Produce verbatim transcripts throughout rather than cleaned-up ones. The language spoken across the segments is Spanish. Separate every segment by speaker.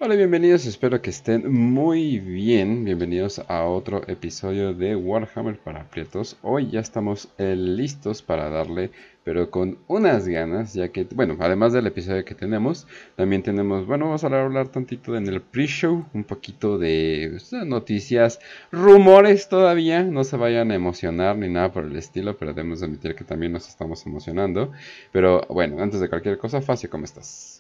Speaker 1: Hola, bienvenidos, espero que estén muy bien. Bienvenidos a otro episodio de Warhammer para aprietos. Hoy ya estamos eh, listos para darle, pero con unas ganas, ya que, bueno, además del episodio que tenemos, también tenemos, bueno, vamos a hablar tantito en el pre-show, un poquito de pues, noticias, rumores todavía, no se vayan a emocionar ni nada por el estilo, pero debemos admitir que también nos estamos emocionando. Pero bueno, antes de cualquier cosa, Facio, ¿cómo estás?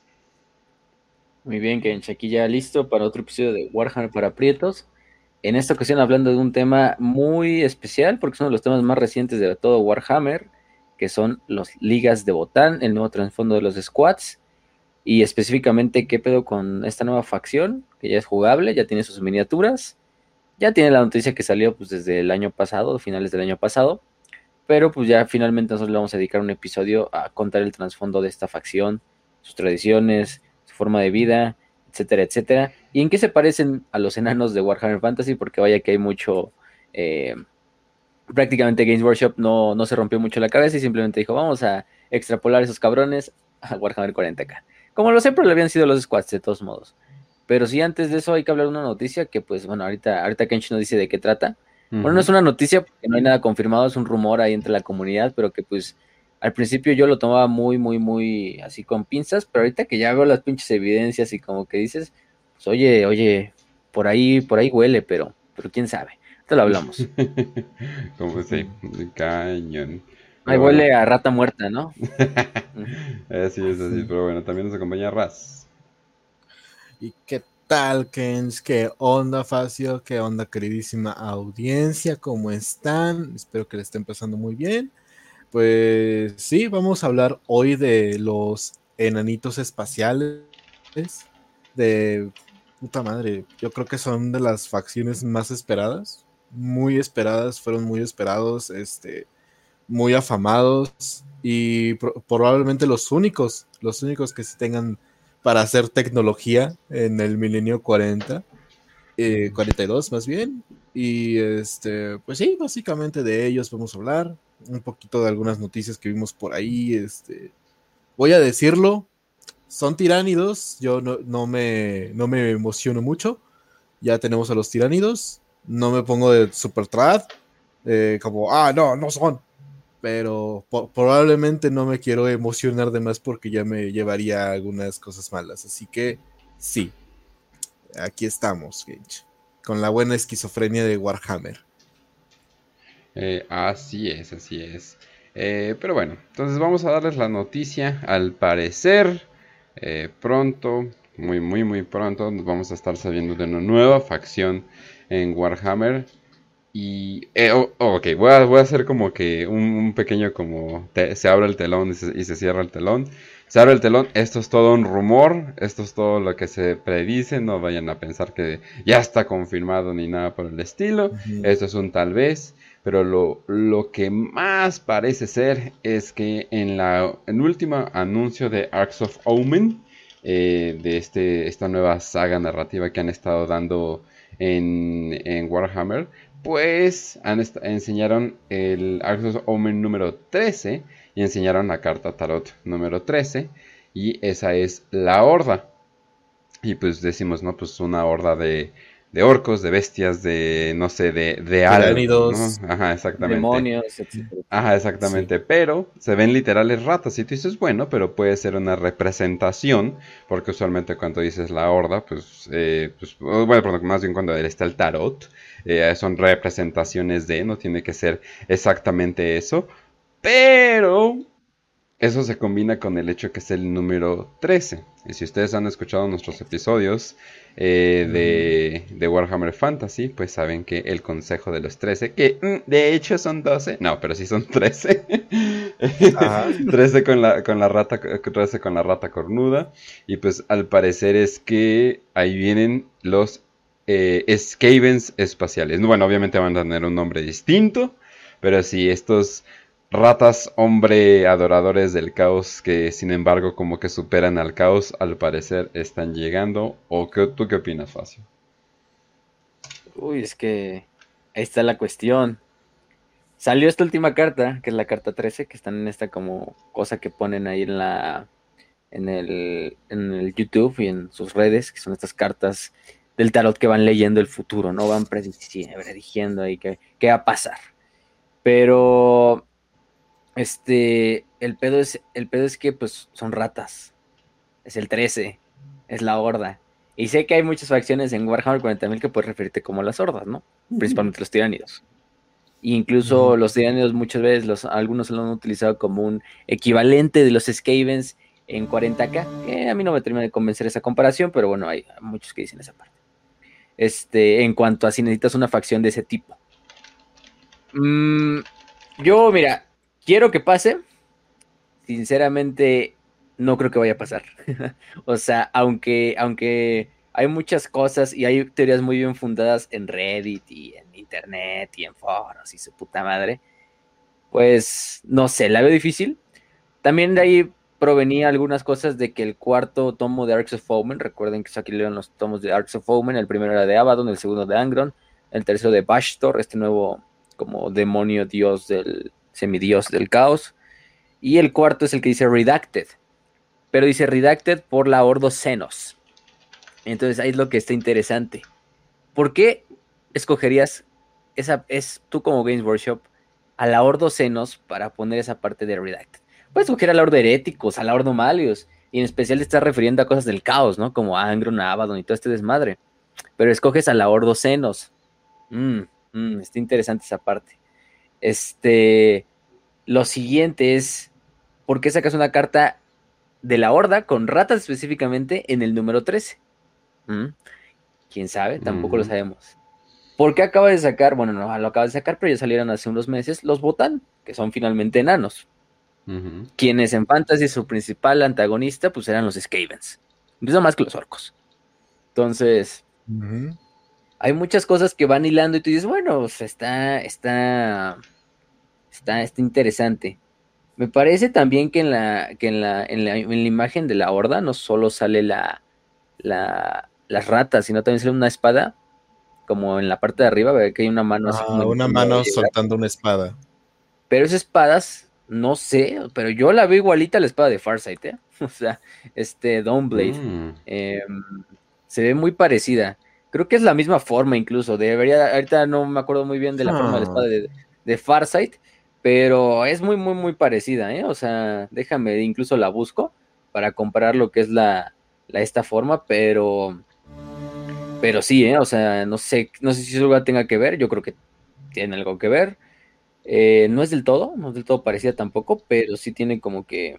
Speaker 2: Muy bien, Kench, aquí ya listo para otro episodio de Warhammer para Prietos. En esta ocasión hablando de un tema muy especial, porque es uno de los temas más recientes de todo Warhammer, que son los ligas de Botán, el nuevo trasfondo de los squads, y específicamente qué pedo con esta nueva facción, que ya es jugable, ya tiene sus miniaturas, ya tiene la noticia que salió pues desde el año pasado, finales del año pasado, pero pues ya finalmente nosotros le vamos a dedicar un episodio a contar el trasfondo de esta facción, sus tradiciones, su forma de vida, etcétera, etcétera. ¿Y en qué se parecen a los enanos de Warhammer Fantasy? Porque vaya que hay mucho... Eh, prácticamente Games Workshop no, no se rompió mucho la cabeza y simplemente dijo, vamos a extrapolar esos cabrones a Warhammer cuarenta K. Como lo siempre lo habían sido los squads, de todos modos. Pero sí, antes de eso hay que hablar de una noticia que, pues, bueno, ahorita, ahorita Kench nos dice de qué trata. Bueno, no es
Speaker 1: Ujú.
Speaker 2: una noticia porque no hay nada confirmado, es un rumor ahí entre la comunidad, pero que, pues, al principio yo lo tomaba muy, muy, muy así con pinzas, pero ahorita que ya veo las pinches evidencias y como que dices, pues, oye, oye, por ahí, por ahí huele, pero, pero quién sabe. Ahorita lo hablamos.
Speaker 1: Como sí, cañón.
Speaker 2: Ahí
Speaker 1: Pero bueno,
Speaker 2: huele a rata muerta, ¿no? Ujú.
Speaker 1: así es así.
Speaker 3: Sí.
Speaker 1: Pero bueno, también nos acompaña Raz.
Speaker 3: ¿Y qué tal, Kens? ¿Qué onda, Facio? ¿Qué onda, queridísima audiencia? ¿Cómo están? Espero que le estén pasando muy bien. Pues sí, vamos a hablar hoy de los enanitos espaciales. De puta madre, yo creo que son de las facciones más esperadas. Muy esperadas, fueron muy esperados, este, muy afamados y pro- probablemente los únicos, los únicos que sí tengan para hacer tecnología en el milenio cuarenta, eh, cuarenta y dos más bien. Y este, pues sí, básicamente de ellos vamos a hablar. Un poquito de algunas noticias que vimos por ahí. Este, voy a decirlo, son tiránidos. Yo no, no, me, no me emociono mucho. Ya tenemos a los tiránidos. No me pongo de super trad. Eh, como, ah, no, no son, pero po- probablemente no me quiero emocionar de más porque ya me llevaría a algunas cosas malas. Así que sí, aquí estamos, Gage, con la buena esquizofrenia de Warhammer.
Speaker 1: Eh, así es, así es. Eh, pero bueno, entonces vamos a darles la noticia. Al parecer, eh, pronto, muy, muy, muy pronto, vamos a estar sabiendo de una nueva facción en Warhammer. Y, eh, oh, oh, ok, voy a, voy a hacer como que un, un pequeño como te- se abre el telón y se, y se cierra el telón. Se abre el telón, esto es todo un rumor, esto es todo lo que se predice, no vayan a pensar que ya está confirmado ni nada por el estilo,
Speaker 3: Ujú.
Speaker 1: esto es un tal vez, pero lo, lo que más parece ser es que en la en el último anuncio de Arcs of Omen, eh, de este, esta nueva saga narrativa que han estado dando en, en Warhammer, pues han enseñaron el Arcos Omen número trece y enseñaron la carta Tarot número trece y esa es la horda. Y pues decimos, ¿no? Pues una horda de, de orcos, de bestias, de, no sé, de, de algo, ¿no?
Speaker 3: Tiránidos,
Speaker 1: Ajá, exactamente.
Speaker 2: Demonios, etcétera,
Speaker 1: Ajá,
Speaker 2: etcétera.
Speaker 3: sí.
Speaker 1: exactamente, pero se ven literales ratas y tú dices, bueno, pero puede ser una representación, porque usualmente cuando dices la horda, pues, eh, pues bueno, perdón, más bien cuando está el tarot, eh, son representaciones de, no tiene que ser exactamente eso, pero eso se combina con el hecho que es el número trece. Y si ustedes han escuchado nuestros episodios eh,
Speaker 3: Ujú.
Speaker 1: de, de Warhammer Fantasy, pues saben que el consejo de los trece, que mm, de hecho son doce, no, pero sí son trece.
Speaker 3: Ajá.
Speaker 1: trece con la, con la rata, trece con la rata cornuda. Y pues al parecer es que ahí vienen los eh, Skavens espaciales. Bueno, obviamente van a tener un nombre distinto, pero sí, estos ratas hombre adoradores del caos que sin embargo como que superan al caos, al parecer están llegando. ¿O qué, tú qué opinas, Facio?
Speaker 2: Uy, es que ahí está la cuestión. Salió esta última carta, que es la carta trece, que están en esta como cosa que ponen ahí en la, en el, en el YouTube y en sus redes, que son estas cartas del tarot que van leyendo el futuro, ¿no? Van prediciendo ahí qué, qué va a pasar. Pero este, el pedo es, el pedo es que pues son ratas. Es el trece, es la horda. Y sé que hay muchas facciones en Warhammer cuarenta mil que puedes referirte como las hordas, ¿no? Principalmente los tiránidos. E incluso uh-huh. los tiránidos muchas veces, los, algunos lo han utilizado como un equivalente de los Skavens en cuarenta K, que a mí no me termina de convencer esa comparación, pero bueno, hay muchos que dicen esa parte. Este, en cuanto a si necesitas una facción de ese tipo. Mm, yo, mira, quiero que pase. Sinceramente, no creo que vaya a pasar. O sea, aunque, aunque hay muchas cosas y hay teorías muy bien fundadas en Reddit y en internet y en foros y su puta madre, pues no sé, la veo difícil. También de ahí provenía algunas cosas de que el cuarto tomo de Arks of Omen, recuerden que aquí leon los tomos de Arks of Omen, el primero era de Abaddon, el segundo de Angron, el tercero de Bashtor, este nuevo como demonio dios del semidios del caos, y el cuarto es el que dice Redacted, pero dice Redacted por la Ordo Xenos. Entonces ahí es lo que está interesante. ¿Por qué escogerías esa, es tú como Games Workshop a la Ordo Xenos para poner esa parte de Redacted? Puedes escoger a la Ordo Heréticos, a la Ordo Malios, y en especial te estás refiriendo a cosas del caos, ¿no? Como Angron, Abaddon y todo este desmadre. Pero escoges a la Ordo Xenos. Mm, mm, está interesante esa parte. Este, lo siguiente es, ¿por qué sacas una carta de la Horda con ratas específicamente en el número trece? ¿Mm? ¿Quién sabe? Tampoco mm. lo sabemos. ¿Por qué acaba de sacar? Bueno, no lo acaba de sacar, pero ya salieron hace unos meses los Votann, que son finalmente enanos. Uh-huh. Quienes en Fantasy su principal antagonista pues eran los Skavens, incluso más que los orcos. Entonces uh-huh. hay muchas cosas que van hilando y tú dices, bueno, o sea, está, está, está, está interesante. Me parece también que en la, que en la, en la, en la imagen de la Horda no solo sale la, la, las ratas, sino también sale una espada, como en la parte de arriba, ve que hay una mano
Speaker 3: ah,
Speaker 2: así como
Speaker 3: una mano soltando una espada.
Speaker 2: Pero esas espadas, no sé, pero yo la veo igualita a la espada de Farsight, ¿eh? O sea, este Dawnblade mm. eh, se ve muy parecida. Creo que es la misma forma incluso. Debería, ahorita no me acuerdo muy bien de la ah. forma de la espada de, de Farsight, pero es muy, muy, muy parecida, ¿eh? O sea, déjame, incluso la busco para comparar lo que es la, la esta forma, pero, pero sí, ¿eh? O sea, no sé, no sé si eso tenga que ver. Yo creo que tiene algo que ver. Eh, no es del todo, no es del todo parecida tampoco, pero sí tiene como que...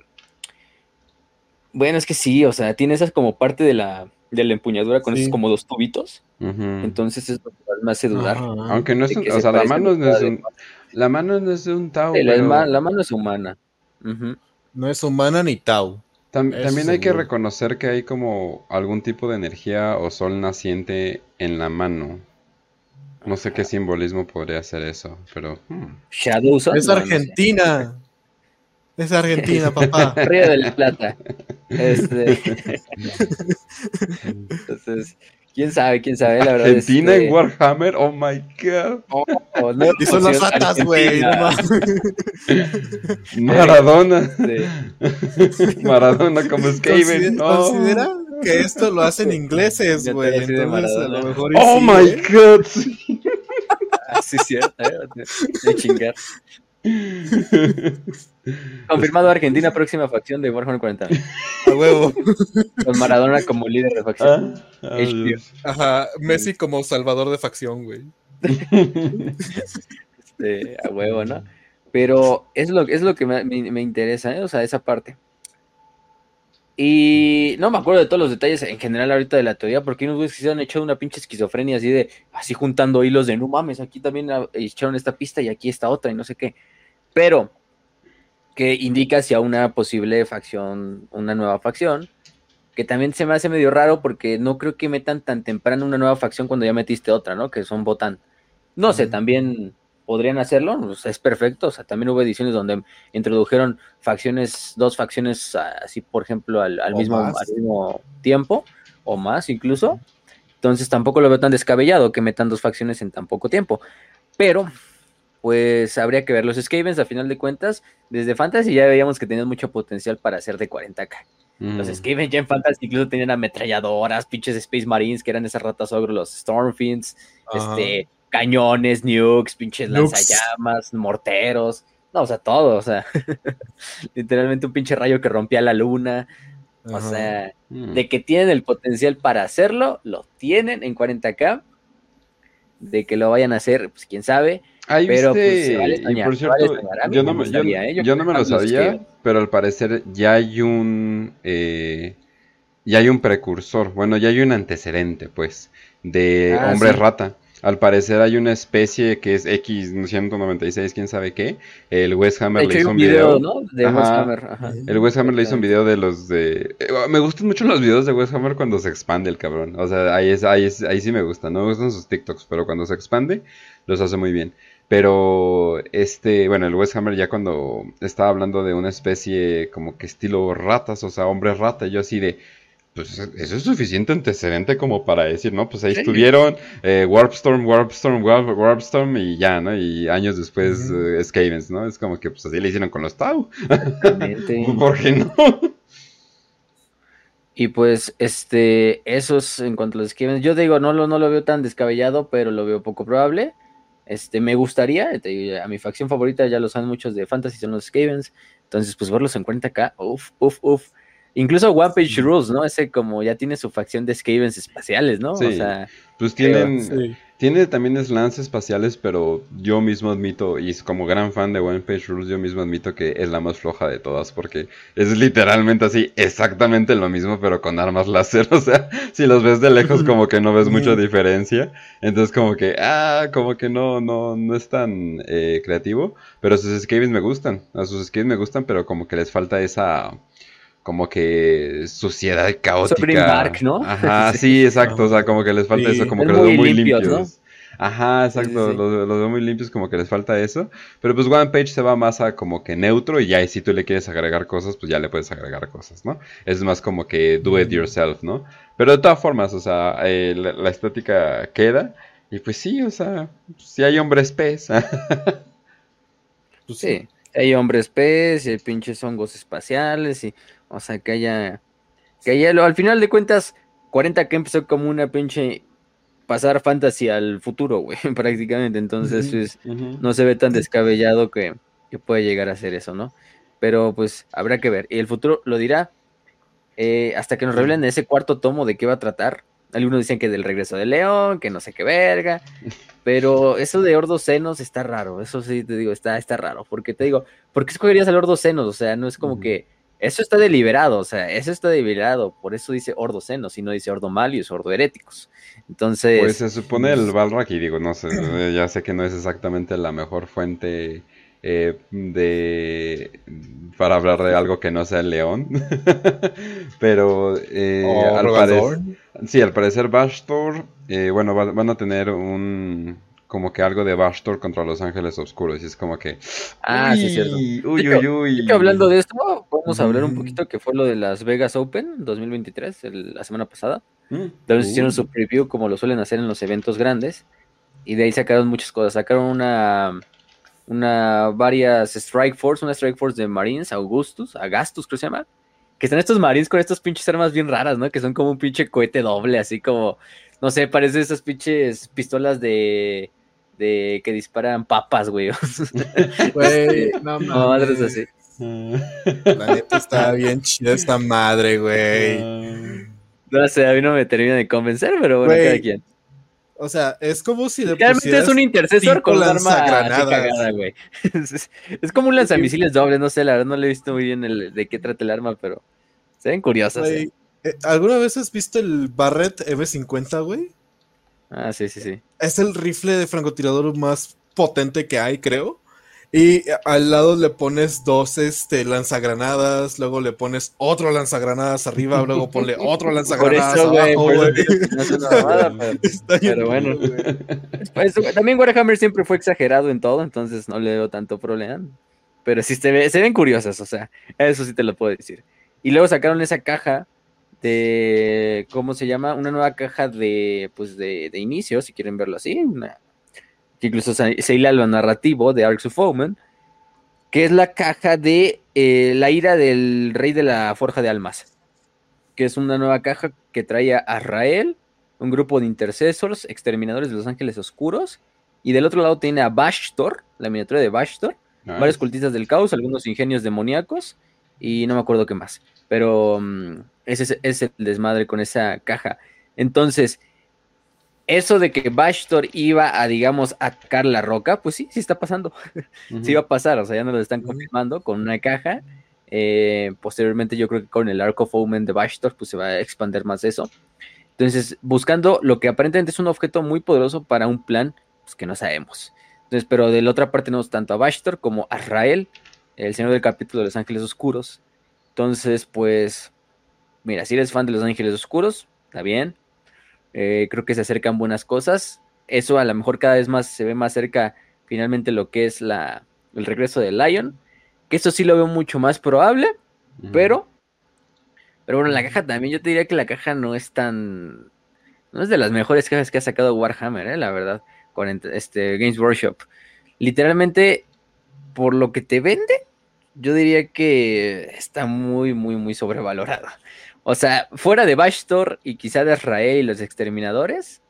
Speaker 2: Bueno, es que sí, o sea, tiene esas como parte de la, de la empuñadura con sí. esos como dos tubitos. Uh-huh. Entonces es lo que me hace dudar.
Speaker 1: Uh-huh. Aunque no es un, o sea, la mano no es un, la mano no es de un Tau.
Speaker 2: Sí,
Speaker 1: pero...
Speaker 2: la, la mano es humana. Uh-huh.
Speaker 3: No es humana ni Tau.
Speaker 1: Tam, también seguro. Hay que reconocer que hay como algún tipo de energía o sol naciente en la mano. No sé qué simbolismo podría ser eso, pero... Hmm.
Speaker 2: Shadow Sun,
Speaker 3: es
Speaker 2: no,
Speaker 3: Argentina.
Speaker 2: No sé.
Speaker 3: Es Argentina, papá.
Speaker 2: Río de la Plata. Este... Entonces, quién sabe, quién sabe, la verdad.
Speaker 1: Argentina
Speaker 2: este...
Speaker 1: en Warhammer, oh my god.
Speaker 2: Oh, oh, no,
Speaker 3: y son las ratas, güey. No
Speaker 1: Maradona. Sí. Maradona como Skaven.
Speaker 3: No. ¿Considera que esto lo hacen ingleses, güey? Entonces a lo mejor
Speaker 1: oh
Speaker 3: sí,
Speaker 1: my
Speaker 3: ¿eh?
Speaker 1: god.
Speaker 2: Ah, sí, cierto, ¿eh? De chingar. Confirmado Argentina, próxima facción de Warhammer cuarenta.
Speaker 3: A huevo.
Speaker 2: Con Maradona como líder de facción.
Speaker 1: Ah, oh,
Speaker 3: ajá, Messi como salvador de facción, güey.
Speaker 2: Este, a huevo, ¿no? Pero es lo, es lo que me, me, me interesa, ¿eh? O sea, esa parte. Y no me acuerdo de todos los detalles en general ahorita de la teoría, porque unos güeyes que se han hecho una pinche esquizofrenia así de, así juntando hilos de, no mames, aquí también echaron esta pista y aquí esta otra y no sé qué. Pero que indica hacia una posible facción, una nueva facción, que también se me hace medio raro porque no creo que metan tan temprano una nueva facción cuando ya metiste otra, ¿no? Que son Votann. No sé, también podrían hacerlo, pues es perfecto, o sea, también hubo ediciones donde introdujeron facciones, dos facciones así, por ejemplo, al, al, mismo, al mismo tiempo, o más incluso, entonces tampoco lo veo tan descabellado que metan dos facciones en tan poco tiempo, pero pues habría que ver. Los Skavens, a final de cuentas, desde Fantasy ya veíamos que tenían mucho potencial para hacer de cuarenta K, Mm. Los Skaven ya en Fantasy incluso tenían ametralladoras, pinches Space Marines, que eran esas ratas ogro, los Stormfiends, este, cañones, nukes, pinches nukes. Lanzallamas, morteros, no, o sea, todo, o sea, literalmente un pinche rayo que rompía la luna. O Ajá. sea, mm. de que tienen el potencial para hacerlo, lo tienen en cuarenta K. De que lo vayan a hacer, pues quién sabe.
Speaker 1: Ahí
Speaker 2: pero
Speaker 1: viste,
Speaker 2: pues se vale soñar,
Speaker 1: y por cierto, vale yo, no me, yo, ¿eh? yo, yo no me lo sabía, que... pero al parecer ya hay un eh, ya hay un precursor, bueno, ya hay un antecedente, pues, de ah, hombre sí. rata. Al parecer hay una especie que es X ciento noventa y seis, quién sabe qué. El Wes Hammer le hizo un video, video
Speaker 2: ¿no? De Wes Hammer. Ajá.
Speaker 1: El Wes Hammer le hizo un video de los de... Me gustan mucho los videos de Wes Hammer cuando se expande el cabrón. O sea, ahí, es, ahí, es, ahí sí me gustan. No me gustan sus TikToks, pero cuando se expande, los hace muy bien. Pero, este, bueno, el Wes Hammer ya cuando estaba hablando de una especie como que estilo ratas, o sea, hombre rata, yo así de... Pues eso es suficiente antecedente como para decir, ¿no? Pues ahí sí. estuvieron eh, Warpstorm, Warpstorm, Warp, Warpstorm y ya, ¿no? Y años después uh-huh. uh, Skavens, ¿no? Es como que pues así le hicieron con los Tau. ¿Por qué no?
Speaker 2: Y pues, este, esos en cuanto a los Skavens, yo digo, no lo, no lo veo tan descabellado, pero lo veo poco probable. Este, me gustaría, a mi facción favorita, ya lo saben muchos de Fantasy, son los Skavens. Entonces, pues verlos en cuarenta K, uff, uff, uff. Incluso One Page Rules, ¿no? Ese como ya tiene su facción de Skavens espaciales, ¿no?
Speaker 1: Sí,
Speaker 2: o sea,
Speaker 1: pues tienen, sí. tiene también slants espaciales, pero yo mismo admito, y como gran fan de One Page Rules, yo mismo admito que es la más floja de todas, porque es literalmente así, exactamente lo mismo, pero con armas láser, o sea, si los ves de lejos como que no ves mucha diferencia, entonces como que, ah, como que no, no, no es tan eh, creativo, pero sus Skavens me gustan, a sus Skavens me gustan, pero como que les falta esa... como que suciedad caótica.
Speaker 2: Dark, ¿no?
Speaker 1: Ajá, sí, exacto, o sea, como que les falta sí. eso, como es que los veo muy limpios. limpios. ¿No? Ajá, exacto, sí, sí. Los, los veo muy limpios, como que les falta eso. Pero pues One Page se va más a como que neutro y ya si tú le quieres agregar cosas, pues ya le puedes agregar cosas, ¿no? Es más como que do it yourself, ¿no? Pero de todas formas, o sea, eh, la, la estética queda y pues sí, o sea, si hay hombres pez.
Speaker 2: Pues sí, hay hombres pez, y hay pinches hongos espaciales y... O sea, que haya, que haya, al final de cuentas, cuarenta K empezó como una pinche pasar fantasy al futuro, güey, prácticamente. Entonces, uh-huh, pues, uh-huh. no se ve tan descabellado que, que puede llegar a ser eso, ¿no? Pero, pues, habrá que ver. Y el futuro lo dirá eh, hasta que nos revelen ese cuarto tomo de qué va a tratar. Algunos dicen que del regreso de León, que no sé qué verga. Pero eso de Ordos Senos está raro. Eso sí te digo, está, está raro. Porque te digo, ¿por qué escogerías al Ordos Senos? O sea, no es como uh-huh. que... Eso está deliberado, o sea, eso está deliberado, por eso dice Ordo Senos, y no dice Ordo Malius, Ordo Heréticos. Entonces...
Speaker 1: Pues se supone el Balrog, y digo, no sé, ya sé que no es exactamente la mejor fuente eh, de para hablar de algo que no sea el león, pero eh, oh, al parecer... Sí, al parecer Bastor, eh, bueno, va, van a tener un... como que algo de Bastor contra los Ángeles Oscuros, y es como que...
Speaker 2: Ah, uy, sí, cierto.
Speaker 1: Uy,
Speaker 2: de hecho,
Speaker 1: uy, uy.
Speaker 2: De hecho, hablando de esto, vamos a hablar un poquito que fue lo de Las Vegas Open dos mil veintitrés, el, la semana pasada. Mm. Entonces uh. hicieron su preview como lo suelen hacer en los eventos grandes, y de ahí sacaron muchas cosas. Sacaron una... una varias Strike Force, una Strike Force de Marines, Augustus, Agastus creo que se llama, que están estos Marines con estas pinches armas bien raras, ¿no? Que son como un pinche cohete doble, así como... No sé, parece esas pinches pistolas de... de que disparan papas, güey.
Speaker 3: Güey, no
Speaker 2: mames. Así.
Speaker 3: La neta está bien chida esta madre, güey.
Speaker 2: No sé, a mí no me termina de convencer, pero bueno, wey, cada quien.
Speaker 3: O sea, es como si le
Speaker 2: realmente es un intercesor con un arma cagada, güey. Es, es como un lanzamisiles doble, no sé, la verdad no le he visto muy bien el, de qué trata el arma, pero se ven curiosas.
Speaker 3: Wey, ¿eh? ¿Alguna vez has visto el Barrett M cincuenta, güey?
Speaker 2: Ah, sí, sí, sí.
Speaker 3: Es el rifle de francotirador más potente que hay, creo. Y al lado le pones dos este, lanzagranadas, luego le pones otro lanzagranadas arriba, luego ponle otro lanzagranadas
Speaker 2: por eso,
Speaker 3: abajo,
Speaker 2: güey. Por eso, no es una mamada, pero, pero bueno. Pues, también Warhammer siempre fue exagerado en todo, entonces no le veo tanto problema. Pero sí se, ve, se ven curiosas, o sea, eso sí te lo puedo decir. Y luego sacaron esa caja de, ¿cómo se llama? Una nueva caja de, pues, de, de inicio, si quieren verlo así, una, que incluso se, se hila lo narrativo de Arks of Omen, que es la caja de eh, la ira del rey de la forja de almas. que es una nueva caja que trae a Azrael, un grupo de intercesors, exterminadores de los ángeles oscuros, y del otro lado tiene a Bashtor, la miniatura de Bashtor, nice. Varios cultistas del caos, algunos ingenios demoníacos, y no me acuerdo qué más, pero um, ese es, es el desmadre con esa caja. Entonces, eso de que Bashtor iba a, digamos, atacar la roca, pues sí, sí está pasando. Uh-huh. Sí va a pasar, o sea, ya nos lo están confirmando con una caja. Eh, posteriormente yo creo que con el Ark of Omen de Bashtor, pues se va a expandir más eso. Entonces, buscando lo que aparentemente es un objeto muy poderoso para un plan, pues que no sabemos. Entonces, pero de la otra parte tenemos tanto a Bashtor como a Azrael, el señor del capítulo de los Ángeles Oscuros. Entonces, pues, mira, si eres fan de los Ángeles Oscuros, está bien. Eh, creo que se acercan buenas cosas. Eso a lo mejor cada vez más se ve más cerca finalmente lo que es la, el regreso de Lion. Que eso sí lo veo mucho más probable. Uh-huh. Pero, pero bueno, la caja también, yo te diría que la caja no es tan... No es de las mejores cajas que ha sacado Warhammer, eh, la verdad, con este Games Workshop. Literalmente, por lo que te vende, yo diría que está muy, muy, muy sobrevalorada. O sea, fuera de Bashtor y quizá de Azrael y los exterminadores,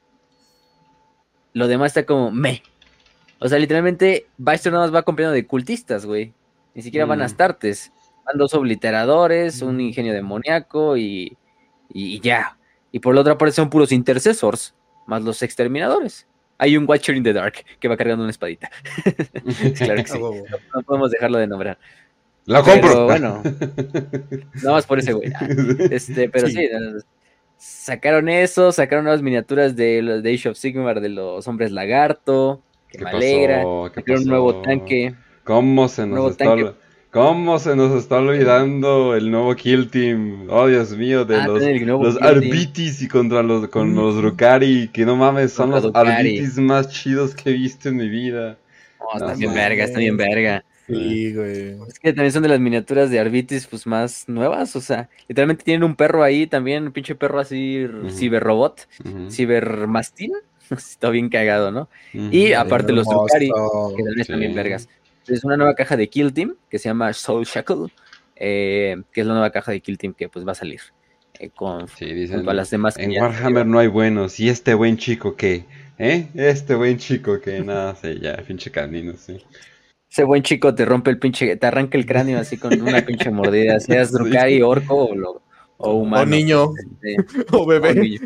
Speaker 2: lo demás está como meh. O sea, literalmente, Bashtor nada más va acompañado de cultistas, güey. Ni siquiera mm. van a Astartes. Van dos obliteradores, mm. un ingenio demoníaco y, y, y ya. Y por la otra parte son puros intercessors, más los exterminadores. Hay un Watcher in the Dark que va cargando una espadita. Claro que sí. No, no podemos dejarlo de nombrar.
Speaker 1: ¡La compro!
Speaker 2: Pero bueno, nada más por ese güey. Este, pero sí. sí, sacaron eso, sacaron nuevas miniaturas de, de Age of Sigmar de los hombres lagarto, que me alegra. Sacaron un nuevo tanque.
Speaker 1: ¿Cómo se nos está tanque? ¿Cómo se nos está olvidando el nuevo Kill Team? Oh, Dios mío, de ah, los, los Arbitis y contra los, con mm. los Drukhari, que no mames, son los Drukhari. Arbitis más chidos que he visto en mi vida.
Speaker 2: Oh, están no, bien verga, están bien verga.
Speaker 3: Sí, güey.
Speaker 2: Es que también son de las miniaturas de Arbitis pues más nuevas, o sea, literalmente tienen un perro ahí también, un pinche perro así, uh-huh. ciberrobot, uh-huh. cibermastín, está bien cagado, ¿no? Uh-huh. Y aparte los Drukhari, que también están sí. bien vergas. Es una nueva caja de Kill Team que se llama Soul Shackle, eh, que es la nueva caja de Kill Team que pues va a salir eh, con,
Speaker 1: sí, dicen,
Speaker 2: junto a las demás.
Speaker 1: En Warhammer no hay buenos, y este buen chico que, ¿eh? Este buen chico que, nada, sí, ya, pinche canino, sí.
Speaker 2: Ese buen chico te rompe el pinche, te arranca el cráneo así con una pinche mordida, seas Drukhari, sí. orco o, lo, o humano.
Speaker 3: O niño, este, o bebé. O niño.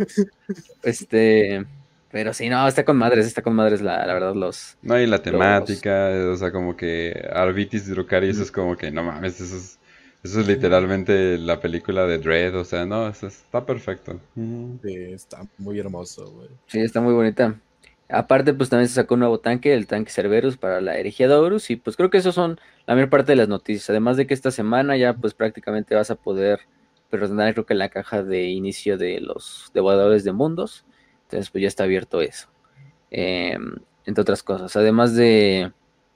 Speaker 2: Este... Pero sí, no, está con madres, está con madres la, la verdad los...
Speaker 1: No, y la temática, los... o sea, como que Arbitis Drukhari, eso es como que, no mames, eso es, eso es literalmente la película de Dredd, o sea, no, eso está perfecto.
Speaker 3: Sí, está muy hermoso, güey.
Speaker 2: Sí, está muy bonita. Aparte, pues también se sacó un nuevo tanque, el tanque Cerberus para la herejía de Horus, y pues creo que esos son la mayor parte de las noticias. Además de que esta semana ya pues prácticamente vas a poder presentar, creo que en la caja de inicio de los devoradores de mundos. Entonces pues ya está abierto eso, eh, entre otras cosas, además de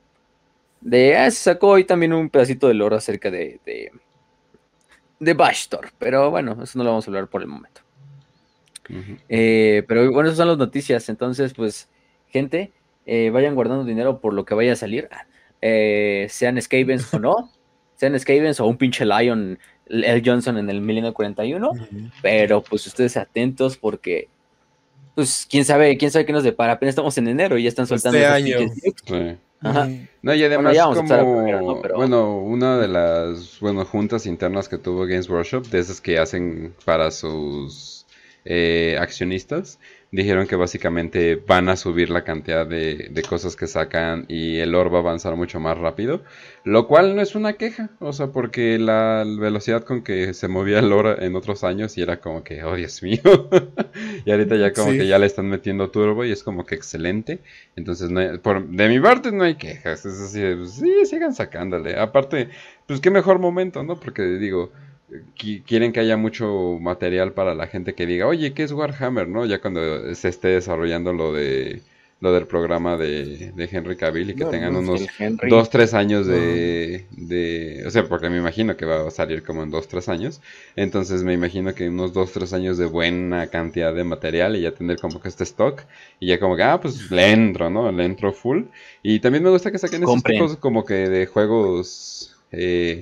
Speaker 2: de, ah, se sacó hoy también un pedacito de lore acerca de de, de Bashtor, pero bueno, eso no lo vamos a hablar por el momento. Uh-huh. eh, pero bueno, esas son las noticias, entonces pues gente, eh, vayan guardando dinero por lo que vaya a salir, eh, sean Skavens o no, sean Skavens o un pinche Lion, L. Johnson en el Milenio cuarenta y uno, uh-huh. pero pues ustedes atentos porque pues quién sabe, quién sabe qué nos depara. Apenas estamos en enero y ya están soltando
Speaker 3: este año.
Speaker 1: Sí. Ajá. No, y además bueno, como primero, ¿no? Pero... bueno, una de las bueno juntas internas que tuvo Games Workshop, de esas que hacen para sus eh, accionistas, dijeron que básicamente van a subir la cantidad de, de cosas que sacan y el lore va a avanzar mucho más rápido, lo cual no es una queja, o sea, porque la velocidad con que se movía el lore en otros años y era como que, oh Dios mío, y ahorita ya como sí. que ya le están metiendo turbo y es como que excelente, entonces no hay, por, de mi parte no hay quejas, es así, pues, sí, sigan sacándole, aparte, pues qué mejor momento, ¿no? Porque digo, quieren que haya mucho material para la gente que diga, oye, ¿qué es Warhammer? ¿No? Ya cuando se esté desarrollando lo de lo del programa de, de Henry Cavill y que no, tengan no, unos dos, tres años de, no. de... O sea, porque me imagino que va a salir como en dos, tres años. Entonces me imagino que unos dos, tres años de buena cantidad de material y ya tener como que este stock. Y ya como que, ah, pues le entro, ¿no? Le entro full. Y también me gusta que saquen esos tipos como que de juegos... Eh,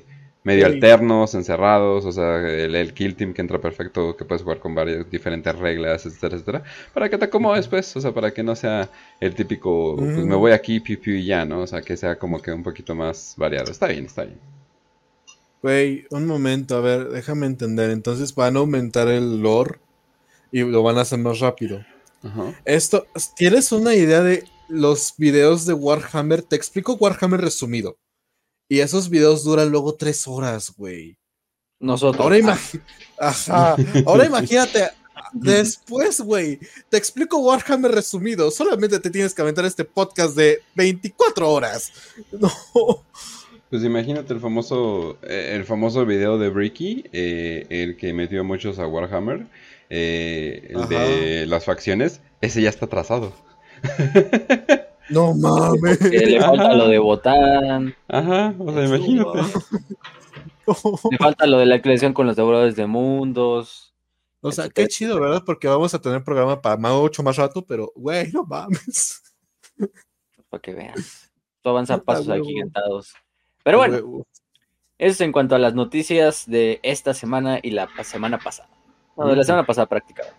Speaker 1: medio
Speaker 3: Sí.
Speaker 1: alternos, encerrados, o sea, el, el kill team que entra perfecto, que puedes jugar con varias diferentes reglas, etcétera, etcétera, para que te acomodes, pues, o sea, para que no sea el típico, pues me
Speaker 3: Mm,
Speaker 1: voy aquí, piu, piu y ya, ¿no? O sea, que sea como que un poquito más variado. Está bien, está bien.
Speaker 3: Güey, un momento, a ver, déjame entender. Entonces van a aumentar el lore y lo van a hacer más rápido.
Speaker 1: Ajá.
Speaker 3: Esto, ¿tienes una idea de los videos de Warhammer? Te explico Warhammer resumido. Y esos videos duran luego tres horas, güey.
Speaker 2: Nosotros.
Speaker 3: Ahora,
Speaker 2: Ah.
Speaker 3: imagi- Ajá. Ahora imagínate, después, güey, te explico Warhammer resumido. Solamente te tienes que aventar este podcast de veinticuatro horas. No.
Speaker 1: Pues imagínate el famoso, eh, el famoso video de Bricky, eh, el que metió a muchos a Warhammer, eh, el
Speaker 3: Ajá.
Speaker 1: de las facciones, ese ya está trazado.
Speaker 3: No mames.
Speaker 2: Que le falta lo
Speaker 1: Ajá,
Speaker 2: de Botán,
Speaker 1: ajá, o sea,
Speaker 3: No
Speaker 1: imagínate.
Speaker 3: mames.
Speaker 2: le falta lo de la creación con los devoradores de mundos,
Speaker 3: O sea,
Speaker 2: etcétera,
Speaker 3: qué chido, ¿verdad? Porque vamos a tener programa para mucho más rato, pero, güey, no mames.
Speaker 2: para que veas. Todo avanza a
Speaker 3: A
Speaker 2: pasos
Speaker 3: huevo,
Speaker 2: agigantados. Pero
Speaker 3: a
Speaker 2: bueno,
Speaker 3: huevo.
Speaker 2: eso es en cuanto a las noticias de esta semana y la pa- semana pasada. No, de la
Speaker 1: Ujú.
Speaker 2: semana pasada prácticamente.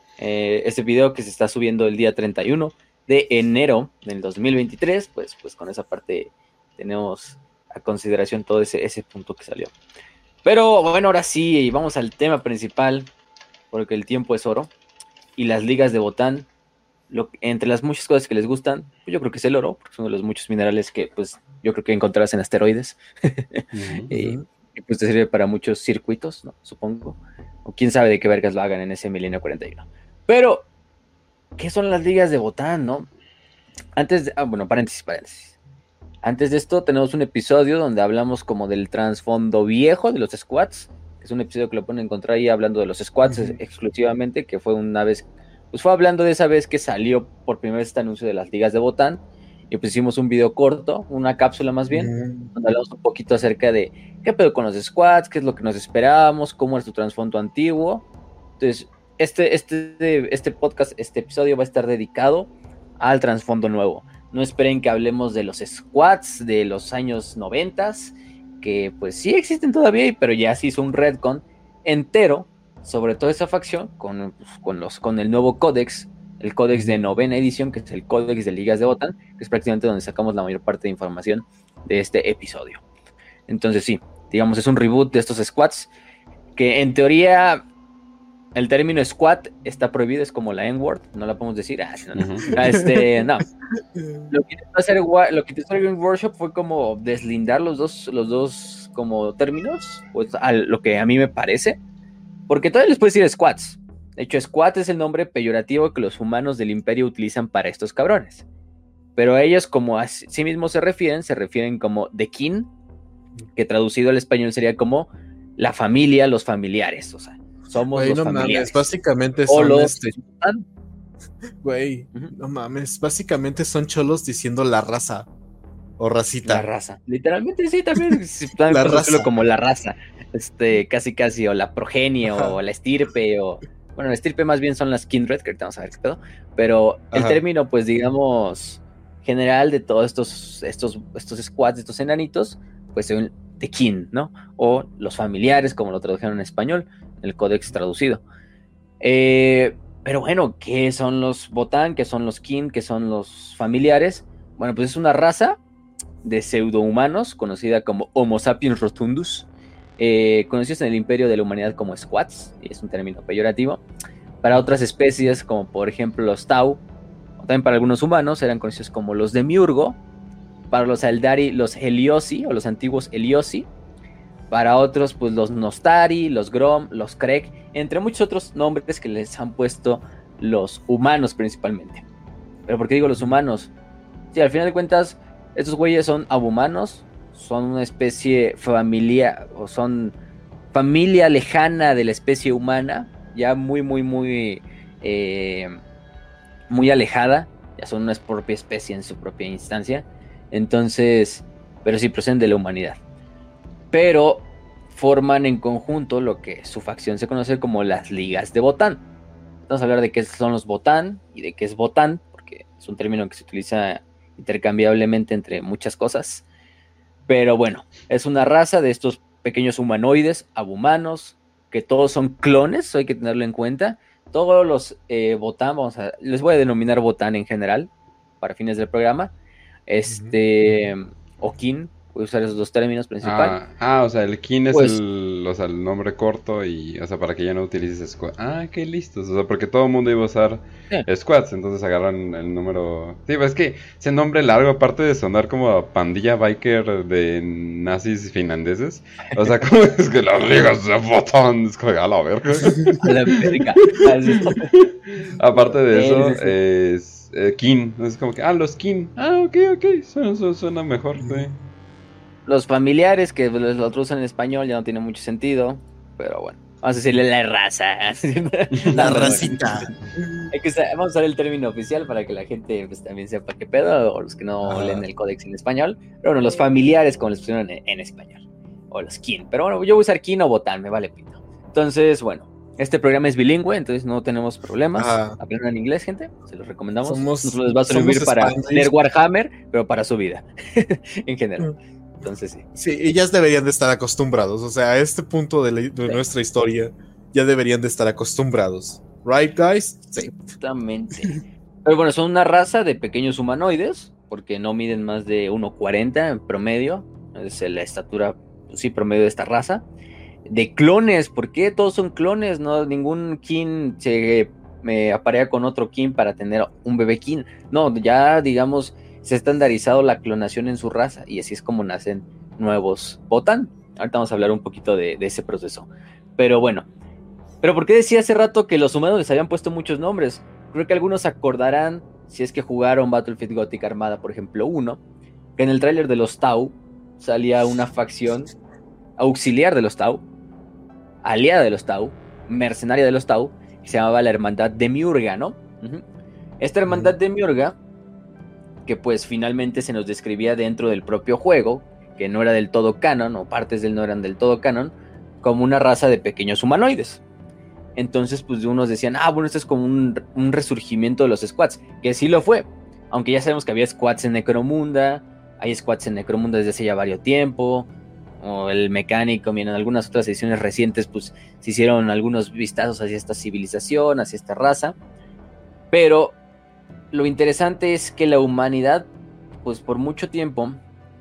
Speaker 2: Eh, este video que se está subiendo el día treinta y uno de enero del dos mil veintitrés, pues, pues con esa parte tenemos a consideración todo ese, ese punto que salió. Pero bueno, ahora sí, vamos al tema principal, porque el tiempo es oro. Y las ligas de Botán, lo, entre las muchas cosas que les gustan, pues yo creo que es el oro, porque es uno de los muchos minerales que pues yo creo que encontrarás en asteroides.
Speaker 1: Ujú.
Speaker 2: y,
Speaker 3: Ujú.
Speaker 2: y, pues te sirve para muchos circuitos, ¿no? Supongo. O quién sabe de qué vergas lo hagan en ese milenio cuarenta y uno. Pero, ¿qué son las ligas de Botán, no? Antes de, ah, bueno, paréntesis, paréntesis. Antes de esto tenemos un episodio donde hablamos como del trasfondo viejo de los squats, que es un episodio que lo pueden encontrar ahí hablando de los squats
Speaker 3: Ujú.
Speaker 2: exclusivamente, que fue una vez, pues fue hablando de esa vez que salió por primera vez este anuncio de las ligas de Botán, y pues hicimos un video corto, una cápsula más bien,
Speaker 3: Ujú.
Speaker 2: donde hablamos un poquito acerca de qué pedo con los squats, qué es lo que nos esperábamos, cómo es su trasfondo antiguo. Entonces, este, este, este podcast, este episodio va a estar dedicado al trasfondo nuevo. No esperen que hablemos de los squats de los años noventas, que pues sí existen todavía, pero ya se hizo un retcon entero sobre toda esa facción con, pues, con, los, con el nuevo códex, el códex de novena edición, que es el códex de ligas de Botán, que es prácticamente donde sacamos la mayor parte de información de este episodio. Entonces sí, digamos, es un reboot de estos squats, que en teoría el término squat está prohibido, es como la N-word, no la podemos decir. Ah, no, no.
Speaker 1: Ujú.
Speaker 2: Este, no. Lo que intentó hacer, lo que intentó hacer Game Workshop fue como deslindar los dos, los dos como términos, pues a lo que a mí me parece, porque todavía les puedes decir squats. De hecho, squat es el nombre peyorativo que los humanos del imperio utilizan para estos cabrones. Pero ellos, como a sí mismos se refieren, se refieren como the kin, que traducido al español sería como la familia, los familiares, o sea, somos
Speaker 3: Güey,
Speaker 2: los
Speaker 3: no
Speaker 2: familiares.
Speaker 3: mames, básicamente
Speaker 2: O
Speaker 3: son
Speaker 2: los
Speaker 3: este, güey,
Speaker 2: Ujú.
Speaker 3: no mames, básicamente son cholos diciendo la raza o racita.
Speaker 2: La raza. Literalmente sí, también, sí, también
Speaker 3: La
Speaker 2: puedes decirlo
Speaker 3: raza.
Speaker 2: como la raza. Este, casi casi, o la progenie,
Speaker 3: Ajá.
Speaker 2: o la estirpe, o. Bueno, la estirpe más bien son las kindred, que ahorita vamos a ver qué pedo. Pero el
Speaker 3: Ajá.
Speaker 2: término, pues digamos, general de todos estos, estos, estos squads, estos enanitos, pues son the kin, ¿no? O los familiares, como lo tradujeron en español, en el códex traducido. Eh, pero bueno, ¿qué son los Botán? ¿Qué son los kin? ¿Qué son los familiares? Bueno, pues es una raza de pseudohumanos, conocida como Homo sapiens rotundus, eh, conocidos en el imperio de la humanidad como squats, y es un término peyorativo. Para otras especies, como por ejemplo los Tau, o también para algunos humanos, eran conocidos como los Demiurgo. Para los Eldari, los Heliosi, o los antiguos Eliosi. Para otros, pues los Nostari, los Grom, los Kreg, entre muchos otros nombres que les han puesto los humanos principalmente. ¿Pero por qué digo los humanos? Sí, al final de cuentas, estos güeyes son abhumanos, son una especie familia, o son familia lejana de la especie humana, ya muy, muy, muy, eh, muy alejada, ya son una propia especie en su propia instancia, entonces, pero sí proceden de la humanidad. Pero forman en conjunto lo que su facción se conoce como las ligas de Botán. Vamos a hablar de qué son los Botán y de qué es Botán, porque es un término que se utiliza intercambiablemente entre muchas cosas. Pero bueno, es una raza de estos pequeños humanoides, abumanos, que todos son clones, hay que tenerlo en cuenta. Todos los eh, Botán, vamos a, les voy a denominar Botán en general, para fines del programa, este, uh-huh. o Kin, voy a usar esos dos términos principales.
Speaker 1: Ah, ah, o sea, el Kin es
Speaker 2: Pues-
Speaker 1: el, o sea, el nombre corto y, o sea, para que ya no utilices squad. Ah, qué listos, o sea, porque todo el mundo iba a usar
Speaker 2: Sí.
Speaker 1: squads, entonces agarran el número. Sí, pues es que ese nombre largo, aparte de sonar como a pandilla biker de nazis finlandeses, o sea, como es que las ligas de botón, es como a la verga.
Speaker 2: A la verga. Así.
Speaker 1: Aparte de eso,
Speaker 2: Sí, sí, sí.
Speaker 1: es eh, Kin, es como que, ah, los Kin, ah, ok, ok, suena, suena, suena mejor, sí.
Speaker 2: Los familiares, que los lo usan en español, ya no tiene mucho sentido, pero bueno, vamos a decirle la raza.
Speaker 3: La
Speaker 2: No,
Speaker 3: racita.
Speaker 2: hay que usar- vamos a usar el término oficial para que la gente pues, también sepa qué pedo, o los que no
Speaker 3: Ajá.
Speaker 2: leen el códex en español, pero bueno, los familiares como les pusieron en, en español, o los kin, pero bueno, yo voy a usar kin o botán, me vale pito. Entonces, bueno, este programa es bilingüe, entonces no tenemos problemas.
Speaker 3: Ajá.
Speaker 2: Aprendan inglés, gente, se los recomendamos.
Speaker 3: Somos-
Speaker 2: Nosotros les va a servir
Speaker 3: somos
Speaker 2: para
Speaker 3: españoles.
Speaker 2: tener Warhammer, pero para su vida, en general. Entonces, sí.
Speaker 3: Sí, ellas deberían de estar acostumbrados. O sea, a este punto de, la- de
Speaker 2: Sí.
Speaker 3: nuestra historia ya deberían de estar acostumbrados. ¿Right, guys? Sí.
Speaker 2: Exactamente. Pero bueno, son una raza de pequeños humanoides, porque no miden más de uno cuarenta en promedio. Es la estatura, pues sí, promedio de esta raza. De clones, ¿por qué todos son clones? No, ningún kin se me aparea con otro kin para tener un bebé kin. No, ya digamos, se ha estandarizado la clonación en su raza y así es como nacen nuevos Botán. Ahorita vamos a hablar un poquito de, de ese proceso. Pero bueno, pero ¿por qué decía hace rato que los humanos les habían puesto muchos nombres? Creo que algunos acordarán, si es que jugaron Battlefield Gothic Armada, por ejemplo, uno, que en el tráiler de los Tau salía una facción auxiliar de los Tau, aliada de los Tau, mercenaria de los Tau, que se llamaba la Hermandad Demiurga, ¿no? Uh-huh. Esta Hermandad Demiurga, que pues finalmente se nos describía dentro del propio juego, que no era del todo canon, o partes del no eran del todo canon, como una raza de pequeños humanoides. Entonces, pues unos decían, ah, bueno, esto es como un, un resurgimiento de los squads, que sí lo fue, aunque ya sabemos que había squads en Necromunda, hay squads en Necromunda desde hace ya varios tiempo, o el mecánico, y en algunas otras ediciones recientes, pues se hicieron algunos vistazos hacia esta civilización, hacia esta raza, pero lo interesante es que la humanidad, pues por mucho tiempo,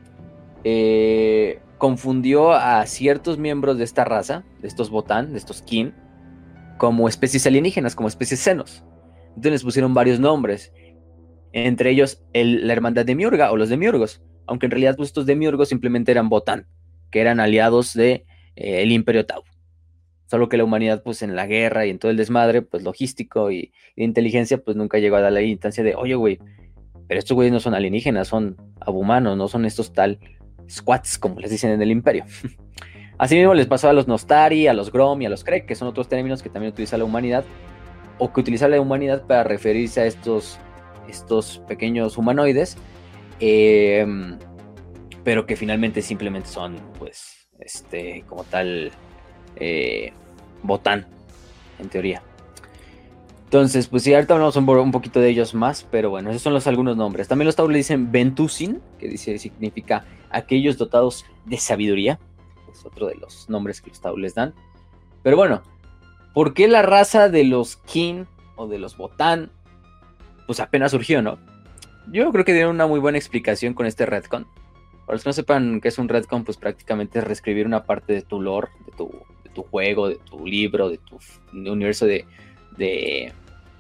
Speaker 2: eh, confundió a ciertos miembros de esta raza, de estos Botán, de estos Kin, como especies alienígenas, como especies xenos. Entonces les pusieron varios nombres, entre ellos el, la hermandad de Demiurga o los Demiurgos, aunque en realidad pues, estos Demiurgos simplemente eran Botán, que eran aliados de eh, el Imperio Tau. Solo que la humanidad, pues en la guerra y en todo el desmadre, pues logístico y de inteligencia, pues nunca llegó a dar la instancia de, oye, güey, pero estos güeyes no son alienígenas, son abumanos, no son estos tal squats, como les dicen en el Imperio. Asimismo les pasó a los Nostari, a los Grom y a los Kreg, que son otros términos que también utiliza la humanidad, o que utiliza la humanidad para referirse a estos, estos pequeños humanoides, eh, pero que finalmente simplemente son, pues, este, como tal, eh, Botán, en teoría. Entonces, pues sí, ahorita hablamos un, un poquito de ellos más, pero bueno, esos son los algunos nombres. También los Tau le dicen Ventusin, que dice, significa aquellos dotados de sabiduría. Es otro de los nombres que los Tau les dan. Pero bueno, ¿por qué la raza de los Kin o de los Botán pues apenas surgió, no? Yo creo que dieron una muy buena explicación con este retcon. Para los que no sepan qué es un retcon, pues prácticamente es reescribir una parte de tu lore, de tu, de tu juego, de tu libro, de tu universo de, de,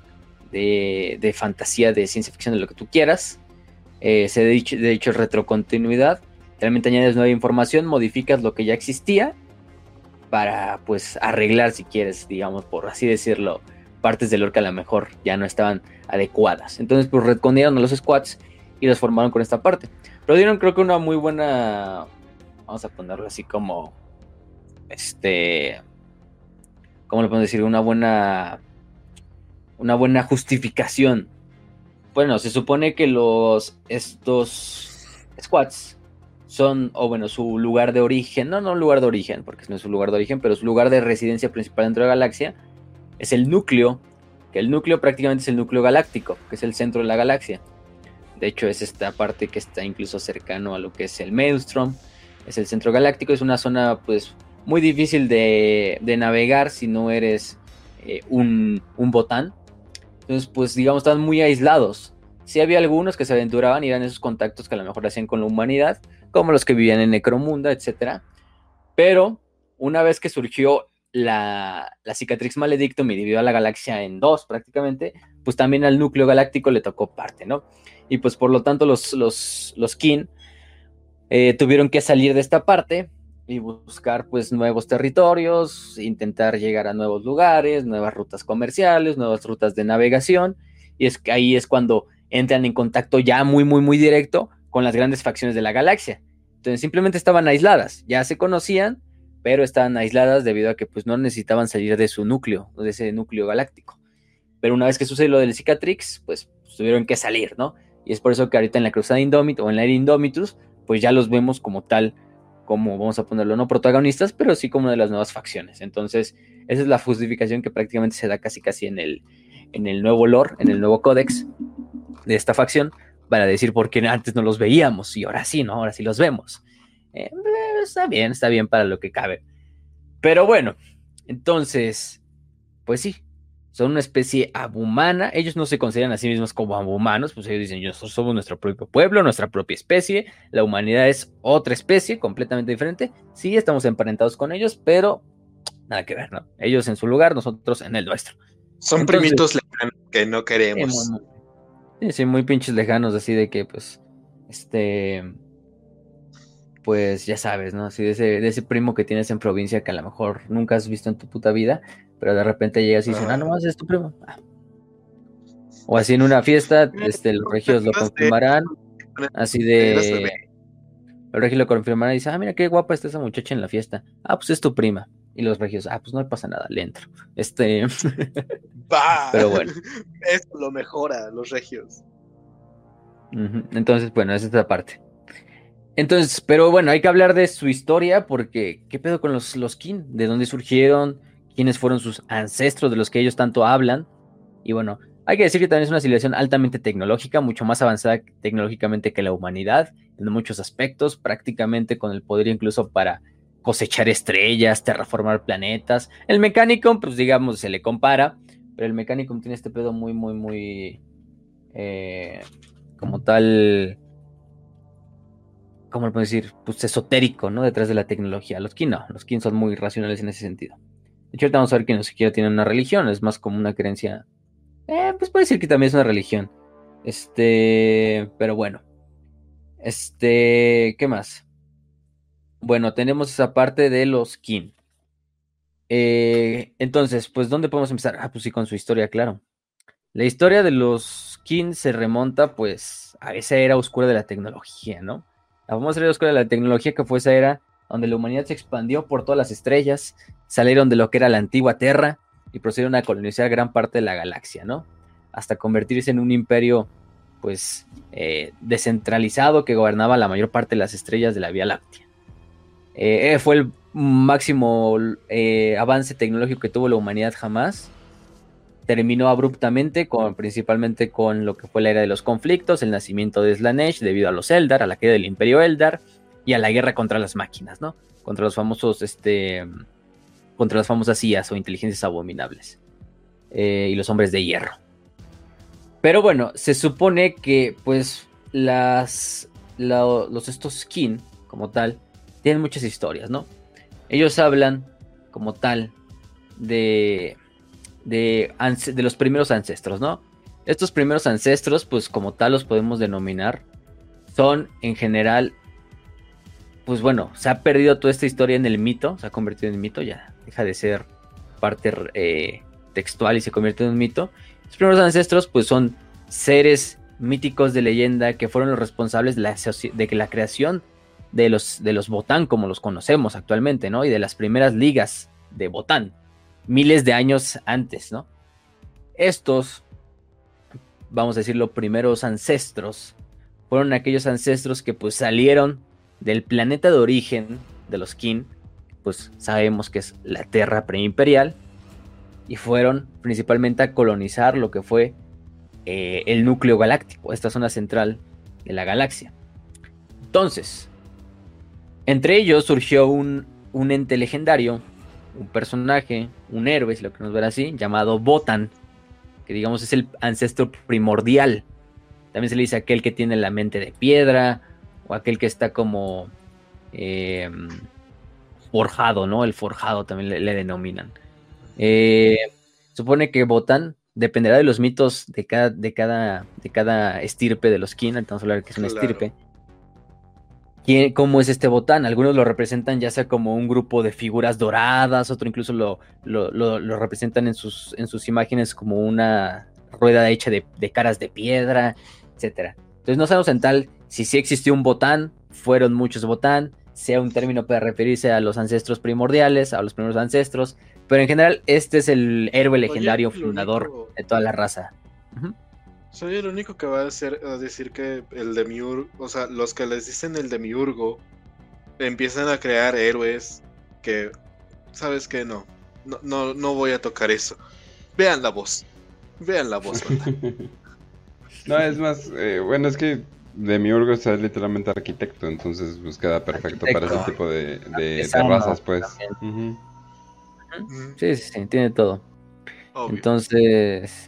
Speaker 2: de, de fantasía, de ciencia ficción, de lo que tú quieras. Eh, se de hecho, de hecho retrocontinuidad. Realmente añades nueva información, modificas lo que ya existía para pues arreglar, si quieres, digamos, por así decirlo, partes del lore que a lo mejor ya no estaban adecuadas. Entonces pues retconearon a los squads y los formaron con esta parte. Pero dieron creo que una muy buena, vamos a ponerlo así como, este, ¿cómo le podemos decir? Una buena, una buena justificación. Bueno, se supone que los, estos squads son, o bueno, su lugar de origen, no, no lugar de origen, porque no es su lugar de origen, pero su lugar de residencia principal dentro de la galaxia es el núcleo, que el núcleo prácticamente es el núcleo galáctico, que es el centro de la galaxia. De hecho, es esta parte que está incluso cercano a lo que es el Maelstrom. es el centro galáctico, es una zona pues muy difícil de, de navegar si no eres eh, un, un botán. Entonces pues digamos están muy aislados. Sí había algunos que se aventuraban y eran esos contactos que a lo mejor hacían con la humanidad, como los que vivían en Necromunda, etcétera. Pero una vez que surgió la, la Cicatrix Maledictum y dividió a la galaxia en dos prácticamente, pues también al núcleo galáctico le tocó parte, ¿no? Y pues por lo tanto los, los, los Kin eh, tuvieron que salir de esta parte y buscar pues nuevos territorios, intentar llegar a nuevos lugares, nuevas rutas comerciales, nuevas rutas de navegación, y es que ahí es cuando entran en contacto ya muy, muy, muy directo con las grandes facciones de la galaxia. Entonces simplemente estaban aisladas, ya se conocían, pero estaban aisladas debido a que pues no necesitaban salir de su núcleo, de ese núcleo galáctico. Pero una vez que sucede lo del Cicatrix, pues, pues tuvieron que salir, ¿no? Y es por eso que ahorita en la Cruzada Indómita o en la Era Indómitus, pues ya los vemos como tal, como vamos a ponerlo, no protagonistas, pero sí como una de las nuevas facciones. Entonces, esa es la justificación que prácticamente se da casi casi en el, en el nuevo lore, en el nuevo códex de esta facción, para decir por qué antes no los veíamos y ahora sí, ¿no? Ahora sí los vemos. Eh, está bien, está bien para lo que cabe. Pero bueno, entonces, pues sí, son una especie abhumana. Ellos no se consideran a sí mismos como abhumanos, pues ellos dicen, nosotros somos nuestro propio pueblo, nuestra propia especie, la humanidad es otra especie completamente diferente. Sí, estamos emparentados con ellos, pero nada que ver, ¿no? Ellos en su lugar, nosotros en el nuestro.
Speaker 4: Son Entonces, primitos lejanos que no queremos.
Speaker 2: Eh, muy, muy, sí, muy pinches lejanos, así de que, pues, este... pues ya sabes, ¿no? Así de ese, de ese primo que tienes en provincia que a lo mejor nunca has visto en tu puta vida, pero de repente llegas y dicen, ah, nomás es tu primo. Ah. O así en una fiesta, este, los regios lo confirmarán, así de... Los regios lo confirmarán y dicen, ah, mira qué guapa está esa muchacha en la fiesta. Ah, pues es tu prima. Y los regios, ah, pues no pasa nada, le entro. Este...
Speaker 4: bah,
Speaker 2: pero bueno.
Speaker 4: Eso lo mejora, los regios.
Speaker 2: Uh-huh. Entonces, bueno, esa es esta parte. Entonces, pero bueno, hay que hablar de su historia porque, ¿qué pedo con los, los Kin? ¿De dónde surgieron? ¿Quiénes fueron sus ancestros de los que ellos tanto hablan? Y bueno, hay que decir que también es una civilización altamente tecnológica, mucho más avanzada tecnológicamente que la humanidad, en muchos aspectos, prácticamente con el poder incluso para cosechar estrellas, terraformar planetas. El Mechanicum, pues digamos, se le compara, pero el Mechanicum tiene este pedo muy, muy, muy, eh, como tal... ¿cómo lo puedo decir? Pues esotérico, ¿no? Detrás de la tecnología. Los Kin no, los Kin son muy racionales en ese sentido. De hecho, ahorita vamos a ver que no siquiera tienen una religión, es más como una creencia. Eh, pues puede decir que también es una religión. Este, pero bueno. Este, ¿qué más? Bueno, tenemos esa parte de los Kin. Eh, entonces, pues, ¿dónde podemos empezar? Ah, pues sí, con su historia, claro. La historia de los Kin se remonta, pues, a esa era oscura de la tecnología, ¿no? La famosa era oscura de la tecnología, que fue esa era donde la humanidad se expandió por todas las estrellas, salieron de lo que era la antigua Tierra y procedieron a colonizar gran parte de la galaxia, ¿no? Hasta convertirse en un imperio, pues, eh, descentralizado que gobernaba la mayor parte de las estrellas de la Vía Láctea. Eh, fue el máximo eh, avance tecnológico que tuvo la humanidad jamás. Terminó abruptamente, con, principalmente con lo que fue la era de los conflictos, el nacimiento de Slanesh debido a los Eldar, a la caída del Imperio Eldar y a la guerra contra las máquinas, ¿no? Contra los famosos, este, contra las famosas I As o inteligencias abominables eh, y los hombres de hierro. Pero bueno, se supone que, pues, las, la, los estos Kin, como tal, tienen muchas historias, ¿no? Ellos hablan, como tal, de... De, de los primeros ancestros, ¿no? Estos primeros ancestros, pues como tal los podemos denominar, son en general, pues bueno, se ha perdido toda esta historia en el mito, se ha convertido en mito, ya deja de ser parte eh, textual y se convierte en un mito. Los primeros ancestros, pues son seres míticos de leyenda que fueron los responsables de la, de que la creación de los, de los Botán, como los conocemos actualmente, ¿no? Y de las primeras ligas de Botán. Miles de años antes, ¿no? Estos, vamos a decir, los primeros ancestros, fueron aquellos ancestros que pues salieron del planeta de origen de los Kin, pues sabemos que es la Tierra preimperial, y fueron principalmente a colonizar lo que fue eh, el núcleo galáctico, esta zona central de la galaxia. Entonces, Entre ellos surgió un, un ente legendario, un personaje, un héroe, si lo queremos ver así, llamado Votann, que digamos es el ancestro primordial. También se le dice aquel que tiene la mente de piedra, o aquel que está como eh, forjado, ¿no? El forjado también le, le denominan. Eh, supone que Votann dependerá de los mitos de cada, de cada, de cada estirpe de los kin. Vamos a hablar de que es una
Speaker 4: Claro.
Speaker 2: estirpe. ¿Quién, ¿Cómo es este Votann? Algunos lo representan ya sea como un grupo de figuras doradas, otro incluso lo, lo, lo, lo representan en sus, en sus imágenes como una rueda hecha de, de caras de piedra, etcétera. Entonces no sabemos en tal si sí existió un Votann, fueron muchos Votann, sea un término para referirse a los ancestros primordiales, a los primeros ancestros, pero en general este es el héroe legendario
Speaker 4: Oye, lo
Speaker 2: fundador
Speaker 4: único-
Speaker 2: de toda la raza. Ujú.
Speaker 4: Soy el único que va a, hacer, a decir que el demiurgo, o sea, los que les dicen el demiurgo, empiezan a crear héroes que, ¿sabes qué? No, no, no, no voy a tocar eso. Vean la voz, vean la voz, banda.
Speaker 1: No, es más, eh, bueno, es que Demiurgo es literalmente arquitecto, entonces pues queda perfecto para ese
Speaker 2: Arquitecto.
Speaker 1: tipo de, de, de
Speaker 2: Artesano
Speaker 1: razas, pues.
Speaker 2: también.
Speaker 1: Ujú.
Speaker 4: Mm,
Speaker 2: Sí, sí, sí, tiene todo.
Speaker 4: obvio.
Speaker 2: Entonces,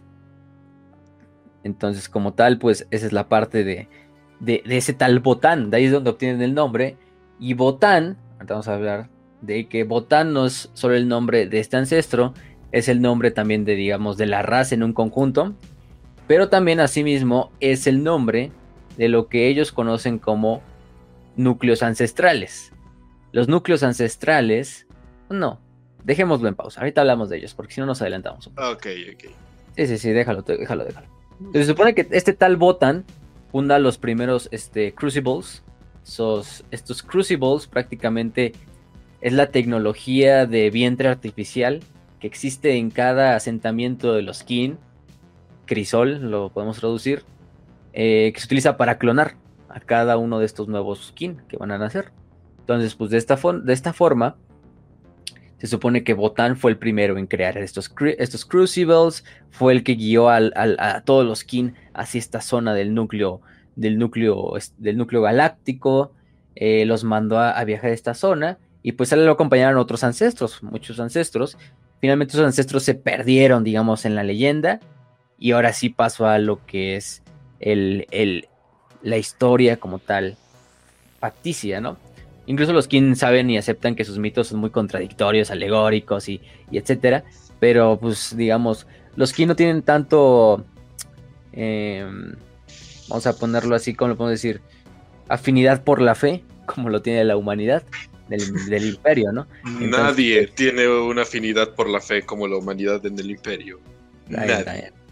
Speaker 2: entonces como tal, pues esa es la parte de, de, de ese tal Votann, de ahí es donde obtienen el nombre. Y Votann, ahorita vamos a hablar de que Votann no es solo el nombre de este ancestro, es el nombre también de, digamos, de la raza en un conjunto, pero también asimismo es el nombre de lo que ellos conocen como núcleos ancestrales. Los núcleos ancestrales, no, dejémoslo en pausa, ahorita hablamos de ellos, porque si no nos adelantamos un poco.
Speaker 4: Ok, ok.
Speaker 2: Sí, sí, sí, déjalo, déjalo, déjalo. Entonces, se supone que este tal Votann funda los primeros este, Crucibles. Esos, estos Crucibles prácticamente es la tecnología de vientre artificial que existe en cada asentamiento de los kin. Crisol, lo podemos traducir, eh, que se utiliza para clonar a cada uno de estos nuevos kin que van a nacer. Entonces, pues de esta, for- de esta forma, se supone que Votann fue el primero en crear estos, cru- estos Crucibles, fue el que guió al, al, a todos los kin hacia esta zona del núcleo, del núcleo, del núcleo galáctico, eh, los mandó a, a viajar a esta zona, y pues a él lo acompañaron otros ancestros, muchos ancestros. Finalmente esos ancestros se perdieron, digamos, en la leyenda, y ahora sí pasó a lo que es el, el, la historia como tal, facticia, ¿no? Incluso los kin saben y aceptan que sus mitos son muy contradictorios, alegóricos y, y etcétera, pero pues digamos, los kin no tienen tanto, eh, vamos a ponerlo así, como lo podemos decir, afinidad por la fe, como lo tiene la humanidad del, del imperio, ¿no? Entonces,
Speaker 4: Nadie tiene una afinidad por la fe como la humanidad en el imperio.
Speaker 2: ahí
Speaker 4: Nadie.
Speaker 2: está, ya.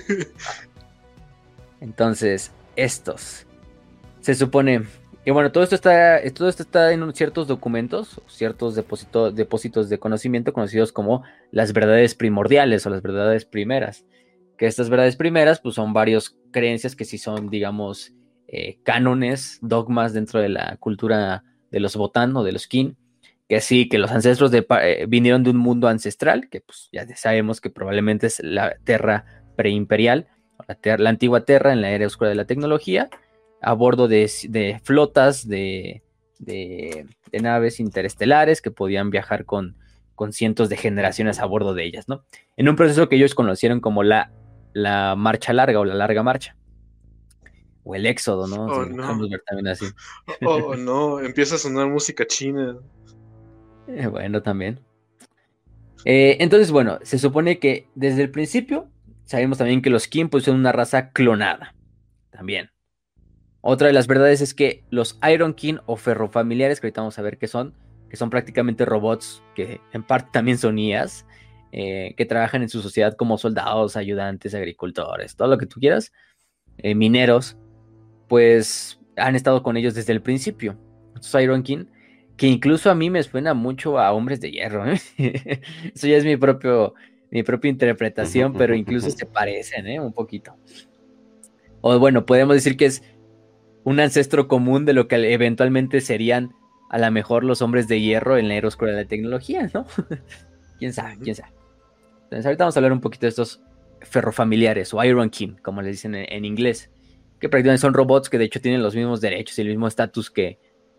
Speaker 2: Entonces, estos se supone. Y bueno, todo esto está, todo esto está en un- ciertos documentos, ciertos depósito- depósitos de conocimiento conocidos como las verdades primordiales o las verdades primeras. Que estas verdades primeras, pues son varias creencias que sí son, digamos, eh, cánones, dogmas dentro de la cultura de los Votann o de los kin. Que sí, que los ancestros de, pa- eh, vinieron de un mundo ancestral, que pues ya sabemos que probablemente es la Terra preimperial, o la, ter- la antigua Terra en la era oscura de la tecnología, a bordo de, de flotas de, de, de naves interestelares que podían viajar con, con cientos de generaciones a bordo de ellas, ¿no? En un proceso que ellos conocieron como la, la marcha larga o la larga marcha, o el éxodo, ¿no?
Speaker 4: Oh,
Speaker 2: Si lo
Speaker 4: no.
Speaker 2: queremos ver también así.
Speaker 4: Oh, oh, no, empieza a sonar música china.
Speaker 2: Eh, bueno, también. Eh, entonces, bueno, se supone que desde el principio sabemos también que los kin pues, son una raza clonada. También. Otra de las verdades es que los Iron Kin o ferrofamiliares, que ahorita vamos a ver qué son, que son prácticamente robots que en parte también son I As, eh, que trabajan en su sociedad como soldados, ayudantes, agricultores, todo lo que tú quieras, eh, mineros, pues han estado con ellos desde el principio. Estos Iron Kin, que incluso a mí me suena mucho a Hombres de Hierro, ¿eh? Eso ya es mi propio, mi propia interpretación, pero incluso se parecen, ¿eh? Un poquito. O bueno, podemos decir que es un ancestro común de lo que eventualmente serían a lo mejor los Hombres de Hierro en la era oscura de la tecnología, ¿no? ¿Quién sabe? ¿Quién sabe? Entonces ahorita vamos a hablar un poquito de estos ferrofamiliares o Iron Kin, como les dicen en, en inglés, que prácticamente son robots que de hecho tienen los mismos derechos y el mismo estatus que,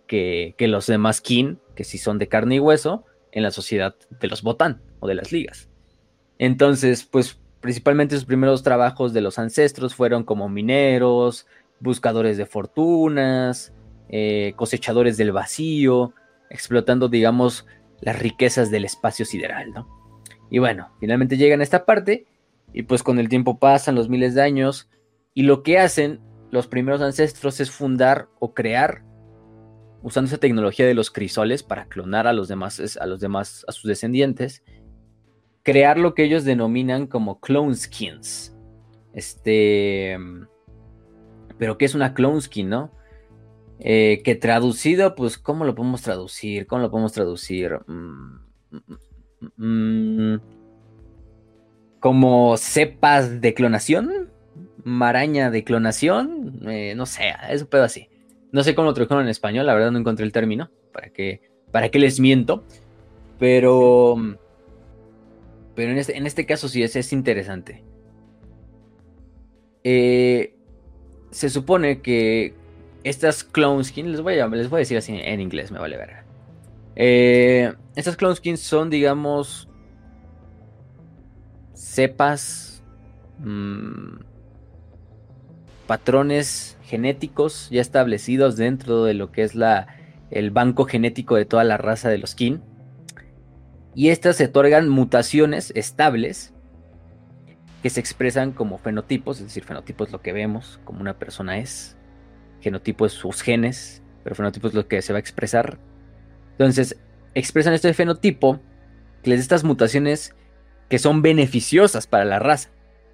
Speaker 2: que, que los demás kin, que sí son de carne y hueso, en la sociedad de los Botán o de las ligas. Entonces, pues principalmente sus primeros trabajos de los ancestros fueron como mineros, buscadores de fortunas, eh, cosechadores del vacío, explotando, digamos, las riquezas del espacio sideral, ¿no? Y bueno, finalmente llegan a esta parte y pues con el tiempo pasan los miles de años y lo que hacen los primeros ancestros es fundar o crear, usando esa tecnología de los crisoles para clonar a los demás, a los demás, a sus descendientes, crear lo que ellos denominan como clone skins. Este, pero ¿qué es una clone skin, no? Eh, que traducido, pues, ¿cómo lo podemos traducir? ¿Cómo lo podemos traducir? Mm, mm, mm, como cepas de clonación, maraña de clonación, eh, no sé, es un pedo así. No sé cómo lo tradujeron en español, la verdad no encontré el término, para que, para que les miento, pero, pero en, este, en este caso sí es, es interesante. Eh, se supone que estas clone skins, les voy a, les voy a decir así en inglés, me vale verga. Eh, estas clone skins son, digamos, cepas, mmm, patrones genéticos ya establecidos dentro de lo que es la, el banco genético de toda la raza de los kin. Y estas se otorgan mutaciones estables que se expresan como fenotipos, es decir, fenotipo es lo que vemos, como una persona es. Genotipo es sus genes, pero fenotipo es lo que se va a expresar. Entonces, expresan este fenotipo que les da estas mutaciones que son beneficiosas para la raza.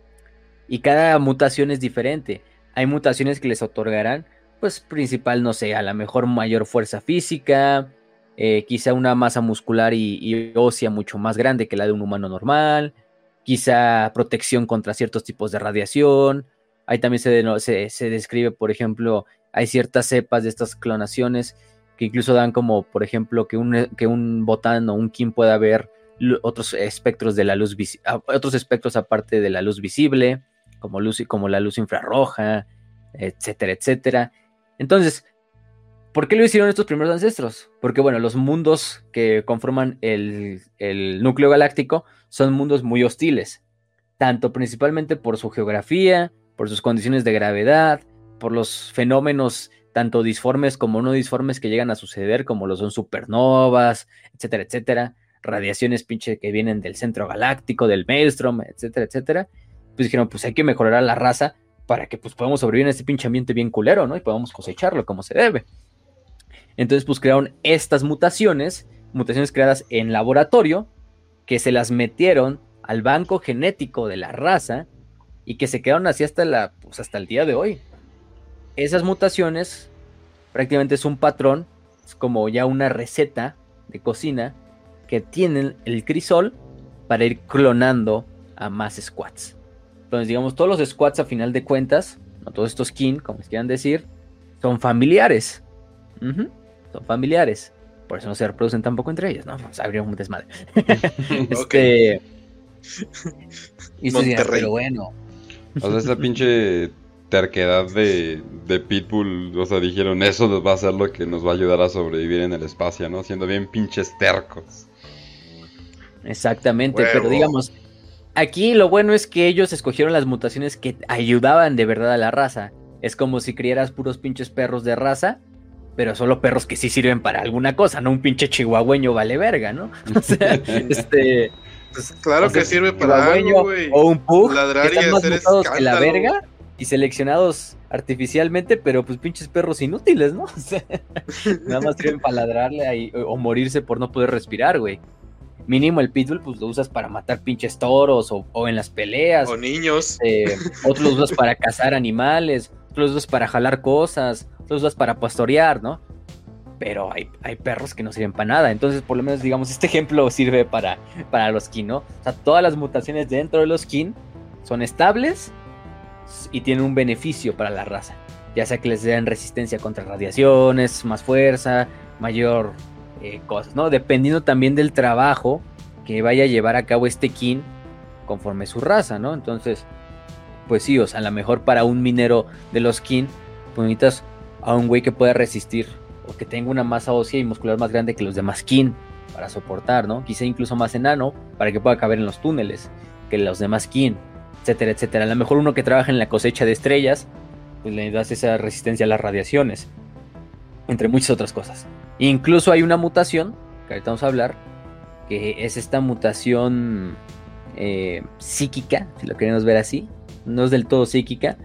Speaker 2: Y cada mutación es diferente. Hay mutaciones que les otorgarán, pues, principal, no sé, a la mejor mayor fuerza física, eh, quizá una masa muscular y, y ósea mucho más grande que la de un humano normal, quizá protección contra ciertos tipos de radiación. Ahí también se, de, se, se describe, por ejemplo, hay ciertas cepas de estas clonaciones que incluso dan como, por ejemplo, que un, que un botán o un kin pueda ver otros espectros de la luz, otros espectros aparte de la luz visible, como, luz, como la luz infrarroja, etcétera, etcétera. Entonces, ¿por qué lo hicieron estos primeros ancestros? Porque, bueno, los mundos que conforman el, el núcleo galáctico son mundos muy hostiles, tanto principalmente por su geografía, por sus condiciones de gravedad, por los fenómenos tanto disformes como no disformes que llegan a suceder, como lo son supernovas, etcétera, etcétera, radiaciones pinche que vienen del centro galáctico, del maelstrom, etcétera, etcétera. Pues dijeron, pues hay que mejorar a la raza para que pues podamos sobrevivir en este pinche ambiente bien culero, ¿no? Y podamos cosecharlo como se debe. Entonces, pues crearon estas mutaciones, mutaciones creadas en laboratorio, que se las metieron al banco genético de la raza y que se quedaron así hasta, la, pues hasta el día de hoy. Esas mutaciones prácticamente es un patrón, es como ya una receta de cocina que tienen el crisol para ir clonando a más squats. Entonces, digamos, todos los squats a final de cuentas, no todos estos kin, como les quieran decir, son familiares. Uh-huh. Son familiares. Por eso no se reproducen tampoco entre ellos, ¿no? Pues habría un desmadre. este. Y se dirá, pero bueno.
Speaker 1: O sea, esa pinche terquedad de, de Pitbull, o sea, dijeron, eso nos va a ser lo que nos va a ayudar a sobrevivir en el espacio, ¿no? Siendo bien pinches tercos.
Speaker 2: Exactamente, Huevo. Pero digamos, aquí lo bueno es que ellos escogieron las mutaciones que ayudaban de verdad a la raza. Es como si criaras puros pinches perros de raza, pero solo perros que sí sirven para alguna cosa, no un pinche chihuahueño vale verga, ¿no? O sea, este...
Speaker 4: Pues claro
Speaker 2: o sea,
Speaker 4: que sirve para algo, güey.
Speaker 2: O un pug,
Speaker 4: ladrar
Speaker 2: que están
Speaker 4: y
Speaker 2: más
Speaker 4: hacer
Speaker 2: mutados
Speaker 4: escándalo.
Speaker 2: que la verga y seleccionados artificialmente, pero pues pinches perros inútiles, ¿no? O sea, nada más sirven para ladrarle ahí, o, o morirse por no poder respirar, güey. Mínimo el pitbull pues lo usas para matar pinches toros o, o en las peleas.
Speaker 4: O niños.
Speaker 2: Eh, otros los usas para cazar animales, otros los usas para jalar cosas, otros los usas para pastorear, ¿no? Pero hay, hay perros que no sirven para nada. Entonces, por lo menos, digamos, este ejemplo sirve para, para los kin, ¿no? O sea, todas las mutaciones dentro de los kin son estables y tienen un beneficio para la raza. Ya sea que les den resistencia contra radiaciones, más fuerza, mayor eh, cosas, ¿no? Dependiendo también del trabajo que vaya a llevar a cabo este kin conforme su raza, ¿no? Entonces, pues sí, o sea, a lo mejor para un minero de los kin, pues necesitas a un güey que pueda resistir o que tenga una masa ósea y muscular más grande que los demás kin para soportar, ¿no? Quizá incluso más enano para que pueda caber en los túneles que los demás kin, etcétera, etcétera. A lo mejor uno que trabaja en la cosecha de estrellas, pues le das esa resistencia a las radiaciones, entre muchas otras cosas. Incluso hay una mutación, que ahorita vamos a hablar, que es esta mutación eh, psíquica, si lo queremos ver así. No es del todo psíquica,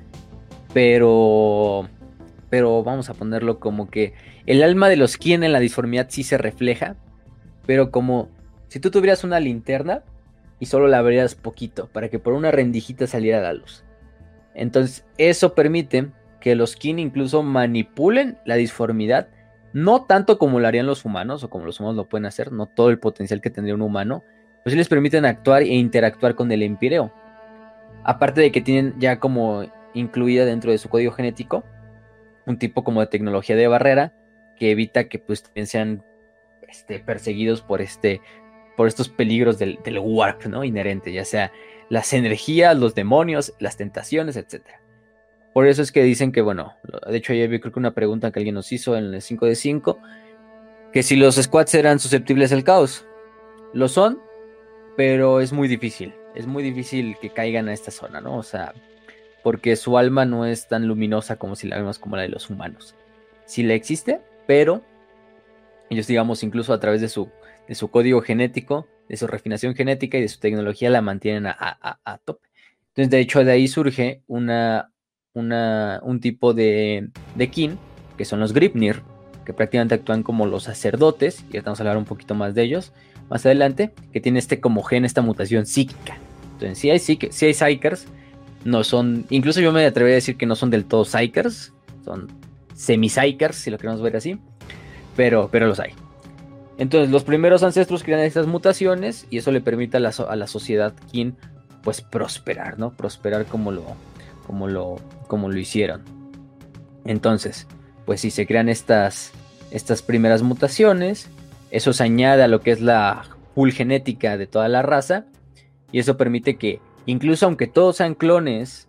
Speaker 2: pero, pero vamos a ponerlo como que el alma de los kin en la disformidad sí se refleja, pero como si tú tuvieras una linterna y solo la abrieras poquito, para que por una rendijita saliera la luz. Entonces eso permite que los kin incluso manipulen la disformidad, no tanto como lo harían los humanos, o como los humanos lo pueden hacer, no todo el potencial que tendría un humano, pues sí les permiten actuar e interactuar con el empireo. Aparte de que tienen ya como incluida dentro de su código genético un tipo como de tecnología de barrera que evita que pues sean este, perseguidos por este por estos peligros del, del warp, ¿no? Inherente, ya sea las energías, los demonios, las tentaciones, etcétera. Por eso es que dicen que, bueno, de hecho ayer vi creo que una pregunta que alguien nos hizo en el cinco de cinco, que si los squats eran susceptibles al caos. Lo son, pero es muy difícil. Es muy difícil que caigan a esta zona, ¿no? O sea, porque su alma no es tan luminosa como si la vemos como la de los humanos. Sí la existe, pero ellos, digamos, incluso a través de su, de su código genético, de su refinación genética y de su tecnología, la mantienen a, a, a tope. Entonces, de hecho, de ahí surge una, una, un tipo de, de kin, que son los Gripnir, que prácticamente actúan como los sacerdotes, y ahorita vamos a hablar un poquito más de ellos más adelante, que tiene este como gen, esta mutación psíquica. Entonces, si hay, sí hay Psykers, no son, incluso yo me atrevería a decir que no son del todo Psykers, son semi-Psykers, si lo queremos ver así, pero, pero los hay. Entonces, los primeros ancestros crean estas mutaciones y eso le permite a la, a la sociedad kin, pues, prosperar, ¿no? Prosperar como lo, como lo, como lo hicieron. Entonces, pues si se crean estas, estas primeras mutaciones, eso se añade a lo que es la pool genética de toda la raza, y eso permite que, incluso aunque todos sean clones,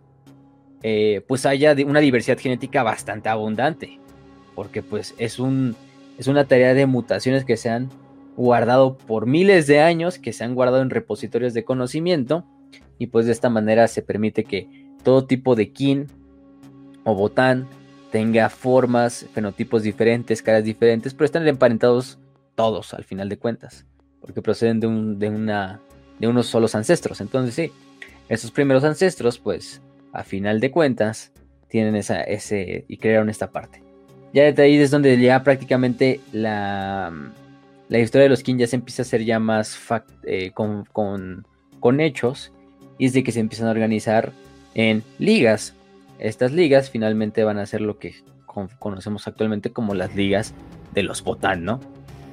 Speaker 2: eh, pues haya una diversidad genética bastante abundante, porque pues es, un, es una tarea de mutaciones que se han guardado por miles de años, que se han guardado en repositorios de conocimiento, y pues de esta manera se permite que todo tipo de kin o botán tenga formas, fenotipos diferentes, caras diferentes, pero están emparentados todos al final de cuentas, porque proceden de, un, de, una, de unos solos ancestros. Entonces sí, esos primeros ancestros, pues a final de cuentas, tienen esa, ese, y crearon esta parte. Ya desde ahí es donde ya prácticamente la, la historia de los kin ya se empieza a hacer ya más fact, eh, con, con, con hechos, y es de que se empiezan a organizar en ligas. Estas ligas finalmente van a ser lo que con, conocemos actualmente como las ligas de los botán, ¿no?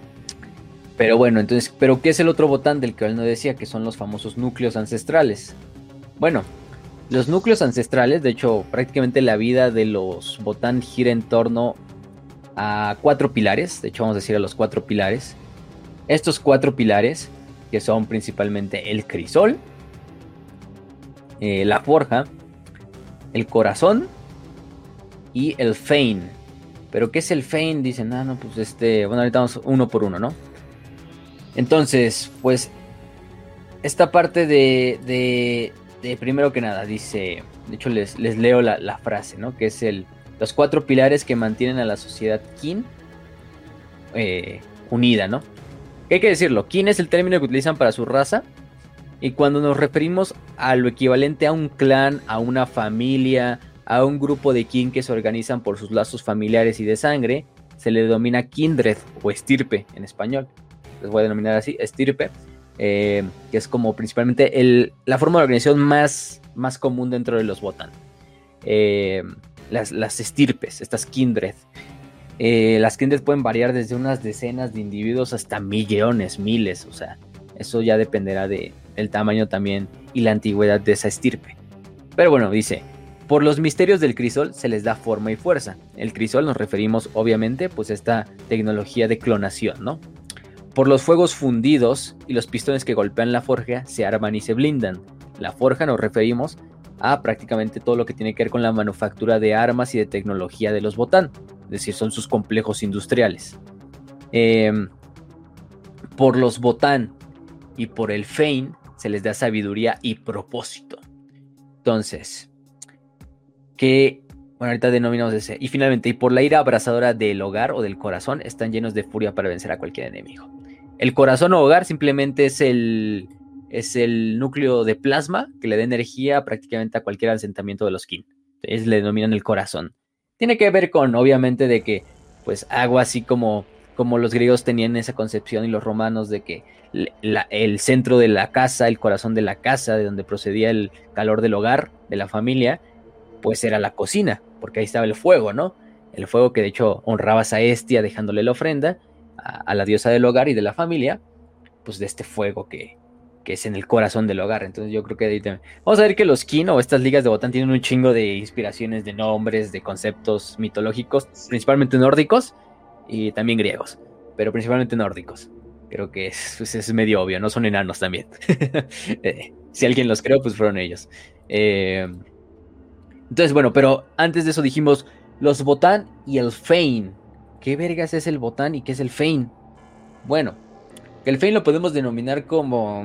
Speaker 2: Pero bueno, entonces, ¿pero qué es el otro botán del que él no decía? Que son los famosos núcleos ancestrales. Bueno, los núcleos ancestrales, de hecho, prácticamente la vida de los botán gira en torno a cuatro pilares. De hecho, vamos a decir a los cuatro pilares. Estos cuatro pilares, que son principalmente el crisol, eh, la forja, el corazón y el fein. ¿Pero qué es el fein? Dicen, ah, no, pues este... Bueno, ahorita vamos uno por uno, ¿no? Entonces, pues, esta parte de, de, de primero que nada, dice, de hecho les, les leo la, la frase, ¿no? Que es el, los cuatro pilares que mantienen a la sociedad kin eh, unida, ¿no? ¿Qué hay que decirlo? Kin es el término que utilizan para su raza, y cuando nos referimos a lo equivalente a un clan, a una familia, a un grupo de kin que se organizan por sus lazos familiares y de sangre, se le denomina kindred o estirpe en español. Les voy a denominar así, estirpe, eh, que es como principalmente el, la forma de organización más, más común dentro de los botán. Eh, las, las estirpes, estas kindred. Eh, las kindred pueden variar desde unas decenas de individuos hasta millones, miles, o sea, eso ya dependerá de, del tamaño también y la antigüedad de esa estirpe. Pero bueno, dice, por los misterios del crisol se les da forma y fuerza. El crisol nos referimos obviamente pues a esta tecnología de clonación, ¿no? Por los fuegos fundidos y los pistones que golpean la forja se arman y se blindan. La forja nos referimos a prácticamente todo lo que tiene que ver con la manufactura de armas y de tecnología de los botán. es decir, son sus complejos industriales. Eh, por los Botán y por el Fein se les da sabiduría y propósito. Entonces, que, bueno, ahorita denominamos ese. Y finalmente, y por la ira abrasadora del hogar o del corazón, están llenos de furia para vencer a cualquier enemigo. El corazón o hogar simplemente es el, es el núcleo de plasma que le da energía prácticamente a cualquier asentamiento de los kin. Entonces le denominan el corazón. Tiene que ver con, obviamente, de que, pues, algo así como, como los griegos tenían esa concepción y los romanos de que la, el centro de la casa, el corazón de la casa, de donde procedía el calor del hogar, de la familia, pues era la cocina, porque ahí estaba el fuego, ¿no? El fuego que de hecho honrabas a Hestia dejándole la ofrenda a, a la diosa del hogar y de la familia, pues de este fuego que, que es en el corazón del hogar. Entonces yo creo que ahí también vamos a ver que los kin o estas ligas de Botán tienen un chingo de inspiraciones de nombres, de conceptos mitológicos, principalmente nórdicos y también griegos, pero principalmente nórdicos. Creo que es, pues es medio obvio, no son enanos también. eh, si alguien los creó, pues fueron ellos. Eh, entonces, bueno, pero antes de eso dijimos los Botán y el Fein. ¿Qué vergas es el Botán y qué es el Fein? Bueno, que el Fein lo podemos denominar como...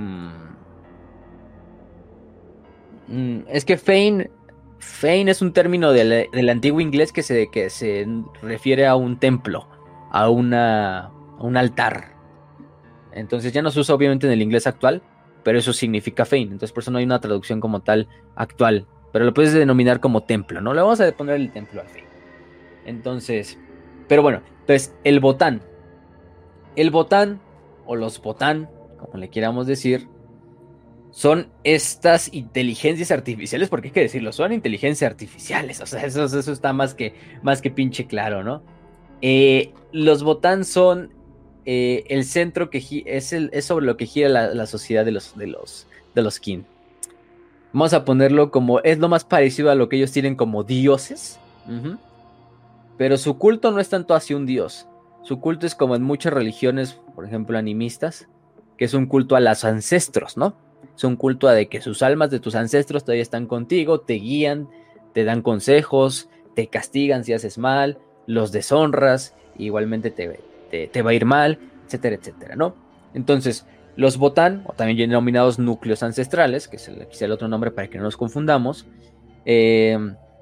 Speaker 2: Mm, es que Fein, Fein es un término del, del antiguo inglés que se, que se refiere a un templo, a, una, a un altar. Entonces ya no se usa obviamente en el inglés actual, pero eso significa Fein. Entonces por eso no hay una traducción como tal actual, pero lo puedes denominar como templo, ¿no? Le vamos a poner el templo al Fein. Entonces, pero bueno, entonces el Botán. El Botán, o los Botán, como le queramos decir, son estas inteligencias artificiales, porque hay que decirlo, son inteligencias artificiales, o sea, eso, eso está más que, más que pinche claro, ¿no? Eh, los Botán son eh, el centro que gi- es, el, es sobre lo que gira la, la sociedad de los, de los, de los kin. Vamos a ponerlo como, es lo más parecido a lo que ellos tienen como dioses, uh-huh. Pero su culto no es tanto hacia un dios. Su culto es como en muchas religiones, por ejemplo animistas, que es un culto a los ancestros, ¿no? Es un culto a de que sus almas de tus ancestros todavía están contigo, te guían, te dan consejos, te castigan si haces mal, los deshonras, igualmente te, te, te va a ir mal, etcétera, etcétera, ¿no? Entonces, los Botán, o también denominados núcleos ancestrales, que es el, quizá el otro nombre para que no nos confundamos, eh,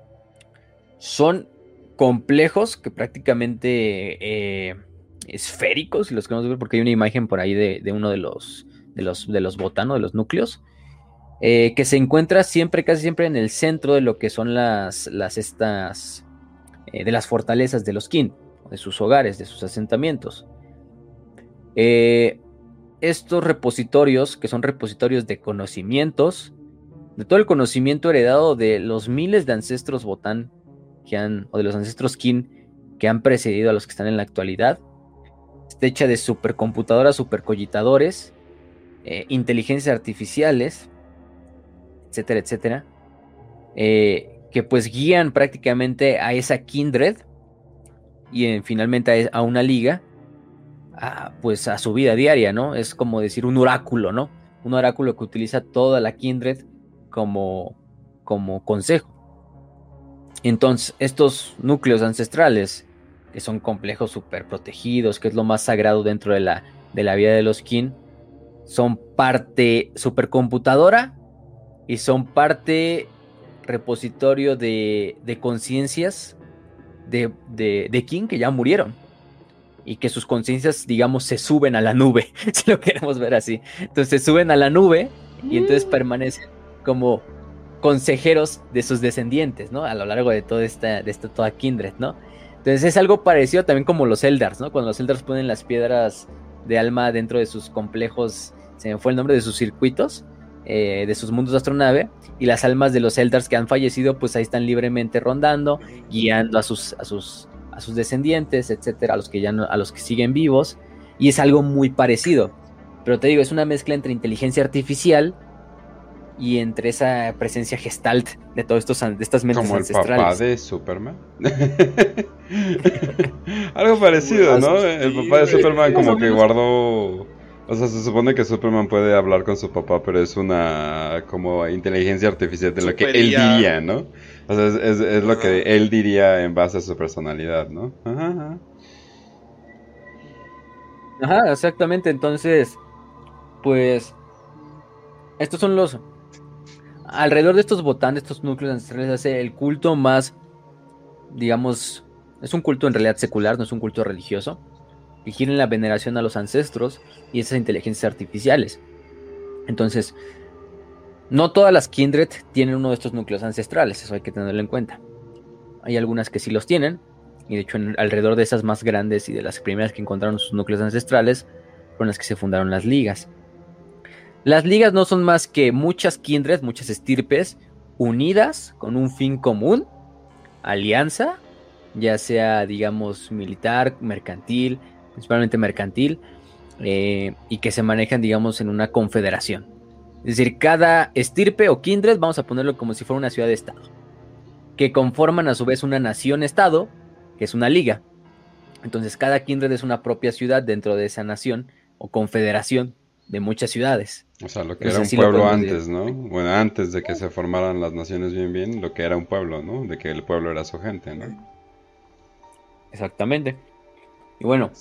Speaker 2: son complejos que prácticamente eh, esféricos, si los queremos ver, porque hay una imagen por ahí de, de uno de los de los, de los Botán, de los núcleos, eh, que se encuentra siempre, casi siempre en el centro de lo que son las, las estas, eh, de las fortalezas de los kin, de sus hogares, de sus asentamientos. Eh, estos repositorios, que son repositorios de conocimientos, de todo el conocimiento heredado de los miles de ancestros Botán que han, o de los ancestros kin que han precedido a los que están en la actualidad, está hecha de supercomputadoras, supercollitadores, eh, inteligencias artificiales, etcétera, etcétera, eh, que pues guían prácticamente a esa kindred y eh, finalmente a, a una liga, a, pues a su vida diaria, ¿no? Es como decir un oráculo, ¿no? Un oráculo que utiliza toda la kindred como, como consejo. Entonces, estos núcleos ancestrales, que son complejos súper protegidos, que es lo más sagrado dentro de la, de la vida de los kin, son parte supercomputadora y son parte repositorio de, de conciencias de, de, de kin que ya murieron y que sus conciencias, digamos, se suben a la nube, si lo queremos ver así. Entonces se suben a la nube y entonces permanecen como consejeros de sus descendientes, ¿no? A lo largo de toda esta, de esta toda kindred, ¿no? Entonces es algo parecido también como los Eldars, ¿no? Cuando los Eldars ponen las piedras de alma dentro de sus complejos, se me fue el nombre de sus circuitos, eh, de sus mundos de astronave, y las almas de los Eldars que han fallecido, pues ahí están libremente rondando, guiando a sus, a sus, a sus descendientes, etcétera, a los que ya no, a los que siguen vivos, y es algo muy parecido. Pero te digo, es una mezcla entre inteligencia artificial y entre esa presencia gestalt de todos estos de estas mentes
Speaker 1: como
Speaker 2: ancestrales.
Speaker 1: Como el papá de Superman. Algo parecido, ¿no? El papá de Superman como que guardó O sea, se supone que Superman puede hablar con su papá, pero es una como inteligencia artificial de lo que él
Speaker 4: Supería.
Speaker 1: diría, ¿no? O sea, es, es, es lo
Speaker 4: Ajá.
Speaker 1: que él diría en base a su personalidad, ¿no? Ajá, ajá.
Speaker 2: Ajá, exactamente. Entonces, pues, estos son los... Alrededor de estos Botán, de estos núcleos ancestrales, hace el culto más, digamos, es un culto en realidad secular, no es un culto religioso, que gira en la veneración a los ancestros y esas inteligencias artificiales. Entonces, no todas las Kindred tienen uno de estos núcleos ancestrales, eso hay que tenerlo en cuenta. Hay algunas que sí los tienen, y de hecho en, alrededor de esas más grandes y de las primeras que encontraron sus núcleos ancestrales, fueron las que se fundaron las ligas. Las ligas no son más que muchas Kindred, muchas estirpes, unidas con un fin común, alianza, ya sea, digamos, militar, mercantil, principalmente mercantil, eh, y que se manejan, digamos, en una confederación. Es decir, cada estirpe o kindred, vamos a ponerlo como si fuera una ciudad-estado, que conforman a su vez una nación-estado, que es una liga. Entonces, cada kindred es una propia ciudad dentro de esa nación o confederación de muchas ciudades.
Speaker 1: O sea, lo que
Speaker 2: Entonces,
Speaker 1: era un
Speaker 2: así lo
Speaker 1: pueblo
Speaker 2: podemos
Speaker 1: antes,
Speaker 2: decir.
Speaker 1: ¿no? Bueno, antes de que se formaran las naciones bien bien, lo que era un pueblo, ¿no? De que el pueblo era su gente, ¿no?
Speaker 2: Exactamente. Y bueno,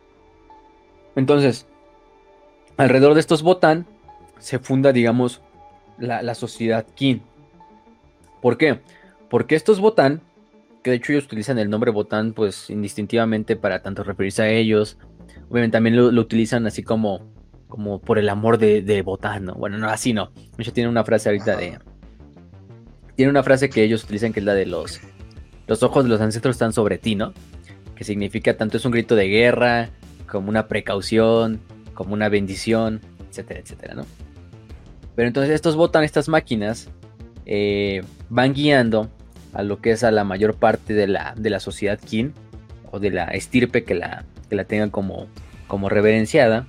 Speaker 2: entonces, alrededor de estos Botán se funda, digamos, la, la sociedad Kin. ¿Por qué? Porque estos Botán, que de hecho ellos utilizan el nombre Botán, pues indistintivamente para tanto referirse a ellos, obviamente también lo, lo utilizan así como, como por el amor de, de Botán, ¿no? Bueno, no, así no. De hecho tiene una frase ahorita de... Tiene una frase que ellos utilizan que es la de los... Los ojos de los ancestros están sobre ti, ¿no? Que significa tanto es un grito de guerra, como una precaución, como una bendición, etcétera, etcétera, ¿no? Pero entonces estos Botán, estas máquinas, eh, van guiando a lo que es a la mayor parte de la, de la sociedad Kin, o de la estirpe que la, que la tengan como, como reverenciada,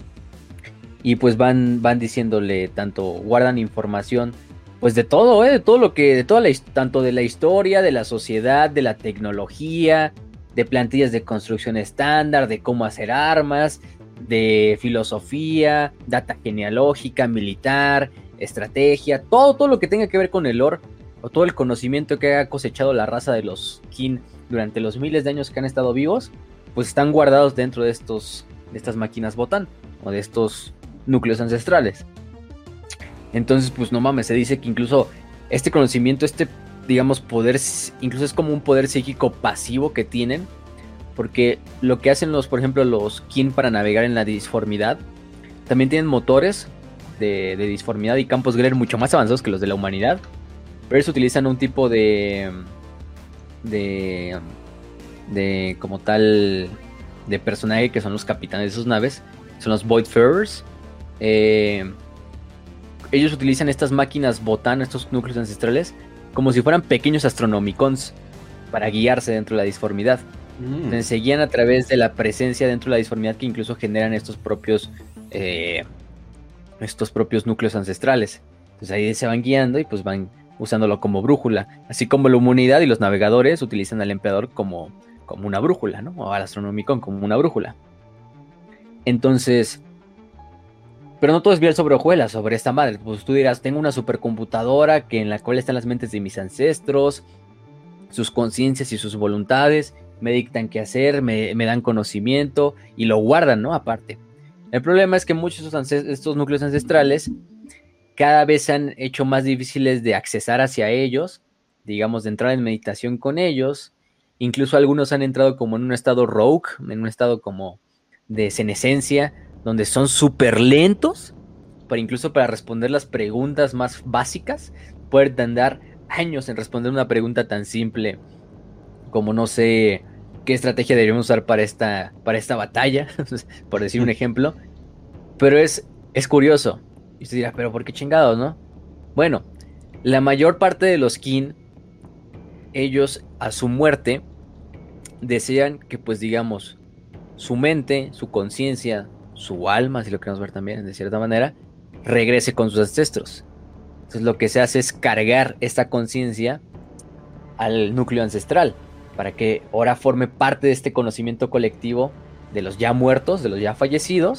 Speaker 2: y pues van, van diciéndole tanto, guardan información, pues de todo, ¿eh? De todo lo que, de toda la, tanto de la historia, de la sociedad, de la tecnología, de plantillas de construcción estándar, de cómo hacer armas, de filosofía, data genealógica, militar, estrategia, todo, todo lo que tenga que ver con el lore, o todo el conocimiento que ha cosechado la raza de los Kin durante los miles de años que han estado vivos, pues están guardados dentro de estos, de estas máquinas Botán, o de estos núcleos ancestrales. Entonces, pues no mames, se dice que incluso este conocimiento, este, digamos, poder, incluso es como un poder psíquico pasivo que tienen, porque lo que hacen los, por ejemplo, los Kin para navegar en la disformidad, también tienen motores de, de disformidad y campos Gler mucho más avanzados que los de la humanidad, pero ellos utilizan un tipo de, de, de, como tal, de personaje que son los capitanes de sus naves, son los Voidfarers. Eh... Ellos utilizan estas máquinas Botán, estos núcleos ancestrales, como si fueran pequeños astronomicons para guiarse dentro de la disformidad. Mm. Entonces se guían a través de la presencia dentro de la disformidad que incluso generan estos propios, eh, estos propios núcleos ancestrales. Entonces ahí se van guiando y pues van usándolo como brújula. Así como la humanidad y los navegadores utilizan al emperador como, como una brújula, ¿no? O al astronomicon como una brújula. Entonces... Pero no todo es bien sobre hojuelas, sobre esta madre. Pues tú dirás, tengo una supercomputadora que en la cual están las mentes de mis ancestros, sus conciencias y sus voluntades, me dictan qué hacer, me, me dan conocimiento y lo guardan, ¿no? Aparte. El problema es que muchos de estos, estos núcleos ancestrales cada vez se han hecho más difíciles de accesar hacia ellos, digamos, de entrar en meditación con ellos. Incluso algunos han entrado como en un estado rogue, en un estado como de senescencia, donde son súper lentos, pero incluso para responder las preguntas más básicas, pueden tardar años en responder una pregunta tan simple como no sé qué estrategia deberíamos usar para esta, para esta batalla, por decir un ejemplo, pero es, es curioso. Y usted dirá, pero ¿por qué chingados, no? Bueno, la mayor parte de los Kin, ellos a su muerte, desean que pues digamos, su mente, su conciencia, su alma, si lo queremos ver también de cierta manera, regrese con sus ancestros. Entonces lo que se hace es cargar esta conciencia al núcleo ancestral, para que ahora forme parte de este conocimiento colectivo de los ya muertos, de los ya fallecidos,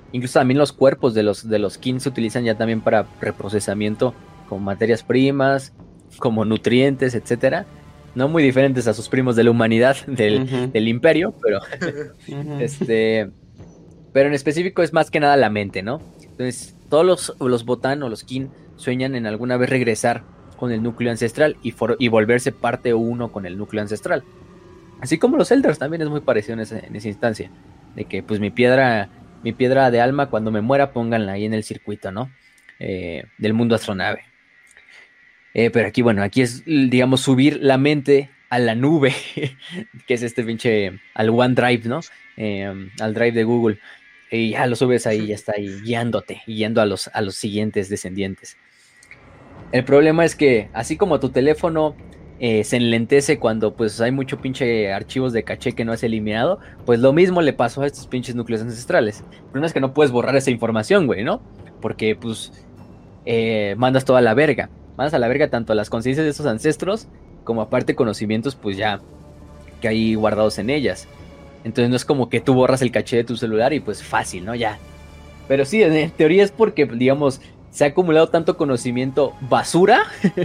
Speaker 2: Incluso también los cuerpos de los, de los kin se utilizan ya también para reprocesamiento como materias primas, como nutrientes, etcétera. No muy diferentes a sus primos de la humanidad del, uh-huh. del imperio, pero uh-huh. este, pero en específico es más que nada la mente, ¿no? Entonces, todos los, los Botán o los kin sueñan en alguna vez regresar con el núcleo ancestral y, for, y volverse parte uno con el núcleo ancestral. Así como los Elders también es muy parecido en, ese, en esa instancia. De que pues mi piedra, mi piedra de alma cuando me muera pónganla ahí en el circuito, ¿no? Eh, del mundo astronave. Eh, pero aquí, bueno, aquí es, digamos, subir la mente a la nube, que es este pinche, al OneDrive, ¿no? Eh, al Drive de Google. Y ya lo subes ahí, ya está ahí guiándote, guiando a los, a los siguientes descendientes. El problema es que, así como tu teléfono eh, se enlentece cuando pues hay mucho pinche archivos de caché que no has eliminado, pues lo mismo le pasó a estos pinches núcleos ancestrales. El problema es que no puedes borrar esa información, güey, ¿no? Porque pues eh, mandas toda la verga. Mandas a la verga tanto a las conciencias de esos ancestros, como aparte conocimientos pues ya que hay guardados en ellas. Entonces no es como que tú borras el caché de tu celular y pues fácil, ¿no? Ya. Pero sí, en teoría es porque, digamos, se ha acumulado tanto conocimiento basura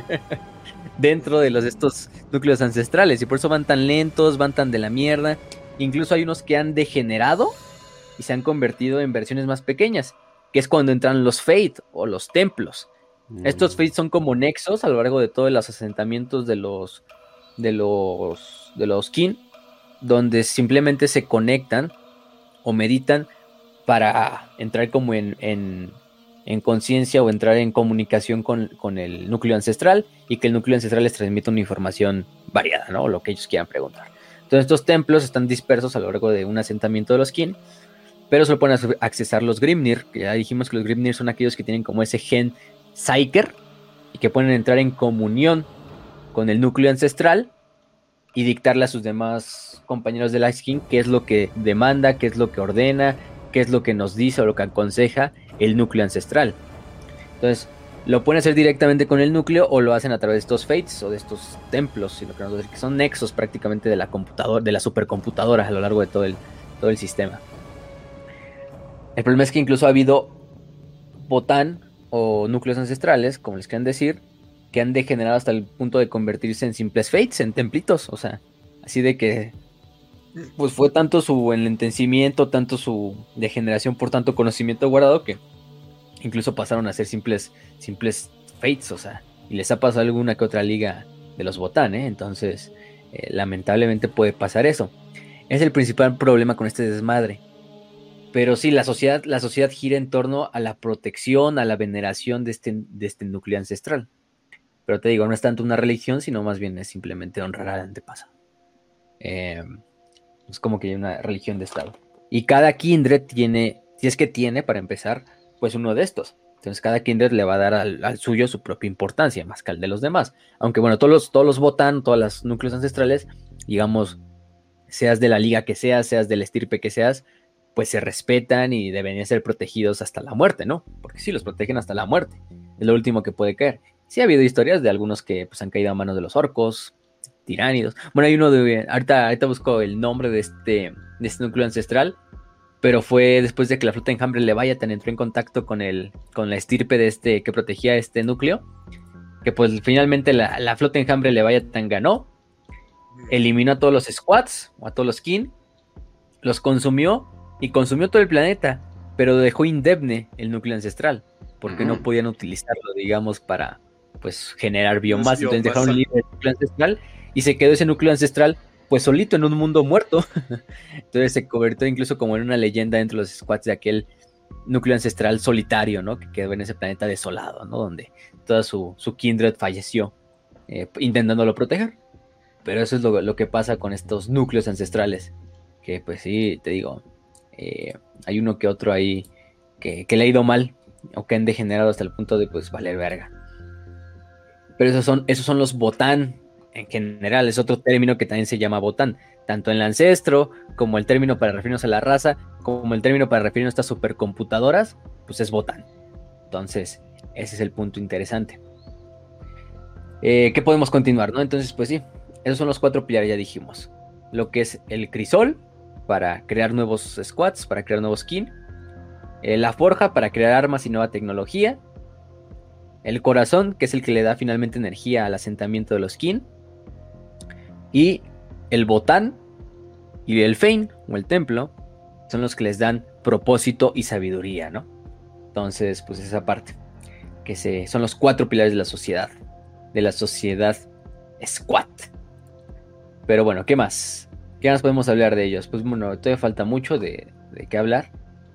Speaker 2: dentro de los, estos núcleos ancestrales. Y por eso van tan lentos, van tan de la mierda. Incluso hay unos que han degenerado y se han convertido en versiones más pequeñas. Que es cuando entran los Fate o los templos. Mm. Estos Fate son como nexos a lo largo de todos los asentamientos de los, de los, de los kin. Donde simplemente se conectan o meditan para entrar como en, en, en conciencia o entrar en comunicación con, con el núcleo ancestral y que el núcleo ancestral les transmita una información variada, ¿no? O lo que ellos quieran preguntar. Entonces estos templos están dispersos a lo largo de un asentamiento de los kin, pero solo pueden accesar los Grimnir, que ya dijimos que los Grimnir son aquellos que tienen como ese gen Psyker y que pueden entrar en comunión con el núcleo ancestral y dictarle a sus demás compañeros del Ice King qué es lo que demanda, qué es lo que ordena, qué es lo que nos dice o lo que aconseja el núcleo ancestral. Entonces, lo pueden hacer directamente con el núcleo o lo hacen a través de estos fates o de estos templos, sino que, nos decir que son nexos prácticamente de la computadora, de la supercomputadora a lo largo de todo el, todo el sistema. El problema es que incluso ha habido Botán o núcleos ancestrales, como les quieran decir, que han degenerado hasta el punto de convertirse en simples fates, en templitos, o sea, así de que pues fue tanto su enlentecimiento, tanto su degeneración por tanto conocimiento guardado que incluso pasaron a ser simples simples fates, o sea, y les ha pasado alguna que otra liga de los Botán, ¿eh? Entonces, eh, lamentablemente puede pasar eso. Es el principal problema con este desmadre. Pero sí, la sociedad, la sociedad gira en torno a la protección, a la veneración de este, de este núcleo ancestral. Pero te digo, no es tanto una religión, sino más bien es simplemente honrar al antepasado. Eh, es como que hay una religión de estado. Y cada kindred tiene, si es que tiene, para empezar, pues uno de estos. Entonces cada kindred le va a dar al, al suyo su propia importancia, más que al de los demás. Aunque bueno, todos los, todos los Botán, todos los núcleos ancestrales, digamos, seas de la liga que seas, seas del estirpe que seas, pues se respetan y deben ser protegidos hasta la muerte, ¿no? Porque sí, los protegen hasta la muerte. Es lo último que puede caer. Sí ha habido historias de algunos que pues, han caído a manos de los orcos, tiránidos. Bueno, hay uno de... Ahorita, ahorita busco el nombre de este, de este núcleo ancestral, pero fue después de que la flota enjambre Leviathan entró en contacto con, el, con la estirpe de este que protegía este núcleo, que pues finalmente la, la flota enjambre Leviathan ganó, eliminó a todos los squads, o a todos los kin, los consumió y consumió todo el planeta, pero dejó indemne el núcleo ancestral, porque uh-huh. no podían utilizarlo, digamos, para pues generar biomasa. Entonces dejaron libre el núcleo ancestral y se quedó ese núcleo ancestral pues solito en un mundo muerto. Entonces se convirtió incluso como en una leyenda dentro de los squads de aquel núcleo ancestral solitario, ¿no? Que quedó en ese planeta desolado, ¿no? Donde toda su, su kindred falleció eh, intentándolo proteger. Pero eso es lo, lo que pasa con estos núcleos ancestrales, que pues sí, te digo, eh, hay uno que otro ahí que, que le ha ido mal o que han degenerado hasta el punto de pues valer verga. Pero esos son, esos son los Botán en general, es otro término que también se llama Botán, tanto en el ancestro como el término para referirnos a la raza, como el término para referirnos a estas supercomputadoras, pues es Botán. Entonces, ese es el punto interesante. Eh, ¿Qué podemos continuar, no? Entonces, pues sí, esos son los cuatro pilares, ya dijimos. Lo que es el crisol, para crear nuevos squads, para crear nuevos kin. eh, la forja para crear armas y nueva tecnología, el corazón, que es el que le da finalmente energía al asentamiento de los kin, y el botán y el fein, o el templo, son los que les dan propósito y sabiduría, ¿no? Entonces, pues esa parte, que se, son los cuatro pilares de la sociedad, de la sociedad Squat. Pero bueno, ¿qué más? ¿Qué más podemos hablar de ellos? Pues bueno, todavía falta mucho de, de qué hablar.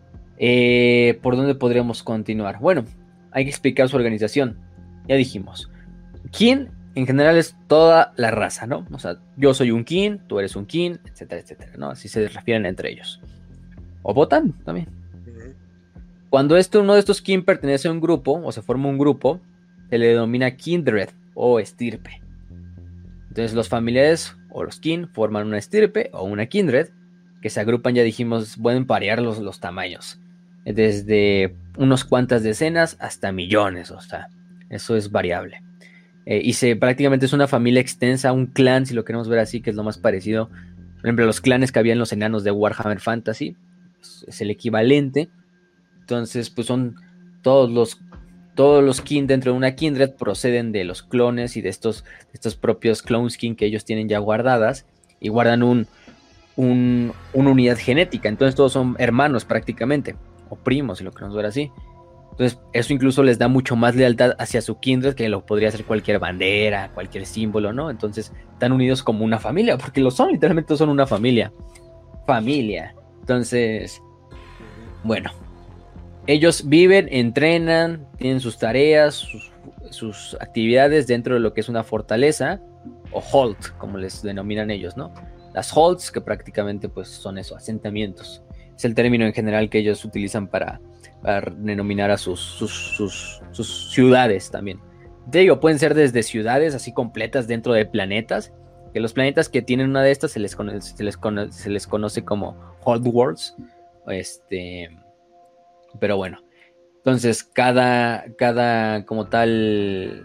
Speaker 2: Eh, ¿Por dónde podríamos continuar? Bueno, hay que explicar su organización. Ya dijimos, kin en general es toda la raza, ¿no? O sea, yo soy un kin, tú eres un kin, etcétera, etcétera, ¿no? Así se refieren entre ellos. O botán también. Uh-huh. Cuando esto, uno de estos kin pertenece a un grupo, o se forma un grupo, se le denomina kindred o estirpe. Entonces los familiares o los kin forman una estirpe o una kindred, que se agrupan, ya dijimos, pueden variar los, los tamaños. Desde unos cuantas decenas hasta millones, o sea, eso es variable. Eh, y se, prácticamente es una familia extensa, un clan, si lo queremos ver así, que es lo más parecido. Por ejemplo, los clanes que había en los enanos de Warhammer Fantasy, pues, es el equivalente. Entonces, pues son todos los, todos los kin dentro de una kindred proceden de los clones y de estos, de estos propios clone skin que ellos tienen ya guardadas, y guardan un, un, una unidad genética. Entonces todos son hermanos prácticamente, o primos, si lo queremos ver así. Entonces eso incluso les da mucho más lealtad hacia su kindred, que lo podría ser cualquier bandera, cualquier símbolo, ¿no? Entonces están unidos como una familia, porque lo son, literalmente son una familia. Familia. Entonces, bueno, ellos viven, entrenan, tienen sus tareas, sus, sus actividades dentro de lo que es una fortaleza, o hold, como les denominan ellos, ¿no? Las holds, que prácticamente pues son eso, asentamientos. Es el término en general que ellos utilizan para, para denominar a sus, sus, sus, sus ciudades también. De ello, pueden ser desde ciudades así completas dentro de planetas, que los planetas que tienen una de estas se les conoce, se les conoce, se les conoce como hold worlds. Este, pero bueno, entonces cada, cada como tal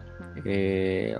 Speaker 2: eh,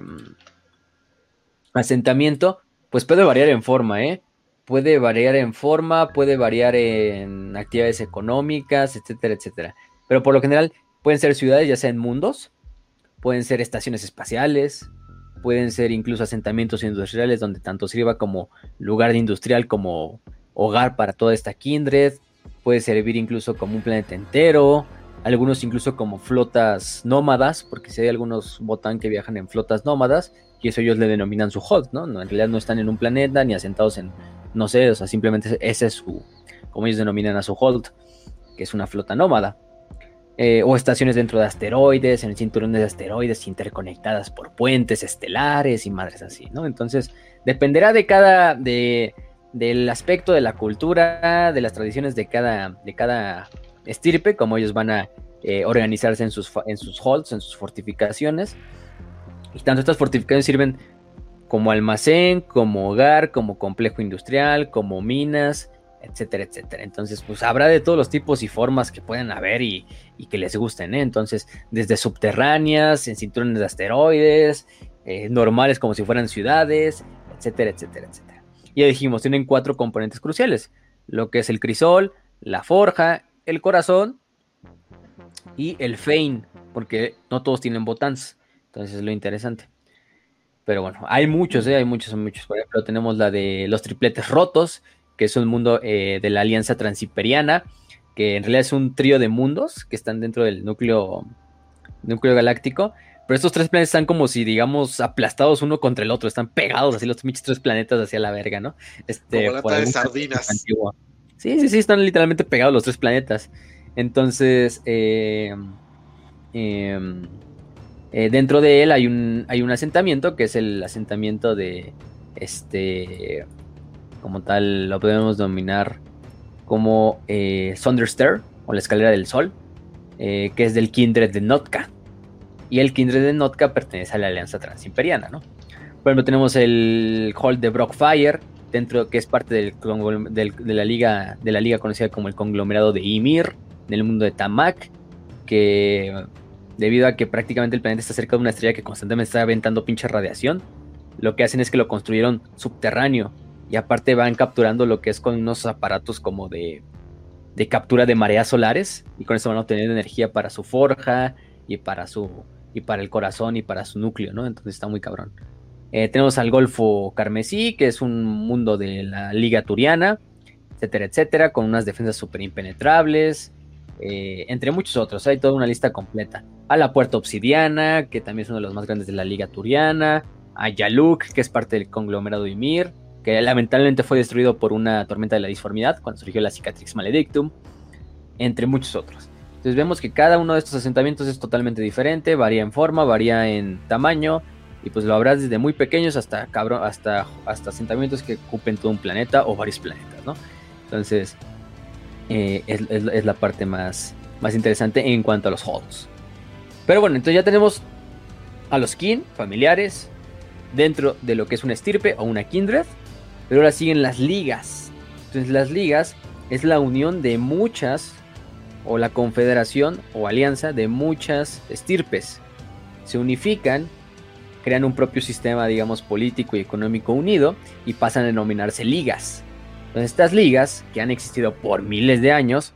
Speaker 2: asentamiento pues puede variar en forma, ¿eh? Puede variar en forma, puede variar en actividades económicas, etcétera, etcétera. Pero por lo general pueden ser ciudades, ya sea en mundos, pueden ser estaciones espaciales, pueden ser incluso asentamientos industriales donde tanto sirva como lugar industrial como hogar para toda esta kindred. Puede servir incluso como un planeta entero, algunos incluso como flotas nómadas, porque si hay algunos botán que viajan en flotas nómadas, y eso ellos le denominan su hold, ¿no? No, en realidad no están en un planeta ni asentados en, no sé, o sea, simplemente ese es su, como ellos denominan a su hold, que es una flota nómada. Eh, o estaciones dentro de asteroides, en cinturones de asteroides interconectadas por puentes estelares y madres así, ¿no? Entonces, dependerá de cada, de, del aspecto de la cultura, de las tradiciones de cada, de cada estirpe, como ellos van a eh, organizarse en sus, en sus holds, en sus fortificaciones. Y tanto estas fortificaciones sirven como almacén, como hogar, como complejo industrial, como minas, etcétera, etcétera. Entonces, pues habrá de todos los tipos y formas que puedan haber y, y que les gusten, ¿eh? Entonces, desde subterráneas, en cinturones de asteroides, eh, normales como si fueran ciudades, etcétera, etcétera, etcétera. Ya dijimos, tienen cuatro componentes cruciales, lo que es el crisol, la forja, el corazón y el fein, porque no todos tienen botáns. Entonces es lo interesante. Pero bueno, hay muchos, ¿eh? hay muchos, hay muchos. Por ejemplo, tenemos la de los tripletes rotos, que es un mundo eh, de la Alianza Transiperiana, que en realidad es un trío de mundos que están dentro del núcleo, núcleo galáctico. Pero estos tres planetas están como si, digamos, aplastados uno contra el otro. Están pegados así los tres planetas hacia la verga, ¿no? Este,
Speaker 4: como lata de sardinas.
Speaker 2: Sí, sí, sí, están literalmente pegados los tres planetas. Entonces, eh, eh, eh, dentro de él hay un, hay un asentamiento, que es el asentamiento de, este, como tal, lo podemos denominar como eh, Thunderstare, o la escalera del sol, eh, que es del Kindred de Notka. Y el Kindred de Notka pertenece a la Alianza Transimperiana, ¿no? Por ejemplo, tenemos el Hold de Brockfire, dentro, que es parte del, del, de, la liga, de la liga conocida como el conglomerado de Ymir, del mundo de Tamak, que debido a que prácticamente el planeta está cerca de una estrella que constantemente está aventando pinche radiación, lo que hacen es que lo construyeron subterráneo, y aparte van capturando lo que es con unos aparatos como de de captura de mareas solares, y con eso van a obtener energía para su forja y para su y para el corazón y para su núcleo, ¿no? Entonces está muy cabrón. Eh, tenemos al Golfo Carmesí, que es un mundo de la Liga Turiana, etcétera, etcétera, con unas defensas súper impenetrables, eh, entre muchos otros. Hay toda una lista completa. A la Puerta Obsidiana, que también es uno de los más grandes de la Liga Turiana. A Yaluk, que es parte del conglomerado Ymir, que lamentablemente fue destruido por una tormenta de la disformidad cuando surgió la Cicatrix Maledictum, entre muchos otros. Entonces vemos que cada uno de estos asentamientos es totalmente diferente, varía en forma, varía en tamaño, y pues lo habrá desde muy pequeños hasta, cabrón, hasta, hasta asentamientos que ocupen todo un planeta o varios planetas, ¿no? Entonces eh, es, es, es la parte más, más interesante en cuanto a los halls. Pero bueno, entonces ya tenemos a los kin, familiares, dentro de lo que es una estirpe o una kindred, pero ahora siguen las ligas. Entonces las ligas es la unión de muchas, o la confederación o alianza de muchas estirpes. Se unifican, crean un propio sistema, digamos, político y económico unido, y pasan a denominarse ligas. Entonces estas ligas, que han existido por miles de años,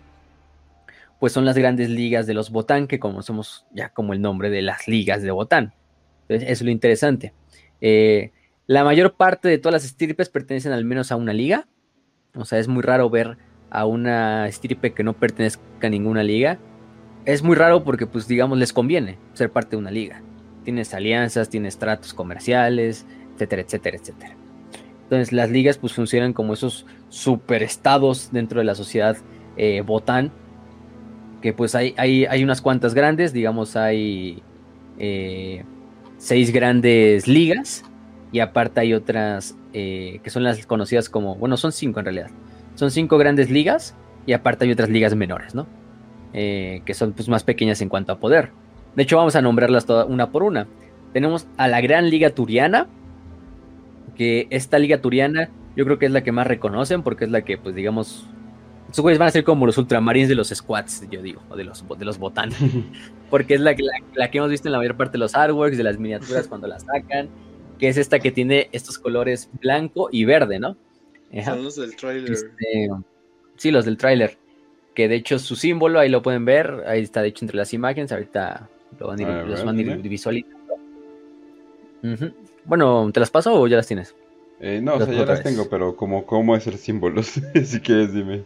Speaker 2: pues son las grandes ligas de los Votann, que conocemos ya como el nombre de las ligas de Votann. Entonces eso es lo interesante. Eh, la mayor parte de todas las estirpes pertenecen al menos a una liga. O sea, es muy raro ver a una estirpe que no pertenezca a ninguna liga. Es muy raro porque, pues, digamos, les conviene ser parte de una liga. Tienes alianzas, tienes tratos comerciales, etcétera, etcétera, etcétera. Entonces las ligas pues funcionan como esos superestados dentro de la sociedad eh, Votann, que pues hay, hay, hay unas cuantas grandes, digamos hay eh, seis grandes ligas, y aparte hay otras eh, que son las conocidas como, bueno, son cinco en realidad, son cinco grandes ligas, y aparte hay otras ligas menores, ¿no? Eh, que son pues más pequeñas en cuanto a poder. De hecho vamos a nombrarlas todas una por una. Tenemos a la Gran Liga Turiana, que esta Liga Turiana yo creo que es la que más reconocen, porque es la que, pues digamos, estos güeyes van a ser como los ultramarines de los squads, yo digo, o de los, de los Votann, porque es la, la, la que hemos visto en la mayor parte de los artworks, de las miniaturas cuando las sacan, que es esta que tiene estos colores blanco y verde, ¿no?
Speaker 4: Ajá. Son los del tráiler.
Speaker 2: Este, sí, los del tráiler, que de hecho su símbolo, ahí lo pueden ver, ahí está de hecho entre las imágenes, ahorita lo van a ir, a los van a ir visualizando. Uh-huh. Bueno, ¿te las paso o ya las tienes?
Speaker 1: Eh, no, o sea, ya las tengo, pero como cómo es el símbolo, si quieres dime.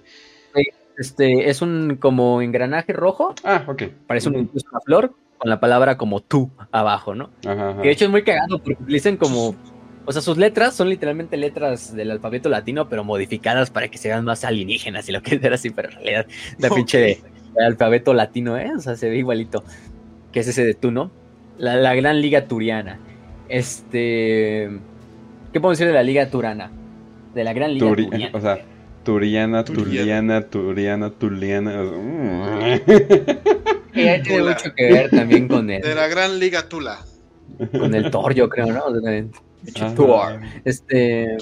Speaker 2: Este, es un como engranaje rojo.
Speaker 1: Ah, ok.
Speaker 2: Parece un, uh-huh. una flor con la palabra como tú abajo, ¿no?
Speaker 1: Ajá, ajá.
Speaker 2: Que de hecho es muy cagado porque utilizan como, o sea, sus letras son literalmente letras del alfabeto latino, pero modificadas para que se vean más alienígenas y lo que era así, pero en realidad la okay. pinche de, de alfabeto latino, ¿eh? O sea, se ve igualito, que es ese de tú, ¿no? La, la Gran Liga Turiana. Este, ¿qué podemos decir de la Liga Turana? De la Gran Liga
Speaker 1: Turi-
Speaker 2: Turiana.
Speaker 1: O sea, Turiana, Tuliana, Turiana, Tuliana.
Speaker 2: Y ahí tiene mucho que ver también con el...
Speaker 4: De la Gran Liga Tula.
Speaker 2: Con el Thor, yo creo, ¿no? Thor. Este...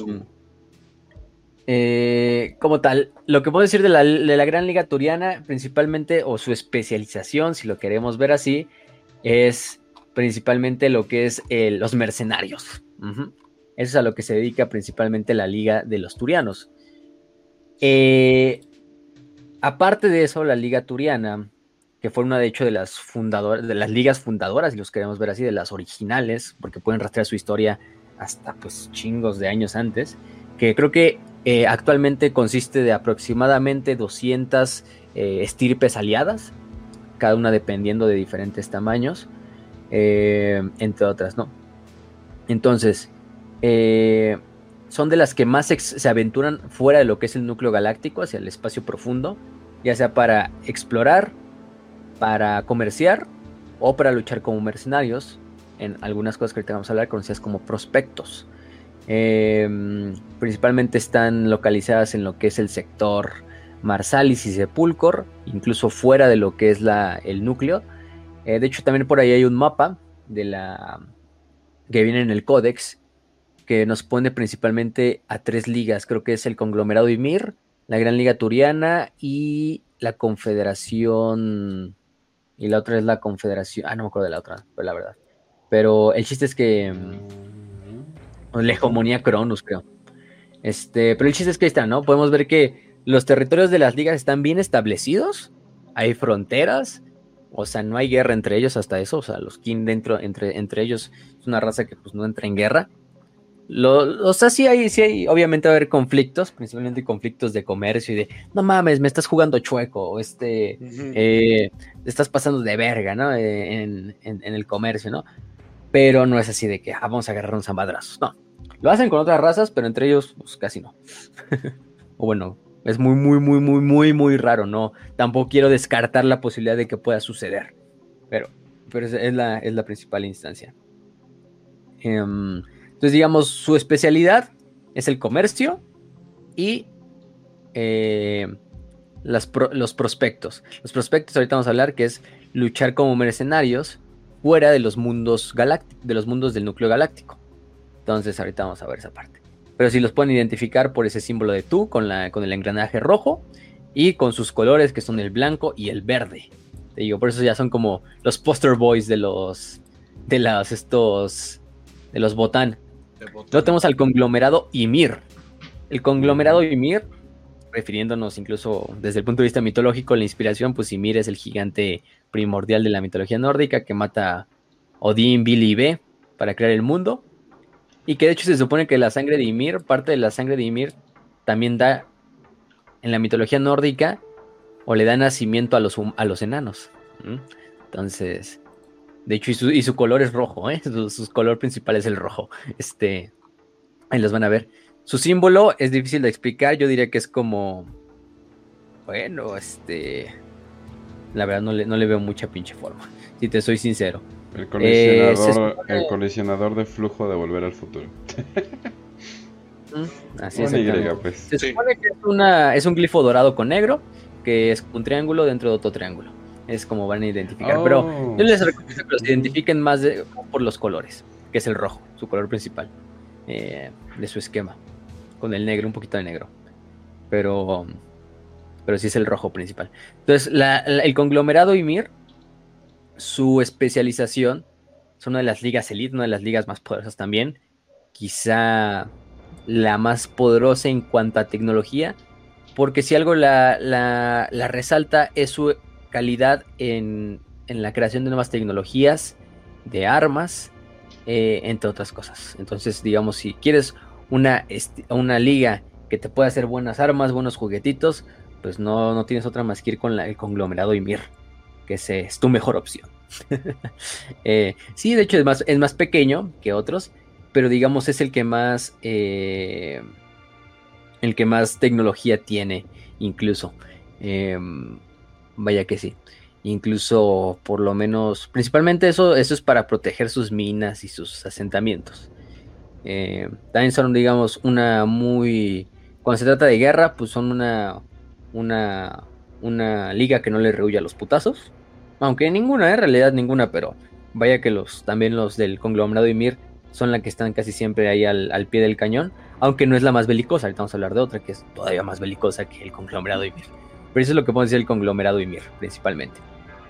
Speaker 2: Eh, como tal, lo que puedo decir de la, de la Gran Liga Turiana, principalmente, o su especialización, si lo queremos ver así, es principalmente lo que es eh, los mercenarios. Uh-huh. Eso es a lo que se dedica principalmente la Liga de los Turianos. Eh, aparte de eso, la Liga Turiana, que fue una de hecho de las fundadoras, de las ligas fundadoras, si los queremos ver así, de las originales, porque pueden rastrear su historia hasta pues chingos de años antes, que creo que eh, actualmente consiste de aproximadamente doscientas eh, estirpes aliadas, cada una dependiendo de diferentes tamaños, eh, entre otras, ¿no? Entonces, eh, son de las que más ex- se aventuran fuera de lo que es el núcleo galáctico, hacia el espacio profundo, ya sea para explorar, para comerciar o para luchar como mercenarios en algunas cosas que ahorita vamos a hablar, conocidas como prospectos. Eh, principalmente están localizadas en lo que es el sector Marsalis y Sepulcor, incluso fuera de lo que es la, el núcleo. Eh, de hecho, también por ahí hay un mapa de la que viene en el Códex que nos pone principalmente a tres ligas. Creo que es el conglomerado Ymir, la Gran Liga Turiana y la Confederación. Y la otra es la Confederación. Ah, no me acuerdo de la otra, pero la verdad. Pero el chiste es que. La hegemonía Cronus, creo. Este, pero el chiste es que ahí está, ¿no? Podemos ver que los territorios de las ligas están bien establecidos, hay fronteras, o sea, no hay guerra entre ellos hasta eso, o sea, los Kin dentro, entre, entre ellos es una raza que pues no entra en guerra. Lo, o sea, sí hay, sí hay, obviamente va a haber conflictos, principalmente conflictos de comercio y de, no mames, me estás jugando chueco, o este, uh-huh. eh, te estás pasando de verga, ¿no? Eh, en, en, en el comercio, ¿no? Pero no es así de que ah, vamos a agarrarnos a madrazos, no. Lo hacen con otras razas, pero entre ellos, pues casi no. O bueno, es muy, muy, muy, muy, muy, muy raro, ¿no? Tampoco quiero descartar la posibilidad de que pueda suceder, pero, pero es, es, la, es la principal instancia. Um, Entonces, digamos, su especialidad es el comercio y eh, las pro, los prospectos. Los prospectos, ahorita vamos a hablar, que es luchar como mercenarios fuera de los mundos galácticos, de los mundos del núcleo galáctico. Entonces, ahorita vamos a ver esa parte. Pero sí los pueden identificar por ese símbolo de tú, con, la, con el engranaje rojo y con sus colores, que son el blanco y el verde. Te digo, por eso ya son como los poster boys de los, de las, estos, de los Botán. Luego tenemos al conglomerado Ymir. El conglomerado Ymir, refiriéndonos incluso desde el punto de vista mitológico, la inspiración, pues Ymir es el gigante primordial de la mitología nórdica que mata a Odín, Vili y Ve para crear el mundo. Y que de hecho se supone que la sangre de Ymir, parte de la sangre de Ymir, también da, en la mitología nórdica, o le da nacimiento a los, a los enanos. ¿Mm? Entonces... De hecho, y su, y su color es rojo, ¿eh? Su, su color principal es el rojo. Este, ahí los van a ver. Su símbolo es difícil de explicar. Yo diría que es como... Bueno, este... La verdad no le, no le veo mucha pinche forma. Si te soy sincero.
Speaker 1: El colisionador, eh, el colisionador de flujo de Volver al Futuro.
Speaker 2: Así es. Y, pues. Se sí. supone que es, una, es un glifo dorado con negro, que es un triángulo dentro de otro triángulo. Es como van a identificar, oh. Pero yo les recomiendo que los identifiquen más de, por los colores, que es el rojo, su color principal eh, de su esquema, con el negro, un poquito de negro, pero pero sí es el rojo principal. Entonces, la, la, el conglomerado Ymir, su especialización, es una de las ligas elite, una de las ligas más poderosas también, quizá la más poderosa en cuanto a tecnología, porque si algo la, la, la resalta es su calidad en, en la creación de nuevas tecnologías, de armas, eh, entre otras cosas. Entonces, digamos, si quieres una, una liga que te pueda hacer buenas armas, buenos juguetitos, pues no, no tienes otra más que ir con la, el conglomerado Ymir, que es, es tu mejor opción. eh, sí, de hecho es más, es más pequeño que otros, pero digamos es el que más eh, el que más tecnología tiene, incluso. Eh, Vaya que sí. Incluso, por lo menos, principalmente eso, eso es para proteger sus minas y sus asentamientos. Eh, también son, digamos, una muy... Cuando se trata de guerra, pues son una, una, una liga que no le rehuye a los putazos. Aunque ninguna, en realidad ninguna, pero vaya que los también los del conglomerado Ymir son la que están casi siempre ahí al, al pie del cañón. Aunque no es la más belicosa, ahorita vamos a hablar de otra que es todavía más belicosa que el conglomerado Ymir. Pero eso es lo que podemos decir el conglomerado Ymir, principalmente.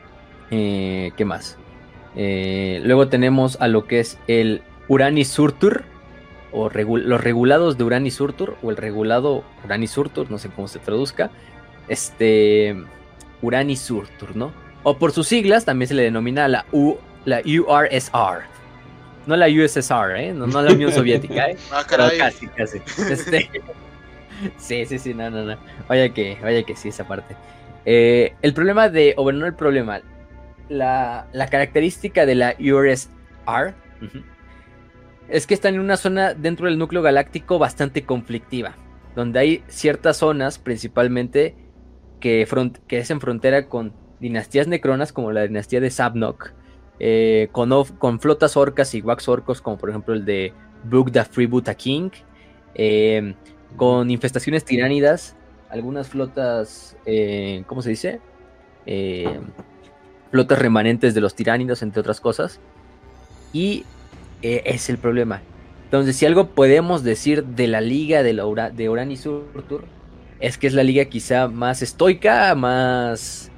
Speaker 2: Eh, ¿Qué más? Eh, luego tenemos a lo que es el Urani Surtur, o regu- los regulados de Urani Surtur, o el regulado Urani Surtur, no sé cómo se traduzca. Este. Urani Surtur, ¿no? O por sus siglas también se le denomina la, U, la U R S R. No la U S S R, ¿eh? No, no la Unión Soviética, ¿eh?
Speaker 4: Ah, caray.
Speaker 2: Pero casi, casi. Este. Sí, sí, sí, no, no, no. Vaya que, vaya que sí, esa parte. Eh, el problema de, o bueno, no el problema, la, la característica de la U R S R uh-huh, es que están en una zona dentro del núcleo galáctico bastante conflictiva, donde hay ciertas zonas, principalmente, que, front, que es en frontera con dinastías necronas, como la dinastía de Sabnok, eh, con, con flotas orcas y wax orcos, como por ejemplo el de Bugda Freebuta King, eh, con infestaciones tiránidas, algunas flotas, eh, ¿cómo se dice? Eh, flotas remanentes de los tiránidos, entre otras cosas. Y eh, es el problema. Entonces, si algo podemos decir de la liga de, la Ura, de Urani Surtur, es que es la liga quizá más estoica, más,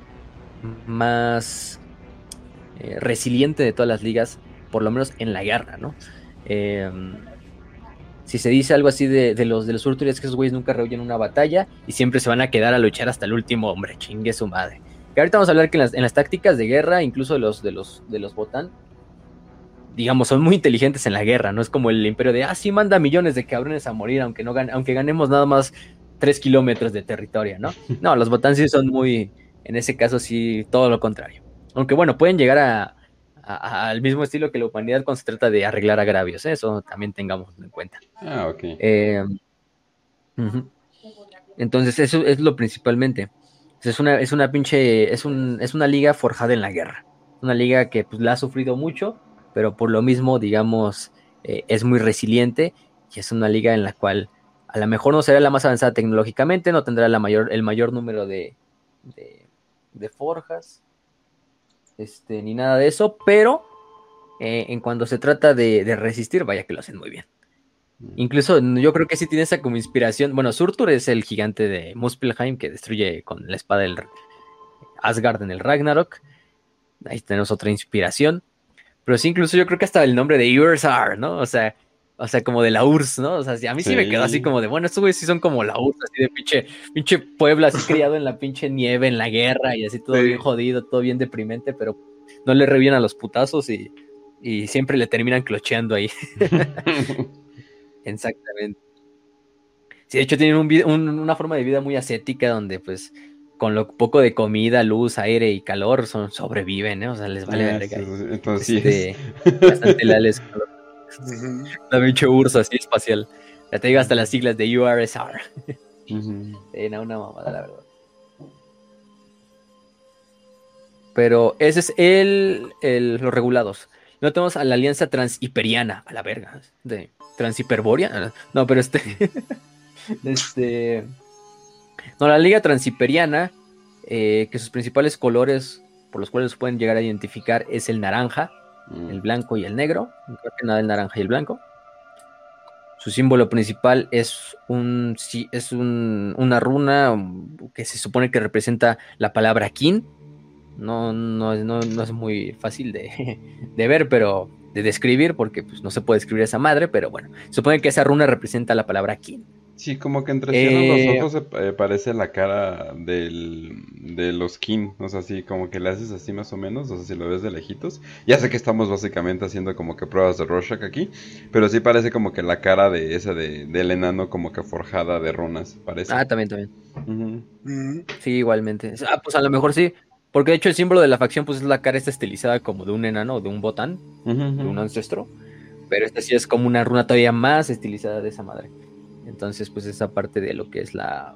Speaker 2: más eh, resiliente de todas las ligas, por lo menos en la guerra, ¿no? Eh, si se dice algo así de, de los de los Surtur, es que esos güeyes nunca rehuyen una batalla y siempre se van a quedar a luchar hasta el último hombre, chingue su madre. Que ahorita vamos a hablar que en las, en las tácticas de guerra, incluso de los de los de los Botán, digamos, son muy inteligentes en la guerra, no es como el imperio de, ah, sí, manda millones de cabrones a morir, aunque no gan- aunque ganemos nada más tres kilómetros de territorio, ¿no? No, los Botán sí son muy, en ese caso sí, todo lo contrario. Aunque bueno, pueden llegar a, a- a- al mismo estilo que la humanidad cuando se trata de arreglar agravios, ¿eh? Eso también tengamos en cuenta.
Speaker 1: Ah, ok.
Speaker 2: Eh, ujú. Entonces, eso es lo principalmente. Es una, es una pinche, es un, es una liga forjada en la guerra. Una liga que pues la ha sufrido mucho, pero por lo mismo, digamos, eh, es muy resiliente y es una liga en la cual a lo mejor no será la más avanzada tecnológicamente, no tendrá la mayor, el mayor número de, de, de forjas, este, ni nada de eso, pero eh, en cuando se trata de, de resistir, vaya que lo hacen muy bien. Incluso yo creo que sí tiene esa como inspiración. Bueno, Surtur es el gigante de Muspelheim que destruye con la espada del Asgard en el Ragnarok. Ahí tenemos otra inspiración. Pero sí, incluso yo creo que hasta el nombre de U R S R, ¿no? O sea, o sea, como de la U R S S, ¿no? O sea, sí, a mí sí, sí me quedó así como de, bueno, estos güeyes sí son como la U R S S, así de pinche, pinche pueblo así criado en la pinche nieve, en la guerra y así todo sí. bien jodido, todo bien deprimente, pero no le revienen a los putazos y, y siempre le terminan clocheando ahí. Exactamente. Sí, de hecho tienen un, un, una forma de vida muy ascética donde pues con lo poco de comida, luz, aire y calor son, sobreviven, ¿eh? O sea, les vale
Speaker 1: ah,
Speaker 2: verga.
Speaker 1: Sí, entonces
Speaker 2: este,
Speaker 1: sí es.
Speaker 2: Bastante leales. La pinche urso así espacial. Ya te digo hasta las siglas de U R S R. Uh-huh. Sí, no, una mamada, la verdad. Pero ese es el, el los regulados. No tenemos a la alianza transhiperiana, a la verga. De transhiperboria. No, pero este... Este, no, la Liga Transhiperiana, eh, que sus principales colores por los cuales pueden llegar a identificar es el naranja, mm. el blanco y el negro. Creo que nada el naranja y el blanco. Su símbolo principal es un es un, una runa que se supone que representa la palabra kin. No, no, no, no es muy fácil de, de ver, pero de describir, porque pues, no se puede escribir esa madre, pero bueno, se supone que esa runa representa la palabra kin.
Speaker 1: Sí, como que entre cierran eh... los ojos eh, parece la cara del, de los kin, o sea, así como que le haces así más o menos, o sea, si lo ves de lejitos. Ya sé que estamos básicamente haciendo como que pruebas de Rorschach aquí, pero sí parece como que la cara de esa de, del enano como que forjada de runas, parece.
Speaker 2: Ah, también, también. Uh-huh. Uh-huh. Sí, igualmente. Ah, pues a lo mejor sí, porque de hecho el símbolo de la facción pues es la cara esta estilizada como de un enano, de un botán, uh-huh. de un ancestro, pero esta sí es como una runa todavía más estilizada de esa madre. Entonces, pues esa parte de lo que es la,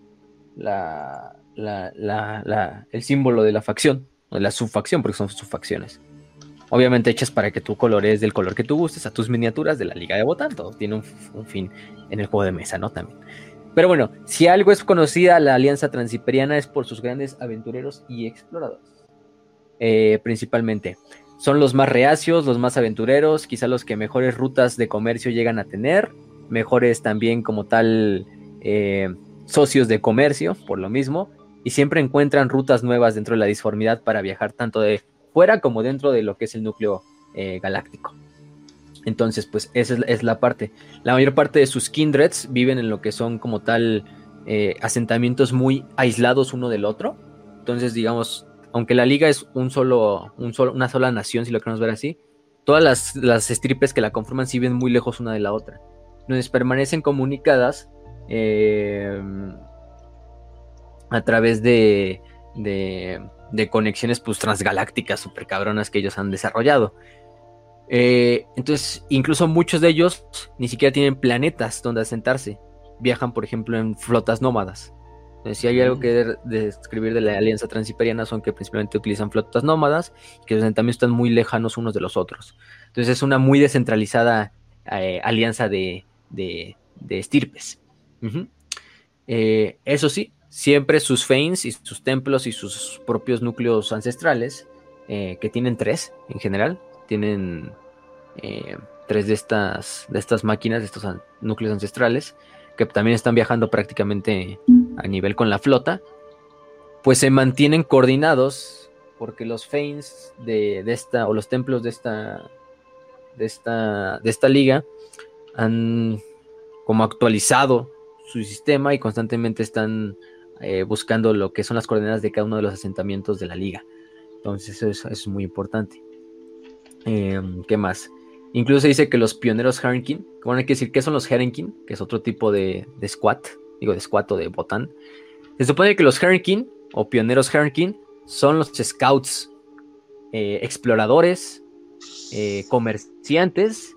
Speaker 2: la, la, la, la el símbolo de la facción, o de la subfacción, porque son subfacciones. Obviamente hechas para que tú colorees del color que tú gustes a tus miniaturas de la Liga de Botán. Todo tiene un, un fin en el juego de mesa, ¿no? También. Pero bueno, si algo es conocida la Alianza Transhiperiana es por sus grandes aventureros y exploradores. Eh, principalmente. Son los más reacios, los más aventureros, quizá los que mejores rutas de comercio llegan a tener. Mejores también como tal eh, socios de comercio, por lo mismo, y siempre encuentran rutas nuevas dentro de la disformidad para viajar tanto de fuera como dentro de lo que es el núcleo eh, galáctico. Entonces, pues esa es, es la parte. La mayor parte de sus kindreds viven en lo que son como tal eh, asentamientos muy aislados uno del otro. Entonces, digamos, aunque la liga es un solo, un solo, una sola nación, si lo queremos ver así, todas las, las estripes que la conforman sí viven muy lejos una de la otra. Entonces permanecen comunicadas eh, a través de, de, de conexiones pues, transgalácticas super cabronas que ellos han desarrollado. Eh, entonces, incluso muchos de ellos ni siquiera tienen planetas donde asentarse. Viajan, por ejemplo, en flotas nómadas. Entonces, si hay algo que describir de la Alianza Transhiperiana son que principalmente utilizan flotas nómadas y que también están muy lejanos unos de los otros. Entonces, es una muy descentralizada eh, alianza de De, de estirpes. Uh-huh. Eh, eso sí, siempre sus fanes y sus templos y sus propios núcleos ancestrales, eh, que tienen tres en general, tienen eh, tres de estas, de estas máquinas, de estos an- núcleos ancestrales, que también están viajando prácticamente a nivel con la flota, pues se mantienen coordinados porque los fanes de, de esta, o los templos de esta, de esta, de esta liga, han como actualizado su sistema y constantemente están eh, buscando lo que son las coordenadas de cada uno de los asentamientos de la liga. Entonces eso es, eso es muy importante. Eh, ¿Qué más? Incluso se dice que los pioneros Harrenkin, bueno, hay que decir, ¿qué son los Harrenkin? Que es otro tipo de, de squat, digo de squat o de botán. Se supone que los Harrenkin, o pioneros Harrenkin, son los scouts, eh, exploradores, eh, comerciantes,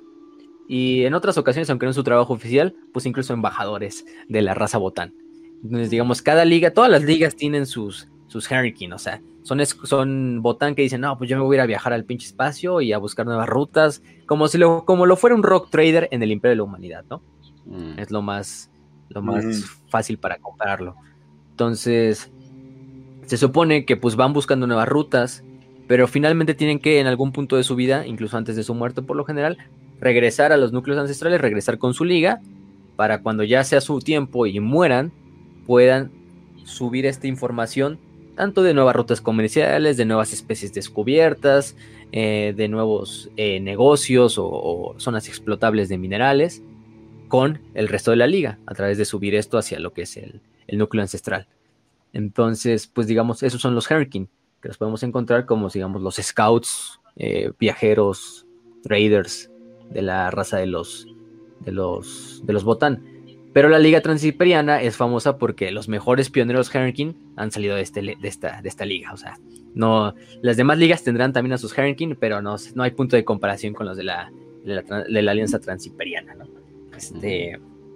Speaker 2: y en otras ocasiones, aunque no es su trabajo oficial, pues incluso embajadores de la raza botán. Entonces, digamos, cada liga, todas las ligas tienen sus, sus Harrenkin, o sea, son, son botán que dicen, no, pues yo me voy a ir a viajar al pinche espacio y a buscar nuevas rutas, como si lo, como lo fuera un rock trader en el Imperio de la Humanidad, ¿no? Mm. Es lo más, lo más mm. fácil para compararlo. Entonces, se supone que pues van buscando nuevas rutas, pero finalmente tienen que en algún punto de su vida, incluso antes de su muerte por lo general, regresar a los núcleos ancestrales, regresar con su liga, para cuando ya sea su tiempo y mueran, puedan subir esta información, tanto de nuevas rutas comerciales, de nuevas especies descubiertas, eh, de nuevos eh, negocios o, o zonas explotables de minerales, con el resto de la liga, a través de subir esto hacia lo que es el, el núcleo ancestral. Entonces, pues digamos, esos son los Harrenkin, que los podemos encontrar como, digamos, los scouts, eh, viajeros, raiders de la raza de los, de los, de los botán. Pero la liga transiberiana es famosa porque los mejores pioneros Harrenkin han salido de, este, de, esta, de esta liga. O sea, no, las demás ligas tendrán también a sus Harrenkin, pero no, no hay punto de comparación con los de la, de la, de la alianza transiberiana, ¿no? Este,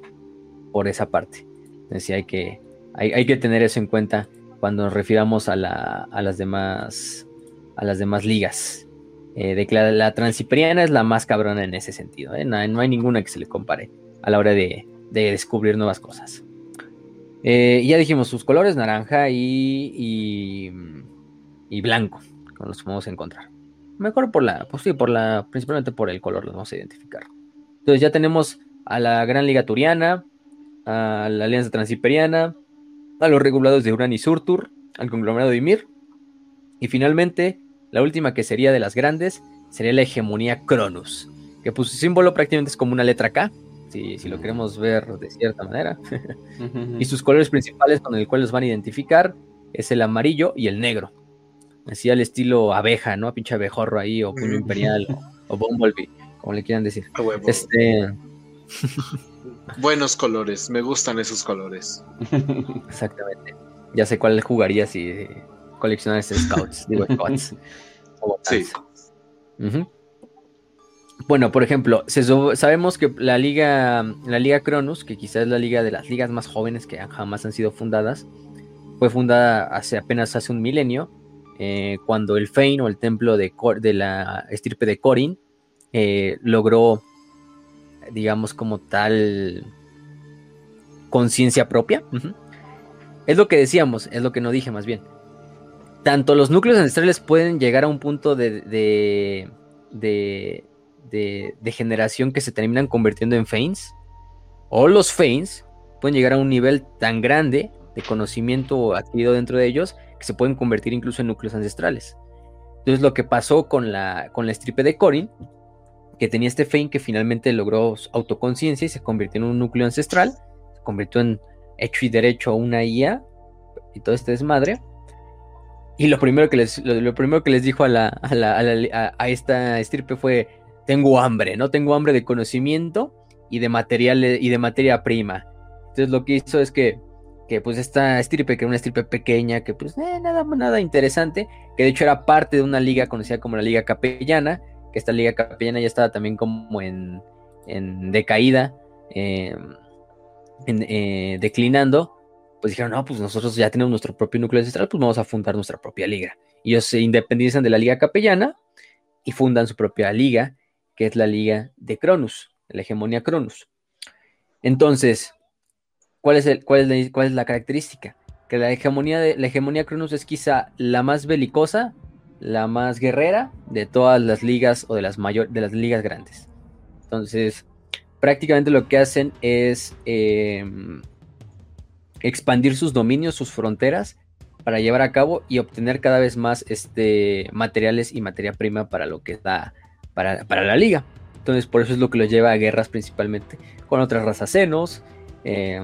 Speaker 2: por esa parte. Entonces sí hay que, hay, hay que tener eso en cuenta cuando nos refiramos a, la, a las demás a las demás ligas. Eh, de que la, la transiberiana es la más cabrona en ese sentido, ¿eh? No, no hay ninguna que se le compare a la hora de de descubrir nuevas cosas. Eh, ya dijimos sus colores, naranja y, y, y blanco, con los que vamos a encontrar. Mejor por la, pues sí, por la, principalmente por el color los vamos a identificar. Entonces ya tenemos a la Gran Liga Turiana, a la Alianza Transiberiana, a los regulados de Uran y Surtur, al conglomerado de Ymir, y finalmente, la última que sería de las grandes, sería la hegemonía Cronus, que pues su símbolo prácticamente es como una letra K, Si, si lo queremos ver de cierta manera. Y sus colores principales con el cual los van a identificar es el amarillo y el negro. Así al estilo abeja, ¿no? Pinche abejorro ahí, o puño imperial, o, o Bumblebee, como le quieran decir. Este...
Speaker 4: Buenos colores, me gustan esos colores.
Speaker 2: Exactamente. Ya sé cuál jugaría si coleccionaras scouts, digo scouts.
Speaker 4: Sí.
Speaker 2: Uh-huh. Bueno, por ejemplo, se, sabemos que la liga, la liga Cronus, que quizás es la liga de las ligas más jóvenes que jamás han sido fundadas, fue fundada hace apenas hace un milenio, eh, cuando el Fane o el templo de, Cor de la estirpe de Corin eh, logró, digamos, como tal conciencia propia. Uh-huh. Es lo que decíamos, es lo que no dije más bien. Tanto los núcleos ancestrales pueden llegar a un punto de... de, de De, de generación que se terminan convirtiendo en Fanes, o los Fanes pueden llegar a un nivel tan grande de conocimiento adquirido dentro de ellos que se pueden convertir incluso en núcleos ancestrales. Entonces lo que pasó con la, con la estirpe de Corin, que tenía este Fane que finalmente logró autoconciencia y se convirtió en un núcleo ancestral, se convirtió en hecho y derecho una I A y todo este desmadre. Y lo primero que les, lo, lo primero que les dijo a, la, a, la, a, la, a, a esta estirpe fue: tengo hambre, ¿no? Tengo hambre de conocimiento y de material y de materia prima. Entonces lo que hizo es que, que pues esta estirpe, que era una estirpe pequeña, que pues eh, nada, nada interesante, que de hecho era parte de una liga conocida como la Liga Capellana, que esta Liga Capellana ya estaba también como en, en decaída, eh, en, eh, declinando. Pues dijeron, no, pues nosotros ya tenemos nuestro propio núcleo ancestral, pues vamos a fundar nuestra propia liga. Y ellos se independizan de la Liga Capellana y fundan su propia liga, que es la liga de Cronus, la hegemonía Cronus. Entonces, ¿cuál es, el, cuál es, la, cuál es la característica? Que la hegemonía, de, la hegemonía Cronus es quizá la más belicosa, la más guerrera de todas las ligas o de las, mayor, de las ligas grandes. Entonces, prácticamente lo que hacen es eh, expandir sus dominios, sus fronteras, para llevar a cabo y obtener cada vez más este, materiales y materia prima para lo que da Para, para la liga. Entonces por eso es lo que los lleva a guerras principalmente con otras razas Xenos, eh,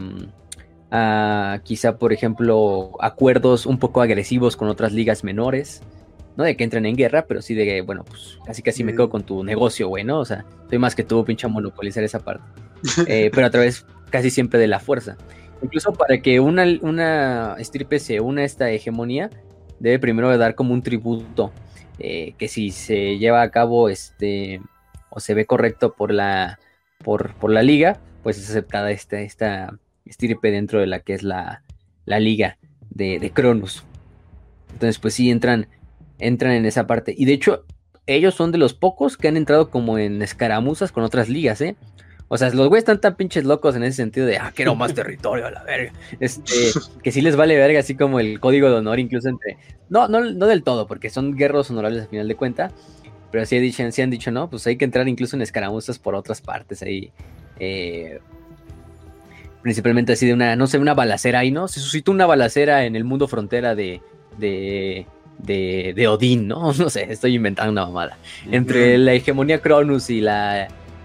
Speaker 2: a quizá por ejemplo acuerdos un poco agresivos con otras ligas menores, no de que entren en guerra, pero sí de, bueno, pues casi casi me quedo con tu negocio, güey, ¿no? O sea, soy más que tú, pinche, a monopolizar esa parte. Eh, pero a través casi siempre de la fuerza. Incluso para que una, una estirpe se una a esta hegemonía, debe primero dar como un tributo, eh, que si se lleva a cabo este o se ve correcto por la por, por la liga, pues es aceptada esta, esta estirpe dentro de la que es la, la liga de, de Cronus. Entonces pues sí entran entran en esa parte, y de hecho ellos son de los pocos que han entrado como en escaramuzas con otras ligas, ¿eh? O sea, los güeyes están tan pinches locos en ese sentido de, ah, quiero más territorio a la verga. Este, que sí les vale verga, así como el código de honor, incluso entre... No, no, no del todo, porque son guerreros honorables al final de cuenta, pero sí, he dicho, sí han dicho, no, pues hay que entrar incluso en escaramuzas por otras partes ahí. Eh, principalmente así de una, no sé, una balacera ahí, ¿no? Se suscitó una balacera en el mundo frontera de... de De, de Odín, ¿no? No sé, estoy inventando una mamada. Uh-huh. Entre la hegemonía Cronus y la,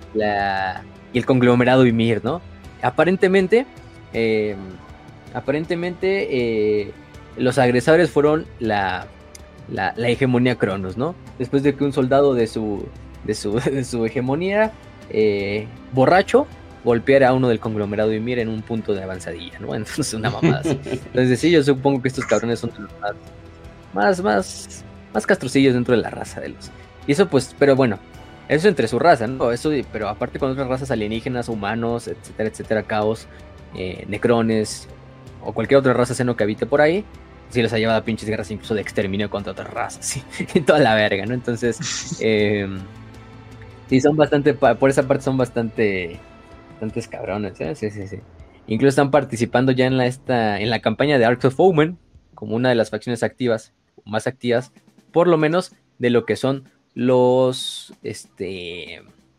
Speaker 2: la y el conglomerado Ymir, ¿no? Aparentemente, eh, aparentemente eh, los agresores fueron la, la, la hegemonía Cronus, ¿no? Después de que un soldado de su, de su, de su hegemonía, eh, borracho, golpeara a uno del conglomerado Ymir en un punto de avanzadilla, ¿no? Entonces, una mamada así. Entonces, sí, yo supongo que estos cabrones son de los más Más, más, más castrocillos dentro de la raza de los. Y eso, pues, pero bueno, eso entre su raza, ¿no? Eso, pero aparte con otras razas alienígenas, humanos, etcétera, etcétera, caos, eh, necrones, o cualquier otra raza seno que habite por ahí, sí les ha llevado a pinches guerras incluso de exterminio contra otras razas, ¿sí? Y toda la verga, ¿no? Entonces, eh, sí, son bastante, por esa parte son bastante, bastantes cabrones, ¿eh? Sí, sí, sí. Incluso están participando ya en la, esta, en la campaña de Arks of Omen, como una de las facciones activas, más activas, por lo menos de lo que son los este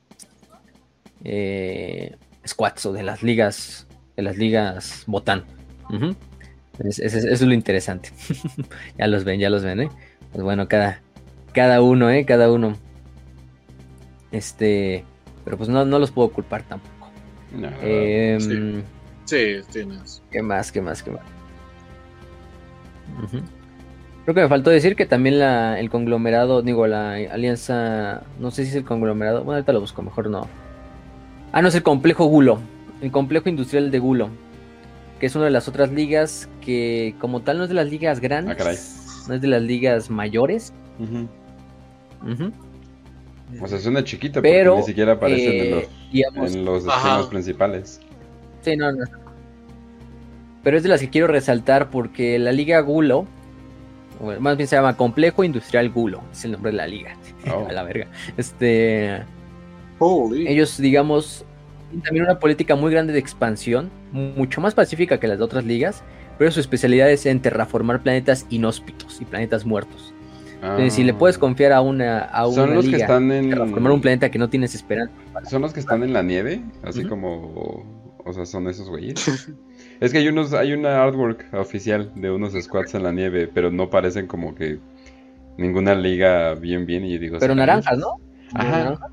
Speaker 2: eh, squads o de las ligas, de las ligas Botán. Uh-huh. Es, es, eso es lo interesante. Ya los ven, ya los ven, ¿eh? Pues bueno, cada, cada uno, ¿eh? Cada uno. Este, pero pues no, no los puedo culpar tampoco.
Speaker 4: No,
Speaker 2: eh,
Speaker 4: sí. Sí, tienes.
Speaker 2: ¿Qué más? ¿Qué más? ¿Qué más? Uh-huh. Creo que me faltó decir que también la, el conglomerado, digo, la alianza, no sé si es el conglomerado, bueno, ahorita lo busco, mejor no. Ah, no, es el complejo Gulo, el complejo industrial de Gulo, que es una de las otras ligas que como tal no es de las ligas grandes, ah, no es de las ligas mayores.
Speaker 1: Uh-huh. Uh-huh. O sea, suena chiquita,
Speaker 2: pero
Speaker 1: porque ni siquiera aparecen eh, en los,
Speaker 2: digamos,
Speaker 1: en los destinos principales.
Speaker 2: Sí, no, no. Pero es de las que quiero resaltar porque la liga Gulo, bueno, más bien se llama Complejo Industrial Gulo, es el nombre de la liga. Oh. A la verga. Este,
Speaker 4: Holy.
Speaker 2: Ellos, digamos, tienen también una política muy grande de expansión, mucho más pacífica que las de otras ligas, pero su especialidad es en terraformar planetas inhóspitos y planetas muertos. Ah. Entonces, si le puedes confiar a una, a una
Speaker 1: son los
Speaker 2: liga,
Speaker 1: que están en
Speaker 2: terraformar un planeta que no tienes esperanza.
Speaker 1: Son los que están en la nieve, así uh-huh. como, o sea, son esos güeyes. Es que hay unos, hay una artwork oficial de unos squads en la nieve, pero no parecen como que ninguna liga bien bien, y yo digo...
Speaker 2: Pero naranjas, ¿no?
Speaker 1: Ajá.
Speaker 2: ¿Naranja?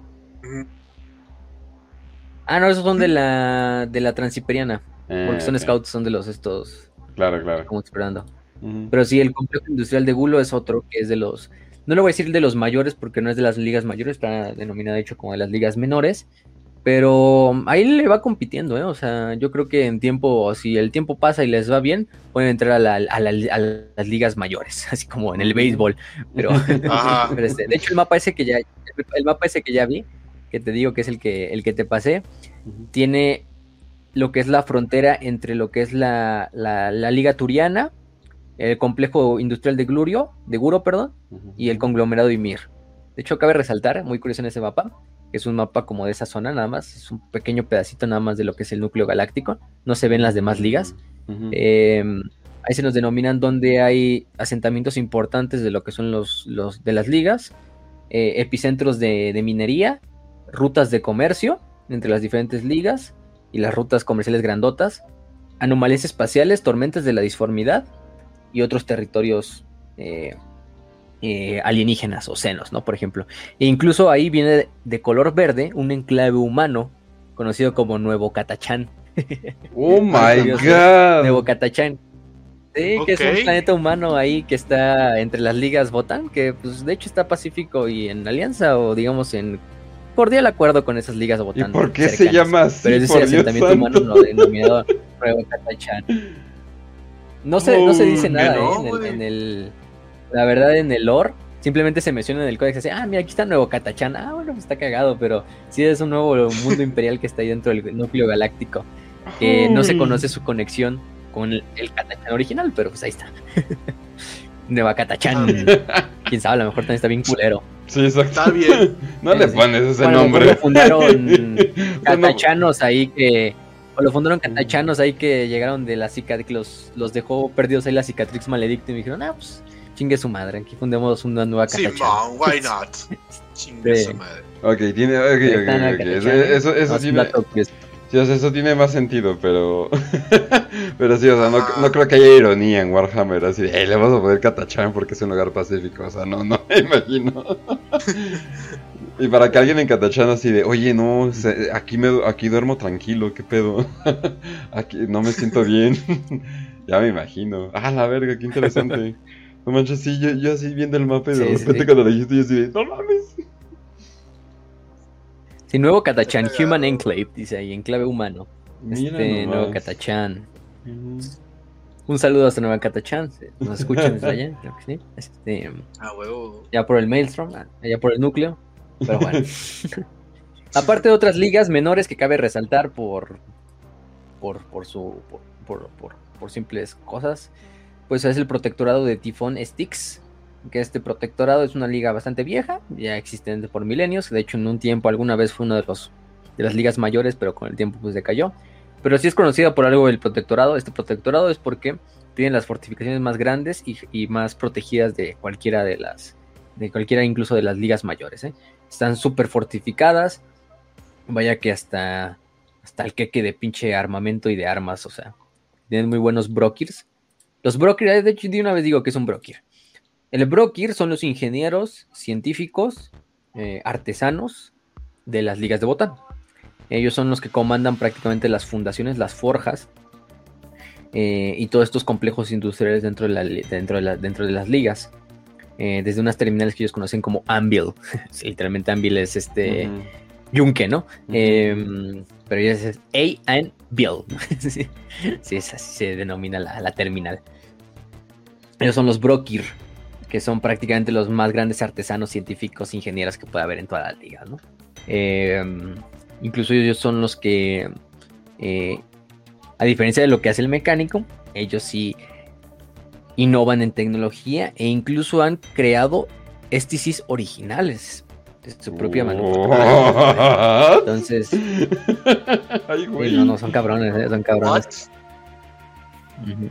Speaker 2: Ah, no, esos son de la de la Transiperiana, eh, porque son okay. Scouts, son de los estos...
Speaker 1: Claro, claro.
Speaker 2: Como esperando. Uh-huh. Pero sí, el complejo industrial de Gulo es otro, que es de los... No le voy a decir de los mayores, porque no es de las ligas mayores, está denominado de hecho como de las ligas menores. Pero ahí le va compitiendo, ¿eh? O sea, yo creo que en tiempo, si el tiempo pasa y les va bien, pueden entrar a, la, a, la, a las ligas mayores, así como en el béisbol. Pero, pero este, de hecho, el mapa ese que ya, el mapa ese que ya vi, que te digo que es el que, el que te pasé, uh-huh. tiene lo que es la frontera entre lo que es la, la, la Liga Turiana, el complejo industrial de Glurio, de Guro, perdón, uh-huh. y el conglomerado Ymir. De hecho, cabe resaltar, muy curioso en ese mapa, que es un mapa como de esa zona nada más, es un pequeño pedacito nada más de lo que es el núcleo galáctico, no se ven las demás ligas. Uh-huh. Eh, ahí se nos denominan donde hay asentamientos importantes de lo que son los, los de las ligas, eh, epicentros de, de minería, rutas de comercio entre las diferentes ligas y las rutas comerciales grandotas, anomalías espaciales, tormentas de la disformidad y otros territorios eh, eh, alienígenas o xenos, ¿no? Por ejemplo. E incluso ahí viene de, de color verde un enclave humano conocido como Nuevo Catachán.
Speaker 1: Oh my
Speaker 2: Curioso,
Speaker 1: god.
Speaker 2: Nuevo Catachán. Sí, que
Speaker 4: Ok.
Speaker 2: es un planeta humano ahí que está entre las ligas Votan, que pues de hecho está pacífico y en alianza o digamos en cordial acuerdo con esas ligas
Speaker 1: ¿Y
Speaker 2: Votan.
Speaker 1: por qué se
Speaker 2: cercanas.
Speaker 1: llama así?
Speaker 2: Pero es ese
Speaker 1: por Dios
Speaker 2: asentamiento
Speaker 1: santo?
Speaker 2: humano no denominado Nuevo Catachán. No se, no se dice
Speaker 1: Oh,
Speaker 2: nada,
Speaker 4: que no,
Speaker 2: ¿eh? En el,
Speaker 4: güey.
Speaker 2: en el- la verdad, en el lore, simplemente se menciona en el códex así, ah, mira, aquí está Nuevo Catachán. Ah, bueno, pues está cagado, pero sí es un nuevo mundo imperial que está ahí dentro del núcleo galáctico. Que no se
Speaker 1: Ay.
Speaker 2: conoce su conexión con el, el Catachán original, pero pues ahí está. Nueva Catachán. Quién sabe, a lo mejor también está bien culero.
Speaker 1: Sí, exacto.
Speaker 4: Está bien.
Speaker 1: No le
Speaker 2: Sí.
Speaker 1: pones ese
Speaker 2: Bueno, a lo mejor
Speaker 1: nombre.
Speaker 2: lo fundaron
Speaker 1: Bueno,
Speaker 2: catachanos ahí que... O lo fundaron catachanos ahí que llegaron de la cicatrix, los, los dejó perdidos ahí la cicatrix maledicta y me dijeron, ah, pues chingue su madre, aquí fundemos una nueva catachán.
Speaker 4: Simón, why not? Chingue
Speaker 2: Sí.
Speaker 4: su madre.
Speaker 1: Ok, tiene. Ok,
Speaker 2: Ahí
Speaker 1: ok,
Speaker 2: está Nueva
Speaker 1: ok, ok.
Speaker 2: Catachán,
Speaker 1: Eso, eso, eso
Speaker 2: no, es un
Speaker 1: tiene.
Speaker 2: dato curioso.
Speaker 1: Sí, o sea, eso tiene más sentido, pero. Pero sí, o sea, no,
Speaker 4: Ajá.
Speaker 1: no creo que haya ironía en Warhammer. Así de, hey, le vamos a poner Catachán porque es un lugar pacífico. O sea, no, no me imagino. Y para que alguien en Catachán así de, oye, no, se- aquí, me, du- aquí duermo tranquilo, ¿qué pedo? Aquí no me siento bien. Ya me imagino. Ah, la verga, qué interesante. No manches, sí, yo, yo así viendo el mapa y de
Speaker 2: Sí, sí,
Speaker 1: repente
Speaker 2: sí.
Speaker 1: cuando lo dijiste yo así de, no mames.
Speaker 2: Sí, nuevo Catachán,
Speaker 4: Está
Speaker 2: Human
Speaker 4: cagado.
Speaker 2: Enclave, dice ahí, enclave humano.
Speaker 1: Mira
Speaker 2: Este, nuevo
Speaker 1: nomás.
Speaker 2: Catachán.
Speaker 1: Ujú.
Speaker 2: Un saludo hasta Nueva Catachán, si nos escuchan desde allá, creo que sí. Este,
Speaker 4: Ah, huevo.
Speaker 2: ya por el Maelstrom, allá por el núcleo, pero bueno. Aparte de otras ligas menores que cabe resaltar por por, por su por, por, por, por simples cosas, pues es el protectorado de Tifón Styx, que este protectorado es una liga bastante vieja, ya existente por milenios, de hecho en un tiempo alguna vez fue uno de los de las ligas mayores, pero con el tiempo pues decayó. Pero sí es conocida por algo el protectorado. Este protectorado es porque tienen las fortificaciones más grandes y, y más protegidas de cualquiera de las, de cualquiera incluso de las ligas mayores, ¿eh? Están súper fortificadas. Vaya que hasta, hasta el queque de pinche armamento y de armas, o sea, tienen muy buenos brokers. Los brokers, de hecho, de una vez digo que es un broker. El broker son los ingenieros, científicos, eh, artesanos de las ligas de Botán. Ellos son los que comandan prácticamente las fundaciones, las forjas eh, y todos estos complejos industriales dentro de, la, dentro de, la, dentro de las ligas. Eh, desde unas terminales que ellos conocen como Anvil. Sí, literalmente Anvil es este
Speaker 1: Ujú.
Speaker 2: yunque, ¿no?
Speaker 1: Ujú.
Speaker 2: Eh, pero ellos es A-Anvil. Sí, sí, es así se denomina la, la terminal. Ellos son los Brokir, que son prácticamente los más grandes artesanos, científicos, ingenieros que puede haber en toda la liga, ¿no? Eh, incluso ellos son los que, eh, a diferencia de lo que hace el mecánico, ellos sí innovan en tecnología e incluso han creado ésticas originales de su propia manufactura.
Speaker 1: What?
Speaker 2: Entonces, sí,
Speaker 1: Ay, güey.
Speaker 2: no, no, son cabrones, ¿eh? Son cabrones.
Speaker 4: What?
Speaker 2: Ujú.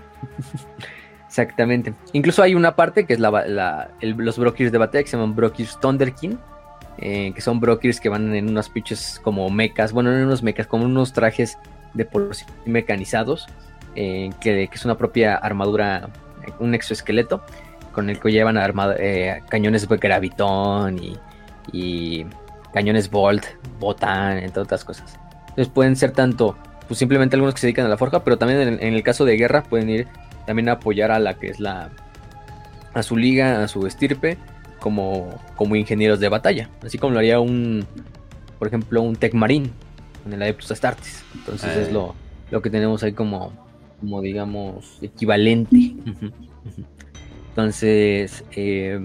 Speaker 2: Exactamente. Incluso hay una parte que es la, la- el- los brokers de batalla que se llaman brokers Thunderkin, eh, que son brokers que van en unos pinches como mechas, bueno, no en unos mechas, como unos trajes de por sí mecanizados, eh, que, que es una propia armadura, eh, un exoesqueleto, con el que llevan armada, eh, cañones Gravitón y, y cañones Bolt, Botan, entre otras cosas. Entonces pueden ser tanto, pues simplemente algunos que se dedican a la forja, pero también en, en el caso de guerra pueden ir también a apoyar a la que es la, a su liga, a su estirpe, como, como ingenieros de batalla, así como lo haría un, por ejemplo, un Tech Marine en el Adeptus Astartes. Entonces
Speaker 1: Eh.
Speaker 2: es lo, lo que tenemos ahí como, como digamos, equivalente. Ujú, ujú. Entonces, eh,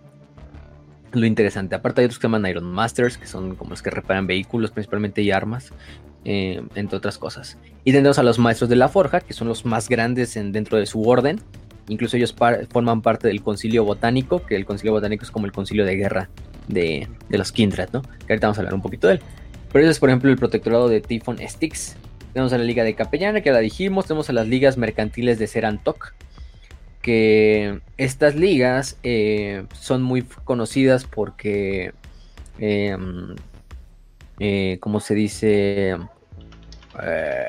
Speaker 2: lo interesante, aparte hay otros que se llaman Iron Masters, que son como los que reparan vehículos principalmente y armas, eh, entre otras cosas. Y tenemos a los maestros de la forja, que son los más grandes en, dentro de su orden. Incluso ellos par- forman parte del concilio botánico, que el concilio botánico es como el concilio de guerra de, de los Kindred, ¿no? Que ahorita vamos a hablar un poquito de él. Pero ese es, por ejemplo, el protectorado de Tifón Styx. Tenemos a la Liga de Capellana, que ya la dijimos. Tenemos a las ligas mercantiles de Serantok, que estas ligas eh, son muy conocidas porque, eh, eh, ¿cómo se dice? Eh,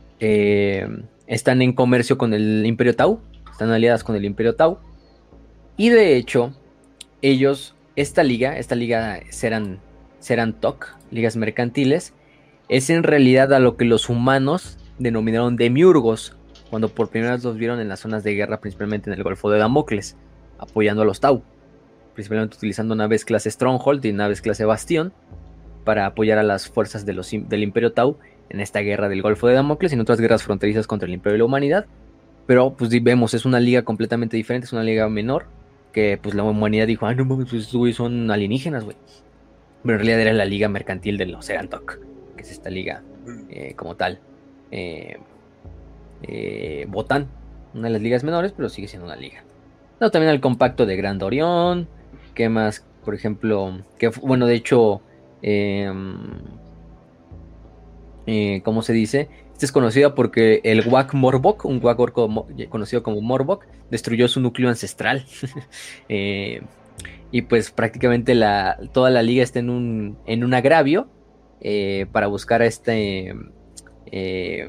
Speaker 2: eh, están en comercio con el Imperio Tau, están aliadas con el Imperio Tau, Y de hecho, ellos, esta liga, esta liga Seran, Seran Tok, ligas mercantiles, es en realidad a lo que los humanos denominaron demiurgos, cuando por primera vez los vieron en las zonas de guerra, principalmente en el Golfo de Damocles, apoyando a los Tau, principalmente utilizando naves clase Stronghold y naves clase Bastión para apoyar a las fuerzas de los, del Imperio Tau en esta guerra del Golfo de Damocles y en otras guerras fronterizas contra el Imperio de la Humanidad. Pero pues vemos, es una liga completamente diferente, es una liga menor, que pues la humanidad dijo, ah, no mames, pues estos güeyes son alienígenas, güey. Pero en realidad era la liga mercantil de los Seran Tok, que es esta liga eh, como tal. Eh, eh, Votan, una de las ligas menores, pero sigue siendo una liga. No, también el compacto de Gran Orión, que más, por ejemplo, que bueno, de hecho, eh, eh, ¿cómo se dice? Este es conocido porque el Wak Morbok, un Wak orco mo conocido como Morbok, destruyó su núcleo ancestral. eh, y pues prácticamente la, toda la liga está en un, en un agravio eh, para buscar a este... Eh,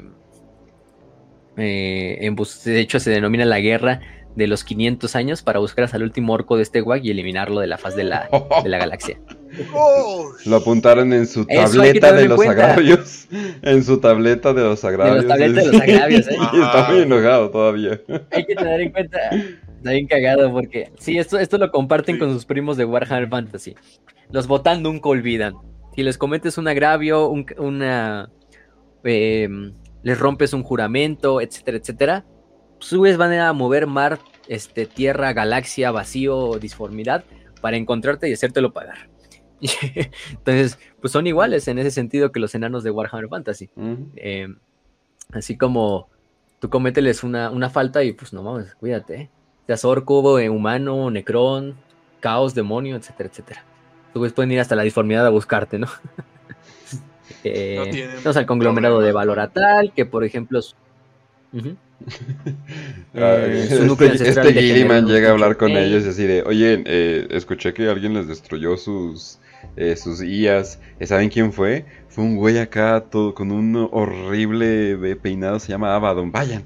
Speaker 2: eh, en de hecho se denomina la guerra de los quinientos años para buscar hasta el último orco de este Wak y eliminarlo de la faz de la, de la galaxia.
Speaker 4: Oh.
Speaker 1: Lo apuntaron en su tableta de los cuenta. agravios. En su tableta de los agravios.
Speaker 2: De los tabletas de los agravios, ¿eh?
Speaker 1: Y está muy enojado todavía.
Speaker 2: Hay que tener en cuenta. Está bien cagado porque. Sí, esto, esto lo comparten sí. con sus primos de Warhammer Fantasy. Los Votan nunca olvidan. Si les cometes un agravio, un, una. Eh, les rompes un juramento, etcétera, etcétera. Subes, van a mover mar, este, tierra, galaxia, vacío, disformidad para encontrarte y hacértelo pagar. Entonces, pues son iguales en ese sentido que los enanos de Warhammer Fantasy. Uh-huh. eh, así como tú comételes una, una falta y pues no mames, cuídate, ¿eh? Seas orco, eh, humano, necrón, caos, demonio, etcétera, etcétera. Tú pues, pueden ir hasta la disformidad a buscarte, ¿no? eh, no tenemos al conglomerado problema. de Valoratal, que por ejemplo es... Uh-huh.
Speaker 1: eh, este este Gilliman llega a hablar con eh. ellos y así de, oye, eh, escuché que alguien les destruyó sus eh, sus I As. ¿Saben quién fue? Fue un güey acá todo con un horrible peinado, se llama Abaddon. Vayan.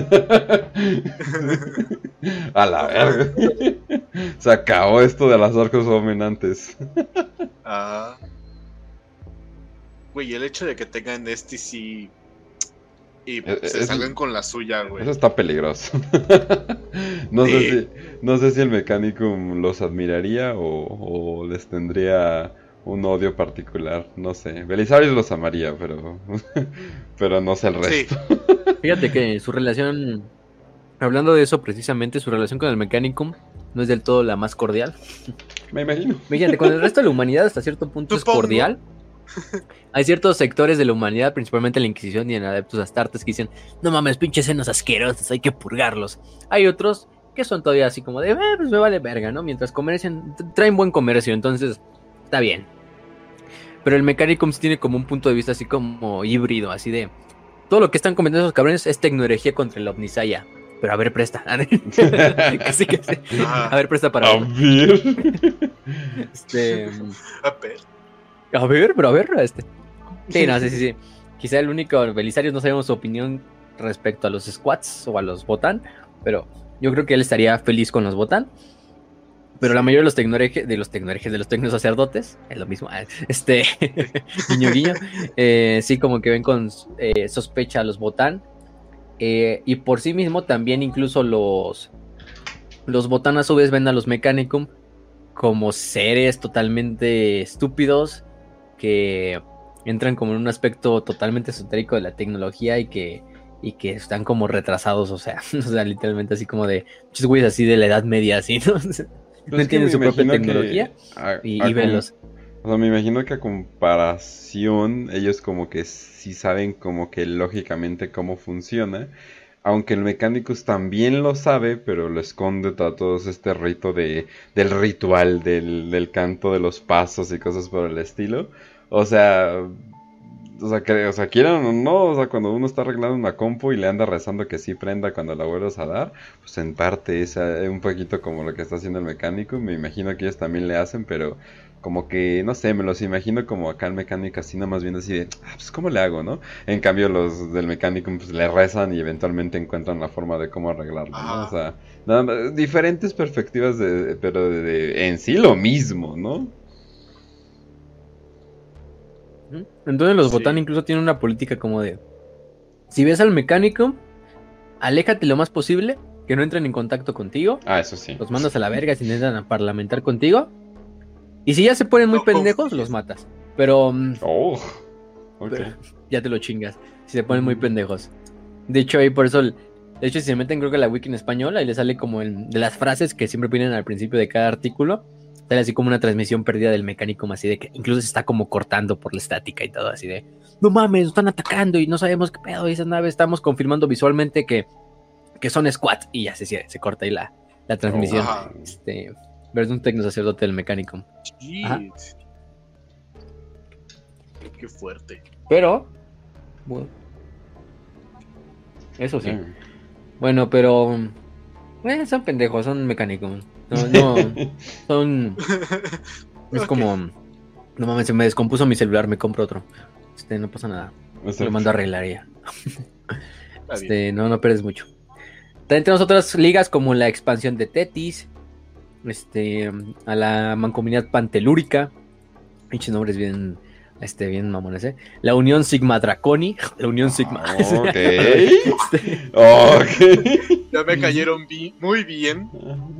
Speaker 1: A la verga. Se acabó esto de las orcos dominantes.
Speaker 4: Ah. Güey, el hecho de que tengan este sí y es, se salgan con la suya, güey.
Speaker 1: Eso está peligroso. no, sí. sé si, no sé si el Mechanicum los admiraría o, o les tendría un odio particular. No sé. Belisarius los amaría, pero pero no sé el resto.
Speaker 2: Sí. Fíjate que su relación, hablando de eso precisamente, su relación con el Mechanicum no es del todo la más cordial.
Speaker 1: Me imagino.
Speaker 2: Fíjate, con el resto de la humanidad hasta cierto punto Supongo. es cordial. Hay ciertos sectores de la humanidad, principalmente la Inquisición y en Adeptus Astartes, que dicen, no mames, pinches senos asquerosos, hay que purgarlos. Hay otros que son todavía así como de, eh, pues me vale verga, ¿no? Mientras comercian, traen buen comercio, entonces está bien. Pero el Mechanicum sí tiene como un punto de vista así como híbrido, así de, todo lo que están comentando esos cabrones es tecnoherejía contra el Omnisaya. Pero a ver, presta. Casi, casi. A ver, presta para...
Speaker 1: A ver.
Speaker 2: Este...
Speaker 4: A ver.
Speaker 2: A ver, pero a ver, este. Sí, no, sí, sí, sí. Quizá el único Belisarius no sabemos su opinión respecto a los squats o a los Votan, pero yo creo que él estaría feliz con los Votan. Pero la mayoría de los tecnoherejes, de los tecnoherejes, de los tecnosacerdotes, es lo mismo, este, guiño, guiño, eh, sí, como que ven con eh, sospecha a los Votan. Eh, y por sí mismo también incluso los, los Votan a su vez ven a los Mechanicum como seres totalmente estúpidos que entran como en un aspecto totalmente esotérico de la tecnología y que, y que están como retrasados, o sea, o sea, literalmente así como de muchos güeyes así de la Edad Media, así, ¿no? No entienden su propia tecnología a, y, a y venlos.
Speaker 1: O sea, me imagino que a comparación ellos como que sí saben como que lógicamente cómo funciona. Aunque el Mechanicus también lo sabe, pero lo esconde a todos este rito de, del ritual, del, del canto de los pasos y cosas por el estilo. O sea, o sea, que, o sea, quieran o no, o sea, cuando uno está arreglando una compu y le anda rezando que sí prenda cuando la vuelvas a dar, pues en parte es eh, un poquito como lo que está haciendo el mecánico. Me imagino que ellos también le hacen, pero como que, no sé, me los imagino como acá el mecánico así nada más viendo así de, ah, pues ¿cómo le hago, no? En cambio los del mecánico pues le rezan y eventualmente encuentran la forma de cómo arreglarlo, ¿no? O sea, nada más, diferentes perspectivas, de, pero de, de- en sí lo mismo, ¿no?
Speaker 2: Entonces los
Speaker 4: Sí.
Speaker 2: botán incluso tienen una política como de, si ves al mecánico, aléjate lo más posible, que no entren en contacto contigo,
Speaker 1: Ah, eso sí.
Speaker 2: los mandas a la verga si intentan parlamentar contigo, y si ya se ponen muy
Speaker 4: No
Speaker 2: pendejos,
Speaker 4: confíes.
Speaker 2: los matas. Pero mm,
Speaker 1: Oh, ok.
Speaker 2: Pero- ya te lo chingas, si se ponen muy
Speaker 1: Ujú.
Speaker 2: pendejos. De hecho, ahí por eso, el- de hecho, si se meten creo que a la wiki en español, ahí le sale como el, de las frases que siempre ponen al principio de cada artículo, sale así como una transmisión perdida del mecánico, así de que incluso se está como cortando por la estática y todo, así de, no mames, nos están atacando y no sabemos qué pedo, y esas naves estamos confirmando visualmente que, que son squad, y ya se, cierra, se corta ahí la, la transmisión.
Speaker 4: Ajá.
Speaker 2: Este, pero es un tecno sacerdote del mecánico. Ajá.
Speaker 4: Shit. Qué fuerte.
Speaker 2: Pero, bueno, eso sí.
Speaker 1: Sí.
Speaker 2: Bueno, pero eh, son pendejos, son mecánicos. No, no, son. Es
Speaker 4: Ok.
Speaker 2: como. No mames, se me descompuso mi celular, me compro otro. Este, no pasa nada.
Speaker 1: O sea,
Speaker 2: Lo mando a arreglar ya.
Speaker 4: Está bien.
Speaker 2: Este, no, no pierdes mucho. También tenemos otras ligas como la expansión de Tetis. Este, a la mancomunidad pantelúrica. Pinches nombres bien. Este, bien mamones, ¿eh? La Unión Sigma Draconi. La Unión Sigma.
Speaker 1: Ah, ok.
Speaker 2: Este,
Speaker 1: Ok.
Speaker 4: Ya me cayeron bi- muy bien.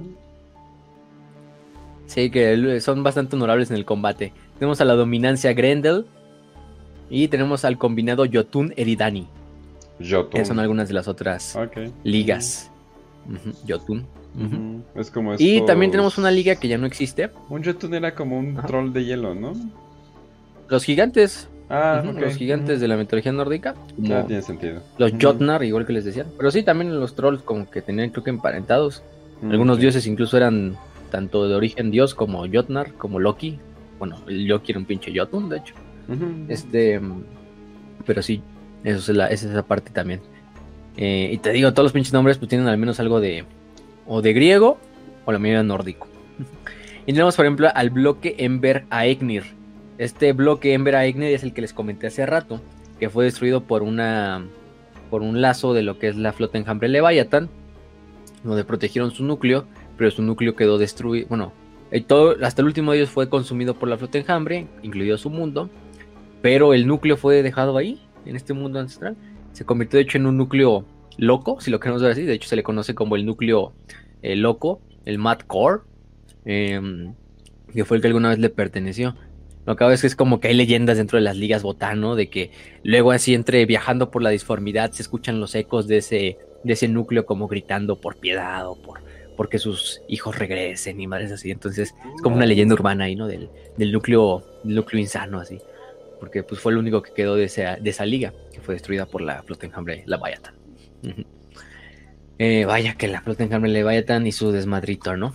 Speaker 2: Sí, que son bastante honorables en el combate. Tenemos a la dominancia Grendel. Y tenemos al combinado Jotun Eridani.
Speaker 1: Jotun.
Speaker 2: Que son algunas de las otras
Speaker 1: Ok.
Speaker 2: ligas. Ujú, Jotun. Ujú.
Speaker 1: Ujú. Es como
Speaker 2: Y
Speaker 1: estos-
Speaker 2: también tenemos una liga que ya no existe.
Speaker 1: Un Jotun era como un
Speaker 2: Ajá.
Speaker 1: troll de hielo, ¿no?
Speaker 2: Los gigantes.
Speaker 1: Ah,
Speaker 2: Ujú,
Speaker 1: ok.
Speaker 2: Los gigantes
Speaker 1: Ujú.
Speaker 2: de la mitología nórdica. Como
Speaker 1: Ya tiene sentido.
Speaker 2: los
Speaker 1: Ujú.
Speaker 2: Jotnar, igual que les decían. Pero sí, también los trolls como que tenían creo que emparentados.
Speaker 1: Mm,
Speaker 2: Algunos
Speaker 1: ok.
Speaker 2: dioses incluso eran tanto de origen dios como Jotnar, como Loki. Bueno, el Loki era un pinche Jotun, de hecho.
Speaker 1: Ujú.
Speaker 2: Este, mm, pero sí, eso es la, esa es esa parte también. Eh, y te digo, todos los pinches nombres pues tienen al menos algo de o de griego o la mayoría nórdico. Y tenemos por ejemplo al bloque Ember Aegnir. Este bloque Ember Aegnir es el que les comenté hace rato, que fue destruido por una por un lazo de lo que es la flota enjambre Leviathan, donde protegieron su núcleo, pero su núcleo quedó destruido. Bueno, eh, todo, hasta el último de ellos fue consumido por la flota enjambre, incluido su mundo. Pero el núcleo fue dejado ahí, en este mundo ancestral. Se convirtió de hecho en un núcleo loco, si lo queremos ver así. De hecho se le conoce como el núcleo eh, loco, el Mad Core, eh, que fue el que alguna vez le perteneció. Lo que hago es que es como que hay leyendas dentro de las ligas botano, de que luego así entre viajando por la disformidad se escuchan los ecos de ese, de ese núcleo como gritando por piedad o por porque sus hijos regresen y madres así. Entonces es como una leyenda urbana ahí, ¿no? Del, del núcleo, del núcleo insano así. Porque pues fue lo único que quedó de esa, de esa liga, que fue destruida por la flota enjambre Leviathan. Uh-huh. Eh, vaya que la flota enjambre Leviathan y su desmadrito, ¿no?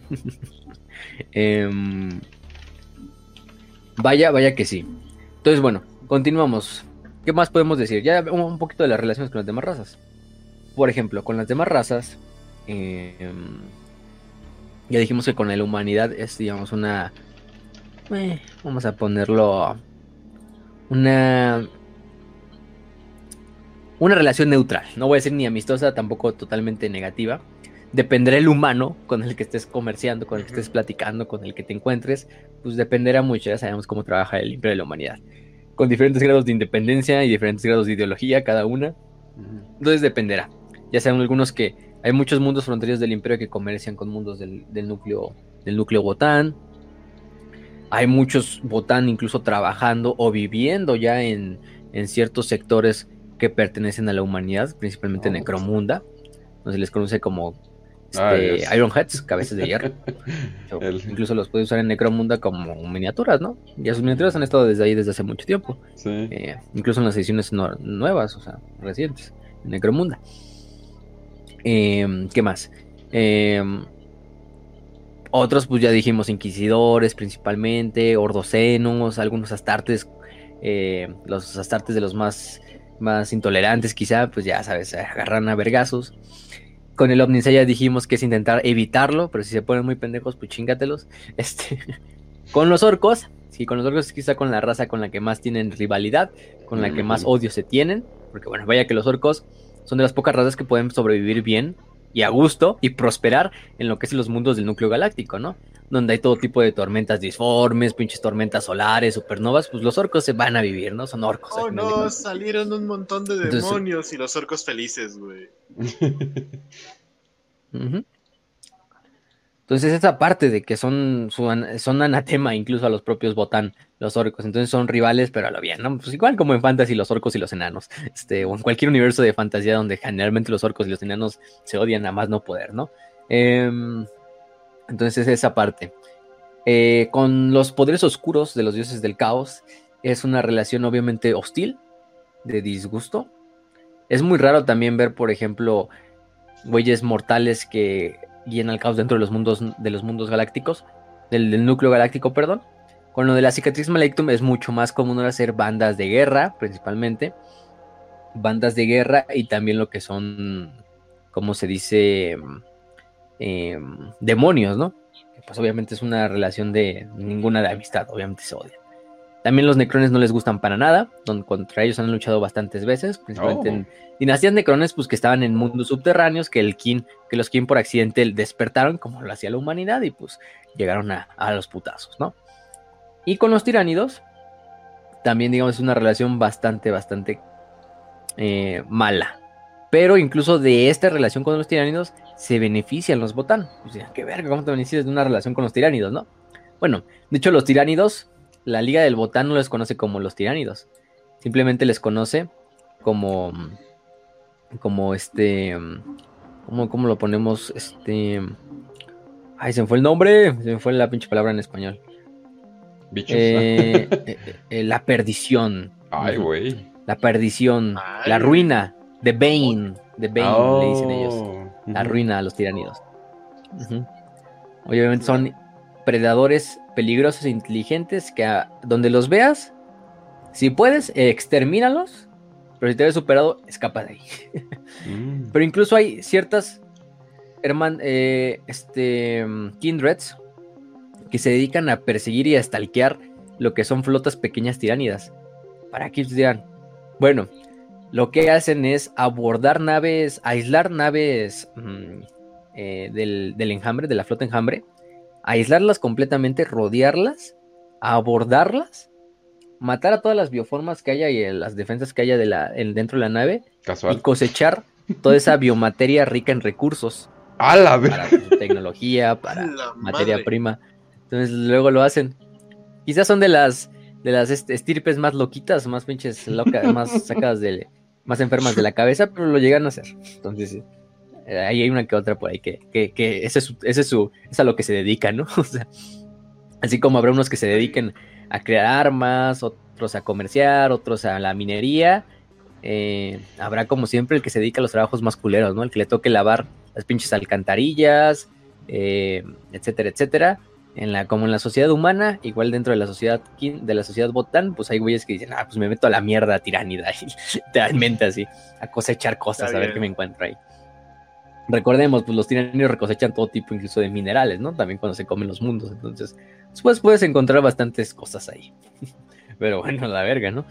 Speaker 2: eh, vaya, vaya que sí. Entonces, bueno, continuamos. ¿Qué más podemos decir? Ya un, un poquito de las relaciones con las demás razas. Por ejemplo, con las demás razas, eh, ya dijimos que con la humanidad es, digamos, una... Eh, vamos a ponerlo... Una... Una relación neutral. No voy a decir ni amistosa, tampoco totalmente negativa. Dependerá el humano con el que estés comerciando, con el que estés platicando, con el que te encuentres. Pues dependerá mucho, ya sabemos cómo trabaja el Imperio de la Humanidad. Con diferentes grados de independencia y diferentes grados de ideología cada una. Entonces dependerá. Ya saben algunos que hay muchos mundos fronterizos del Imperio que comercian con mundos del, del núcleo del núcleo Botán. Hay muchos Botán incluso trabajando o viviendo ya en, en ciertos sectores que pertenecen a la humanidad, principalmente oh, Necromunda. No se les conoce como este, ah, yes. Ironheads, cabezas de hierro. So, El... Incluso los puede usar en Necromunda como miniaturas, ¿no? Y sus miniaturas han estado desde ahí desde hace mucho tiempo.
Speaker 1: Sí.
Speaker 2: Eh, incluso en las ediciones no, nuevas, o sea, recientes, en Necromunda. Eh, ¿Qué más? Eh, otros, pues ya dijimos, inquisidores principalmente, ordocenos, algunos astartes eh, los astartes de los más, más intolerantes quizá, pues ya sabes, se agarran a vergazos. Con el Omninsay ya dijimos que es intentar evitarlo, pero si se ponen muy pendejos, pues chíngatelos. Este, con los orcos, sí, con los orcos es quizá con la raza con la que más tienen rivalidad, con la que más odio se tienen, porque bueno, vaya que los orcos son de las pocas razas que pueden sobrevivir bien y a gusto y prosperar en lo que es los mundos del núcleo galáctico, ¿no? Donde hay todo tipo de tormentas disformes, pinches tormentas solares, supernovas, pues los orcos se van a vivir, ¿no? Son orcos.
Speaker 4: Oh no, salieron un montón de demonios. Entonces, y los orcos felices, güey.
Speaker 2: Uh-huh. Entonces esa parte de que son, son, son anatema incluso a los propios Botán, los orcos, entonces son rivales pero a lo bien, ¿no? Pues igual como en Fantasy los orcos y los enanos, este, o en cualquier universo de fantasía donde generalmente los orcos y los enanos se odian a más no poder, ¿no? Eh, entonces esa parte. Eh, con los poderes oscuros de los dioses del caos es una relación obviamente hostil, de disgusto. Es muy raro también ver, por ejemplo, güeyes mortales que guían al caos dentro de los mundos de los mundos galácticos, del, del núcleo galáctico, perdón. Con lo de la cicatriz malectum es mucho más común hacer bandas de guerra, principalmente. Bandas de guerra y también lo que son, ¿cómo se dice? Eh, demonios, ¿no? Pues obviamente es una relación de ninguna de amistad, obviamente se odian. También los necrones no les gustan para nada, donde contra ellos han luchado bastantes veces, principalmente oh. en dinastías necrones, pues que estaban en mundos subterráneos, que el kin, que los kin por accidente despertaron, como lo hacía la humanidad, y pues llegaron a, a los putazos, ¿no? Y con los tiránidos, también digamos es una relación bastante, bastante eh, mala. Pero incluso de esta relación con los tiránidos se benefician los Botán. O sea, qué verga, ¿cómo te beneficias de una relación con los tiránidos, no? Bueno, de hecho los tiránidos, la Liga del Botán no les conoce como los tiránidos. Simplemente les conoce como, como este, ¿cómo, cómo lo ponemos? Este, ay, se me fue el nombre, se me fue la pinche palabra en español.
Speaker 1: Bichos.
Speaker 2: Eh, eh, eh, la perdición.
Speaker 1: Ay, güey.
Speaker 2: La perdición, Ay. la ruina, The Bane, The Bane oh. le dicen ellos. La uh-huh. ruina a los tiránidos. Uh-huh. Obviamente son predadores peligrosos e inteligentes que a, donde los veas, si puedes, eh, extermínalos, pero si te ves superado, escapa de ahí. mm. Pero incluso hay ciertas herman, eh, este, kindreds que se dedican a perseguir y a stalkear lo que son flotas pequeñas tiránidas. Para que dirán, bueno, lo que hacen es abordar naves, aislar naves mmm, eh, del, del enjambre, de la flota enjambre, aislarlas completamente, rodearlas, abordarlas, matar a todas las bioformas que haya y las defensas que haya de la, en, dentro de la nave. Casual. Y cosechar toda esa biomateria rica en recursos.
Speaker 1: ¡A la vez!
Speaker 2: Para pues, tecnología, para materia madre. prima. Entonces luego lo hacen. Quizás son de las de las estirpes más loquitas, más pinches locas, más sacadas de, más enfermas de la cabeza, pero lo llegan a hacer. Entonces eh, ahí hay una que otra por ahí que, que, que ese es su, ese es su, es a lo que se dedican, ¿no? O sea, así como habrá unos que se dediquen a crear armas, otros a comerciar, otros a la minería, eh, habrá como siempre el que se dedica a los trabajos más culeros, ¿no? El que le toque lavar las pinches alcantarillas, eh, etcétera, etcétera. En la, como en la sociedad humana, igual dentro de la sociedad de la sociedad Botán, pues hay güeyes que dicen, ah, pues me meto a la mierda tiránida y te mente así, a cosechar cosas, Está a bien. ver qué me encuentro ahí. Recordemos, pues los tiránidos recosechan todo tipo, incluso de minerales, ¿no? También cuando se comen los mundos, entonces, después puedes encontrar bastantes cosas ahí. Pero bueno, la verga, ¿no?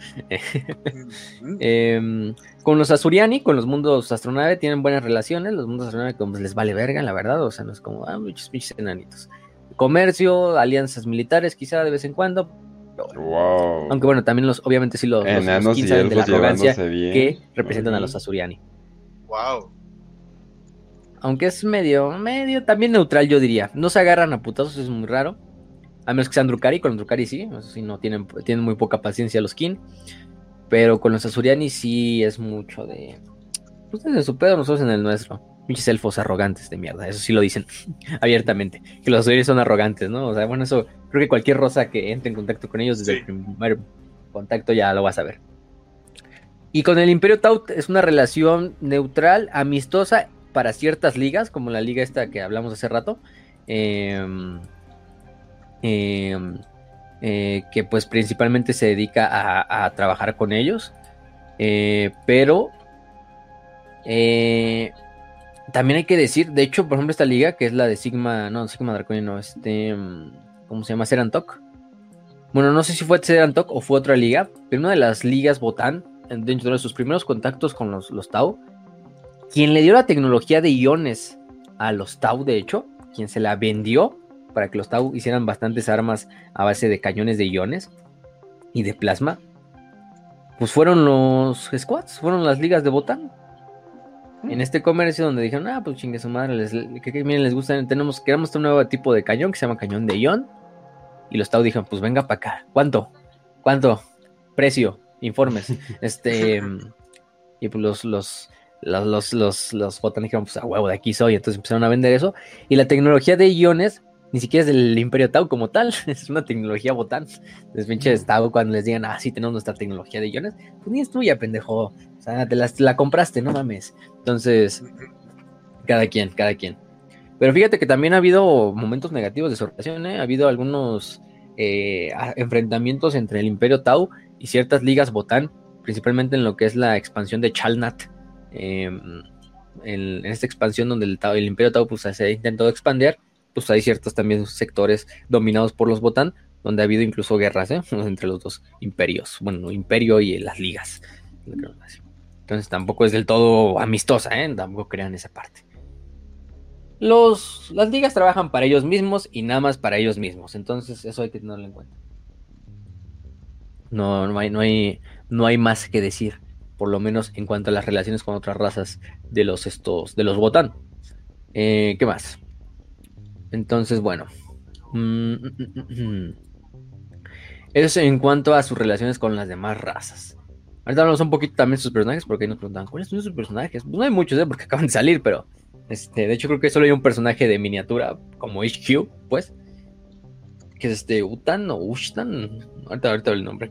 Speaker 2: eh, con los Asuriani, con los mundos astronave, tienen buenas relaciones, los mundos astronave como les vale verga, la verdad, o sea, no es como, ah, muchos pinches enanitos. Comercio, alianzas militares quizá de vez en cuando.
Speaker 1: Wow.
Speaker 2: Aunque bueno, también los, obviamente sí los, los, los kin saben de la arrogancia que representan uh-huh. a los Asuriani.
Speaker 4: Wow.
Speaker 2: Aunque es medio, medio también neutral, yo diría. No se agarran a putazos, es muy raro. A menos que sean Drukhari, con los Drukhari sí, eso sí no tienen, tienen muy poca paciencia los kin. Pero con los Asuriani sí es mucho de. Ustedes en su pedo, nosotros en el nuestro. Pinches elfos arrogantes de mierda, eso sí lo dicen abiertamente, que los Asuriani son arrogantes, ¿no? O sea, bueno, eso creo que cualquier rosa que entre en contacto con ellos desde sí. el primer contacto ya lo vas a ver. Y con el Imperio Tau es una relación neutral, amistosa para ciertas ligas, como la liga esta que hablamos hace rato. Eh, eh, eh, que pues principalmente se dedica a, a trabajar con ellos, eh, pero eh, también hay que decir, de hecho, por ejemplo, esta liga, que es la de Sigma, no, Sigma Draconia, no, este, ¿cómo se llama? Serantok. Bueno, no sé si fue Serantok o fue otra liga, pero una de las ligas Botán, dentro de sus primeros contactos con los, los Tau, quien le dio la tecnología de iones a los Tau, de hecho, quien se la vendió para que los Tau hicieran bastantes armas a base de cañones de iones y de plasma, pues fueron los squads, fueron las ligas de Botán. En este comercio donde dijeron, ah, pues chingue su madre, les, que, que, miren, les gusta, tenemos, queremos un nuevo tipo de cañón que se llama cañón de ion. Y los Tau dijeron, pues venga para acá. ¿Cuánto? ¿Cuánto? Precio, informes. este Y pues los, los, los, los, los, los Botán dijeron, pues a huevo, de aquí soy. Entonces empezaron a vender eso. Y la tecnología de iones ni siquiera es del Imperio Tau como tal, es una tecnología Botán. Entonces pinches Tau cuando les digan, ah, sí, tenemos nuestra tecnología de iones, pues ni es tuya, pendejo. O sea, te la, te la compraste, no mames. Entonces, cada quien, cada quien. Pero fíjate que también ha habido momentos negativos de su relación, ¿eh? Ha habido algunos eh, enfrentamientos entre el Imperio Tau y ciertas ligas Botán, principalmente en lo que es la expansión de Chalnat. Eh, en, en esta expansión donde el, Tau, el Imperio Tau pues, se ha intentado expandir, pues hay ciertos también sectores dominados por los Botán, donde ha habido incluso guerras, ¿eh? entre los dos imperios, bueno, imperio y las ligas. Entonces tampoco es del todo amistosa, ¿eh? Tampoco crean esa parte. Los, las ligas trabajan para ellos mismos y nada más para ellos mismos, entonces eso hay que tenerlo en cuenta. No, no hay, no hay, no hay más que decir, por lo menos en cuanto a las relaciones con otras razas de los estos, de los Botán. Eh, ¿Qué más? Entonces, bueno. Mm, mm, mm, mm. Eso es en cuanto a sus relaciones con las demás razas. Ahorita hablamos un poquito también de sus personajes, porque ahí nos preguntan, ¿cuáles son sus personajes? Pues no hay muchos, ¿eh? Porque acaban de salir, pero... Este, de hecho creo que solo hay un personaje de miniatura, como H Q, pues. Que es este, Utan o Ushtan. Ahorita, ahorita el nombre.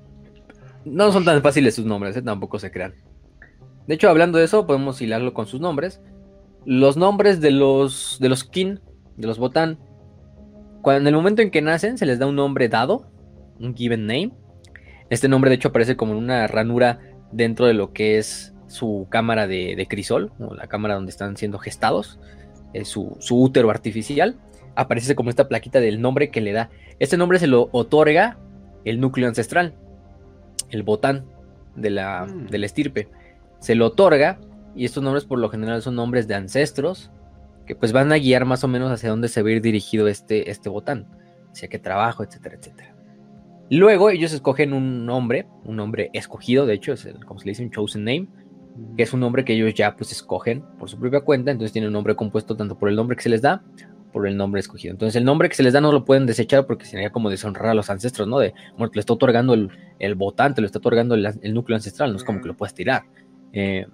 Speaker 2: No son tan fáciles sus nombres, ¿eh? Tampoco se crean. De hecho, hablando de eso, podemos hilarlo con sus nombres. Los nombres de los, de los kin, de los Botán, cuando en el momento en que nacen se les da un nombre dado, un given name. Este nombre de hecho aparece como en una ranura dentro de lo que es su cámara de, de crisol, o la cámara donde están siendo gestados, eh, su, su útero artificial. Aparece como esta plaquita del nombre que le da. Este nombre se lo otorga el núcleo ancestral, el Botán de la, mm. de la estirpe. Se lo otorga, y estos nombres por lo general son nombres de ancestros que pues van a guiar más o menos hacia dónde se va a ir dirigido este, este Botán, hacia qué trabajo, etcétera, etcétera. Luego ellos escogen un nombre, un nombre escogido, de hecho es el, como se le dice, un chosen name, que es un nombre que ellos ya pues escogen por su propia cuenta. Entonces tienen un nombre compuesto tanto por el nombre que se les da, por el nombre escogido. Entonces el nombre que se les da no lo pueden desechar porque sería como deshonrar a los ancestros, ¿no? De, bueno, te lo está otorgando el, el Botán, te lo está otorgando el, el núcleo ancestral, no es como que lo puedas tirar. Eh,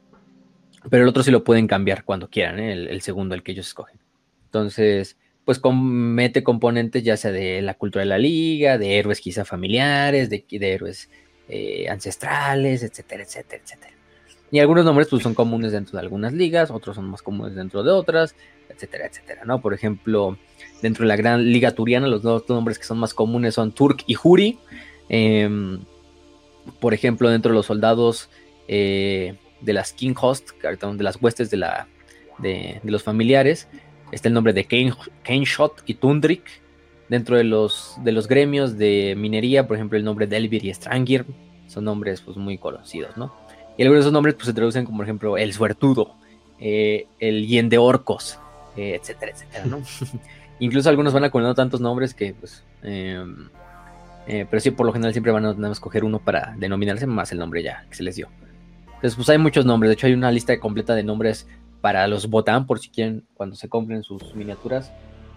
Speaker 2: pero el otro sí lo pueden cambiar cuando quieran, ¿eh? el, el segundo, el que ellos escogen. Entonces, pues com- mete componentes ya sea de la cultura de la liga, de héroes quizá familiares, de, de héroes eh, ancestrales, etcétera, etcétera, etcétera. Y algunos nombres pues son comunes dentro de algunas ligas, otros son más comunes dentro de otras, etcétera, etcétera, ¿no? Por ejemplo, dentro de la gran liga turiana, los dos nombres que son más comunes son Turk y Huri. Eh, por ejemplo, dentro de los soldados eh, de las King Host, de las huestes de, la, de, de los familiares, está el nombre de Kenshot y Tundrik. Dentro de los, de los gremios de minería, por ejemplo, el nombre de Elvir y Strangir, son nombres pues muy conocidos, ¿no? Y algunos de esos nombres pues, se traducen como, por ejemplo, el Suertudo, eh, el Yen de Orcos, eh, etcétera, etcétera, ¿no? Incluso algunos van acumulando tantos nombres que, pues, eh, eh, pero sí, por lo general siempre van a escoger uno para denominarse más el nombre ya que se les dio. Entonces, pues hay muchos nombres. De hecho, hay una lista completa de nombres para los Botán, por si quieren, cuando se compren sus miniaturas,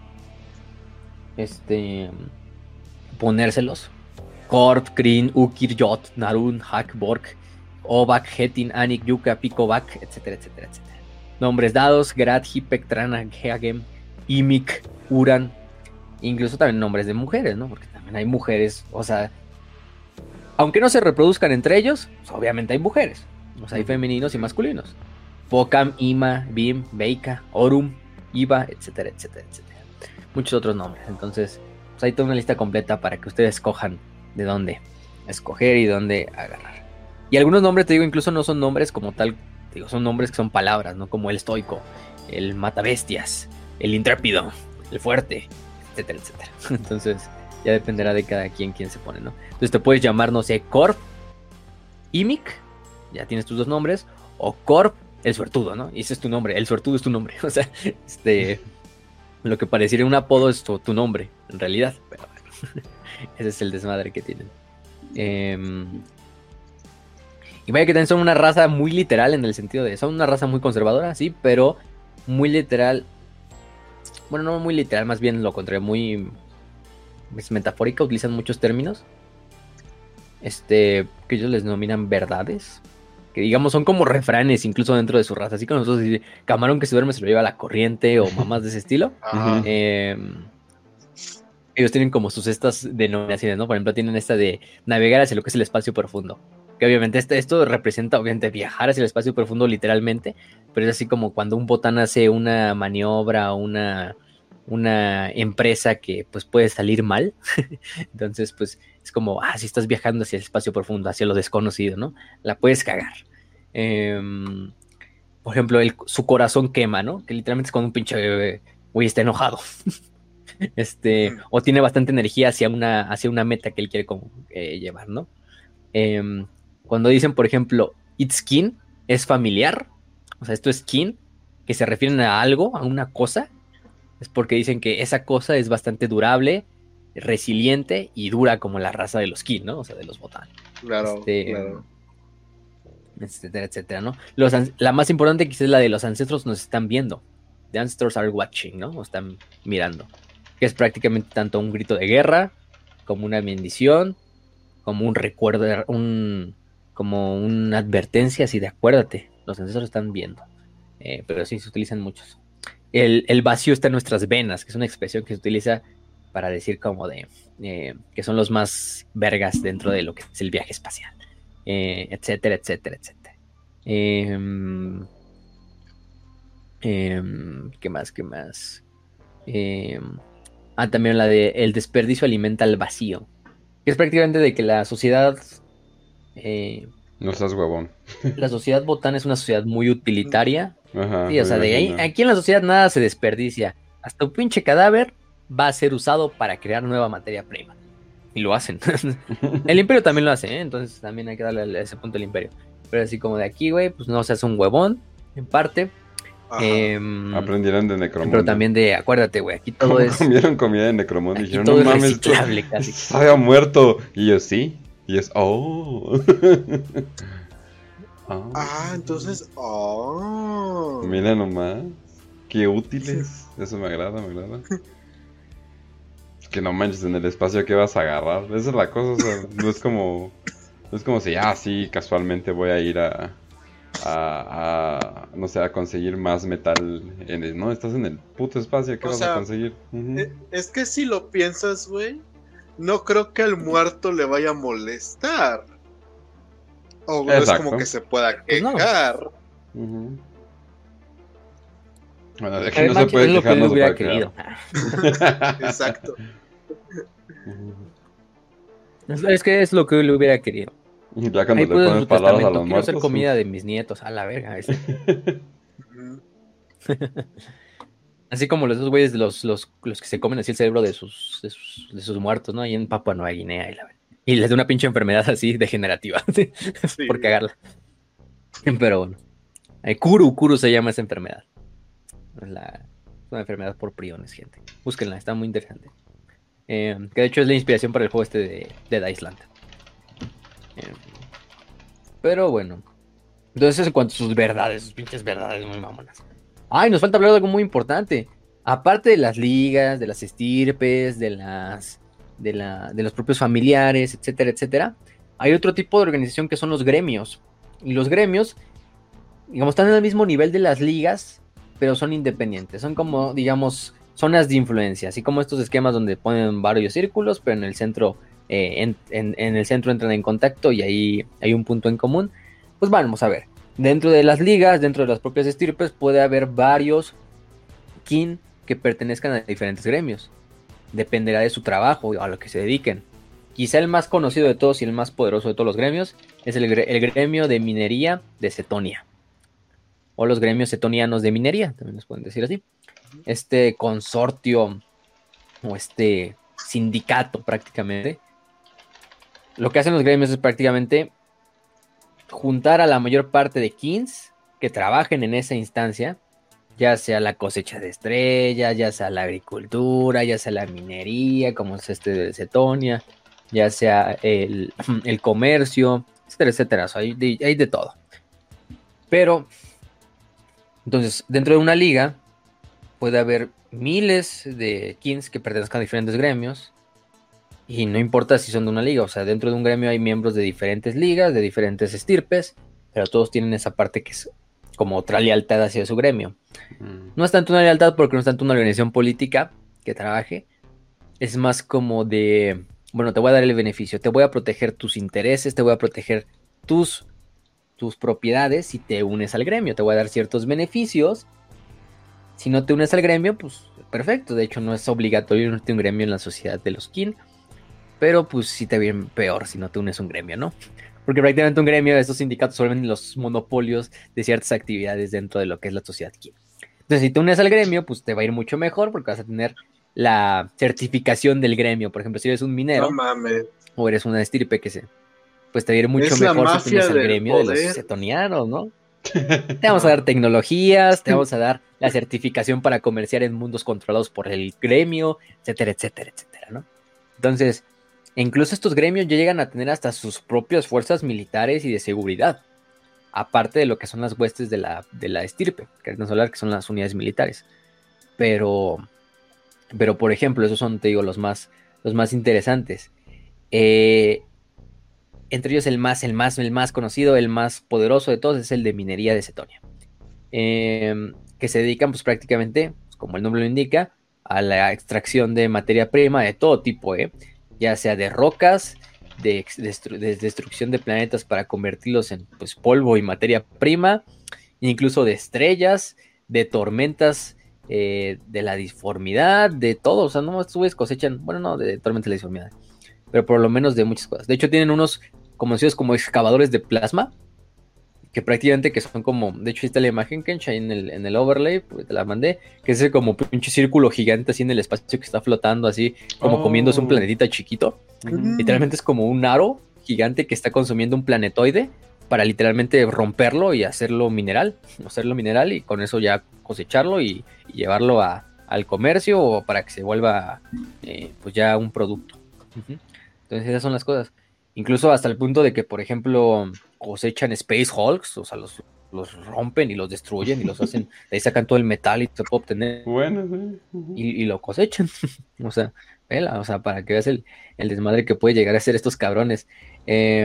Speaker 2: este, ponérselos. Korp, Kryn, Ukir, Jot, Narun, Hak, Borg, Obak, Hetin, Anik, Yuka, Pikobak, etcétera, etcétera, etcétera. Nombres dados: Grad, Hipek, Trana, Geagem, Imik, Uran. Incluso también nombres de mujeres, ¿no? Porque también hay mujeres, o sea, aunque no se reproduzcan entre ellos, pues obviamente hay mujeres. O sea, hay femeninos y masculinos. Pokam, Ima, Bim, Beika, Orum, Iva, etcétera, etcétera, etcétera. Muchos otros nombres. Entonces, pues hay toda una lista completa para que ustedes escojan de dónde escoger y dónde agarrar. Y algunos nombres, te digo, incluso no son nombres como tal, te digo, son nombres que son palabras, ¿no? Como el estoico, el matabestias, el intrépido, el fuerte, etcétera, etcétera. Entonces, ya dependerá de cada quien quién se pone, ¿no? Entonces te puedes llamar, no sé, Corp, Imic, ya tienes tus dos nombres, o Corp, el suertudo, ¿no? Y ese es tu nombre, el suertudo es tu nombre. O sea, este, lo que pareciera un apodo es tu, tu nombre, en realidad. Pero bueno, ese es el desmadre que tienen. Eh, y vaya que también son una raza muy literal en el sentido de, son una raza muy conservadora, sí, pero muy literal. Bueno, no muy literal, más bien lo contrario, muy es metafórica, utilizan muchos términos. Este, que ellos les denominan verdades. Que digamos son como refranes incluso dentro de su raza. Así como nosotros decimos, camarón que se duerme se lo lleva a la corriente o mamás de ese estilo.
Speaker 4: Ajá.
Speaker 2: Eh, ellos tienen como sus estas denominaciones, ¿no? Por ejemplo, tienen esta de navegar hacia lo que es el espacio profundo. Que obviamente este, esto representa obviamente viajar hacia el espacio profundo literalmente. Pero es así como cuando un botán hace una maniobra o una, una empresa que pues puede salir mal. Entonces pues es como, ah, si estás viajando hacia el espacio profundo, hacia lo desconocido, ¿no? La puedes cagar. Eh, por ejemplo, el, su corazón quema, ¿no? Que literalmente es cuando un pinche güey está enojado. este, o tiene bastante energía hacia una, hacia una meta que él quiere como, eh, llevar, ¿no? Eh, cuando dicen, por ejemplo, it's kin, es familiar. O sea, esto es kin, que se refieren a algo, a una cosa. Es porque dicen que esa cosa es bastante durable, resiliente y dura como la raza de los kin, ¿no? O sea, de los botán.
Speaker 4: Claro,
Speaker 2: Este,
Speaker 4: claro.
Speaker 2: etcétera, etcétera, ¿no? Los, la más importante quizás es la de los ancestros nos están viendo. The ancestors are watching, ¿no? O están mirando. Que es prácticamente tanto un grito de guerra, como una bendición, como un recuerdo, un, como una advertencia así de acuérdate, los ancestros están viendo. Eh, pero sí, se utilizan muchos. El, el vacío está en nuestras venas, que es una expresión que se utiliza para decir como de eh, que son los más vergas dentro de lo que es el viaje espacial, eh, etcétera, etcétera, etcétera. Eh, eh, ¿Qué más? ¿Qué más? Eh, ah, también la de el desperdicio alimenta al vacío, que es prácticamente de que la sociedad eh,
Speaker 1: no seas huevón.
Speaker 2: La sociedad botán es una sociedad muy utilitaria.
Speaker 1: Ajá,
Speaker 2: Sí, o sea, de ahí, aquí en la sociedad nada se desperdicia. Hasta un pinche cadáver va a ser usado para crear nueva materia prima. Y lo hacen. El imperio también lo hace, ¿eh? Entonces también hay que darle a ese punto al imperio. Pero así como de aquí, güey, pues no se hace un huevón, en parte. Eh,
Speaker 1: Aprendieron de Necromunda.
Speaker 2: Pero también de, acuérdate, güey, aquí todo es...
Speaker 1: Comieron comida de Necromunda y dijeron,
Speaker 2: todo
Speaker 1: no
Speaker 2: es
Speaker 1: mames,
Speaker 2: reciclable,
Speaker 1: esto,
Speaker 2: casi.
Speaker 1: esto sabe a muerto. Y yo, sí. Y es, oh...
Speaker 4: Oh. Ah, entonces, oh.
Speaker 1: Mira nomás, qué útiles. Eso me agrada, me agrada. Que no manches en el espacio que vas a agarrar. Esa es la cosa, o sea, no es como, no es como si, ah, sí, casualmente voy a ir a, a, a no sé, a conseguir más metal. En el, no, estás en el puto espacio, ¿qué
Speaker 4: o
Speaker 1: vas
Speaker 4: sea,
Speaker 1: a conseguir? Uh-huh.
Speaker 4: Es que si lo piensas, güey, no creo que al muerto le vaya a molestar. O no es como que se pueda quejar.
Speaker 2: Pues
Speaker 1: no. Uh-huh. Bueno, de que
Speaker 2: Además,
Speaker 1: no se puede
Speaker 2: es lo
Speaker 1: quejar,
Speaker 2: que
Speaker 1: no
Speaker 2: él
Speaker 1: se
Speaker 2: hubiera
Speaker 1: puede
Speaker 2: querido.
Speaker 4: Exacto.
Speaker 1: Uh-huh.
Speaker 2: Es que es lo que él hubiera querido.
Speaker 1: Ya cuando
Speaker 2: ahí
Speaker 1: le pones palabras a los
Speaker 2: quiero
Speaker 1: muertos.
Speaker 2: hacer comida de mis nietos, a la verga. Ese. Así como los dos güeyes, los, los, los que se comen así el cerebro de sus, de sus, de sus muertos, ¿no? Ahí en Papua Nueva Guinea y la verga. Y les da una pinche enfermedad así degenerativa. Sí. Por cagarla. Pero bueno. Eh, Kuru, Kuru se llama esa enfermedad. Es, la, es una enfermedad por priones, gente. Búsquenla, está muy interesante. Eh, que de hecho es la inspiración para el juego este de Dead Island. Eh, pero bueno. Entonces, en cuanto a sus verdades, sus pinches verdades muy mamonas. Ay, nos falta hablar de algo muy importante. Aparte de las ligas, de las estirpes, de las... De, la, de los propios familiares, etcétera, etcétera. Hay otro tipo de organización que son los gremios. Y los gremios, digamos, están en el mismo nivel de las ligas, pero son independientes. Son como, digamos, zonas de influencia. Así como estos esquemas donde ponen varios círculos, pero en el centro, eh, en, en, en el centro entran en contacto y ahí hay un punto en común. Pues vamos a ver. Dentro de las ligas, dentro de las propias estirpes, puede haber varios kin que pertenezcan a diferentes gremios. dependerá de su trabajo o a lo que se dediquen. Quizá el más conocido de todos y el más poderoso de todos los gremios es el, el gremio de minería de Cetonia. O los gremios cetonianos de minería, también nos pueden decir así. Este consortio o este sindicato prácticamente. Lo que hacen los gremios es prácticamente juntar a la mayor parte de kings que trabajen en esa instancia, ya sea la cosecha de estrellas, ya sea la agricultura, ya sea la minería, como es este de Cetonia, ya sea el, el comercio, etcétera, etcétera. O sea, hay, de, hay de todo. Pero, entonces, dentro de una liga puede haber miles de kings que pertenezcan a diferentes gremios. Y no importa si son de una liga, o sea, dentro de un gremio hay miembros de diferentes ligas, de diferentes estirpes, pero todos tienen esa parte que es como otra lealtad hacia su gremio. Mm. No es tanto una lealtad porque no es tanto una organización política que trabaje, es más como de, bueno, te voy a dar el beneficio, te voy a proteger tus intereses, te voy a proteger tus, tus propiedades si te unes al gremio, te voy a dar ciertos beneficios. Si no te unes al gremio, pues perfecto, de hecho no es obligatorio unirte a un gremio en la sociedad de los kin. Pero pues sí te viene peor si no te unes a un gremio, ¿no? Porque prácticamente un gremio, estos sindicatos suelen los monopolios de ciertas actividades dentro de lo que es la sociedad kin. Entonces, si te unes al gremio, pues te va a ir mucho mejor porque vas a tener la certificación del gremio. Por ejemplo, si eres un minero,
Speaker 4: no mames,
Speaker 2: o eres una estirpe que se, pues te va a ir mucho mejor si te unes al gremio
Speaker 4: poder.
Speaker 2: de los cetonianos, ¿no? Te vamos a dar tecnologías, te vamos a dar la certificación para comerciar en mundos controlados por el gremio, etcétera, etcétera, etcétera, ¿no? Entonces, incluso estos gremios ya llegan a tener hasta sus propias fuerzas militares y de seguridad, aparte de lo que son las huestes de la, de la estirpe, que no hablar que son las unidades militares. Pero, pero por ejemplo, esos son, te digo, los más, los más interesantes. Eh, entre ellos el más, el más, el más conocido, el más poderoso de todos es el de minería de Cetonia, eh, que se dedican, pues prácticamente, como el nombre lo indica, a la extracción de materia prima de todo tipo, ¿eh? Ya sea de rocas, de, destru de destrucción de planetas para convertirlos en pues, polvo y materia prima, incluso de estrellas, de tormentas, eh, de la disformidad, de todo. O sea, no más cosechan, bueno, no, de tormentas de la disformidad, pero por lo menos de muchas cosas. De hecho, tienen unos conocidos como excavadores de plasma, que prácticamente que son como, de hecho ahí está la imagen que en el, en el overlay, pues te la mandé, que es como pinche círculo gigante así en el espacio que está flotando así, como oh. comiéndose un planetita chiquito. Mm. Literalmente es como un aro gigante que está consumiendo un planetoide para literalmente romperlo y hacerlo mineral, hacerlo mineral y con eso ya cosecharlo y, y llevarlo a, al comercio o para que se vuelva eh, pues ya un producto. Uh-huh. Entonces esas son las cosas. Incluso hasta el punto de que, por ejemplo, cosechan Space Hulks, o sea, los, los rompen y los destruyen y los hacen, de ahí sacan todo el metal y se puede obtener.
Speaker 1: Bueno, sí. Uh-huh.
Speaker 2: y, y lo cosechan. O sea, vela, o sea, para que veas el, el desmadre que puede llegar a ser estos cabrones. Eh,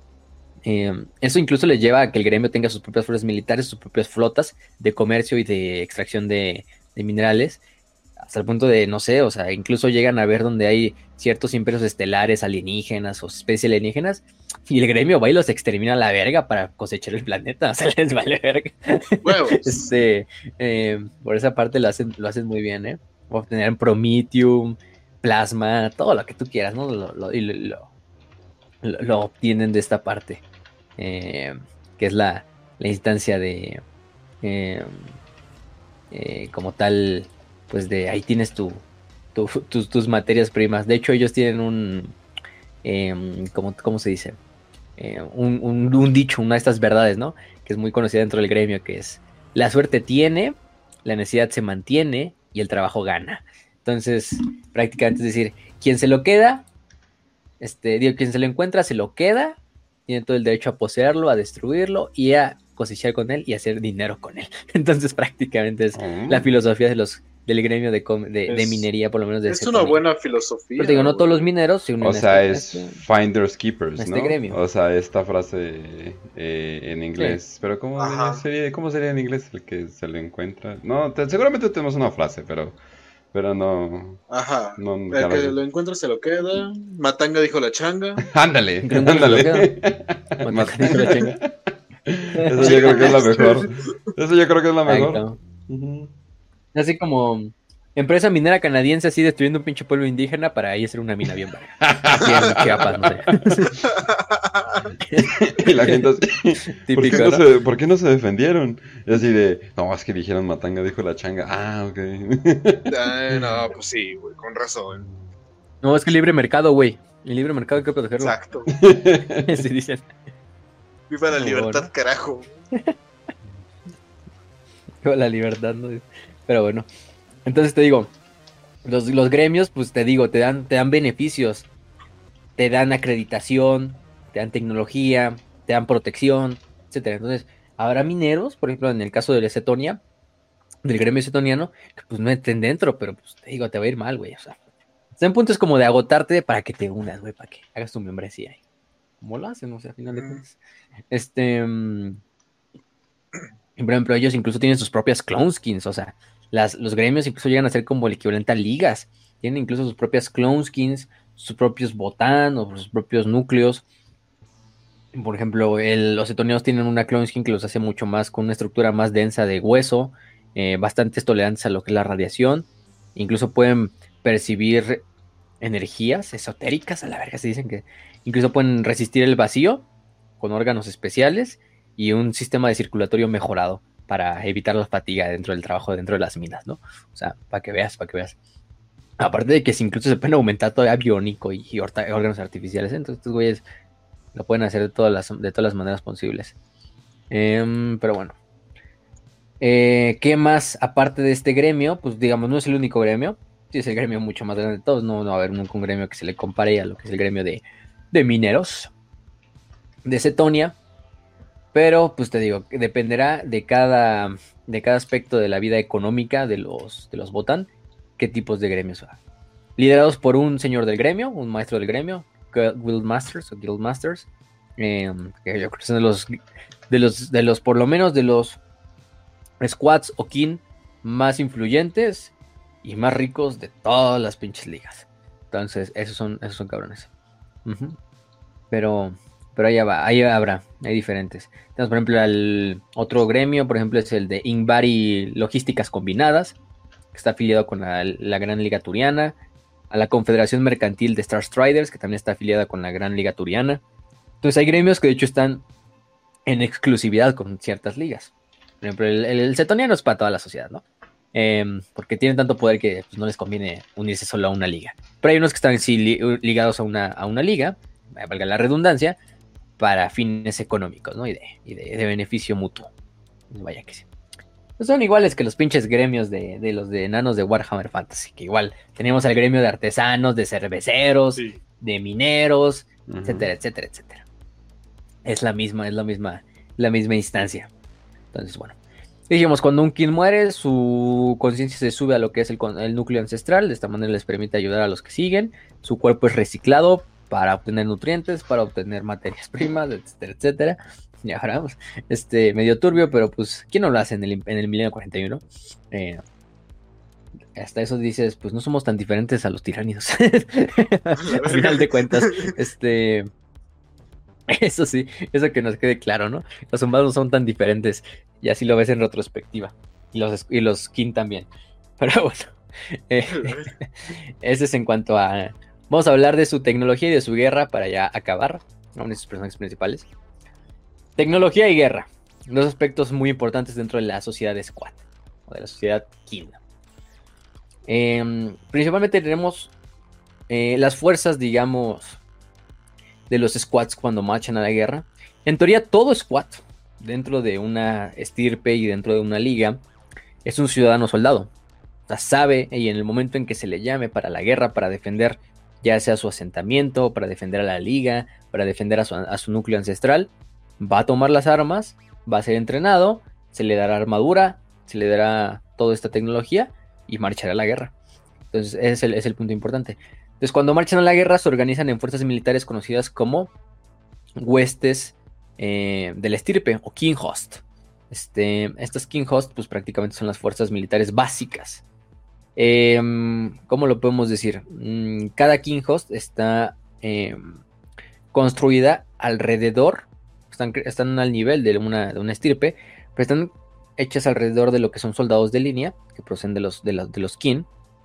Speaker 2: eh, eso incluso les lleva a que el gremio tenga sus propias fuerzas militares, sus propias flotas de comercio y de extracción de, de minerales. Hasta el punto de, no sé, o sea, incluso llegan a ver donde hay ciertos imperios estelares alienígenas o especies alienígenas y el gremio va y los extermina a la verga para cosechar el planeta, o sea, les vale verga.
Speaker 4: Huevos.
Speaker 2: Este, eh, por esa parte lo hacen, lo hacen muy bien, ¿eh? Obtener Prometheum, plasma, todo lo que tú quieras, ¿no? Lo, lo, lo, lo, lo obtienen de esta parte, eh, que es la, la instancia de, eh, eh, como tal, pues de ahí tienes tu, tu, tus, tus materias primas. De hecho, ellos tienen un, eh, ¿cómo, ¿cómo se dice? Eh, un, un, un dicho, una de estas verdades, ¿no? Que es muy conocida dentro del gremio, que es, la suerte tiene, la necesidad se mantiene y el trabajo gana. Entonces, prácticamente es decir, quien se lo queda, este, digo, quien se lo encuentra, se lo queda, tiene todo el derecho a poseerlo, a destruirlo y a cosechar con él y hacer dinero con él. Entonces, prácticamente es mm. la filosofía de los del gremio de, de, es, de minería, por lo menos de
Speaker 4: es una buena filosofía.
Speaker 2: Pero te digo, no todos los mineros se unen
Speaker 1: o sea,
Speaker 2: este,
Speaker 1: es este, finders keepers,
Speaker 2: este
Speaker 1: ¿no?
Speaker 2: Gremio.
Speaker 1: O sea, esta frase eh, en inglés. Sí. Pero ¿cómo sería, ¿cómo sería en inglés el que se lo encuentra? No, te, seguramente tenemos una frase, pero pero no.
Speaker 4: Ajá.
Speaker 1: No,
Speaker 4: el que vez. Lo encuentra se lo queda. Matanga dijo la changa.
Speaker 1: Ándale, ándale.
Speaker 2: Matanga dijo la changa.
Speaker 1: Eso yo creo que es la mejor. Eso yo creo que es la mejor.
Speaker 2: Uh-huh. Así como empresa minera canadiense así destruyendo un pinche pueblo indígena para ahí hacer una mina bien verga. Aquí en Chiapas, no sé.
Speaker 1: Y la gente así, ¿por qué,
Speaker 2: Típico,
Speaker 1: no
Speaker 2: ¿no?
Speaker 1: se, ¿por qué no se defendieron? Y así de, no, es que dijeron matanga, dijo la changa. Ah, ok.
Speaker 4: Ay, no, pues sí, güey, con razón.
Speaker 2: No, es que libre mercado, güey. El libre mercado hay que protegerlo.
Speaker 4: Exacto.
Speaker 2: Sí, dicen.
Speaker 4: Viva la
Speaker 2: No,
Speaker 4: libertad,
Speaker 2: no.
Speaker 4: carajo.
Speaker 2: La libertad, ¿no? Pero bueno. Entonces te digo, los, los gremios, pues te digo, te dan, te dan beneficios. Te dan acreditación, te dan tecnología, te dan protección, etcétera. Entonces, habrá mineros, por ejemplo, en el caso de Cetonia, del gremio cetoniano, que pues no estén dentro, pero pues te digo, te va a ir mal, güey. O sea, están puntos como de agotarte para que te unas, güey, para que hagas tu membresía. ¿Cómo lo hacen? O sea, al final de cuentas. Este. mm, Por ejemplo, ellos incluso tienen sus propias clone skins. O sea, las, los gremios incluso llegan a ser como el equivalente a ligas. Tienen incluso sus propias clone skins, sus propios botán o sus propios núcleos. Por ejemplo, el, los cetonianos tienen una clone skin que los hace mucho más, con una estructura más densa de hueso, eh, bastantes tolerantes a lo que es la radiación. Incluso pueden percibir energías esotéricas, a la verga se dicen que incluso pueden resistir el vacío con órganos especiales y un sistema de circulatorio mejorado para evitar la fatiga dentro del trabajo dentro de las minas, ¿no? O sea, para que veas, para que veas. Aparte de que si incluso se pueden aumentar todavía biónico y, y orta- órganos artificiales, entonces estos güeyes lo pueden hacer de todas las, de todas las maneras posibles. Em, pero bueno. Eh, ¿Qué más aparte de este gremio? Pues digamos, no es el único gremio. Sí, es el gremio mucho más grande de todos. No, no va a haber nunca un gremio que se le compare a lo que es el gremio de, de mineros de Cetonia. Pero, pues te digo, que dependerá de cada, de cada aspecto de la vida económica de los, de los Botán, qué tipos de gremios va. Liderados por un señor del gremio, un maestro del gremio, Guild Masters o Guild Masters, eh, que yo creo que son de los, de los, de los, por lo menos de los squads o kin más influyentes y más ricos de todas las pinches ligas. Entonces, esos son, esos son cabrones. Uh-huh. Pero, pero ahí va, ahí habrá, hay diferentes. Tenemos, por ejemplo, el otro gremio, por ejemplo, es el de Ingvari Logísticas Combinadas, que está afiliado con la, la Gran Liga Turiana, a la Confederación Mercantil de Star Striders, que también está afiliada con la Gran Liga Turiana. Entonces hay gremios que de hecho están en exclusividad con ciertas ligas. Por ejemplo, el, el, el cetoniano es para toda la sociedad, ¿no? Eh, porque tienen tanto poder que pues, no les conviene unirse solo a una liga. Pero hay unos que están sí, li, ligados a una, a una liga, valga la redundancia, para fines económicos, ¿no? Y de, y de, de beneficio mutuo. Pues vaya que sí. Pues son iguales que los pinches gremios de, de los de enanos de Warhammer Fantasy, que igual tenemos el gremio de artesanos, de cerveceros, sí. de mineros, uh-huh. etcétera, etcétera, etcétera. Es la misma, es la misma, la misma instancia. Entonces, bueno. Dijimos, cuando un kin muere, su conciencia se sube a lo que es el, el núcleo ancestral, de esta manera les permite ayudar a los que siguen, su cuerpo es reciclado para obtener nutrientes, para obtener materias primas, etcétera, etcétera. Ya hablamos, este, medio turbio, pero pues, ¿quién no lo hace en el, en el milenio cuarenta y uno? Eh, hasta eso dices, pues no somos tan diferentes a los tiránidos. Al final de cuentas, este... Eso sí, eso que nos quede claro, ¿no? Los humanos no son tan diferentes, y así lo ves en retrospectiva. Y los, y los kin también. Pero bueno, eh, ese es en cuanto a... Vamos a hablar de su tecnología y de su guerra para ya acabar, ¿no? De sus personajes principales. Tecnología y guerra, dos aspectos muy importantes dentro de la sociedad de Squad, o de la sociedad kin. Eh, principalmente tenemos eh, las fuerzas, digamos, de los squads cuando marchan a la guerra. En teoría, todo squad dentro de una estirpe y dentro de una liga es un ciudadano soldado. O sea, sabe, y en el momento en que se le llame para la guerra, para defender ya sea su asentamiento, para defender a la liga, para defender a su, a su núcleo ancestral, va a tomar las armas, va a ser entrenado, se le dará armadura, se le dará toda esta tecnología y marchará a la guerra. Entonces ese es el, es el punto importante. Entonces cuando marchan a la guerra se organizan en fuerzas militares conocidas como huestes eh, de la estirpe o king host. Este, estas king host pues prácticamente son las fuerzas militares básicas. Eh, ¿Cómo lo podemos decir? Cada king host está eh, construida alrededor, están, están al nivel de una, de una estirpe, pero están hechas alrededor de lo que son soldados de línea que proceden de los, de los, de los kin.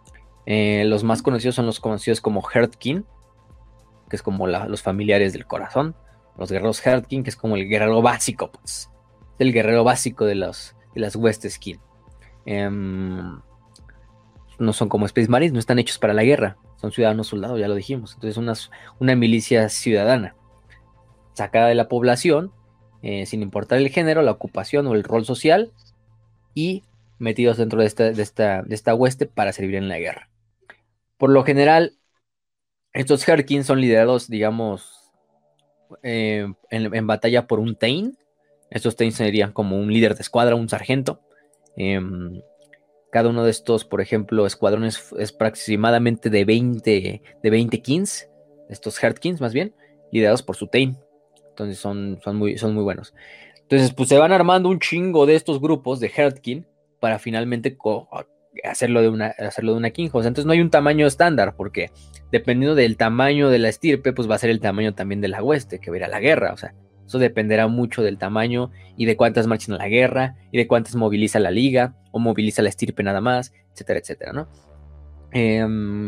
Speaker 2: Eh, los más conocidos son los conocidos como Heartkin, que es como la, los familiares del corazón. Los guerreros Heartkin, que es como el guerrero básico, pues. Es el guerrero básico de, los, de las huestes Kin. Eh, no son como Space Marines, no están hechos para la guerra. Son ciudadanos soldados, ya lo dijimos. Entonces, una, una milicia ciudadana, sacada de la población, eh, sin importar el género, la ocupación o el rol social, y metidos dentro de esta, de esta, de esta hueste para servir en la guerra. Por lo general, estos Heartkin son liderados, digamos, eh, en, en batalla por un Tain. Estos Tain serían como un líder de escuadra, un sargento. Eh, cada uno de estos, por ejemplo, escuadrones es aproximadamente de veinte, de veinte Kins, estos Heartkins más bien, liderados por su Tain. Entonces son, son, muy, son muy buenos. Entonces, pues se van armando un chingo de estos grupos de Heartkin para finalmente co- hacerlo de una, hacerlo de una King House. Entonces no hay un tamaño estándar, porque dependiendo del tamaño de la estirpe, pues va a ser el tamaño también de la hueste que va a ir a la guerra. O sea, eso dependerá mucho del tamaño y de cuántas marchan a la guerra y de cuántas moviliza la liga o moviliza la estirpe nada más, etcétera, etcétera, ¿no? Eh,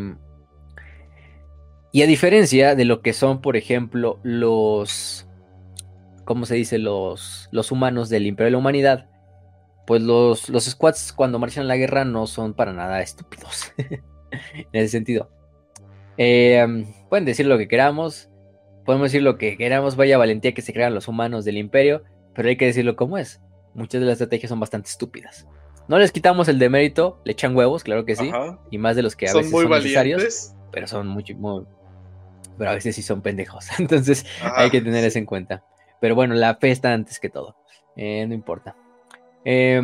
Speaker 2: y a diferencia de lo que son, por ejemplo, los... ¿Cómo se dice? Los, los humanos del Imperio de la Humanidad, pues los, los squads cuando marchan a la guerra no son para nada estúpidos. En ese sentido. Eh, pueden decir lo que queramos, podemos decir lo que queramos, vaya valentía que se crean los humanos del Imperio, pero hay que decirlo como es. Muchas de las estrategias son bastante estúpidas. No les quitamos el demérito, le echan huevos, claro que sí,
Speaker 4: Ajá.
Speaker 2: y más de los que a
Speaker 4: Son
Speaker 2: veces
Speaker 4: muy
Speaker 2: son necesarios,
Speaker 4: valientes.
Speaker 2: pero son muy, muy, pero a veces sí son pendejos. Entonces
Speaker 4: Ajá,
Speaker 2: hay que tener
Speaker 4: sí.
Speaker 2: eso en cuenta. Pero bueno, la fe está antes que todo. Eh, no importa. Eh,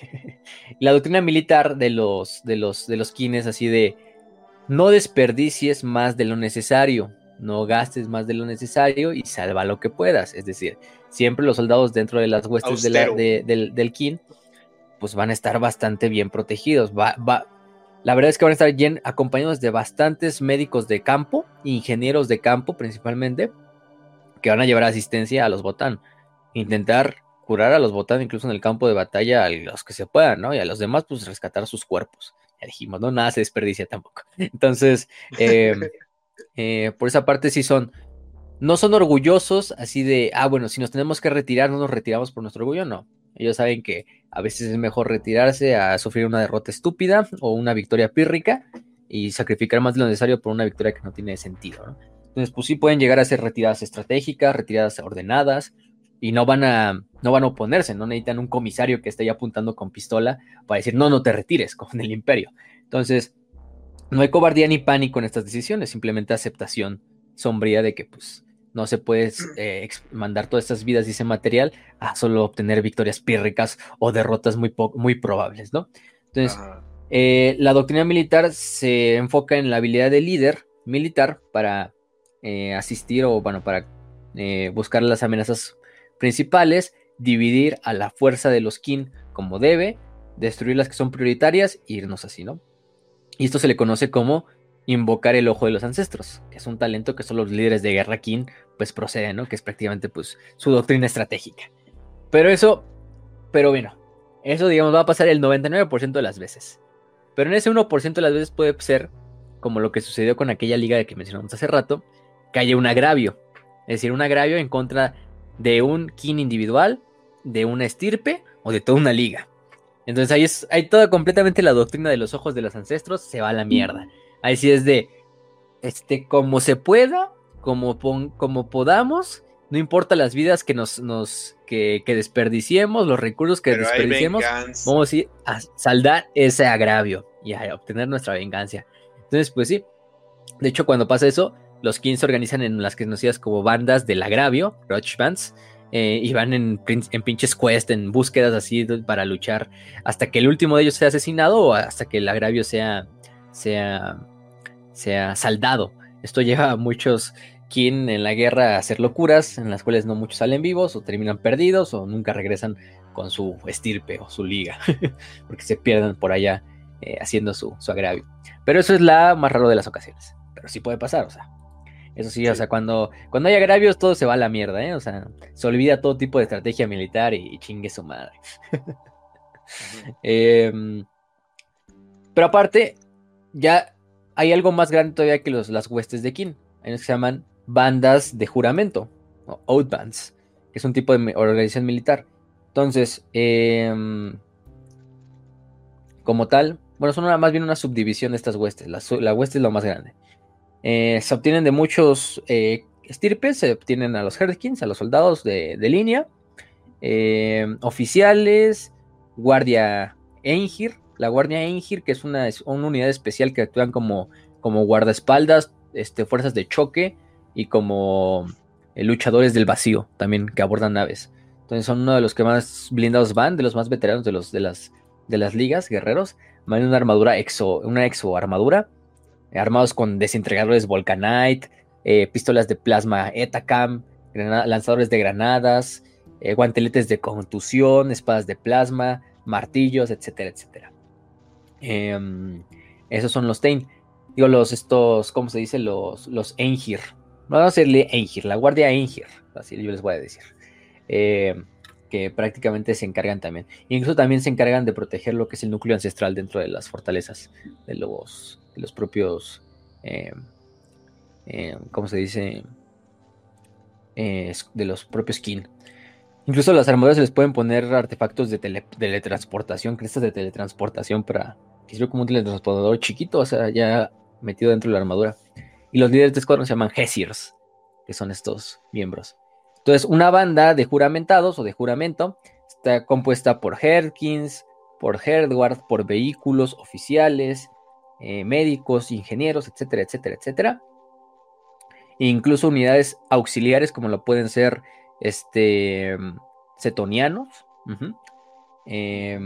Speaker 2: la doctrina militar de los, de los, de los Kin es así de: no desperdicies más de lo necesario, no gastes más de lo necesario y salva lo que puedas. Es decir, siempre los soldados dentro de las huestes de la, de, del, del Kin, pues van a estar bastante bien protegidos. Va, va, la verdad es que van a estar bien acompañados de bastantes médicos de campo, ingenieros de campo principalmente, que van a llevar asistencia a los Botán. Intentar curar a los Botán incluso en el campo de batalla a los que se puedan, ¿no? Y a los demás, pues rescatar sus cuerpos. Ya dijimos, ¿no? Nada se desperdicia tampoco. Entonces, eh, eh, por esa parte sí son, no son orgullosos así de, ah, bueno, si nos tenemos que retirar, no nos retiramos por nuestro orgullo, no. Ellos saben que a veces es mejor retirarse a sufrir una derrota estúpida o una victoria pírrica y sacrificar más de lo necesario por una victoria que no tiene sentido, ¿no? Entonces, pues sí pueden llegar a ser retiradas estratégicas, retiradas ordenadas, y no van a, no van a oponerse, no necesitan un comisario que esté ahí apuntando con pistola para decir, no, no te retires, como en el Imperio. Entonces, no hay cobardía ni pánico en estas decisiones, simplemente aceptación sombría de que, pues, no se puede eh, mandar todas estas vidas y ese material a solo obtener victorias pírricas o derrotas muy, muy probables, ¿no? Entonces, eh, la doctrina militar se enfoca en la habilidad del líder militar para eh, asistir o, bueno, para eh, buscar las amenazas principales, dividir a la fuerza de los Kin como debe, destruir las que son prioritarias e irnos así, ¿no? Y esto se le conoce como invocar el ojo de los ancestros, que es un talento que solo los líderes de guerra Kin pues proceden, ¿no? Que es prácticamente pues su doctrina estratégica. Pero eso, pero bueno, eso digamos va a pasar el noventa y nueve por ciento de las veces. Pero en ese uno por ciento de las veces puede ser, como lo que sucedió con aquella liga que mencionamos hace rato, que haya un agravio. Es decir, un agravio en contra de un Kin individual, de una estirpe o de toda una liga. Entonces ahí es, hay toda completamente la doctrina de los ojos de los ancestros, se va a la mierda. Ahí sí es de, este, como se pueda, como, pon, como podamos, no importa las vidas que nos, nos que, que desperdiciemos, los recursos que Pero desperdiciemos, vamos a ir a saldar ese agravio y a obtener nuestra venganza. Entonces, pues sí, de hecho cuando pasa eso, los Kin se organizan en las que conocidas como bandas del agravio, Grudge Bands, Eh, y van en, en pinches quest, en búsquedas así para luchar hasta que el último de ellos sea asesinado o hasta que el agravio sea, sea, sea saldado. Esto lleva a muchos Kin en la guerra a hacer locuras en las cuales no muchos salen vivos o terminan perdidos o nunca regresan con su estirpe o su liga porque se pierden por allá eh, haciendo su, su agravio. Pero eso es la más raro de las ocasiones, pero sí puede pasar, o sea. Eso sí, sí, o sea, cuando, cuando hay agravios todo se va a la mierda, ¿eh? O sea, se olvida todo tipo de estrategia militar y, y chingue su madre. uh-huh. eh, pero aparte, ya hay algo más grande todavía que los, las huestes de Kin. Hay unos que se llaman bandas de juramento, o Oath Bands, que es un tipo de organización militar. Entonces, eh, como tal, bueno, son una, más bien una subdivisión de estas huestes. La, la hueste es lo más grande. Eh, se obtienen de muchos eh, estirpes, se obtienen a los Herdkins, a los soldados de, de línea, eh, oficiales, guardia Einhir, la guardia Einhir, que es una, es una unidad especial que actúan como, como guardaespaldas, este, fuerzas de choque y como eh, luchadores del vacío, también que abordan naves. Entonces son uno de los que más blindados van, de los más veteranos de, los, de, las, de las ligas, guerreros. Van en una armadura exo, una exo armadura, armados con desintegradores Volcanite, eh, pistolas de plasma Etacam, lanzadores de granadas, eh, guanteletes de contusión, espadas de plasma, martillos, etcétera, etcétera. Eh, esos son los Tain. Digo, los estos, ¿cómo se dice? Los, los Einhir. Vamos a decirle Einhir, la guardia Einhir, así yo les voy a decir. Eh, que prácticamente se encargan también. Incluso también se encargan de proteger lo que es el núcleo ancestral dentro de las fortalezas de los, de los propios, eh, eh, ¿cómo se dice? Eh, de los propios Kin. Incluso a las armaduras se les pueden poner artefactos de tele, teletransportación, crestas de teletransportación para que sirva como un teletransportador chiquito, o sea, ya metido dentro de la armadura. Y los líderes de escuadrón se llaman Hesirs, que son estos miembros. Entonces, una banda de juramentados o de juramento está compuesta por Herdkins, por Herdward, por vehículos, oficiales, eh, médicos, ingenieros, etcétera, etcétera, etcétera. E incluso unidades auxiliares como lo pueden ser este, Setonianos uh-huh, eh,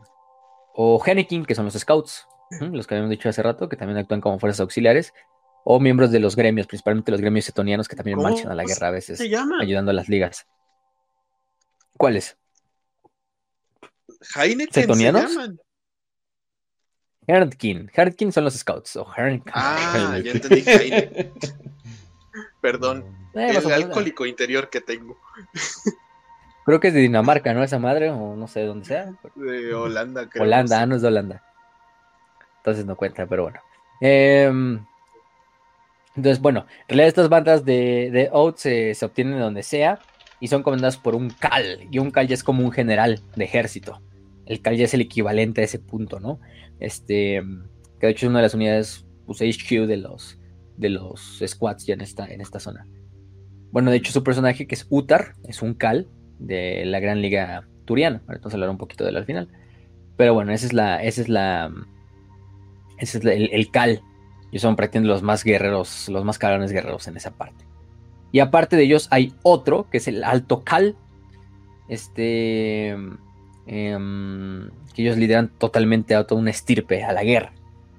Speaker 2: o Hennekin, que son los Scouts, uh-huh, los que habíamos dicho hace rato, que también actúan como fuerzas auxiliares. O miembros de los gremios, principalmente los gremios setonianos que también marchan a la guerra a veces, ayudando a las ligas. ¿Cuáles?
Speaker 4: Heineken
Speaker 2: ¿Setonianos?
Speaker 4: se llaman.
Speaker 2: Herdkin. Herdkin son los scouts. O Herdkin.
Speaker 4: Ah, ya entendí Heineken. Perdón.
Speaker 2: Eh,
Speaker 4: el alcohólico a... interior que tengo.
Speaker 2: Creo que es de Dinamarca, ¿no? Esa madre, o no sé de dónde sea.
Speaker 4: De Holanda, creo.
Speaker 2: Holanda, ah, no es de Holanda. Entonces no cuenta, pero bueno. Eh... Entonces, bueno, en realidad estas bandas de, de Oath se, se obtienen de donde sea y son comandadas por un Khal. Y un Khal ya es como un general de ejército. El Khal ya es el equivalente a ese punto, ¿no? Este, que de hecho es una de las unidades pues, H Q de los, de los squads ya en esta, en esta zona. Bueno, de hecho su personaje que es Utar, es un Khal de la Gran Liga Turiana. Ahora vamos a hablar un poquito de él al final. Pero bueno, esa es la, esa es la, ese es la, el, el Khal. Y son prácticamente los más guerreros, los más cabrones guerreros en esa parte. Y aparte de ellos hay otro, que es el Alto Khal. Este... Eh, que ellos lideran totalmente a toda una estirpe, a la guerra.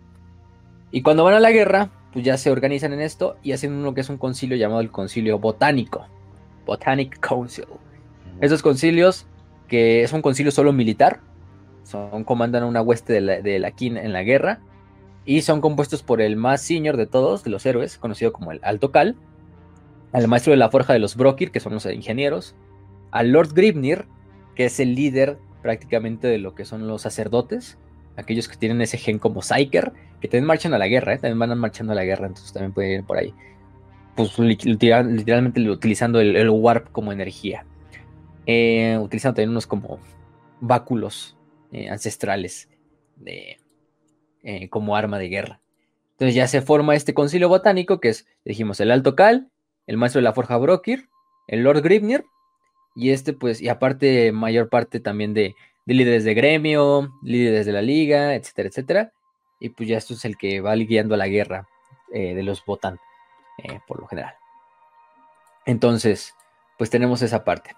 Speaker 2: Y cuando van a la guerra, pues ya se organizan en esto y hacen uno que es un concilio llamado el Concilio Botánico. Botanic Council. Esos concilios, que es un concilio solo militar, son, comandan una hueste de la, de la Kin en la guerra. Y son compuestos por el más senior de todos, de los héroes, conocido como el Alto Khal, al maestro de la forja de los Brokir, que son los ingenieros, al Lord Grimnir, que es el líder prácticamente de lo que son los sacerdotes, aquellos que tienen ese gen como Psyker, que también marchan a la guerra, ¿eh? también van marchando a la guerra, entonces también pueden ir por ahí, pues literal, literalmente utilizando el, el warp como energía, eh, utilizando también unos como báculos eh, ancestrales de... Eh, como arma de guerra. Entonces ya se forma este concilio botánico que es, dijimos, el Alto Khal, el maestro de la forja Brokir, el Lord Grimnir y este pues, y aparte mayor parte también de, de líderes de gremio, líderes de la liga, etcétera, etcétera, y pues ya esto es el que va guiando a la guerra eh, de los Botan, eh, por lo general. Entonces, pues tenemos esa parte.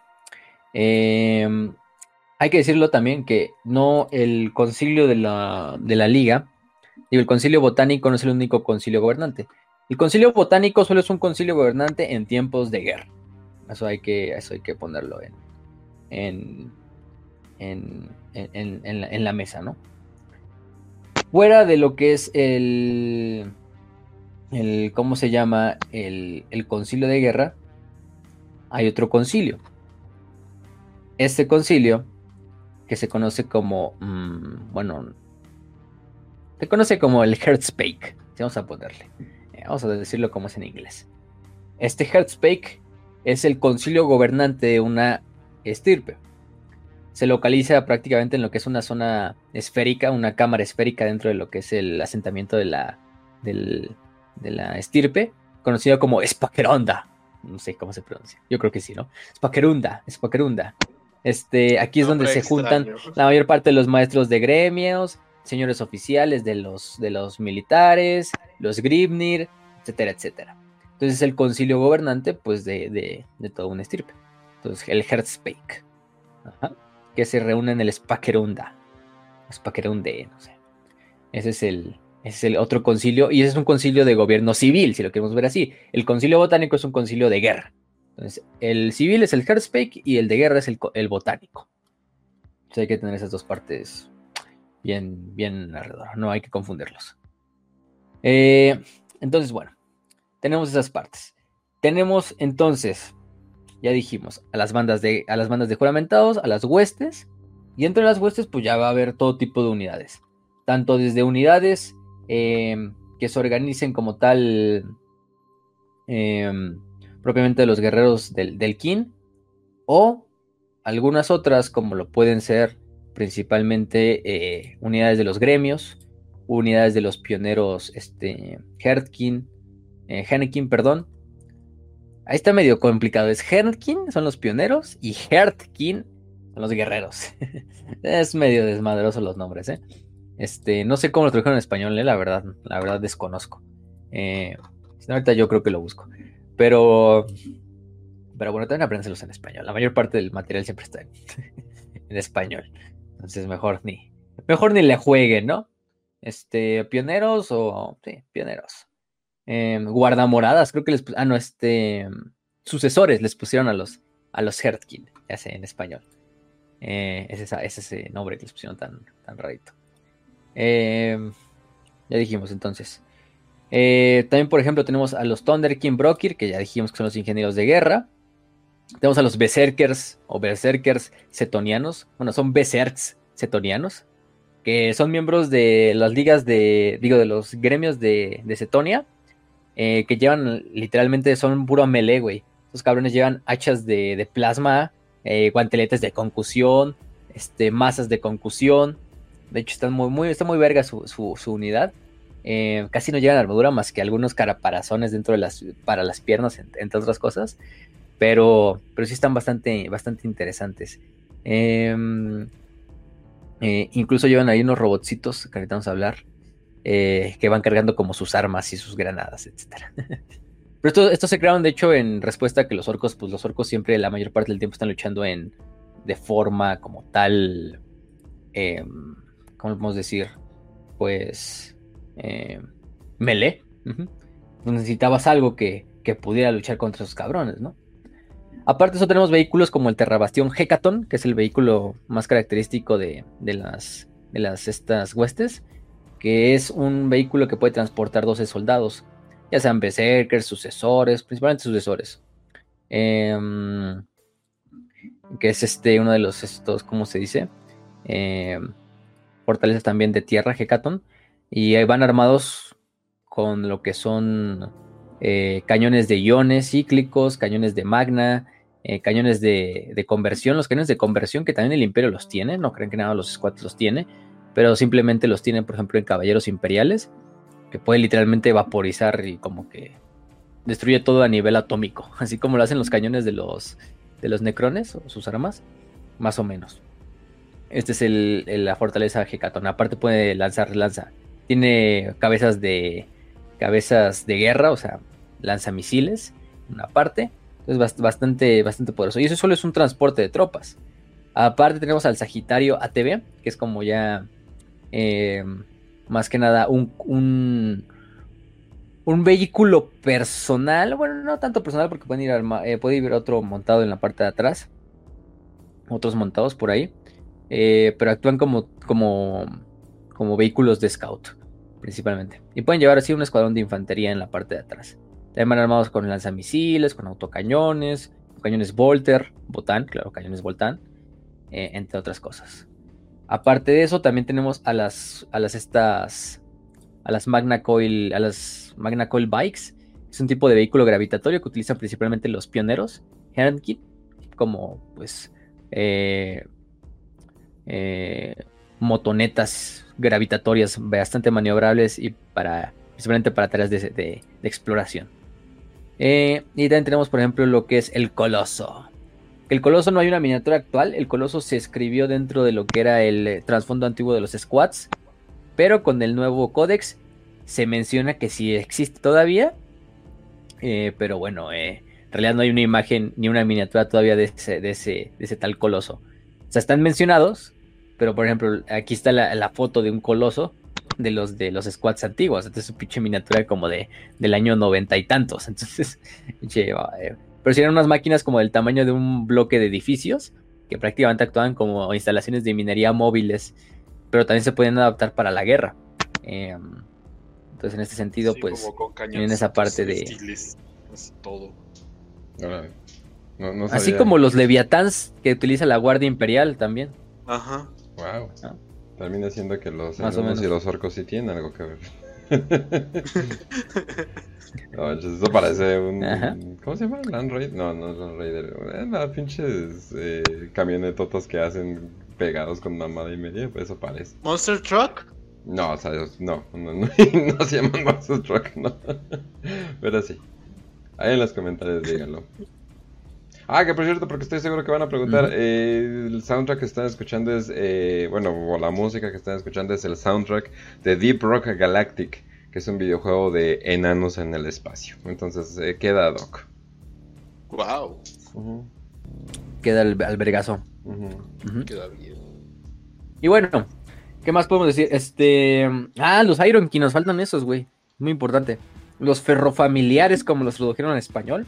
Speaker 2: Eh, hay que decirlo también que no el concilio de la, de la liga, digo, el concilio botánico no es el único concilio gobernante. El concilio botánico solo es un concilio gobernante en tiempos de guerra. Eso hay que, eso hay que ponerlo en, en, en, en, en, la, en la mesa, ¿no? Fuera de lo que es el, el ¿cómo se llama? El, el concilio de guerra, hay otro concilio. Este concilio, que se conoce como, mmm, bueno, se conoce como el Herzpeik, vamos a ponerle. Eh, vamos a decirlo como es en inglés. Este Heartspake es el concilio gobernante de una estirpe. Se localiza prácticamente en lo que es una zona esférica, una cámara esférica dentro de lo que es el asentamiento de la, del, de la estirpe, conocido como Spaqueronda. No sé cómo se pronuncia. Yo creo que sí, ¿no? Spaquerunda, Spaquerunda. Este, aquí es
Speaker 4: Nombre
Speaker 2: donde se
Speaker 4: extraño.
Speaker 2: juntan la mayor parte de los maestros de gremios, señores oficiales de los, de los militares, los Grimnir, etcétera, etcétera. Entonces es el concilio gobernante, pues, de, de, de toda una estirpe. Entonces, el Heartspake. Ajá. Que se reúne en el Spaquerunda. Spaquerunde, no sé. Ese es el, ese es el otro concilio, y ese es un concilio de gobierno civil, si lo queremos ver así. El concilio botánico es un concilio de guerra. Entonces, el civil es el Heartspake y el de guerra es el, el botánico. Entonces hay que tener esas dos partes bien, bien alrededor, no hay que confundirlos. Eh, entonces, bueno, tenemos esas partes. Tenemos entonces, ya dijimos, a las bandas de, a las bandas de juramentados, a las huestes, y entre las huestes pues ya va a haber todo tipo de unidades. Tanto desde unidades eh, que se organicen como tal, eh, propiamente de los guerreros del, del Kin, o algunas otras como lo pueden ser principalmente eh, unidades de los gremios, unidades de los pioneros este, Herdkin, eh, Hennekin, perdón. Ahí está medio complicado, es Herdkin, son los pioneros, y Herdkin son los guerreros. Es medio desmadroso los nombres, ¿eh? Este, no sé cómo lo tradujeron en español, ¿eh? La verdad, la verdad desconozco. Eh, ahorita yo creo que lo busco. Pero, pero bueno, también apréndeselos en español. La mayor parte del material siempre está en, en español. Entonces mejor ni, mejor ni le jueguen, ¿no? Este, pioneros o, sí, pioneros. Eh, guardamoradas, creo que les, ah, no, este, sucesores les pusieron a los, a los Herdkin, ya sé, en español. Eh, es, esa, es ese nombre que les pusieron tan, tan rarito. Eh, ya dijimos entonces. Eh, también, por ejemplo, tenemos a los Thunderkin Brokir, que ya dijimos que son los ingenieros de guerra. Tenemos a los Berserkers o Berserkers Setonianos. Bueno, son Berserks Setonianos, que son miembros de las ligas de, digo, de los gremios de, de Setonia, eh, que llevan, literalmente, son puro melee, güey. Esos cabrones llevan hachas de, de plasma, eh, guanteletes de concusión, este, masas de concusión. De hecho, están muy, muy, está muy verga su, su, su unidad. Eh, casi no llevan armadura más que algunos caraparazones dentro de las, para las piernas, entre otras cosas. Pero, pero sí están bastante, bastante interesantes. Eh, eh, incluso llevan ahí unos robotcitos, que ahorita vamos a hablar, eh, que van cargando como sus armas y sus granadas, etcétera. Pero esto, estos se crearon, de hecho, en respuesta a que los orcos, pues los orcos siempre, la mayor parte del tiempo, están luchando en, de forma como tal, eh, ¿cómo podemos decir? Pues, eh, melee. Uh-huh. Necesitabas algo que, que pudiera luchar contra esos cabrones, ¿no? Aparte de eso, tenemos vehículos como el Terrabastión Hecaton, que es el vehículo más característico de, de las, de las estas huestes, que es un vehículo que puede transportar doce soldados, ya sean berserkers, sucesores, principalmente sucesores. Eh, que es este uno de los estos, ¿cómo se dice? Eh, fortalezas también de tierra, Hecaton, y ahí van armados con lo que son eh, cañones de iones cíclicos, cañones de magna, eh, cañones de, de conversión. Los cañones de conversión, que también el Imperio los tiene, no creen que nada los squats los tiene, pero simplemente los tienen, por ejemplo, en caballeros imperiales, que puede literalmente vaporizar y como que destruye todo a nivel atómico, así como lo hacen los cañones de los, de los necrones o sus armas, más o menos. Este es el, el, la fortaleza Hecaton. Aparte puede lanzar lanza. Tiene cabezas de cabezas de guerra, o sea, lanzamisiles, una parte. Entonces bastante, bastante poderoso. Y eso solo es un transporte de tropas. Aparte tenemos al Sagitario A T B, que es como ya eh, más que nada un, un, un vehículo personal. Bueno, no tanto personal, porque pueden ir arma, eh, puede ir otro montado en la parte de atrás. Otros montados por ahí. Eh, pero actúan como, como, como vehículos de scout, principalmente. Y pueden llevar así un escuadrón de infantería en la parte de atrás. También van armados con lanzamisiles, con autocañones, cañones Volter, Botán, claro, cañones Voltán, eh, entre otras cosas. Aparte de eso, también tenemos a las, a las estas a las Magna Coil, a las Magna Coil Bikes. Es un tipo de vehículo gravitatorio que utilizan principalmente los pioneros Herndkin, como pues eh, eh, motonetas gravitatorias bastante maniobrables y para principalmente para tareas de, de, de exploración. Eh, y también tenemos, por ejemplo, lo que es el Coloso. El Coloso no hay una miniatura actual. El Coloso se escribió dentro de lo que era el eh, trasfondo antiguo de los squads, pero con el nuevo códex se menciona que sí existe todavía. Eh, pero bueno, eh, en realidad no hay una imagen ni una miniatura todavía de ese, de ese, de ese tal Coloso. O sea, están mencionados, pero por ejemplo, aquí está la, la foto de un Coloso de los de los squads antiguos. Entonces es una pinche miniatura como de del año noventa y tantos. Entonces, che, eh, pero si eran unas máquinas como del tamaño de un bloque de edificios que prácticamente actuaban como instalaciones de minería móviles, pero también se podían adaptar para la guerra. Eh, entonces en este sentido, sí, pues tienen esa parte de
Speaker 4: estiles, es todo.
Speaker 1: No, no
Speaker 2: así como los Leviathans que utiliza la Guardia Imperial también.
Speaker 4: Ajá.
Speaker 1: Wow.
Speaker 2: ¿No?
Speaker 1: Termina siendo que los
Speaker 2: Más o
Speaker 1: enanos
Speaker 2: menos.
Speaker 1: y los orcos sí tienen algo que ver. No, eso parece un...
Speaker 2: Ajá.
Speaker 1: ¿Cómo se llama? ¿Land Raider? No, no es Land Raider. Eh, las pinches eh, camionetotas que hacen pegados con mamada y media. Pues eso parece.
Speaker 4: ¿Monster Truck?
Speaker 1: No, o sea, no, no, no, no se llaman Monster Truck, no. Pero sí. Ahí en los comentarios díganlo. Ah, que por cierto, porque estoy seguro que van a preguntar, uh-huh. eh, el soundtrack que están escuchando es, eh, bueno, o la música que están escuchando es el soundtrack de Deep Rock Galactic, que es un videojuego de enanos en el espacio. Entonces, eh, queda doc.
Speaker 4: Wow.
Speaker 2: Uh-huh. Queda al, al vergazo.
Speaker 1: Uh-huh.
Speaker 4: Uh-huh. Queda bien.
Speaker 2: Y bueno, ¿qué más podemos decir? Este, ah, los Ironkin, nos faltan esos, güey. Muy importante. Los ferrofamiliares, como los tradujeron en español.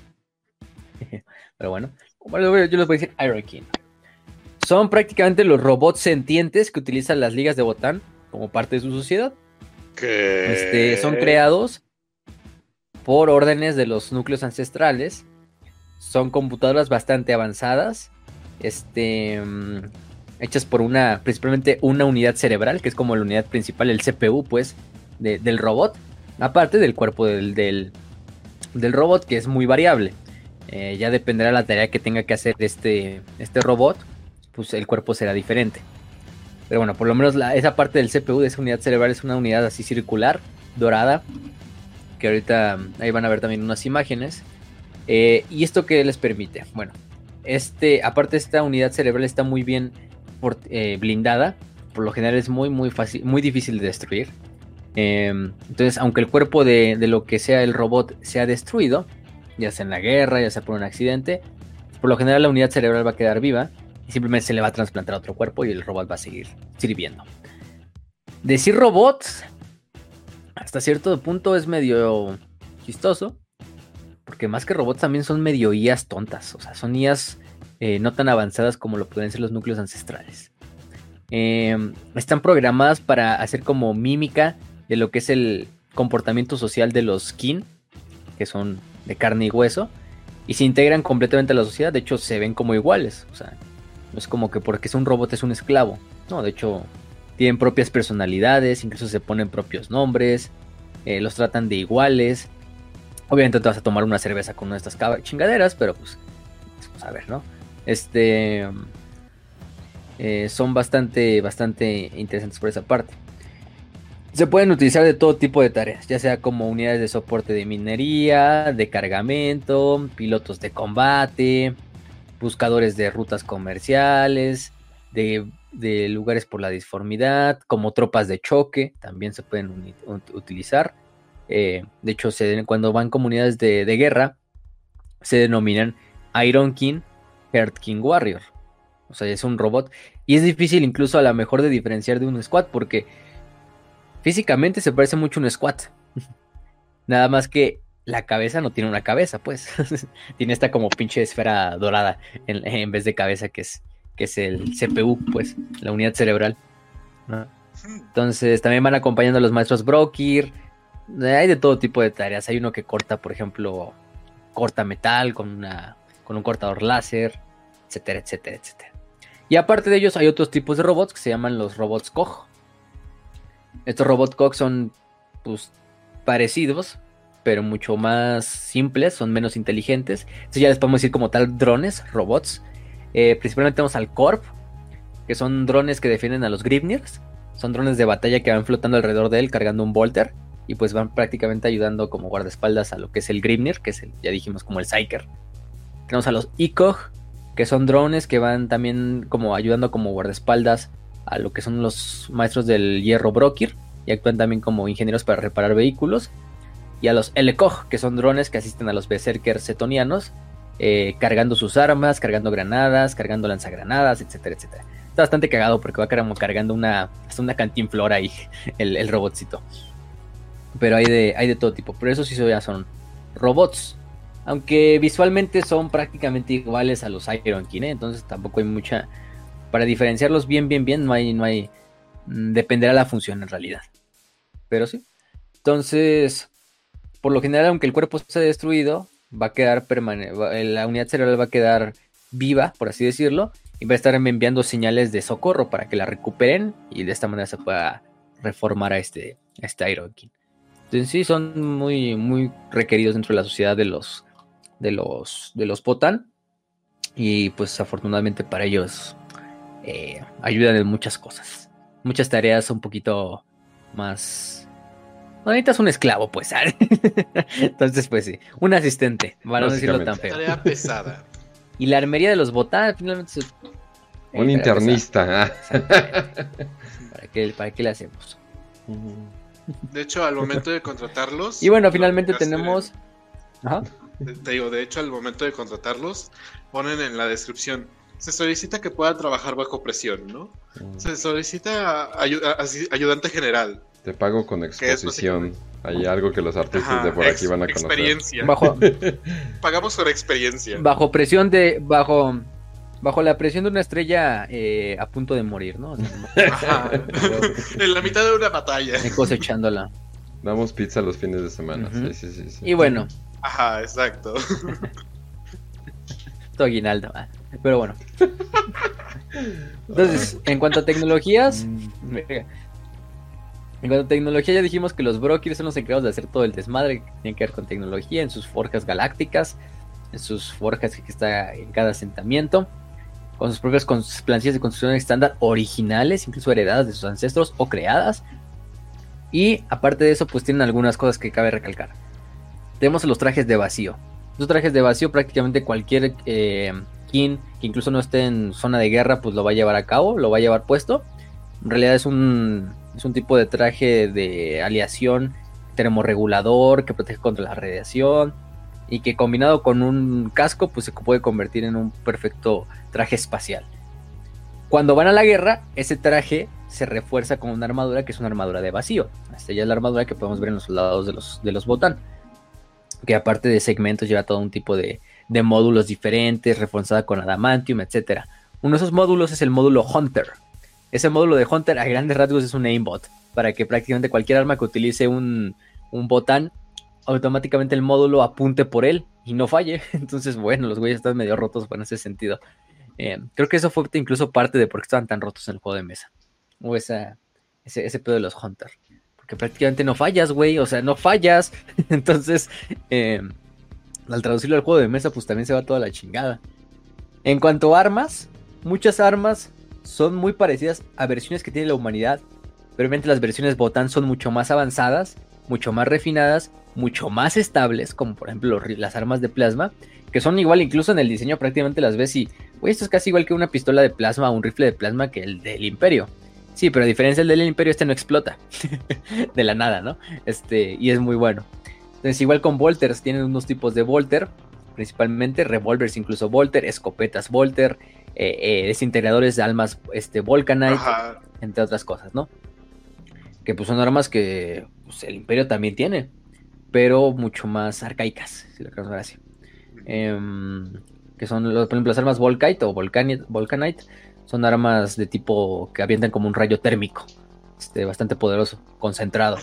Speaker 2: Pero bueno, bueno, yo les voy a decir Ironkin. Son prácticamente los robots sentientes que utilizan las ligas de Botán como parte de su sociedad.
Speaker 4: ¿Qué?
Speaker 2: Este, son creados por órdenes de los núcleos ancestrales. Son computadoras bastante avanzadas. Este, um, hechas por una, principalmente una unidad cerebral, que es como la unidad principal, el C P U, pues, de, del robot. Aparte del cuerpo del, del, del robot, que es muy variable. Eh, ya dependerá la tarea que tenga que hacer este, este robot, pues el cuerpo será diferente. Pero bueno, por lo menos la, esa parte del C P U de esa unidad cerebral es una unidad así circular, dorada, que ahorita ahí van a ver también unas imágenes. Eh, ¿Y esto qué les permite? Bueno, este, aparte esta unidad cerebral está muy bien por, eh, blindada, por lo general es muy muy fácil, muy difícil de destruir. Eh, entonces, aunque el cuerpo de, de lo que sea el robot sea destruido, ya sea en la guerra, ya sea por un accidente, por lo general la unidad cerebral va a quedar viva y simplemente se le va a trasplantar a otro cuerpo y el robot va a seguir sirviendo. Decir robots hasta cierto punto es medio chistoso, porque más que robots también son medio I As tontas, o sea, son I As eh, no tan avanzadas como lo pueden ser los núcleos ancestrales. Eh, están programadas para hacer como mímica de lo que es el comportamiento social de los kin, que son de carne y hueso, y se integran completamente a la sociedad. De hecho se ven como iguales, o sea, no es como que porque es un robot es un esclavo, no, de hecho tienen propias personalidades, incluso se ponen propios nombres, eh, los tratan de iguales. Obviamente te vas a tomar una cerveza con una de estas chingaderas, pero pues, pues a ver, ¿no? Este eh, son bastante bastante interesantes por esa parte. Se pueden utilizar de todo tipo de tareas, ya sea como unidades de soporte de minería, de cargamento, pilotos de combate, buscadores de rutas comerciales, de, de lugares por la disformidad, como tropas de choque, también se pueden un, utilizar. Eh, de hecho, se, cuando van comunidades de, de guerra, se denominan Ironkin, Herndkin Warrior. O sea, es un robot. Y es difícil incluso a lo mejor de diferenciar de un squad, porque físicamente se parece mucho a un squad. Nada más que la cabeza no tiene una cabeza, pues. Tiene esta como pinche esfera dorada en, en vez de cabeza, que es, que es el C P U, pues, la unidad cerebral, ¿no? Entonces también van acompañando a los maestros Brokir. Hay de todo tipo de tareas. Hay uno que corta, por ejemplo, corta metal con, una, con un cortador láser, etcétera, etcétera, etcétera. Y aparte de ellos hay otros tipos de robots que se llaman los robots Cog. Estos robots Cog son pues parecidos, pero mucho más simples, son menos inteligentes. Entonces ya les podemos decir como tal drones, robots. Eh, principalmente tenemos al Corp, que son drones que defienden a los Grimnirs. Son drones de batalla que van flotando alrededor de él cargando un Volter. Y pues van prácticamente ayudando como guardaespaldas a lo que es el Grimnir, que es el, ya dijimos, como el Psyker. Tenemos a los Icog, que son drones que van también como ayudando como guardaespaldas a lo que son los maestros del hierro Brokir. Y actúan también como ingenieros para reparar vehículos. Y a los Elekog, que son drones que asisten a los Berserkers setonianos, eh, cargando sus armas, cargando granadas, cargando lanzagranadas, etcétera, etcétera. Está bastante cagado porque va como cargando una, hasta una cantinflora ahí, el, el robotcito. Pero hay de, hay de todo tipo. Pero eso sí ya son robots. Aunque visualmente son prácticamente iguales a los Iron King, ¿eh? Entonces tampoco hay mucha... Para diferenciarlos bien, bien, bien, no hay... No hay dependerá la función en realidad. Pero sí. Entonces, por lo general, aunque el cuerpo esté destruido, va a quedar permanente. La unidad cerebral va a quedar viva, por así decirlo. Y va a estar enviando señales de socorro para que la recuperen. Y de esta manera se pueda reformar a este, a este Iron King. Entonces sí, son muy, muy requeridos dentro de la sociedad de los, de los, de los Potan. Y pues afortunadamente para ellos eh, ayudan en muchas cosas. Muchas tareas un poquito más... No necesitas un esclavo, pues. Entonces, pues sí, un asistente, para no decirlo tan feo.
Speaker 4: Tarea pesada.
Speaker 2: Y la armería de los Botan finalmente es...
Speaker 1: Un eh, internista.
Speaker 2: ¿Para qué, ¿Para qué le hacemos?
Speaker 4: De hecho, al momento de contratarlos...
Speaker 2: Y bueno, finalmente tenemos... Ajá.
Speaker 4: Te digo, de hecho, al momento de contratarlos, ponen en la descripción, se solicita que pueda trabajar bajo presión, ¿no? Mm. Se solicita ayu ayudante general.
Speaker 1: Te pago con exposición. Hay algo que los artistas Ajá, de por aquí van a conocer.
Speaker 4: Experiencia.
Speaker 2: Bajo...
Speaker 4: Pagamos por experiencia.
Speaker 2: Bajo presión de... Bajo... Bajo la presión de una estrella eh, a punto de morir, ¿no? O sea,
Speaker 4: Ajá. En la mitad de una batalla.
Speaker 2: Cosechándola.
Speaker 1: Damos pizza los fines de semana. Uh-huh. sí, sí, sí, sí.
Speaker 2: Y bueno.
Speaker 4: Ajá, exacto.
Speaker 2: Todo aguinaldo. Pero bueno. Entonces, en cuanto a tecnologías... En cuanto a tecnología ya dijimos que los Brokir son los encargados de hacer todo el desmadre que tiene que ver con tecnología en sus forjas galácticas, en sus forjas que está en cada asentamiento, con sus propias plantillas de construcción estándar originales, incluso heredadas de sus ancestros o creadas. Y aparte de eso, pues tienen algunas cosas que cabe recalcar. Tenemos los trajes de vacío. Los trajes de vacío prácticamente cualquier eh, kin que incluso no esté en zona de guerra, pues lo va a llevar a cabo, lo va a llevar puesto. En realidad es un, es un tipo de traje de aleación termorregulador que protege contra la radiación y que combinado con un casco pues se puede convertir en un perfecto traje espacial. Cuando van a la guerra, ese traje se refuerza con una armadura que es una armadura de vacío. Esta ya es la armadura que podemos ver en los soldados de los, de los Botan, que aparte de segmentos lleva todo un tipo de, de módulos diferentes, reforzada con adamantium, etcétera. Uno de esos módulos es el módulo Hunter. Ese módulo de Hunter a grandes rasgos es un aimbot, para que prácticamente cualquier arma que utilice un, un Botan, automáticamente el módulo apunte por él y no falle. Entonces, bueno, los güeyes están medio rotos en ese sentido. Eh, creo que eso fue incluso parte de por qué estaban tan rotos en el juego de mesa. O esa, ese, ese pedo de los Hunter. Porque prácticamente no fallas, güey. O sea, no fallas. Entonces, eh, al traducirlo al juego de mesa, pues también se va toda la chingada. En cuanto a armas, muchas armas son muy parecidas a versiones que tiene la humanidad. Pero obviamente las versiones Botan son mucho más avanzadas, mucho más refinadas, mucho más estables, como por ejemplo los, las armas de plasma, que son igual, incluso en el diseño prácticamente las ves y, güey, esto es casi igual que una pistola de plasma o un rifle de plasma que el del Imperio. Sí, pero a diferencia del del Imperio, este no explota de la nada, ¿no? Este, y es muy bueno. Entonces, igual con Volters, tienen unos tipos de Volter, principalmente revólveres, incluso Volter, escopetas Volter, eh, eh, desintegradores de almas este, Volcanite, Ajá. entre otras cosas, ¿no? Que pues son armas que pues, el Imperio también tiene, pero mucho más arcaicas, si lo queremos ver así. Eh, que son, por ejemplo, las armas Volkite o Volcanite, Volcanite, son armas de tipo que avientan como un rayo térmico, este, bastante poderoso, concentrado.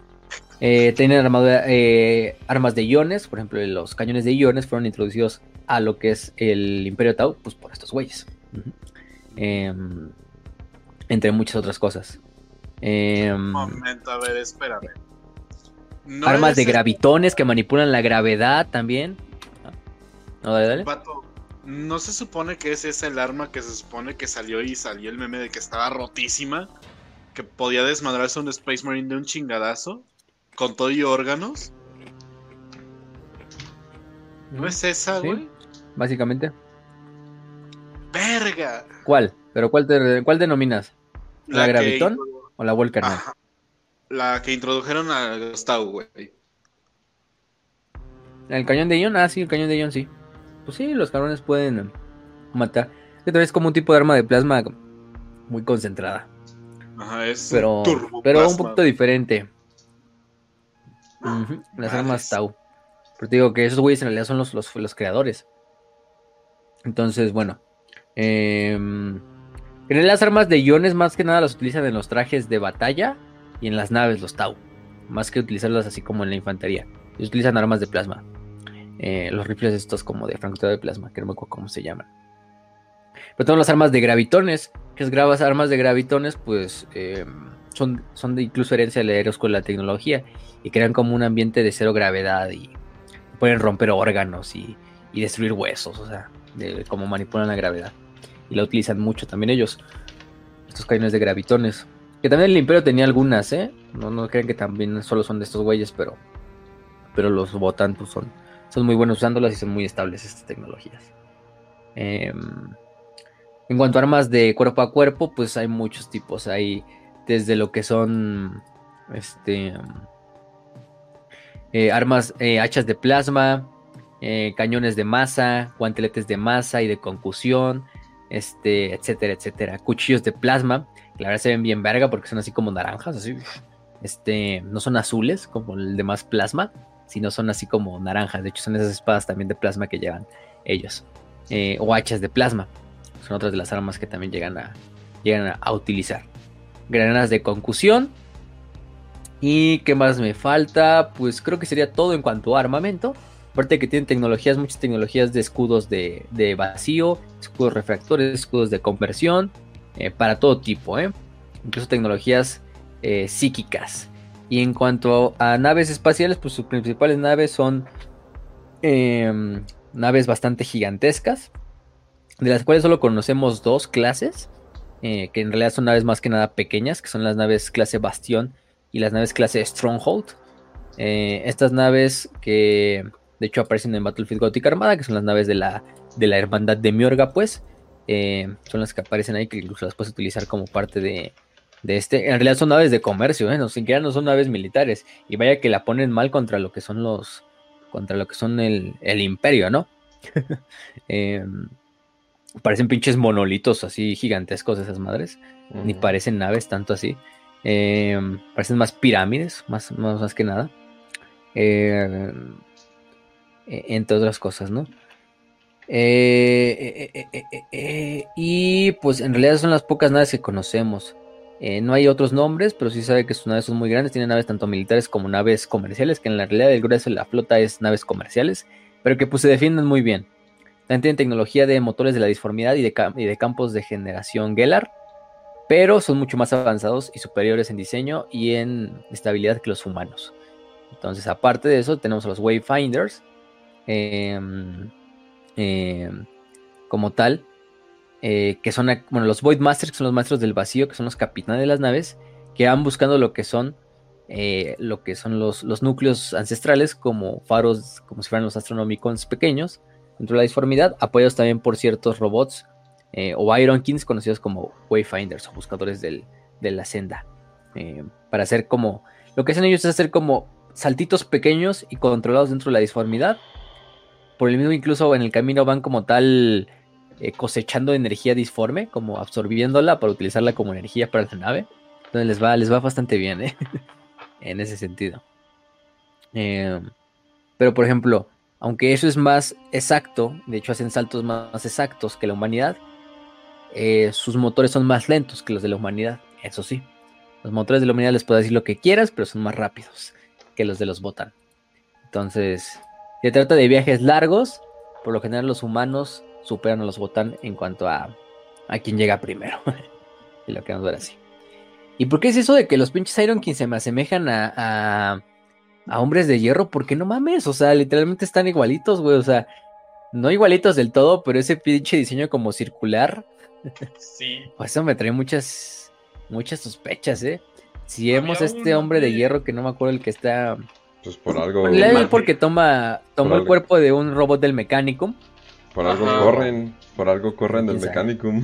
Speaker 2: Eh, tienen armadura, eh, armas de iones, por ejemplo, los cañones de iones fueron introducidos a lo que es el Imperio Tau, pues por estos güeyes. Uh-huh. eh, entre muchas otras cosas. Eh,
Speaker 4: Un momento, a ver, espérame. No
Speaker 2: Armas
Speaker 4: es
Speaker 2: de
Speaker 4: este
Speaker 2: gravitones que manipulan la gravedad también. No, dale, dale.
Speaker 4: vato. No se supone que ese es el arma que se supone que salió y salió el meme de que estaba rotísima. Que podía desmadrarse un Space Marine de un chingadazo. Con todo y órganos. ¿No es esa,
Speaker 2: Sí,
Speaker 4: güey?
Speaker 2: básicamente.
Speaker 4: ¡Verga!
Speaker 2: ¿Cuál? ¿Pero cuál, te, cuál denominas? ¿La,
Speaker 4: que
Speaker 2: Gravitón
Speaker 4: introdu-
Speaker 2: o la Volcar Knight?
Speaker 4: Ajá. La que introdujeron a Gustavo, güey.
Speaker 2: ¿El cañón de ion? Ah, sí, el cañón de ion, sí. Pues sí, los cabrones pueden matar. Que también es como un tipo de arma de plasma muy concentrada.
Speaker 4: Ajá, es
Speaker 2: Pero,
Speaker 4: un turboplasma.
Speaker 2: pero un poquito diferente. Ujú, las armas
Speaker 4: Madres.
Speaker 2: Tau. Pero te digo que esos güeyes en realidad son los, los, los creadores. Entonces, bueno. Eh, en realidad las armas de iones más que nada las utilizan en los trajes de batalla y en las naves, los Tau. Más que utilizarlas así como en la infantería. Ellos utilizan armas de plasma. Eh, los rifles estos como de francotirador de plasma, que no me acuerdo cómo se llaman. Pero tenemos las armas de gravitones, que es grabas armas de gravitones, pues eh, son, son de incluso herencia de la aeroscuela de la tecnología y crean como un ambiente de cero gravedad y pueden romper órganos y, y destruir huesos, o sea, de cómo manipulan la gravedad. Y la utilizan mucho también ellos, estos cañones de gravitones. Que también el Imperio tenía algunas, ¿eh? No, no crean que también solo son de estos güeyes, pero, pero los Votan pues son, son muy buenos usándolas y son muy estables estas tecnologías. Eh, en cuanto a armas de cuerpo a cuerpo, pues hay muchos tipos. Hay desde lo que son este eh, armas, eh, hachas de plasma, eh, cañones de masa, guanteletes de masa y de concusión, este, etcétera, etcétera. Cuchillos de plasma, que la verdad se ven bien verga porque son así como naranjas, así. Este, no son azules como el demás plasma, sino son así como naranjas. De hecho, son esas espadas también de plasma que llevan ellos. Eh, o hachas de plasma. Son otras de las armas que también llegan a, llegan a, a utilizar. Granadas de concusión. ¿Y qué más me falta? Pues creo que sería todo en cuanto a armamento. Aparte de que tienen tecnologías, muchas tecnologías de escudos de, de vacío, escudos refractores, escudos de conversión, eh, para todo tipo, ¿eh? Incluso tecnologías eh, psíquicas. Y en cuanto a naves espaciales, pues sus principales naves son eh, naves bastante gigantescas, de las cuales solo conocemos dos clases, eh, que en realidad son naves más que nada pequeñas, que son las naves clase Bastión y las naves clase Stronghold. Eh, estas naves que de hecho aparecen en Battlefield Gothic Armada, que son las naves de la, de la hermandad de Miorga, pues, eh, son las que aparecen ahí, que incluso las puedes utilizar como parte de, de este. En realidad son naves de comercio, ¿eh? No, siquiera no son naves militares, y vaya que la ponen mal contra lo que son los, contra lo que son el, el imperio, ¿no? eh, Parecen pinches monolitos así gigantescos esas madres. Uh-huh. Ni parecen naves tanto así. Eh, parecen más pirámides, más, más, más que nada. Eh, entre otras cosas, ¿no? Eh, eh, eh, eh, eh, y pues en realidad son las pocas naves que conocemos. Eh, no hay otros nombres, pero sí sabe que sus naves son muy grandes. Tienen naves tanto militares como naves comerciales, que en la realidad el grueso de la flota es naves comerciales, pero que pues se defienden muy bien. También tienen tecnología de motores de la disformidad y de, cam- y de campos de generación Gellar, pero son mucho más avanzados y superiores en diseño y en estabilidad que los humanos. Entonces, aparte de eso, tenemos a los Wayfinders, eh, eh, como tal, eh, que son, bueno, los Voidmasters, que son los maestros del vacío, que son los capitanes de las naves, que van buscando lo que son, eh, lo que son los, los núcleos ancestrales, como faros, como si fueran los Astronomicons pequeños, dentro de la disformidad, apoyados también por ciertos robots eh, o Iron Kings, conocidos como Wayfinders o buscadores del, de la senda, eh, para hacer como, lo que hacen ellos es hacer como saltitos pequeños y controlados dentro de la disformidad. Por el mismo, incluso en el camino van como tal eh, cosechando energía disforme, como absorbiéndola para utilizarla como energía para la nave. Entonces les va, les va bastante bien, ¿eh? En ese sentido. Eh, pero por ejemplo, aunque eso es más exacto, de hecho hacen saltos más exactos que la humanidad, eh, sus motores son más lentos que los de la humanidad, eso sí. Los motores de la humanidad les puedo decir lo que quieras, pero son más rápidos que los de los Votan. Entonces, se trata de viajes largos, por lo general los humanos superan a los Votan en cuanto a, a quien llega primero. Y lo queremos ver así. ¿Y por qué es eso de que los pinches Iron Kings se me asemejan a... a a Hombres de Hierro, porque no mames, o sea, literalmente están igualitos, güey, o sea, no igualitos del todo, pero ese pinche diseño como circular,
Speaker 5: Sí.
Speaker 2: pues eso me trae muchas, muchas sospechas, ¿eh? Si
Speaker 5: Había
Speaker 2: vemos a este
Speaker 5: un
Speaker 2: Hombre de
Speaker 5: hombre-
Speaker 2: Hierro, que no me acuerdo el que está...
Speaker 1: Pues por algo,
Speaker 2: Bueno, él
Speaker 5: Marte.
Speaker 2: porque toma, tomó
Speaker 1: Por
Speaker 2: el
Speaker 1: algo.
Speaker 2: cuerpo de un robot del Mechanicum.
Speaker 1: por algo
Speaker 5: Ajá.
Speaker 1: corren, por algo corren del
Speaker 2: ¿Quién sabe?
Speaker 1: Mechanicum.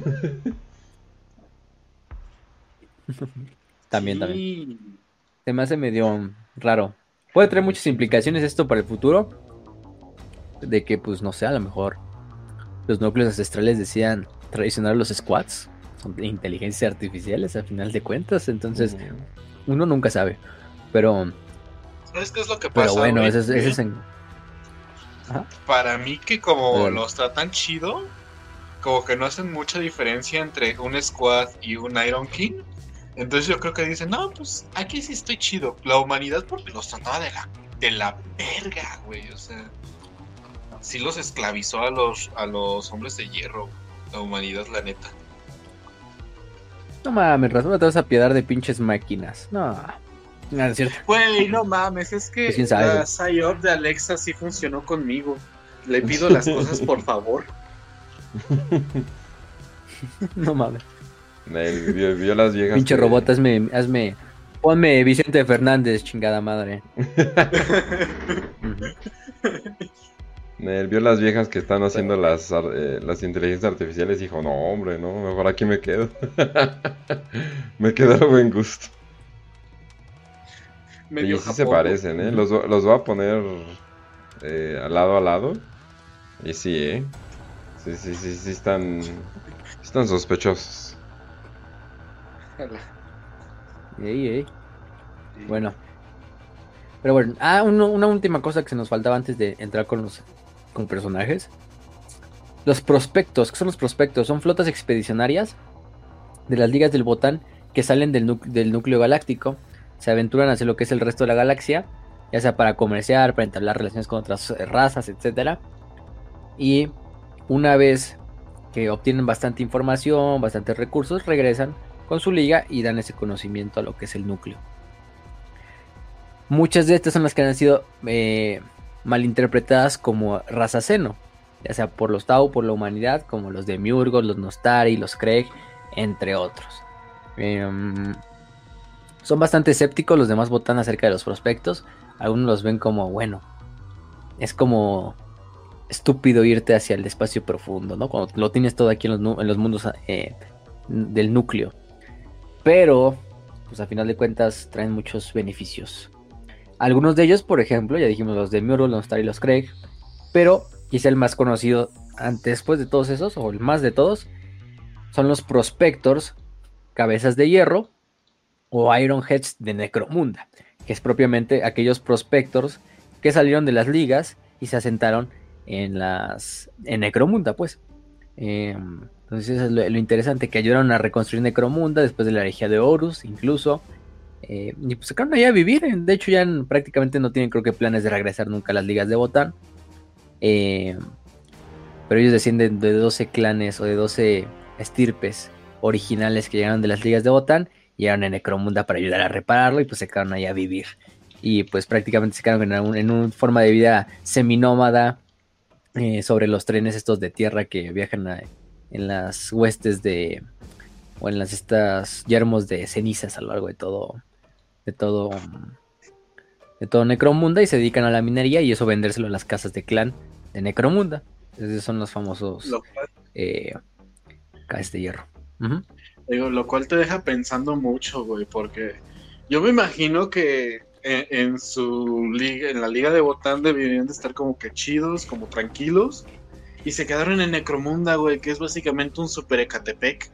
Speaker 2: También,
Speaker 5: Sí.
Speaker 2: también. Se me hace medio raro. Puede traer muchas implicaciones esto para el futuro. De que, pues, no sé, a lo mejor los núcleos ancestrales decían traicionar a los squads. Son inteligencias artificiales, al final de cuentas. Entonces,
Speaker 1: Ujú.
Speaker 2: uno nunca sabe. Pero,
Speaker 4: ¿Sabes qué es lo que pasa?
Speaker 2: pero bueno,
Speaker 4: güey?
Speaker 2: ese es, ese es en...
Speaker 4: Para mí que como
Speaker 2: Dale.
Speaker 4: los tratan chido, como que no hacen mucha diferencia entre un Squad y un Iron King. Entonces yo creo que dicen, no, pues aquí sí estoy chido. La humanidad porque los trataba de la, de la verga, güey. O sea, sí los esclavizó a los, a los hombres de hierro. La humanidad, la neta.
Speaker 2: No mames, Rasura, te vas a piedar de pinches máquinas. No, no es cierto.
Speaker 4: Güey, no mames, es que
Speaker 2: Pues quién sabe, güey.
Speaker 4: la PsyOp de Alexa sí funcionó conmigo. Le pido las cosas por favor.
Speaker 2: No mames.
Speaker 1: Él vio, vio las viejas.
Speaker 2: Pinche
Speaker 1: que-
Speaker 2: robot, hazme, hazme, ponme Vicente Fernández, chingada madre. Ujú.
Speaker 1: Él vio las viejas que están haciendo las, ar- eh, las inteligencias artificiales y dijo, no, hombre, no, mejor aquí me quedo. Me quedo a buen gusto. Y
Speaker 4: Medio
Speaker 1: sí se
Speaker 4: Japón.
Speaker 1: parecen, ¿eh? Los, los voy a poner eh, al lado a lado. Y sí, ¿eh? Sí, sí, sí, sí están, están sospechosos.
Speaker 2: Ey, ey. Bueno. Pero bueno, ah, uno- una última cosa que se nos faltaba antes de entrar con los con personajes. Los prospectos, ¿qué son los prospectos? Son flotas expedicionarias de las ligas del Botán que salen del, nu- del núcleo galáctico, se aventuran hacia lo que es el resto de la galaxia, ya sea para comerciar, para entablar relaciones con otras eh, razas, etcétera. Y una vez que obtienen bastante información, bastantes recursos, regresan con su liga y dan ese conocimiento a lo que es el núcleo. Muchas de estas son las que han sido eh, malinterpretadas como raza Xeno, ya sea por los Tau, por la humanidad, como los Demiurgos, los Nostari, los Kreg, entre otros. Eh, son bastante escépticos los demás Botán acerca de los prospectos. Algunos los ven como, bueno, es como estúpido irte hacia el espacio profundo, ¿no? Cuando lo tienes todo aquí en los, nu- en los mundos eh, del núcleo. Pero, pues a final de cuentas, traen muchos beneficios. Algunos de ellos, por ejemplo, ya dijimos los de Muro, los Nostari y los Kreg. Pero quizá el más conocido antes, después de todos esos, o el más de todos, son los Prospectors, Cabezas de Hierro, o Ironheads de Necromunda, que es propiamente aquellos Prospectors que salieron de las ligas y se asentaron en las en Necromunda, pues. Eh, entonces eso es lo, lo interesante, que ayudaron a reconstruir Necromunda después de la herejía de Horus, incluso. Eh, y pues se quedaron allá a vivir. De hecho, ya n- prácticamente no tienen, creo que, planes de regresar nunca a las ligas de Botán. Eh, pero ellos descienden de doce clanes o de doce estirpes originales que llegaron de las ligas de Botán, llegaron a Necromunda para ayudar a repararlo y pues se quedaron allá a vivir. Y pues prácticamente se quedaron en, un, en una forma de vida seminómada, eh, sobre los trenes estos de tierra que viajan a- en las huestes de, o en las estas yermos de cenizas a lo largo de todo, de todo, de todo Necromunda, y se dedican a la minería y eso vendérselo a las casas de clan de Necromunda. Esos son los famosos
Speaker 4: Lo cual,
Speaker 2: eh, casas de hierro. Ujú.
Speaker 4: digo, lo cual te deja pensando mucho, güey, porque yo me imagino que en, en su liga, en la liga de Botán deberían de estar como que chidos, como tranquilos, y se quedaron en Necromunda, güey, que es básicamente un super Ecatepec.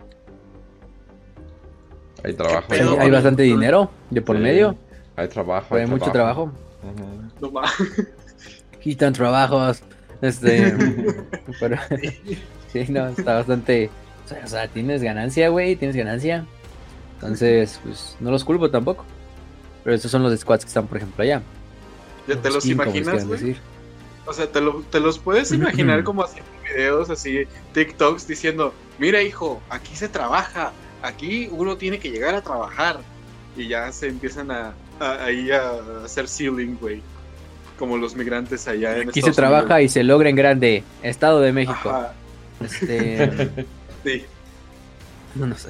Speaker 1: Hay trabajo.
Speaker 4: Pero-
Speaker 2: hay, hay bastante dinero de por
Speaker 1: Sí,
Speaker 2: medio,
Speaker 1: Hay trabajo.
Speaker 2: hay mucho trabajo.
Speaker 1: Ujú.
Speaker 4: No ma-
Speaker 2: Quitan trabajos. Este, pero sí, no, está bastante. O sea, o sea, tienes ganancia, güey, tienes ganancia. Entonces, pues no los culpo tampoco. Pero esos son los squads que están, por ejemplo, allá.
Speaker 4: ¿Ya te los
Speaker 2: Skin, como les
Speaker 4: imaginas,
Speaker 2: quieran
Speaker 4: güey?
Speaker 2: decir.
Speaker 4: O sea, te, lo- te los puedes imaginar como haciendo videos así, TikToks diciendo, mira hijo, aquí se trabaja, aquí uno tiene que llegar a trabajar. Y ya se empiezan a, a, ahí a hacer sealing, güey. Como los migrantes allá en
Speaker 2: Aquí
Speaker 4: Estados
Speaker 2: se trabaja
Speaker 4: Unidos.
Speaker 2: y se logra en grande. Estado de México.
Speaker 4: Ajá,
Speaker 2: Este.
Speaker 4: sí.
Speaker 2: No, no sé.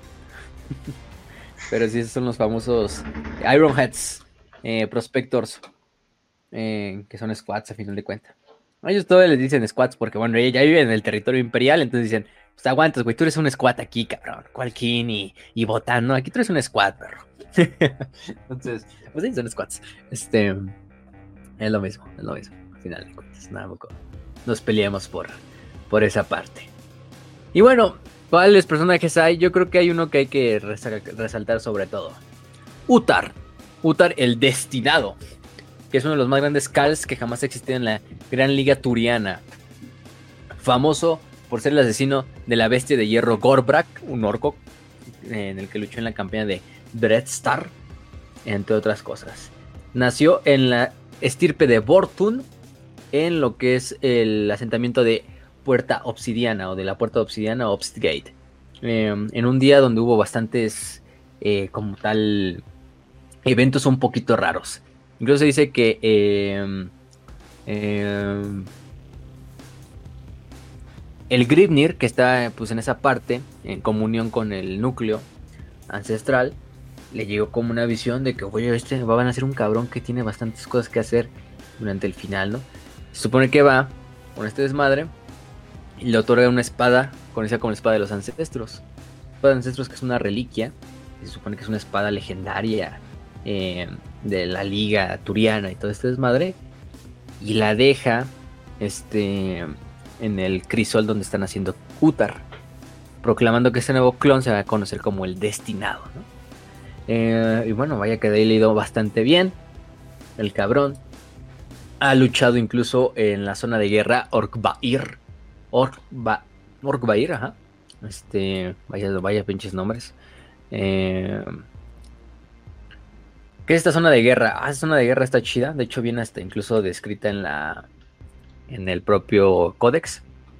Speaker 2: Pero sí, esos son los famosos Ironheads, eh, Prospectors, eh, que son squads a final de cuentas. A ellos todavía les dicen squads porque, bueno, ya viven en el territorio imperial, entonces dicen, pues aguantas, güey, tú eres un squad aquí, cabrón. ¿Cuál king y, y Botán? No, aquí tú eres un squad, perro. Entonces, pues sí, son squads. Este, es lo mismo, es lo mismo, a final de cuentas. Nada, poco. Nos peleamos por, por esa parte. Y bueno, ¿cuáles personajes hay? Yo creo que hay uno que hay que resaltar sobre todo. Utar. Utar el Destinado, que es uno de los más grandes Khals que jamás existió en la Gran Liga Turiana. Famoso por ser el asesino de la bestia de hierro Gorbrak, un orco en el que luchó en la campaña de Dreadstar, entre otras cosas. Nació en la estirpe de Vortun, en lo que es el asentamiento de Puerta Obsidiana, o de la Puerta Obsidiana, Obstgate, eh, en un día donde hubo bastantes, eh, como tal, eventos un poquito raros. Incluso se dice que eh, eh, el Grimnir, que está pues en esa parte, en comunión con el núcleo ancestral, le llegó como una visión de que, oye, este va a nacer un cabrón que tiene bastantes cosas que hacer durante el final, ¿no? Se supone que va con este desmadre y le otorga una espada, conocida como la espada de los ancestros. La espada de los ancestros, que es una reliquia, se supone que es una espada legendaria eh, de la liga turiana y todo este desmadre, y la deja este, en el crisol donde están haciendo Utar, proclamando que este nuevo clon se va a conocer como el Destinado, ¿no? Eh, y bueno, vaya que de ahí le ha ido bastante bien. El cabrón ha luchado incluso en la zona de guerra Orkbair. Orkba, Orkbair, ajá. Este, vaya, vaya pinches nombres. Eh, ¿Qué es esta zona de guerra? Ah, esta zona de guerra está chida. De hecho, viene hasta incluso descrita en la, en el propio códex.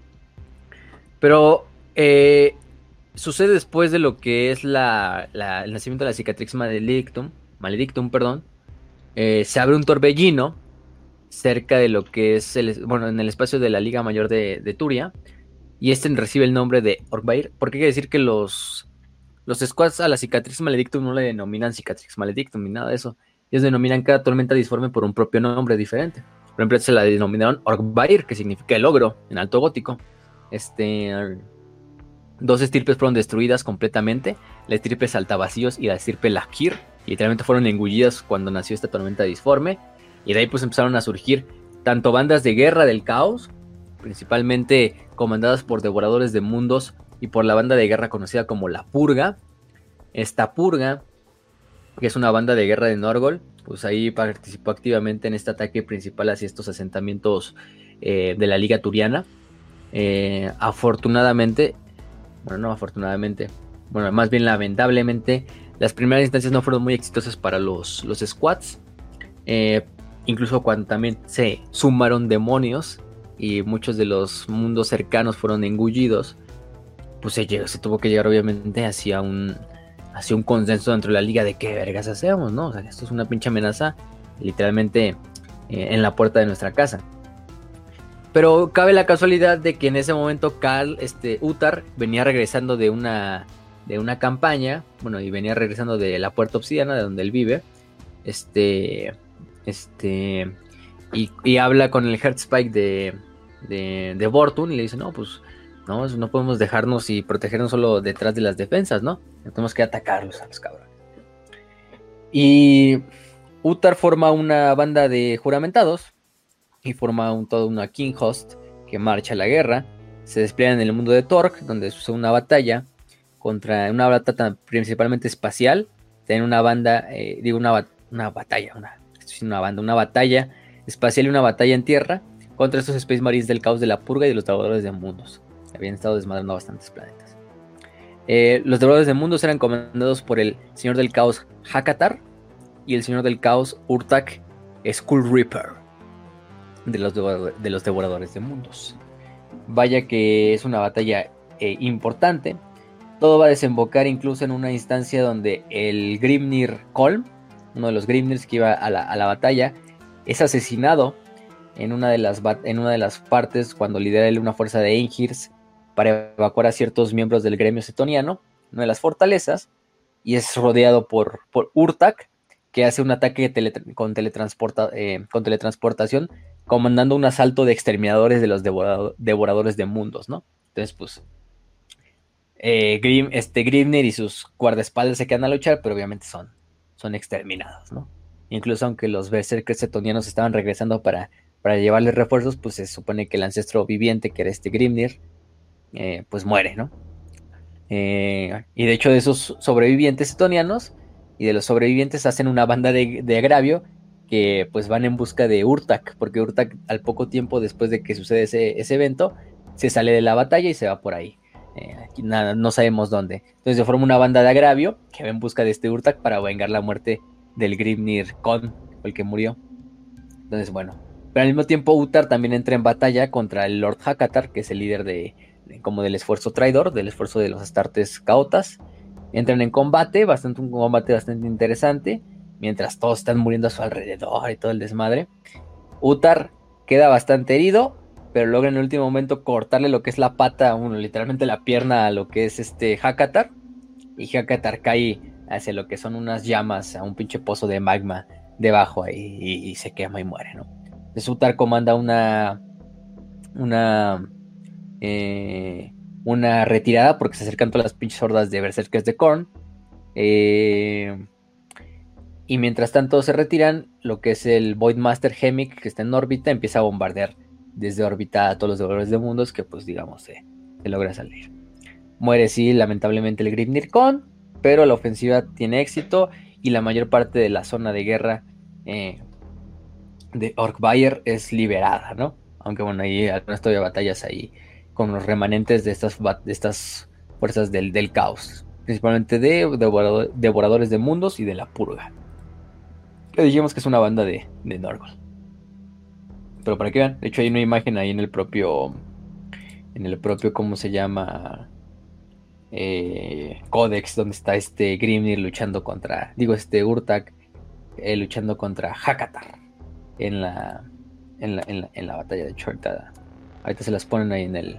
Speaker 2: Pero eh, sucede después de lo que es la, la, el nacimiento de la Cicatrix Maledictum. Maledictum, perdón. Eh, se abre un torbellino cerca de lo que es el, bueno, en el espacio de la Liga Mayor de, de Turia, y este recibe el nombre de Orkbair, porque quiere decir que los los squads a la Cicatrix Maledictum no le denominan Cicatrix Maledictum ni nada de eso. Ellos denominan cada tormenta disforme por un propio nombre diferente. Por ejemplo, se la denominaron Orkbair, que significa el ogro en alto gótico. Este, dos estirpes fueron destruidas completamente, la estirpe Saltavacíos y la estirpe Lakir, literalmente fueron engullidas cuando nació esta tormenta disforme. Y de ahí pues empezaron a surgir tanto bandas de guerra del caos, principalmente comandadas por devoradores de mundos y por la banda de guerra conocida como la Purga. Esta Purga, que es una banda de guerra de Norgol, pues ahí participó activamente en este ataque principal hacia estos asentamientos eh, de la Liga Turiana. Eh, afortunadamente, bueno, no afortunadamente, bueno, más bien lamentablemente, las primeras instancias no fueron muy exitosas para los, los squads. Eh, Incluso cuando también se sumaron demonios y muchos de los mundos cercanos fueron engullidos, pues se, llegó, se tuvo que llegar obviamente hacia un, hacia un consenso dentro de la liga de qué vergas hacemos, ¿no? O sea, esto es una pinche amenaza literalmente eh, en la puerta de nuestra casa. Pero cabe la casualidad de que en ese momento Khal, este, Utar venía regresando de una, de una campaña, bueno, y venía regresando de la Puerta Obsidiana, de donde él vive, este... Este y, y habla con el Heartspike de, de, de Vortun y le dice, no, pues no, no podemos dejarnos y protegernos solo detrás de las defensas, ¿no? Tenemos que atacarlos a los cabrones. Y Utar forma una banda de juramentados y forma un, todo una King Host que marcha a la guerra. Se despliegan en el mundo de Torque, donde sucede una batalla contra una batalla principalmente espacial. Tienen una banda, eh, digo una, una batalla, una una banda, una batalla espacial y una batalla en tierra contra estos Space Marines del caos de la Purga y de los devoradores de mundos. Habían estado desmadrando bastantes planetas. Eh, los devoradores de mundos eran comandados por el señor del caos Hakatar y el señor del caos Urtak Skull Reaper de los, devoradores, de los devoradores de mundos. Vaya que es una batalla eh, importante. Todo va a desembocar incluso en una instancia donde el Grimnir Kolm uno de los Grimnirs que iba a la, a la batalla, es asesinado en una de las, en una de las partes cuando lidera él una fuerza de Einhirs para evacuar a ciertos miembros del gremio setoniano, una de las fortalezas, y es rodeado por, por Urtak, que hace un ataque tele, con, teletransporta, eh, con teletransportación, comandando un asalto de exterminadores de los devorado, devoradores de mundos, ¿no? Entonces, pues, eh, Grim, este Grimnir y sus guardaespaldas se quedan a luchar, pero obviamente son, son exterminados, ¿no? Incluso aunque los berserkers setonianos estaban regresando para, para llevarles refuerzos, pues se supone que el ancestro viviente, que era este Grimnir, eh, pues muere, ¿no? Eh, y de hecho de esos sobrevivientes setonianos y de los sobrevivientes hacen una banda de, de agravio que pues van en busca de Urtak, porque Urtak al poco tiempo después de que sucede ese, ese evento se sale de la batalla y se va por ahí, eh, aquí nada, no sabemos dónde. Entonces se forma una banda de agravio que va en busca de este Urtak para vengar la muerte del Grimnir Khan, el que murió. Entonces bueno, pero al mismo tiempo Uther también entra en batalla contra el Lord Hakatar, que es el líder de como del esfuerzo traidor, del esfuerzo de los Astartes Caotas. Entran en combate, bastante un combate bastante interesante, mientras todos están muriendo a su alrededor y todo el desmadre. Uther queda bastante herido, pero logra en el último momento cortarle lo que es la pata, bueno, literalmente la pierna a lo que es este Hakatar, y Hakatar cae hacia lo que son unas llamas, a un pinche pozo de magma debajo ahí, y, y se quema y muere, ¿no? Entonces Uther comanda una una Eh, una retirada porque se acercan todas las pinches hordas de berserkers de Khorne, eh, y mientras tanto se retiran, lo que es el Voidmaster Hemik, que está en órbita, empieza a bombardear desde órbita a todos los devoradores de mundos, que pues digamos se, se logra salir. Muere sí lamentablemente el Grimnir Khan, pero la ofensiva tiene éxito y la mayor parte de la zona de guerra eh, de Orkbayr es liberada, ¿no? Aunque bueno, hay algunas todavía batallas ahí con los remanentes de estas, de estas fuerzas del, del caos, principalmente de devorador, devoradores de mundos y de la purga. Le dijimos que es una banda de, de Nurgle. Pero para que vean, de hecho hay una imagen ahí en el propio, en el propio, ¿cómo se llama? Eh, Codex, donde está este Grimnir luchando contra, digo este Urtak, eh, luchando contra Hakatar en la, en la, en la, en la batalla de Chortada. Ahorita se las ponen ahí en el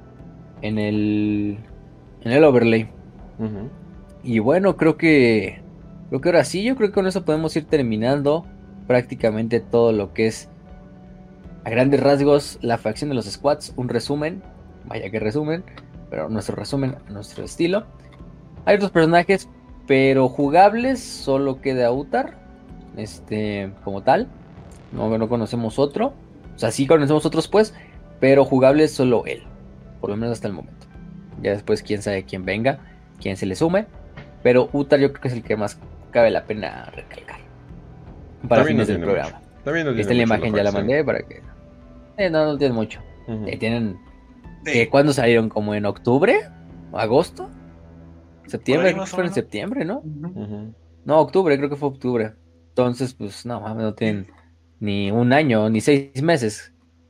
Speaker 2: en el en el overlay. Uh-huh. Y bueno, creo que creo que ahora sí, yo creo que con eso podemos ir terminando prácticamente todo lo que es a grandes rasgos la facción de los squads, un resumen, vaya que resumen, pero nuestro resumen, nuestro estilo. Hay otros personajes, pero jugables solo queda Uther, este, como tal. No, no conocemos otro. O sea, sí conocemos otros pues, pero jugable es solo él, por lo menos hasta el momento. Ya después quién sabe quién venga, quién se le sume, pero Uther yo creo que es el que más cabe la pena recalcar para fines del programa. También no esta es la imagen, la ya la mandé para que eh, no, no tienen mucho. Uh-huh. eh, tienen eh, ¿cuándo salieron? ¿Como en octubre? ¿Agosto? ¿Septiembre? Creo que fue en septiembre, ¿no? Uh-huh. No, octubre, creo que fue octubre. Entonces, pues no, no tienen ni un año, ni seis meses.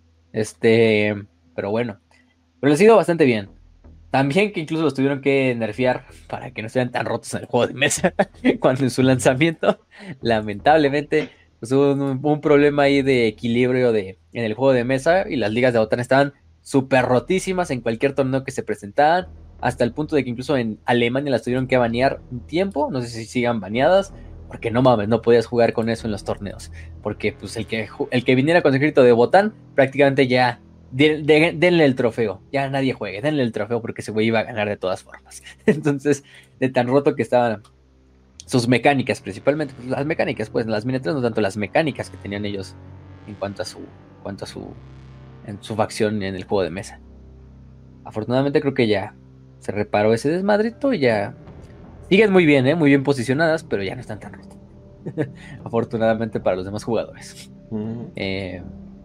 Speaker 2: Este, pero bueno, pero les ha ido bastante bien. También que incluso los tuvieron que nerfear para que no estuvieran tan rotos en el juego de mesa cuando en su lanzamiento, lamentablemente, pues hubo un, un problema ahí de equilibrio de, en el juego de mesa y las ligas de OTAN estaban súper rotísimas en cualquier torneo que se presentaban, hasta el punto de que incluso en Alemania las tuvieron que banear un tiempo, no sé si sigan baneadas, porque no mames, no podías jugar con eso en los torneos, porque pues el que, el que viniera con el escrito de Botán, prácticamente ya, de, de, denle el trofeo, ya nadie juegue, denle el trofeo porque ese güey iba a ganar de todas formas. Entonces, de tan roto que estaban sus mecánicas, principalmente, pues, las mecánicas, pues las miniaturas, no tanto las mecánicas que tenían ellos en cuanto a su, en cuanto a su, en su facción en el juego de mesa. Afortunadamente creo que ya se reparó ese desmadrito y ya siguen muy bien, ¿eh? Muy bien posicionadas, pero ya no están tan rotas. Afortunadamente para los demás jugadores. Uh-huh. Eh,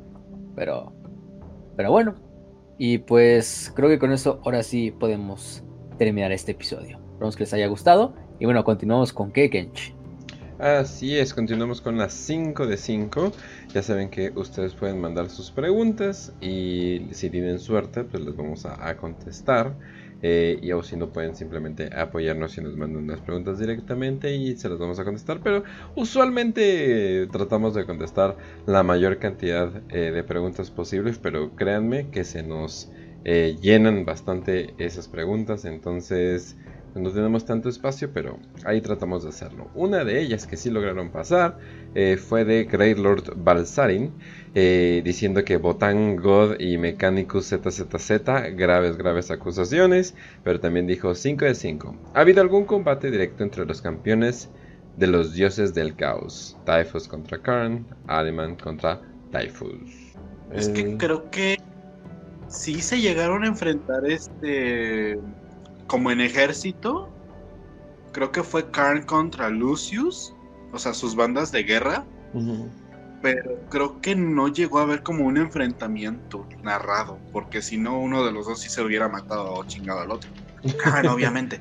Speaker 2: pero, pero bueno. Y pues creo que con eso ahora sí podemos terminar este episodio. Esperamos que les haya gustado. Y bueno, continuamos con ¿qué, Kench?
Speaker 1: Así es, continuamos con las cinco de cinco. Ya saben que ustedes pueden mandar sus preguntas y si tienen suerte, pues les vamos a, a contestar. Eh, y o si no pueden simplemente apoyarnos y nos mandan unas preguntas directamente y se las vamos a contestar. Pero usualmente eh, tratamos de contestar la mayor cantidad eh, de preguntas posibles. Pero créanme que se nos eh, llenan bastante esas preguntas. Entonces no tenemos tanto espacio, pero ahí tratamos de hacerlo. Una de ellas que sí lograron pasar eh, fue de Greylord Balsarin, eh, diciendo que Votann God y Mechanicus Z Z Z, graves, graves acusaciones, pero también dijo cinco de cinco. ¿Ha habido algún combate directo entre los campeones de los dioses del caos? Typhus contra Karn, Ahriman contra Typhus.
Speaker 4: Es eh... que creo que sí se llegaron a enfrentar este... como en ejército, creo que fue Karn contra Lucius, o sea, sus bandas de guerra, uh-huh. Pero creo que no llegó a haber como un enfrentamiento narrado, porque si no, uno de los dos sí se hubiera matado o chingado al otro. Karn, obviamente.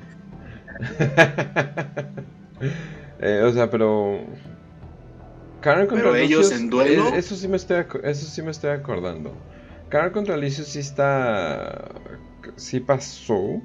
Speaker 1: eh, o sea, pero... Karn contra
Speaker 4: pero
Speaker 1: Lucius,
Speaker 4: ellos en duelo...
Speaker 1: Eh, eso, sí me estoy, eso sí me estoy acordando. Karn contra Lucius sí está... sí pasó...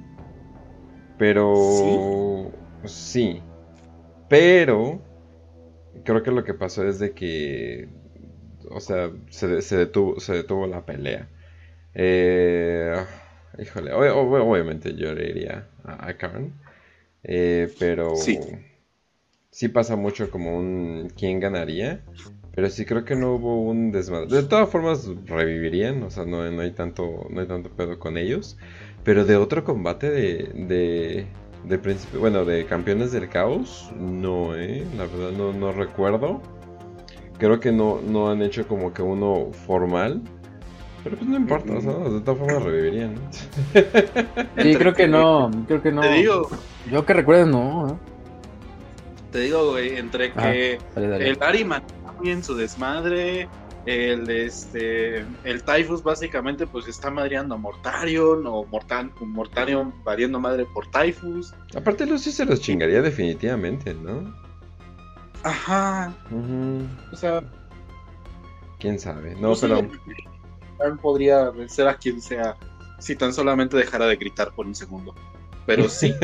Speaker 1: Pero sí. sí, pero creo que lo que pasó es de que, o sea, se, se detuvo, se detuvo la pelea. Eh, híjole, ob- ob- obviamente yo le iría a, a Karn, eh, pero
Speaker 4: sí.
Speaker 1: sí pasa mucho como un quién ganaría. Pero sí creo que no hubo un desmadre. De todas formas revivirían, o sea, no, no hay tanto, no hay tanto pedo con ellos. Pero de otro combate de, de, de príncipe, bueno, de campeones del caos, no, eh, la verdad no, no recuerdo. Creo que no, no han hecho como que uno formal. Pero pues no importa, o sea, de todas formas revivirían.
Speaker 2: Sí, creo que no, creo que no.
Speaker 4: Te digo.
Speaker 2: Yo que recuerdo, no. ¿eh?
Speaker 4: Te digo, güey, entre
Speaker 2: Ah,
Speaker 4: que
Speaker 2: dale, dale.
Speaker 4: el Ahriman en su desmadre, el este el Typhus básicamente pues está madreando a Mortarion, o Mortan, Mortarion valiendo madre por Typhus.
Speaker 1: Aparte Lucius se los chingaría definitivamente, ¿no?
Speaker 4: Ajá.
Speaker 1: Uh-huh.
Speaker 4: O sea,
Speaker 1: quién sabe. No,
Speaker 4: pues
Speaker 1: pero
Speaker 4: sí, podría vencer a quien sea si tan solamente dejara de gritar por un segundo. Pero sí.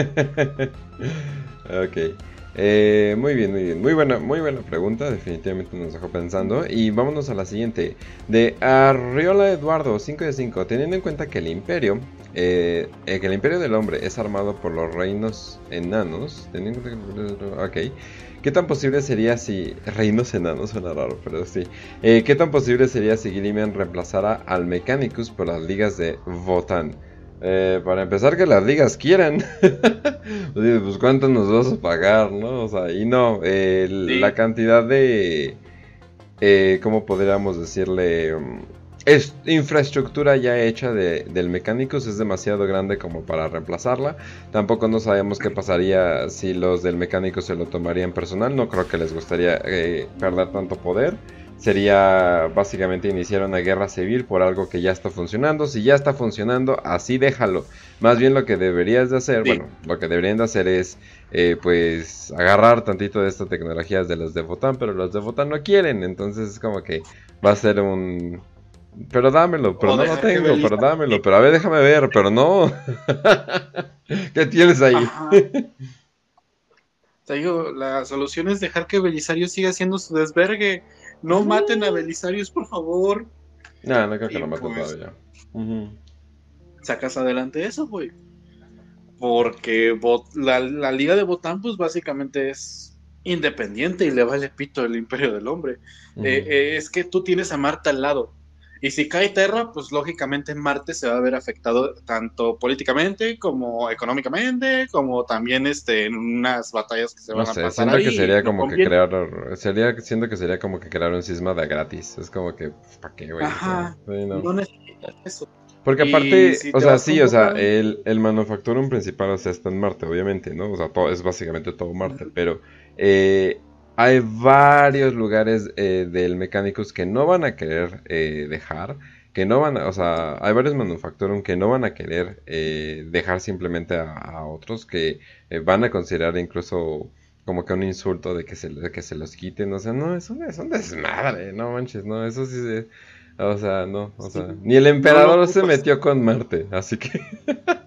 Speaker 1: Ok. Eh, muy bien, muy bien. Muy buena, muy buena pregunta. Definitivamente nos dejó pensando. Y vámonos a la siguiente. De Arriola Eduardo, cinco de cinco. Teniendo en cuenta que el imperio, eh, eh, que el imperio del hombre es armado por los reinos enanos. Teniendo en cuenta que... Ok. ¿Qué tan posible sería si... Reinos enanos suena raro, pero sí. Eh, ¿Qué tan posible sería si Gilliman reemplazara al Mechanicus por las ligas de Votann? Eh, para empezar, que las ligas quieran. Pues cuánto nos vas a pagar, ¿no? O sea, y no, eh, sí. La cantidad de, eh, ¿cómo podríamos decirle? Es infraestructura ya hecha de, del Mechanicus es demasiado grande como para reemplazarla. Tampoco no sabemos qué pasaría si los del Mechanicus se lo tomarían personal. No creo que les gustaría eh, perder tanto poder. Sería básicamente iniciar una guerra civil por algo que ya está funcionando. Si ya está funcionando, así déjalo. Más bien lo que deberías de hacer, sí. bueno, lo que deberían de hacer es eh, pues agarrar tantito de estas tecnologías de los de Votann, pero los de Votann no quieren. Entonces es como que va a ser un... Pero dámelo, pero o no lo tengo, pero dámelo, pero a ver, déjame ver, pero no. ¿Qué tienes ahí?
Speaker 4: Te digo, la solución es dejar que Belisario siga haciendo su desvergue. No uh-huh. maten a Belisarius, por favor.
Speaker 1: No, no creo que
Speaker 4: y
Speaker 1: lo maten
Speaker 4: pues,
Speaker 1: todavía. Uh-huh.
Speaker 4: Sacas adelante eso, güey. Porque bot, la, la liga de Votann, pues básicamente es independiente y le vale pito el imperio del hombre. Uh-huh. eh, eh, es que tú tienes a Marte al lado. Y si cae Terra, pues lógicamente Marte se va a ver afectado tanto políticamente como económicamente, como también este en unas batallas que se van
Speaker 1: no sé,
Speaker 4: a pasar
Speaker 1: siento
Speaker 4: ahí.
Speaker 1: que sería como
Speaker 4: conviene.
Speaker 1: que crear, sería, siento que sería como que crear un cisma de gratis. Es como que, ¿para qué, güey?
Speaker 4: Ajá, o sea, sí, no. no necesitas eso.
Speaker 1: Porque aparte, si o sea, sí, o sea, el, el manufacturing principal, o sea, está en Marte, obviamente, ¿no? O sea, todo, es básicamente todo Marte, uh-huh. pero eh, hay varios lugares eh, del Mechanicus que no van a querer eh, dejar, que no van a, o sea, hay varios manufacturing que no van a querer eh, dejar simplemente a, a otros, que eh, van a considerar incluso como que un insulto de que se, de que se los quiten, o sea, no, es un, es un desmadre, no manches, no, eso sí se... O sea, no, o sea, ni el emperador no, no, se metió con Marte, así que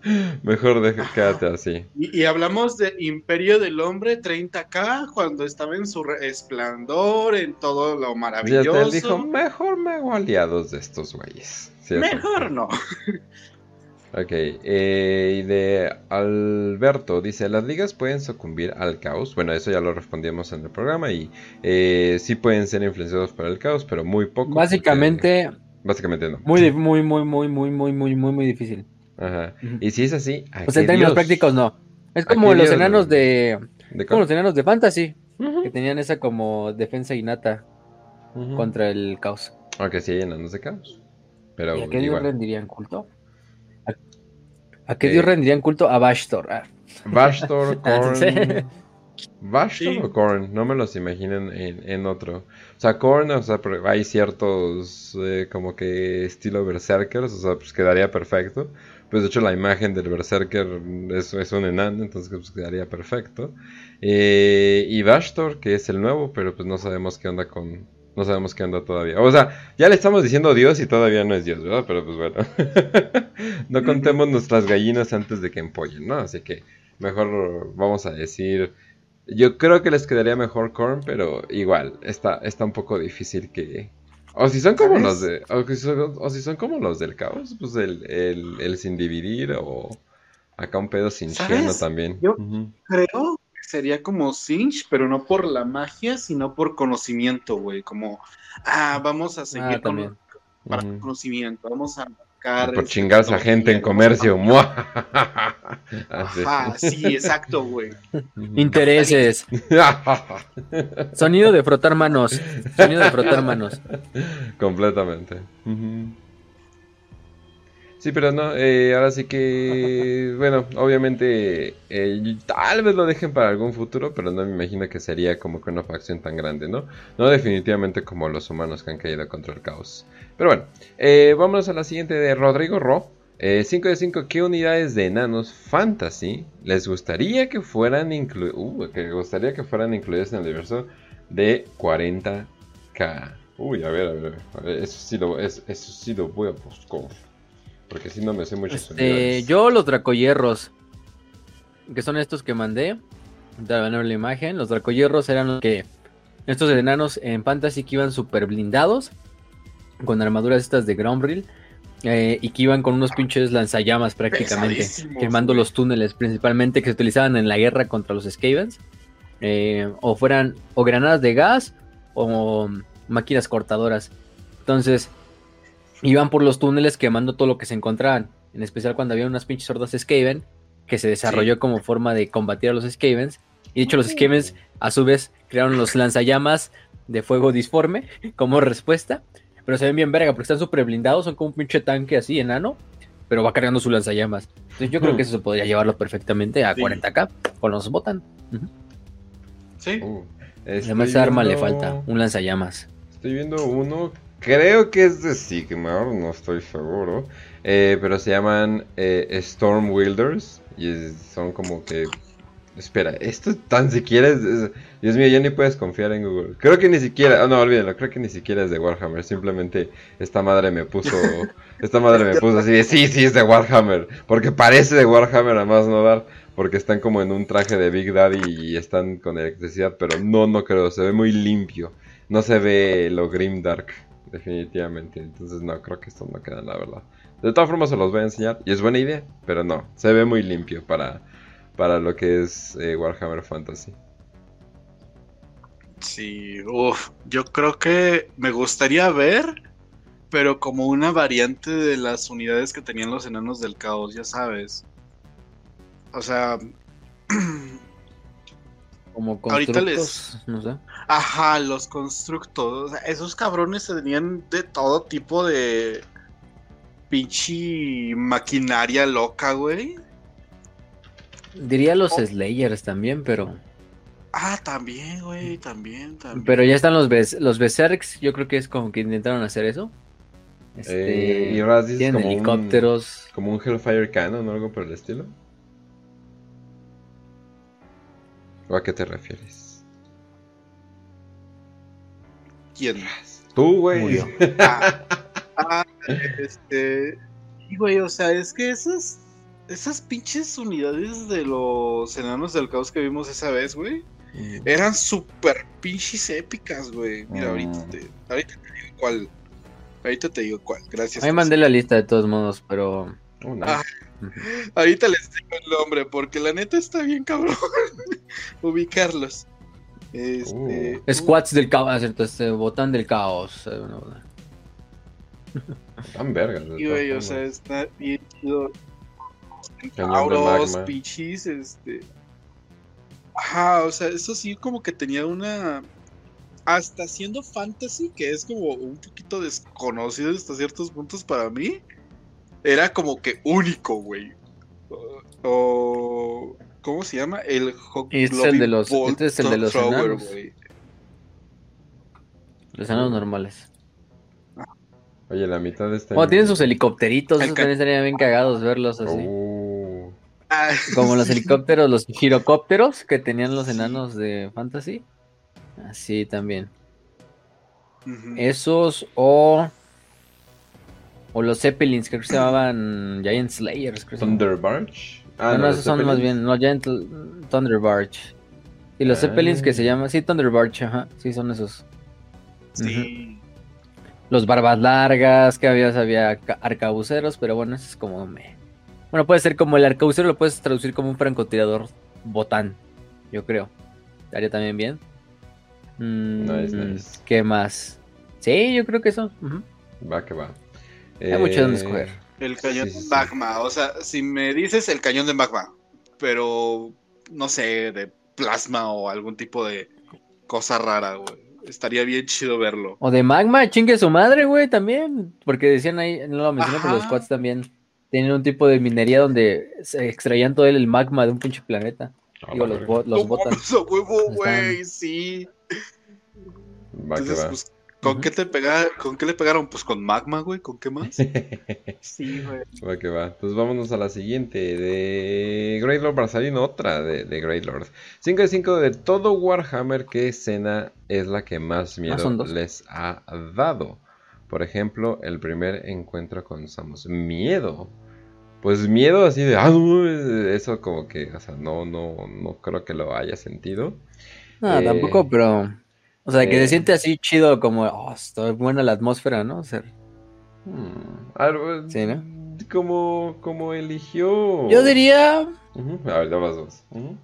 Speaker 1: Mejor deja, quédate así.
Speaker 4: Y, y hablamos de Imperio del Hombre treinta K, cuando estaba en su esplendor, en todo lo maravilloso.
Speaker 1: Ya te dijo, mejor me hago aliados de estos güeyes. Sí,
Speaker 4: mejor no.
Speaker 1: Ok, eh, y de Alberto dice, ¿las ligas pueden sucumbir al caos? Bueno, eso ya lo respondíamos en el programa y eh, sí pueden ser influenciados por el caos, pero muy poco.
Speaker 2: Básicamente...
Speaker 1: Porque... Básicamente no.
Speaker 2: Muy, muy, muy, muy, muy, muy, muy, muy, muy difícil.
Speaker 1: Ajá. Uh-huh. Y si es así, ¿a
Speaker 2: o sea, en términos Dios? prácticos no. Es como los Dios enanos de... ¿De como los enanos de Fantasy, uh-huh. que tenían esa como defensa innata uh-huh. contra el caos.
Speaker 1: Aunque sí hay enanos de caos. Pero
Speaker 2: ¿Y a qué
Speaker 1: igual.
Speaker 2: Dios rendirían culto? ¿A, a qué eh, Dios rendirían culto? A Bastor. Ah.
Speaker 1: Bastor, Korn... ¿Bastor sí. o Korn? No me los imaginen en, en otro. O sea, Korn, o sea, hay ciertos eh, como que estilo Berserkers, o sea, pues quedaría perfecto. Pues de hecho la imagen del Berserker es, es un enano, entonces pues quedaría perfecto. Eh, y Bastor, que es el nuevo, pero pues no sabemos qué onda con... No sabemos qué onda todavía. O sea, ya le estamos diciendo Dios y todavía no es Dios, ¿verdad? Pero pues bueno. No contemos nuestras gallinas antes de que empollen, ¿no? Así que mejor vamos a decir... Yo creo que les quedaría mejor Korn, pero igual, está, está un poco difícil que... O si son como los de... O, si son, o si son como los del caos, pues el, el, el sin dividir o acá un pedo sin geno también.
Speaker 4: Yo uh-huh. creo que sería como Sinch, pero no por la magia, sino por conocimiento, güey. Como, ah, vamos a seguir
Speaker 2: ah, con,
Speaker 4: para uh-huh. conocimiento, vamos a...
Speaker 1: Por chingarse a gente en comercio.
Speaker 4: Ajá, sí, exacto, güey.
Speaker 2: Intereses. Sonido de frotar manos. Sonido de frotar manos.
Speaker 1: Completamente. Uh-huh. Sí, pero no, eh, ahora sí que, bueno, obviamente eh, tal vez lo dejen para algún futuro, pero no me imagino que sería como que una facción tan grande, ¿no? No definitivamente como los humanos que han caído contra el caos. Pero bueno, eh, vámonos a la siguiente de Rodrigo Ro. Eh, cinco de cinco, ¿qué unidades de enanos fantasy les gustaría que fueran incluidas? Uh, que gustaría que fueran incluidas en el universo de cuarenta K. Uy, a ver, a ver, a ver, eso sí lo, es, eso sí lo voy a buscar. Porque si no me sé muchos
Speaker 2: este, yo los dracohierros, que son estos que mandé, te van a ver la imagen. Los dracohierros eran los que, estos enanos en fantasy que iban super blindados, con armaduras estas de Grombril, eh, y que iban con unos pinches lanzallamas prácticamente, quemando los túneles principalmente, que se utilizaban en la guerra contra los Skavens, eh, o fueran o granadas de gas o máquinas cortadoras. Entonces iban por los túneles quemando todo lo que se encontraban, en especial cuando había unas pinches hordas Skaven, que se desarrolló sí. como forma de combatir a los Skavens, y de hecho los Skavens a su vez crearon los lanzallamas de fuego disforme como respuesta, pero se ven bien verga porque están súper blindados, son como un pinche tanque así enano, pero va cargando su lanzallamas. Entonces yo creo que eso se podría llevarlo perfectamente a sí. cuarenta K con los botan. Uh-huh.
Speaker 4: Sí.
Speaker 1: Uh,
Speaker 2: Además esa arma le falta, un lanzallamas.
Speaker 1: Estoy viendo uno... Creo que es de Sigmar, no estoy seguro. Eh, pero se llaman eh, Storm Wielders. Y es, son como que... Espera, esto tan siquiera es, es... Dios mío, ya ni puedes confiar en Google. Creo que ni siquiera... Oh, no, olvídenlo, creo que ni siquiera es de Warhammer. Simplemente esta madre me puso... Esta madre me puso así de... Sí, sí, es de Warhammer. Porque parece de Warhammer, además no dar... Porque están como en un traje de Big Daddy y están con electricidad. Pero no, no creo, se ve muy limpio. No se ve lo grimdark. Definitivamente, entonces no, creo que esto no queda, la verdad. De todas formas se los voy a enseñar, y es buena idea, pero no, se ve muy limpio para, para lo que es eh, Warhammer Fantasy.
Speaker 4: Sí, uff, yo creo que me gustaría ver, pero como una variante de las unidades que tenían los enanos del caos, ya sabes. O sea...
Speaker 2: Como constructos, ahorita les... no sé.
Speaker 4: Ajá, los constructos. O sea, esos cabrones tenían de todo tipo de pinche maquinaria loca, güey.
Speaker 2: Diría los oh. Slayers también, pero...
Speaker 4: Ah, también, güey, también, también.
Speaker 2: Pero ya están los, Bes- los Berserks, yo creo que es como que intentaron hacer eso. Este,
Speaker 1: eh, y ahora dices
Speaker 2: tienen
Speaker 1: como
Speaker 2: helicópteros.
Speaker 1: Un, como un Hellfire Cannon o algo por el estilo. ¿O a qué te refieres?
Speaker 4: ¿Quién?
Speaker 1: Tú, güey.
Speaker 4: Ah, ah, este... Sí, güey, o sea, es que esos... esas pinches unidades de los enanos del caos que vimos esa vez, güey,
Speaker 1: Mm.
Speaker 4: eran súper pinches épicas, güey. Mira,
Speaker 1: Mm.
Speaker 4: ahorita te, ahorita te digo cuál. Ahorita te digo cuál. Gracias.
Speaker 2: Ahí
Speaker 4: por
Speaker 2: mandé
Speaker 4: ser-
Speaker 2: la lista de todos modos, pero...
Speaker 1: Oh, nice.
Speaker 4: Ah.
Speaker 2: ujú.
Speaker 4: Ahorita les digo el nombre, porque la neta está bien cabrón ubicarlos. Este.
Speaker 1: Uh.
Speaker 2: Squats del caos, ¿cierto? Este botán del caos. eh, no,
Speaker 1: Tan vergas. de
Speaker 4: Y, güey, o
Speaker 1: todas
Speaker 4: sea,
Speaker 1: formas.
Speaker 4: está bien chido.
Speaker 1: Cañón de
Speaker 4: Centauros,
Speaker 1: magma.
Speaker 4: pichis, este. Ajá, o sea, eso sí, como que tenía una. Hasta siendo fantasy, que es como un poquito desconocido hasta ciertos puntos para mí, era como que único, güey. O, o- ¿cómo se llama? El
Speaker 2: Y este es el de los-
Speaker 4: Bolt
Speaker 2: este es el de los
Speaker 4: Thrower,
Speaker 2: enanos.
Speaker 4: güey.
Speaker 2: Los enanos normales.
Speaker 1: Oye, la mitad de esta.
Speaker 2: Oh, tienen sus helicópteritos,
Speaker 4: El
Speaker 2: esos
Speaker 4: ca-
Speaker 2: también estarían bien cagados verlos así.
Speaker 1: Oh.
Speaker 4: Ah,
Speaker 2: Como los
Speaker 4: sí.
Speaker 2: helicópteros, los girocópteros que tenían los
Speaker 4: Sí.
Speaker 2: enanos de Fantasy. Así también.
Speaker 4: Ujú.
Speaker 2: Esos o... O los Zeppelins, creo que se llamaban Giant Slayers. Creo que se llamaban.
Speaker 1: Thunderbarge. Ah,
Speaker 2: no, no,
Speaker 1: los
Speaker 2: esos son más
Speaker 1: Zeppelins.
Speaker 2: bien, no, Giant Thunderbarge. Y los
Speaker 1: Ah.
Speaker 2: Zeppelins que se llaman, sí, Thunderbarge, ajá, sí, son esos.
Speaker 4: Sí.
Speaker 2: Los barbas largas, que había, había ca- arcabuceros, pero bueno, eso es como me... Bueno, puede ser como el arcabucero, lo puedes traducir como un francotirador botán, yo creo. Estaría también bien. Mm,
Speaker 1: Nice, nice.
Speaker 2: ¿Qué más? Sí, yo creo que eso. ujú.
Speaker 1: Va que va.
Speaker 2: Hay mucho donde
Speaker 1: Eh,
Speaker 2: escoger.
Speaker 4: El cañón
Speaker 1: Sí, sí,
Speaker 4: de
Speaker 1: sí.
Speaker 4: magma. O sea, si me dices el cañón de magma, pero no sé, de plasma o algún tipo de cosa rara, güey. Estaría bien chido verlo.
Speaker 2: O de magma, chingue su madre, güey, también. Porque decían ahí, no lo mencioné, pero los
Speaker 4: Ajá.
Speaker 2: squats también tienen un tipo de minería donde se extraían todo el magma de un pinche planeta.
Speaker 1: a
Speaker 2: Digo,
Speaker 1: la
Speaker 2: los,
Speaker 1: verga.
Speaker 2: bo- los
Speaker 4: No
Speaker 2: botan.
Speaker 4: mames, a huevo,
Speaker 2: Están-
Speaker 4: güey, sí.
Speaker 1: Va que
Speaker 4: Entonces,
Speaker 1: va.
Speaker 4: pues, ¿con
Speaker 2: Ujú.
Speaker 4: qué te pega, con qué le pegaron? Pues con magma, güey, ¿con qué más? Sí, güey.
Speaker 1: Va que va. Pues vámonos a la siguiente. De Great Lord Brasalino, otra de, de Great Lord. cinco de cinco de todo Warhammer. ¿Qué escena es la que más miedo
Speaker 2: son dos.
Speaker 1: les ha dado? Por ejemplo, el primer encuentro con Samus. Miedo. Pues miedo así de... Ah, no, eso como que... O sea, no, no, no creo que lo haya sentido.
Speaker 2: No,
Speaker 1: Eh,
Speaker 2: tampoco, pero. O sea, que
Speaker 1: eh.
Speaker 2: se siente así chido, como, oh, está buena la atmósfera, ¿no? O sea,
Speaker 1: Hmm, algo-
Speaker 2: Sí, ¿no?
Speaker 1: Como, como eligió...
Speaker 2: yo diría
Speaker 1: Ujú, a ver, ya vas dos. Ujú.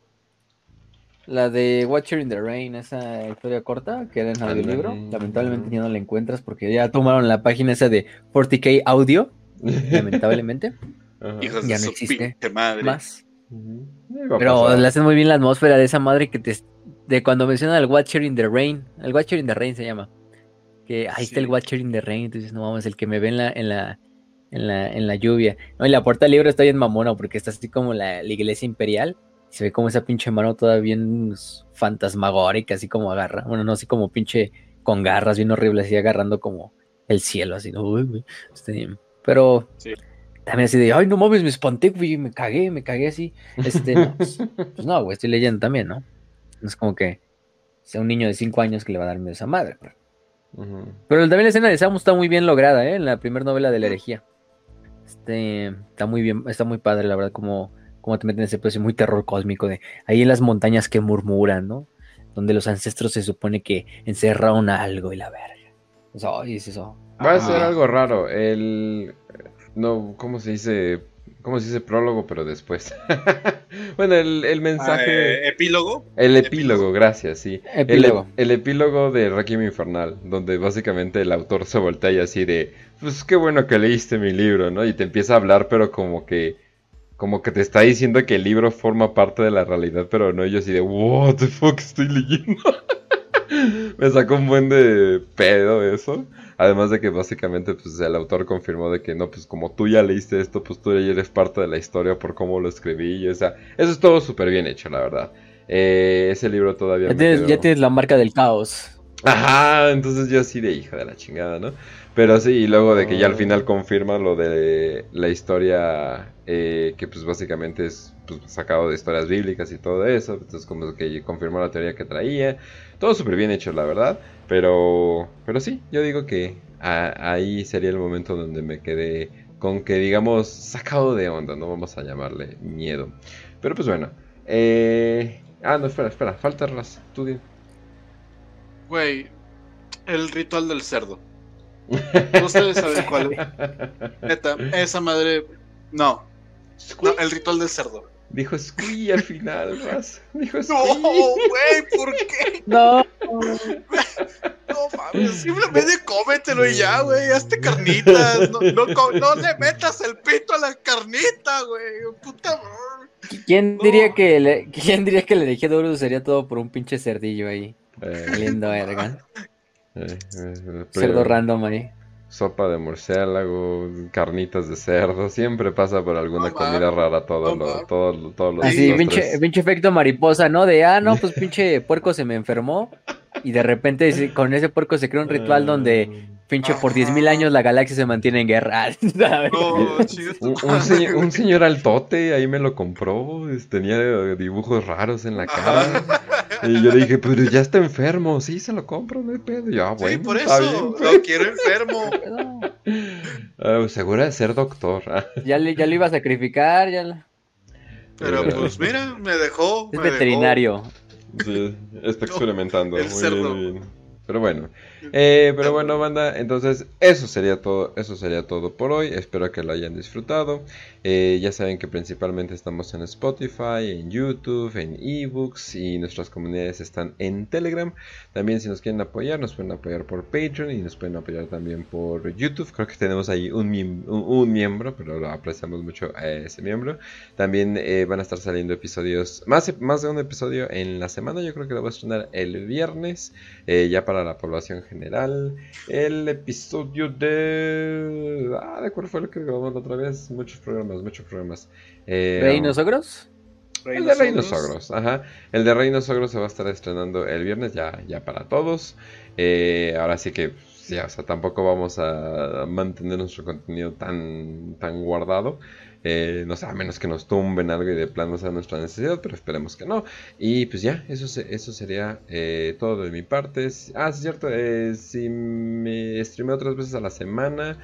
Speaker 2: la de Watcher in the Rain, esa historia corta que era en audiolibro.
Speaker 1: Ándale.
Speaker 2: Lamentablemente ya no la encuentras porque ya tomaron la página esa de cuarenta K Audio. Lamentablemente,
Speaker 1: Ajá.
Speaker 4: Hijos de
Speaker 2: Ya no
Speaker 4: su
Speaker 2: existe
Speaker 4: pinche madre.
Speaker 2: más.
Speaker 1: Ujú. Eh, va a
Speaker 2: Pero
Speaker 1: pasar.
Speaker 2: le hacen muy bien la atmósfera de esa madre que te. De cuando mencionan al Watcher in the Rain. El Watcher in the Rain se llama. Que ahí está el
Speaker 4: Sí.
Speaker 2: Watcher in the Rain. Entonces, no vamos, el que me ve en la, en la, en la, en la lluvia. No, y la puerta del libro está bien mamona porque está así como la, la iglesia imperial. Y se ve como esa pinche mano toda bien fantasmagórica, así como agarra. Bueno, no, así como pinche con garras, bien horrible, así agarrando como el cielo, así. Uy, güey, este, pero
Speaker 4: Sí.
Speaker 2: también así de, ay, no mames, me espanté, güey, me cagué, me cagué así. Este, no, pues, pues no, güey, estoy leyendo también, ¿no? No es como que sea un niño de cinco años que le va a dar miedo a esa madre. Pero,
Speaker 1: Ujú.
Speaker 2: pero también la escena de Samus está muy bien lograda, ¿eh? En la primera novela de la herejía. Este, está muy bien, está muy padre, la verdad, como, como te meten ese pedazo muy terror cósmico de ahí en las montañas que murmuran, ¿no? Donde los ancestros se supone que encerraron algo y la verga. O sea, ay, es eso.
Speaker 1: Va a ser
Speaker 4: Ah.
Speaker 1: algo raro. El. No, ¿cómo se dice? ¿Cómo se dice prólogo? Pero después. Bueno, el, el
Speaker 4: Ah,
Speaker 1: mensaje.
Speaker 4: eh, epílogo.
Speaker 1: El epílogo, gracias, sí.
Speaker 2: Epílogo.
Speaker 1: El, el epílogo de Requiem Infernal, donde básicamente el autor se voltea y así de, pues qué bueno que leíste mi libro, ¿no? Y te empieza a hablar, pero como que, como que te está diciendo que el libro forma parte de la realidad, pero no, yo así de, what the fuck estoy leyendo. Me sacó un buen de pedo eso. Además de que básicamente pues el autor confirmó de que no, pues como tú ya leíste esto, pues tú ya eres parte de la historia por cómo lo escribí. Y, o sea, eso es todo súper bien hecho, la verdad. Eh, ese libro todavía
Speaker 2: Ya
Speaker 1: me
Speaker 2: tienes,
Speaker 1: quedó-
Speaker 2: ya tienes la marca del caos.
Speaker 1: Ajá, entonces yo así de hija de la chingada, ¿no? Pero sí, y luego de que ya al final confirma lo de la historia eh, que pues básicamente es pues, sacado de historias bíblicas y todo eso. Entonces como que confirmó la teoría que traía. Todo súper bien hecho, la verdad. Pero, pero sí, yo digo que a- ahí sería el momento donde me quedé con que digamos sacado de onda, no vamos a llamarle miedo. Pero pues bueno, eh... ah, no, espera, espera, falta Ras, tú di.
Speaker 4: Güey, el ritual del cerdo. Ustedes saben cuál es. Neta, esa madre. No. No, el ritual del cerdo.
Speaker 1: Dijo Squee al final, Ras. Dijo
Speaker 4: No,
Speaker 1: Squee.
Speaker 4: güey, ¿por qué?
Speaker 2: No.
Speaker 4: No mames, simplemente cómetelo y ya, güey. Hazte carnitas. No, no, co- no le metas el pito a la carnita, güey. Puta.
Speaker 2: ¿Quién
Speaker 4: No.
Speaker 2: diría que le, quién diría que le dejé duro sería todo por un pinche cerdillo ahí?
Speaker 1: Eh,
Speaker 2: Lindo, verga.
Speaker 1: eh, eh,
Speaker 2: Cerdo
Speaker 1: pero-
Speaker 2: random ahí.
Speaker 1: Sopa de murciélago, carnitas de cerdo, siempre pasa por alguna
Speaker 4: No
Speaker 1: comida
Speaker 4: mames,
Speaker 1: rara todo
Speaker 4: no
Speaker 1: lo,
Speaker 4: mames.
Speaker 1: todo, lo- todos los
Speaker 2: Así,
Speaker 1: los
Speaker 2: pinche,
Speaker 1: tres.
Speaker 2: pinche efecto mariposa, ¿no? De, ah, no, pues pinche puerco se me enfermó. Y de repente sí, con ese puerco se crea un ritual donde pinche por diez mil años la galaxia se mantiene en guerra. ¿Sabes?
Speaker 4: No, chinga tu
Speaker 1: Un, un,
Speaker 4: madre,
Speaker 1: señor, un
Speaker 4: güey.
Speaker 1: señor altote ahí me lo compró, es- tenía dibujos raros en la cara. Y yo le dije, pero ya está enfermo, sí, se lo compro, no hay pedo. Y yo, ah,
Speaker 4: Sí,
Speaker 1: bueno,
Speaker 4: por
Speaker 1: está
Speaker 4: eso.
Speaker 1: bien, pues.
Speaker 4: Lo quiero enfermo.
Speaker 2: No,
Speaker 1: Ah, seguro de ser doctor. ah.
Speaker 2: ya, le, ya lo iba a sacrificar, ya la-
Speaker 4: Pero
Speaker 1: Pero-
Speaker 4: pues mira, me dejó.
Speaker 2: es
Speaker 4: me
Speaker 2: veterinario.
Speaker 1: Sí, está experimentando.
Speaker 4: El
Speaker 1: muy
Speaker 4: cerdo.
Speaker 1: bien, muy bien. Pero bueno, eh, pero bueno, banda, entonces eso sería todo, eso sería todo por hoy. Espero que lo hayan disfrutado. Eh, ya saben que principalmente estamos en Spotify, en YouTube, en eBooks y nuestras comunidades están en Telegram. También si nos quieren apoyar, nos pueden apoyar por Patreon y nos pueden apoyar también por YouTube. Creo que tenemos ahí un, miem- un, un miembro, pero lo apreciamos mucho a ese miembro. También eh, van a estar saliendo episodios, más, más de un episodio en la semana. Yo creo que lo voy a estrenar el viernes, eh, ya para la población general. El episodio de... Ah, ¿de cuál fue lo que grabamos la otra vez? Muchos programas, muchos programas. Eh,
Speaker 2: ¿Reinos ogros?
Speaker 1: el de Reinos Ogros, ajá. El de Reinos Ogros se va a estar estrenando el viernes, ya, ya para todos. Eh, ahora sí que, pues, ya, o sea, tampoco vamos a mantener nuestro contenido tan, tan guardado. Eh, no sé, a menos que nos tumben algo y de plano sea nuestra necesidad, pero esperemos que no. Y pues ya, eso, se- eso sería eh, todo de mi parte. Ah, sí, es cierto, eh, si me streameo otras veces a la semana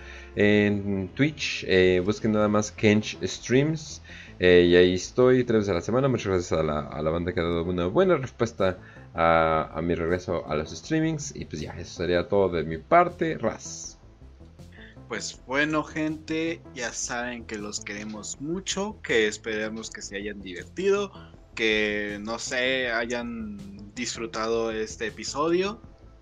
Speaker 1: en Twitch, eh, busquen nada más Kench Streams. Eh, y ahí estoy tres veces a la semana. Muchas gracias a la, a la banda que ha dado una buena respuesta a, a mi regreso a los streamings. Y pues ya, eso sería todo de mi parte. Raz.
Speaker 4: Pues bueno, gente, ya saben que los queremos mucho, que esperamos que se hayan divertido, que no sé, hayan disfrutado este episodio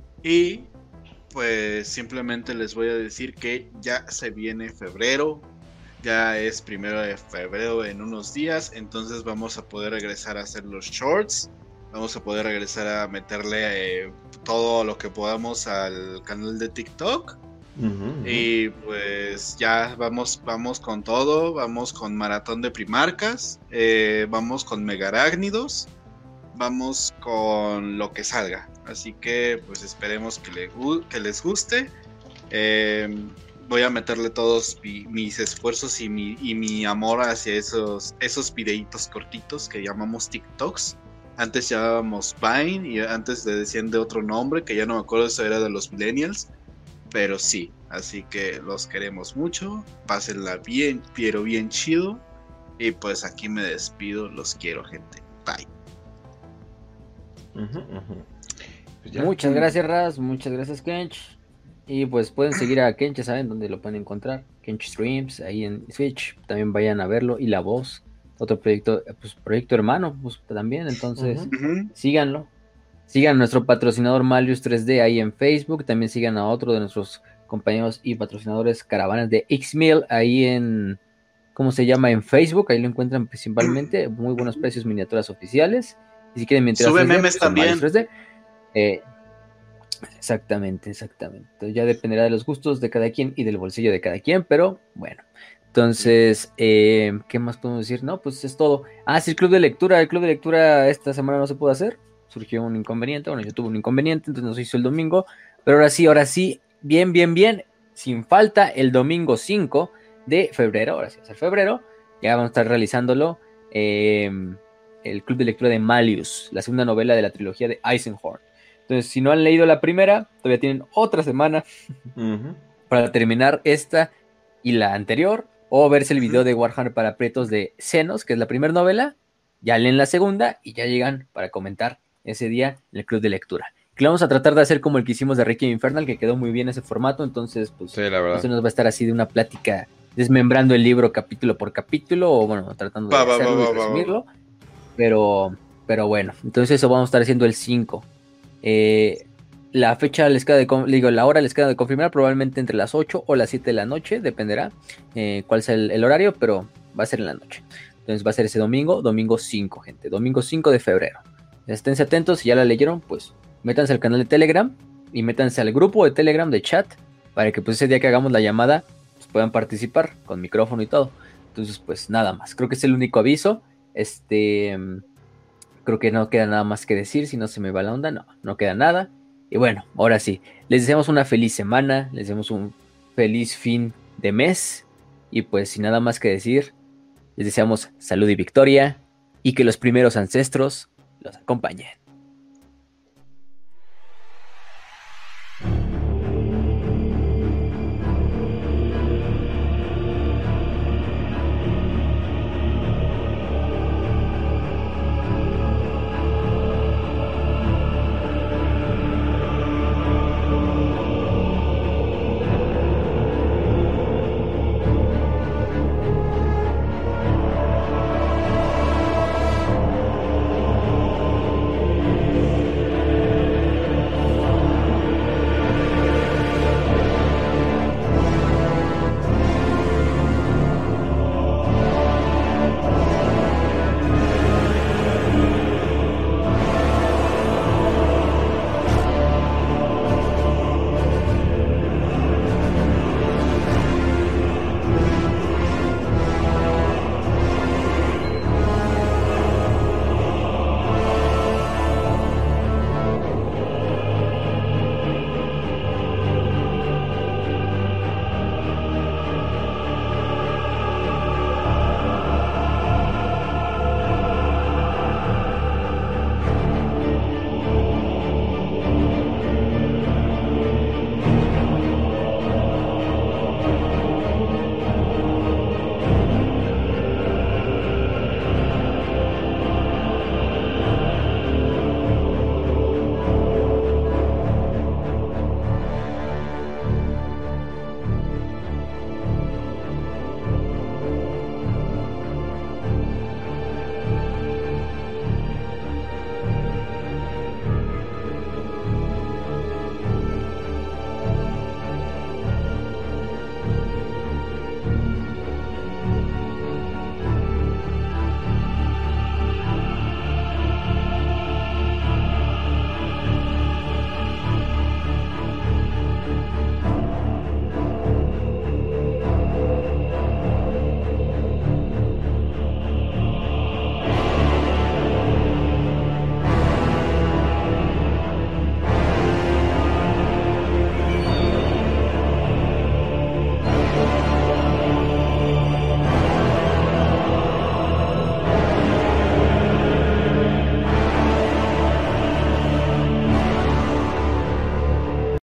Speaker 4: y pues simplemente les voy a decir que ya se viene febrero, ya es primero de febrero en unos días, entonces vamos a poder regresar a hacer los shorts, vamos a poder regresar a meterle eh, todo lo que podamos al canal de TikTok.
Speaker 1: Uh-huh, uh-huh.
Speaker 4: Y pues ya vamos, vamos con todo, vamos con maratón de primarcas, eh, vamos con megarácnidos, vamos con lo que salga. Así que pues esperemos que, le, que les guste. Eh, voy a meterle todos mi, mis esfuerzos y mi, y mi amor hacia esos, esos videitos cortitos que llamamos TikToks. Antes llamábamos Vine y antes le decían de otro nombre que ya no me acuerdo, eso era de los millennials. Pero sí, así que los queremos mucho, pásenla bien, pero bien chido. Y pues aquí me despido, los quiero, gente. Bye.
Speaker 1: Uh-huh, uh-huh. Pues ya.
Speaker 2: Muchas gracias, Raz. Muchas gracias, Kench. Y pues pueden seguir a Kench, ya saben dónde lo pueden encontrar. Kench Streams, ahí en Twitch. También vayan a verlo. Y La Voz, otro proyecto, pues proyecto hermano, pues también. Entonces,
Speaker 4: Uh-huh.
Speaker 2: síganlo. Sigan a nuestro patrocinador Malius tres D ahí en Facebook. También sigan a otro de nuestros compañeros y patrocinadores, Caravanas de X-Mil, ahí en, ¿cómo se llama? En Facebook. Ahí lo encuentran principalmente. Muy buenos precios, miniaturas oficiales. Y si quieren miniaturas
Speaker 4: Sube
Speaker 2: tres D,
Speaker 4: memes
Speaker 2: son
Speaker 4: también.
Speaker 2: Malius tres D. Eh, exactamente, exactamente. Entonces, ya dependerá de los gustos de cada quien y del bolsillo de cada quien, pero bueno. Entonces, eh, ¿qué más podemos decir? No, pues es todo. Ah, sí, el club de lectura. El club de lectura esta semana no se pudo hacer. Surgió un inconveniente, bueno, yo tuve un inconveniente, entonces no se hizo el domingo, pero ahora sí, ahora sí, bien, bien, bien, sin falta, el domingo cinco de febrero, ahora sí va a ser febrero, ya vamos a estar realizándolo, eh, el club de lectura de Malius, la segunda novela de la trilogía de Eisenhorn. Entonces, si no han leído la primera, todavía tienen otra semana
Speaker 1: Uh-huh.
Speaker 2: para terminar esta y la anterior, o verse el video de Warhammer para Prietos de Xenos, que es la primera novela, ya leen la segunda y ya llegan para comentar ese día en el club de lectura. Que lo vamos a tratar de hacer como el que hicimos de Requiem Infernal, que quedó muy bien ese formato, entonces pues
Speaker 1: Sí, la verdad.
Speaker 2: no se nos va a estar así de una plática desmembrando el libro capítulo por capítulo, o bueno, tratando de
Speaker 4: Va, va,
Speaker 2: hacerlo
Speaker 4: va,
Speaker 2: y
Speaker 4: va, va,
Speaker 2: resumirlo, pero, pero bueno, entonces eso vamos a estar haciendo el cinco. Eh, la fecha les queda de, con- digo, la hora les queda de confirmar, probablemente entre las ocho o las siete de la noche, dependerá eh, cuál sea el, el horario, pero va a ser en la noche. Entonces va a ser ese domingo, domingo cinco, gente, domingo cinco de febrero. Esténse atentos, si ya la leyeron, pues métanse al canal de Telegram y métanse al grupo de Telegram de chat para que pues ese día que hagamos la llamada pues, puedan participar con micrófono y todo. Entonces pues nada más, creo que es el único aviso. Este, creo que no queda nada más que decir, si no se me va la onda, no, no queda nada. Y bueno, ahora sí, les deseamos una feliz semana, les deseamos un feliz fin de mes y pues sin nada más que decir, les deseamos salud y victoria y que los primeros ancestros los acompañen.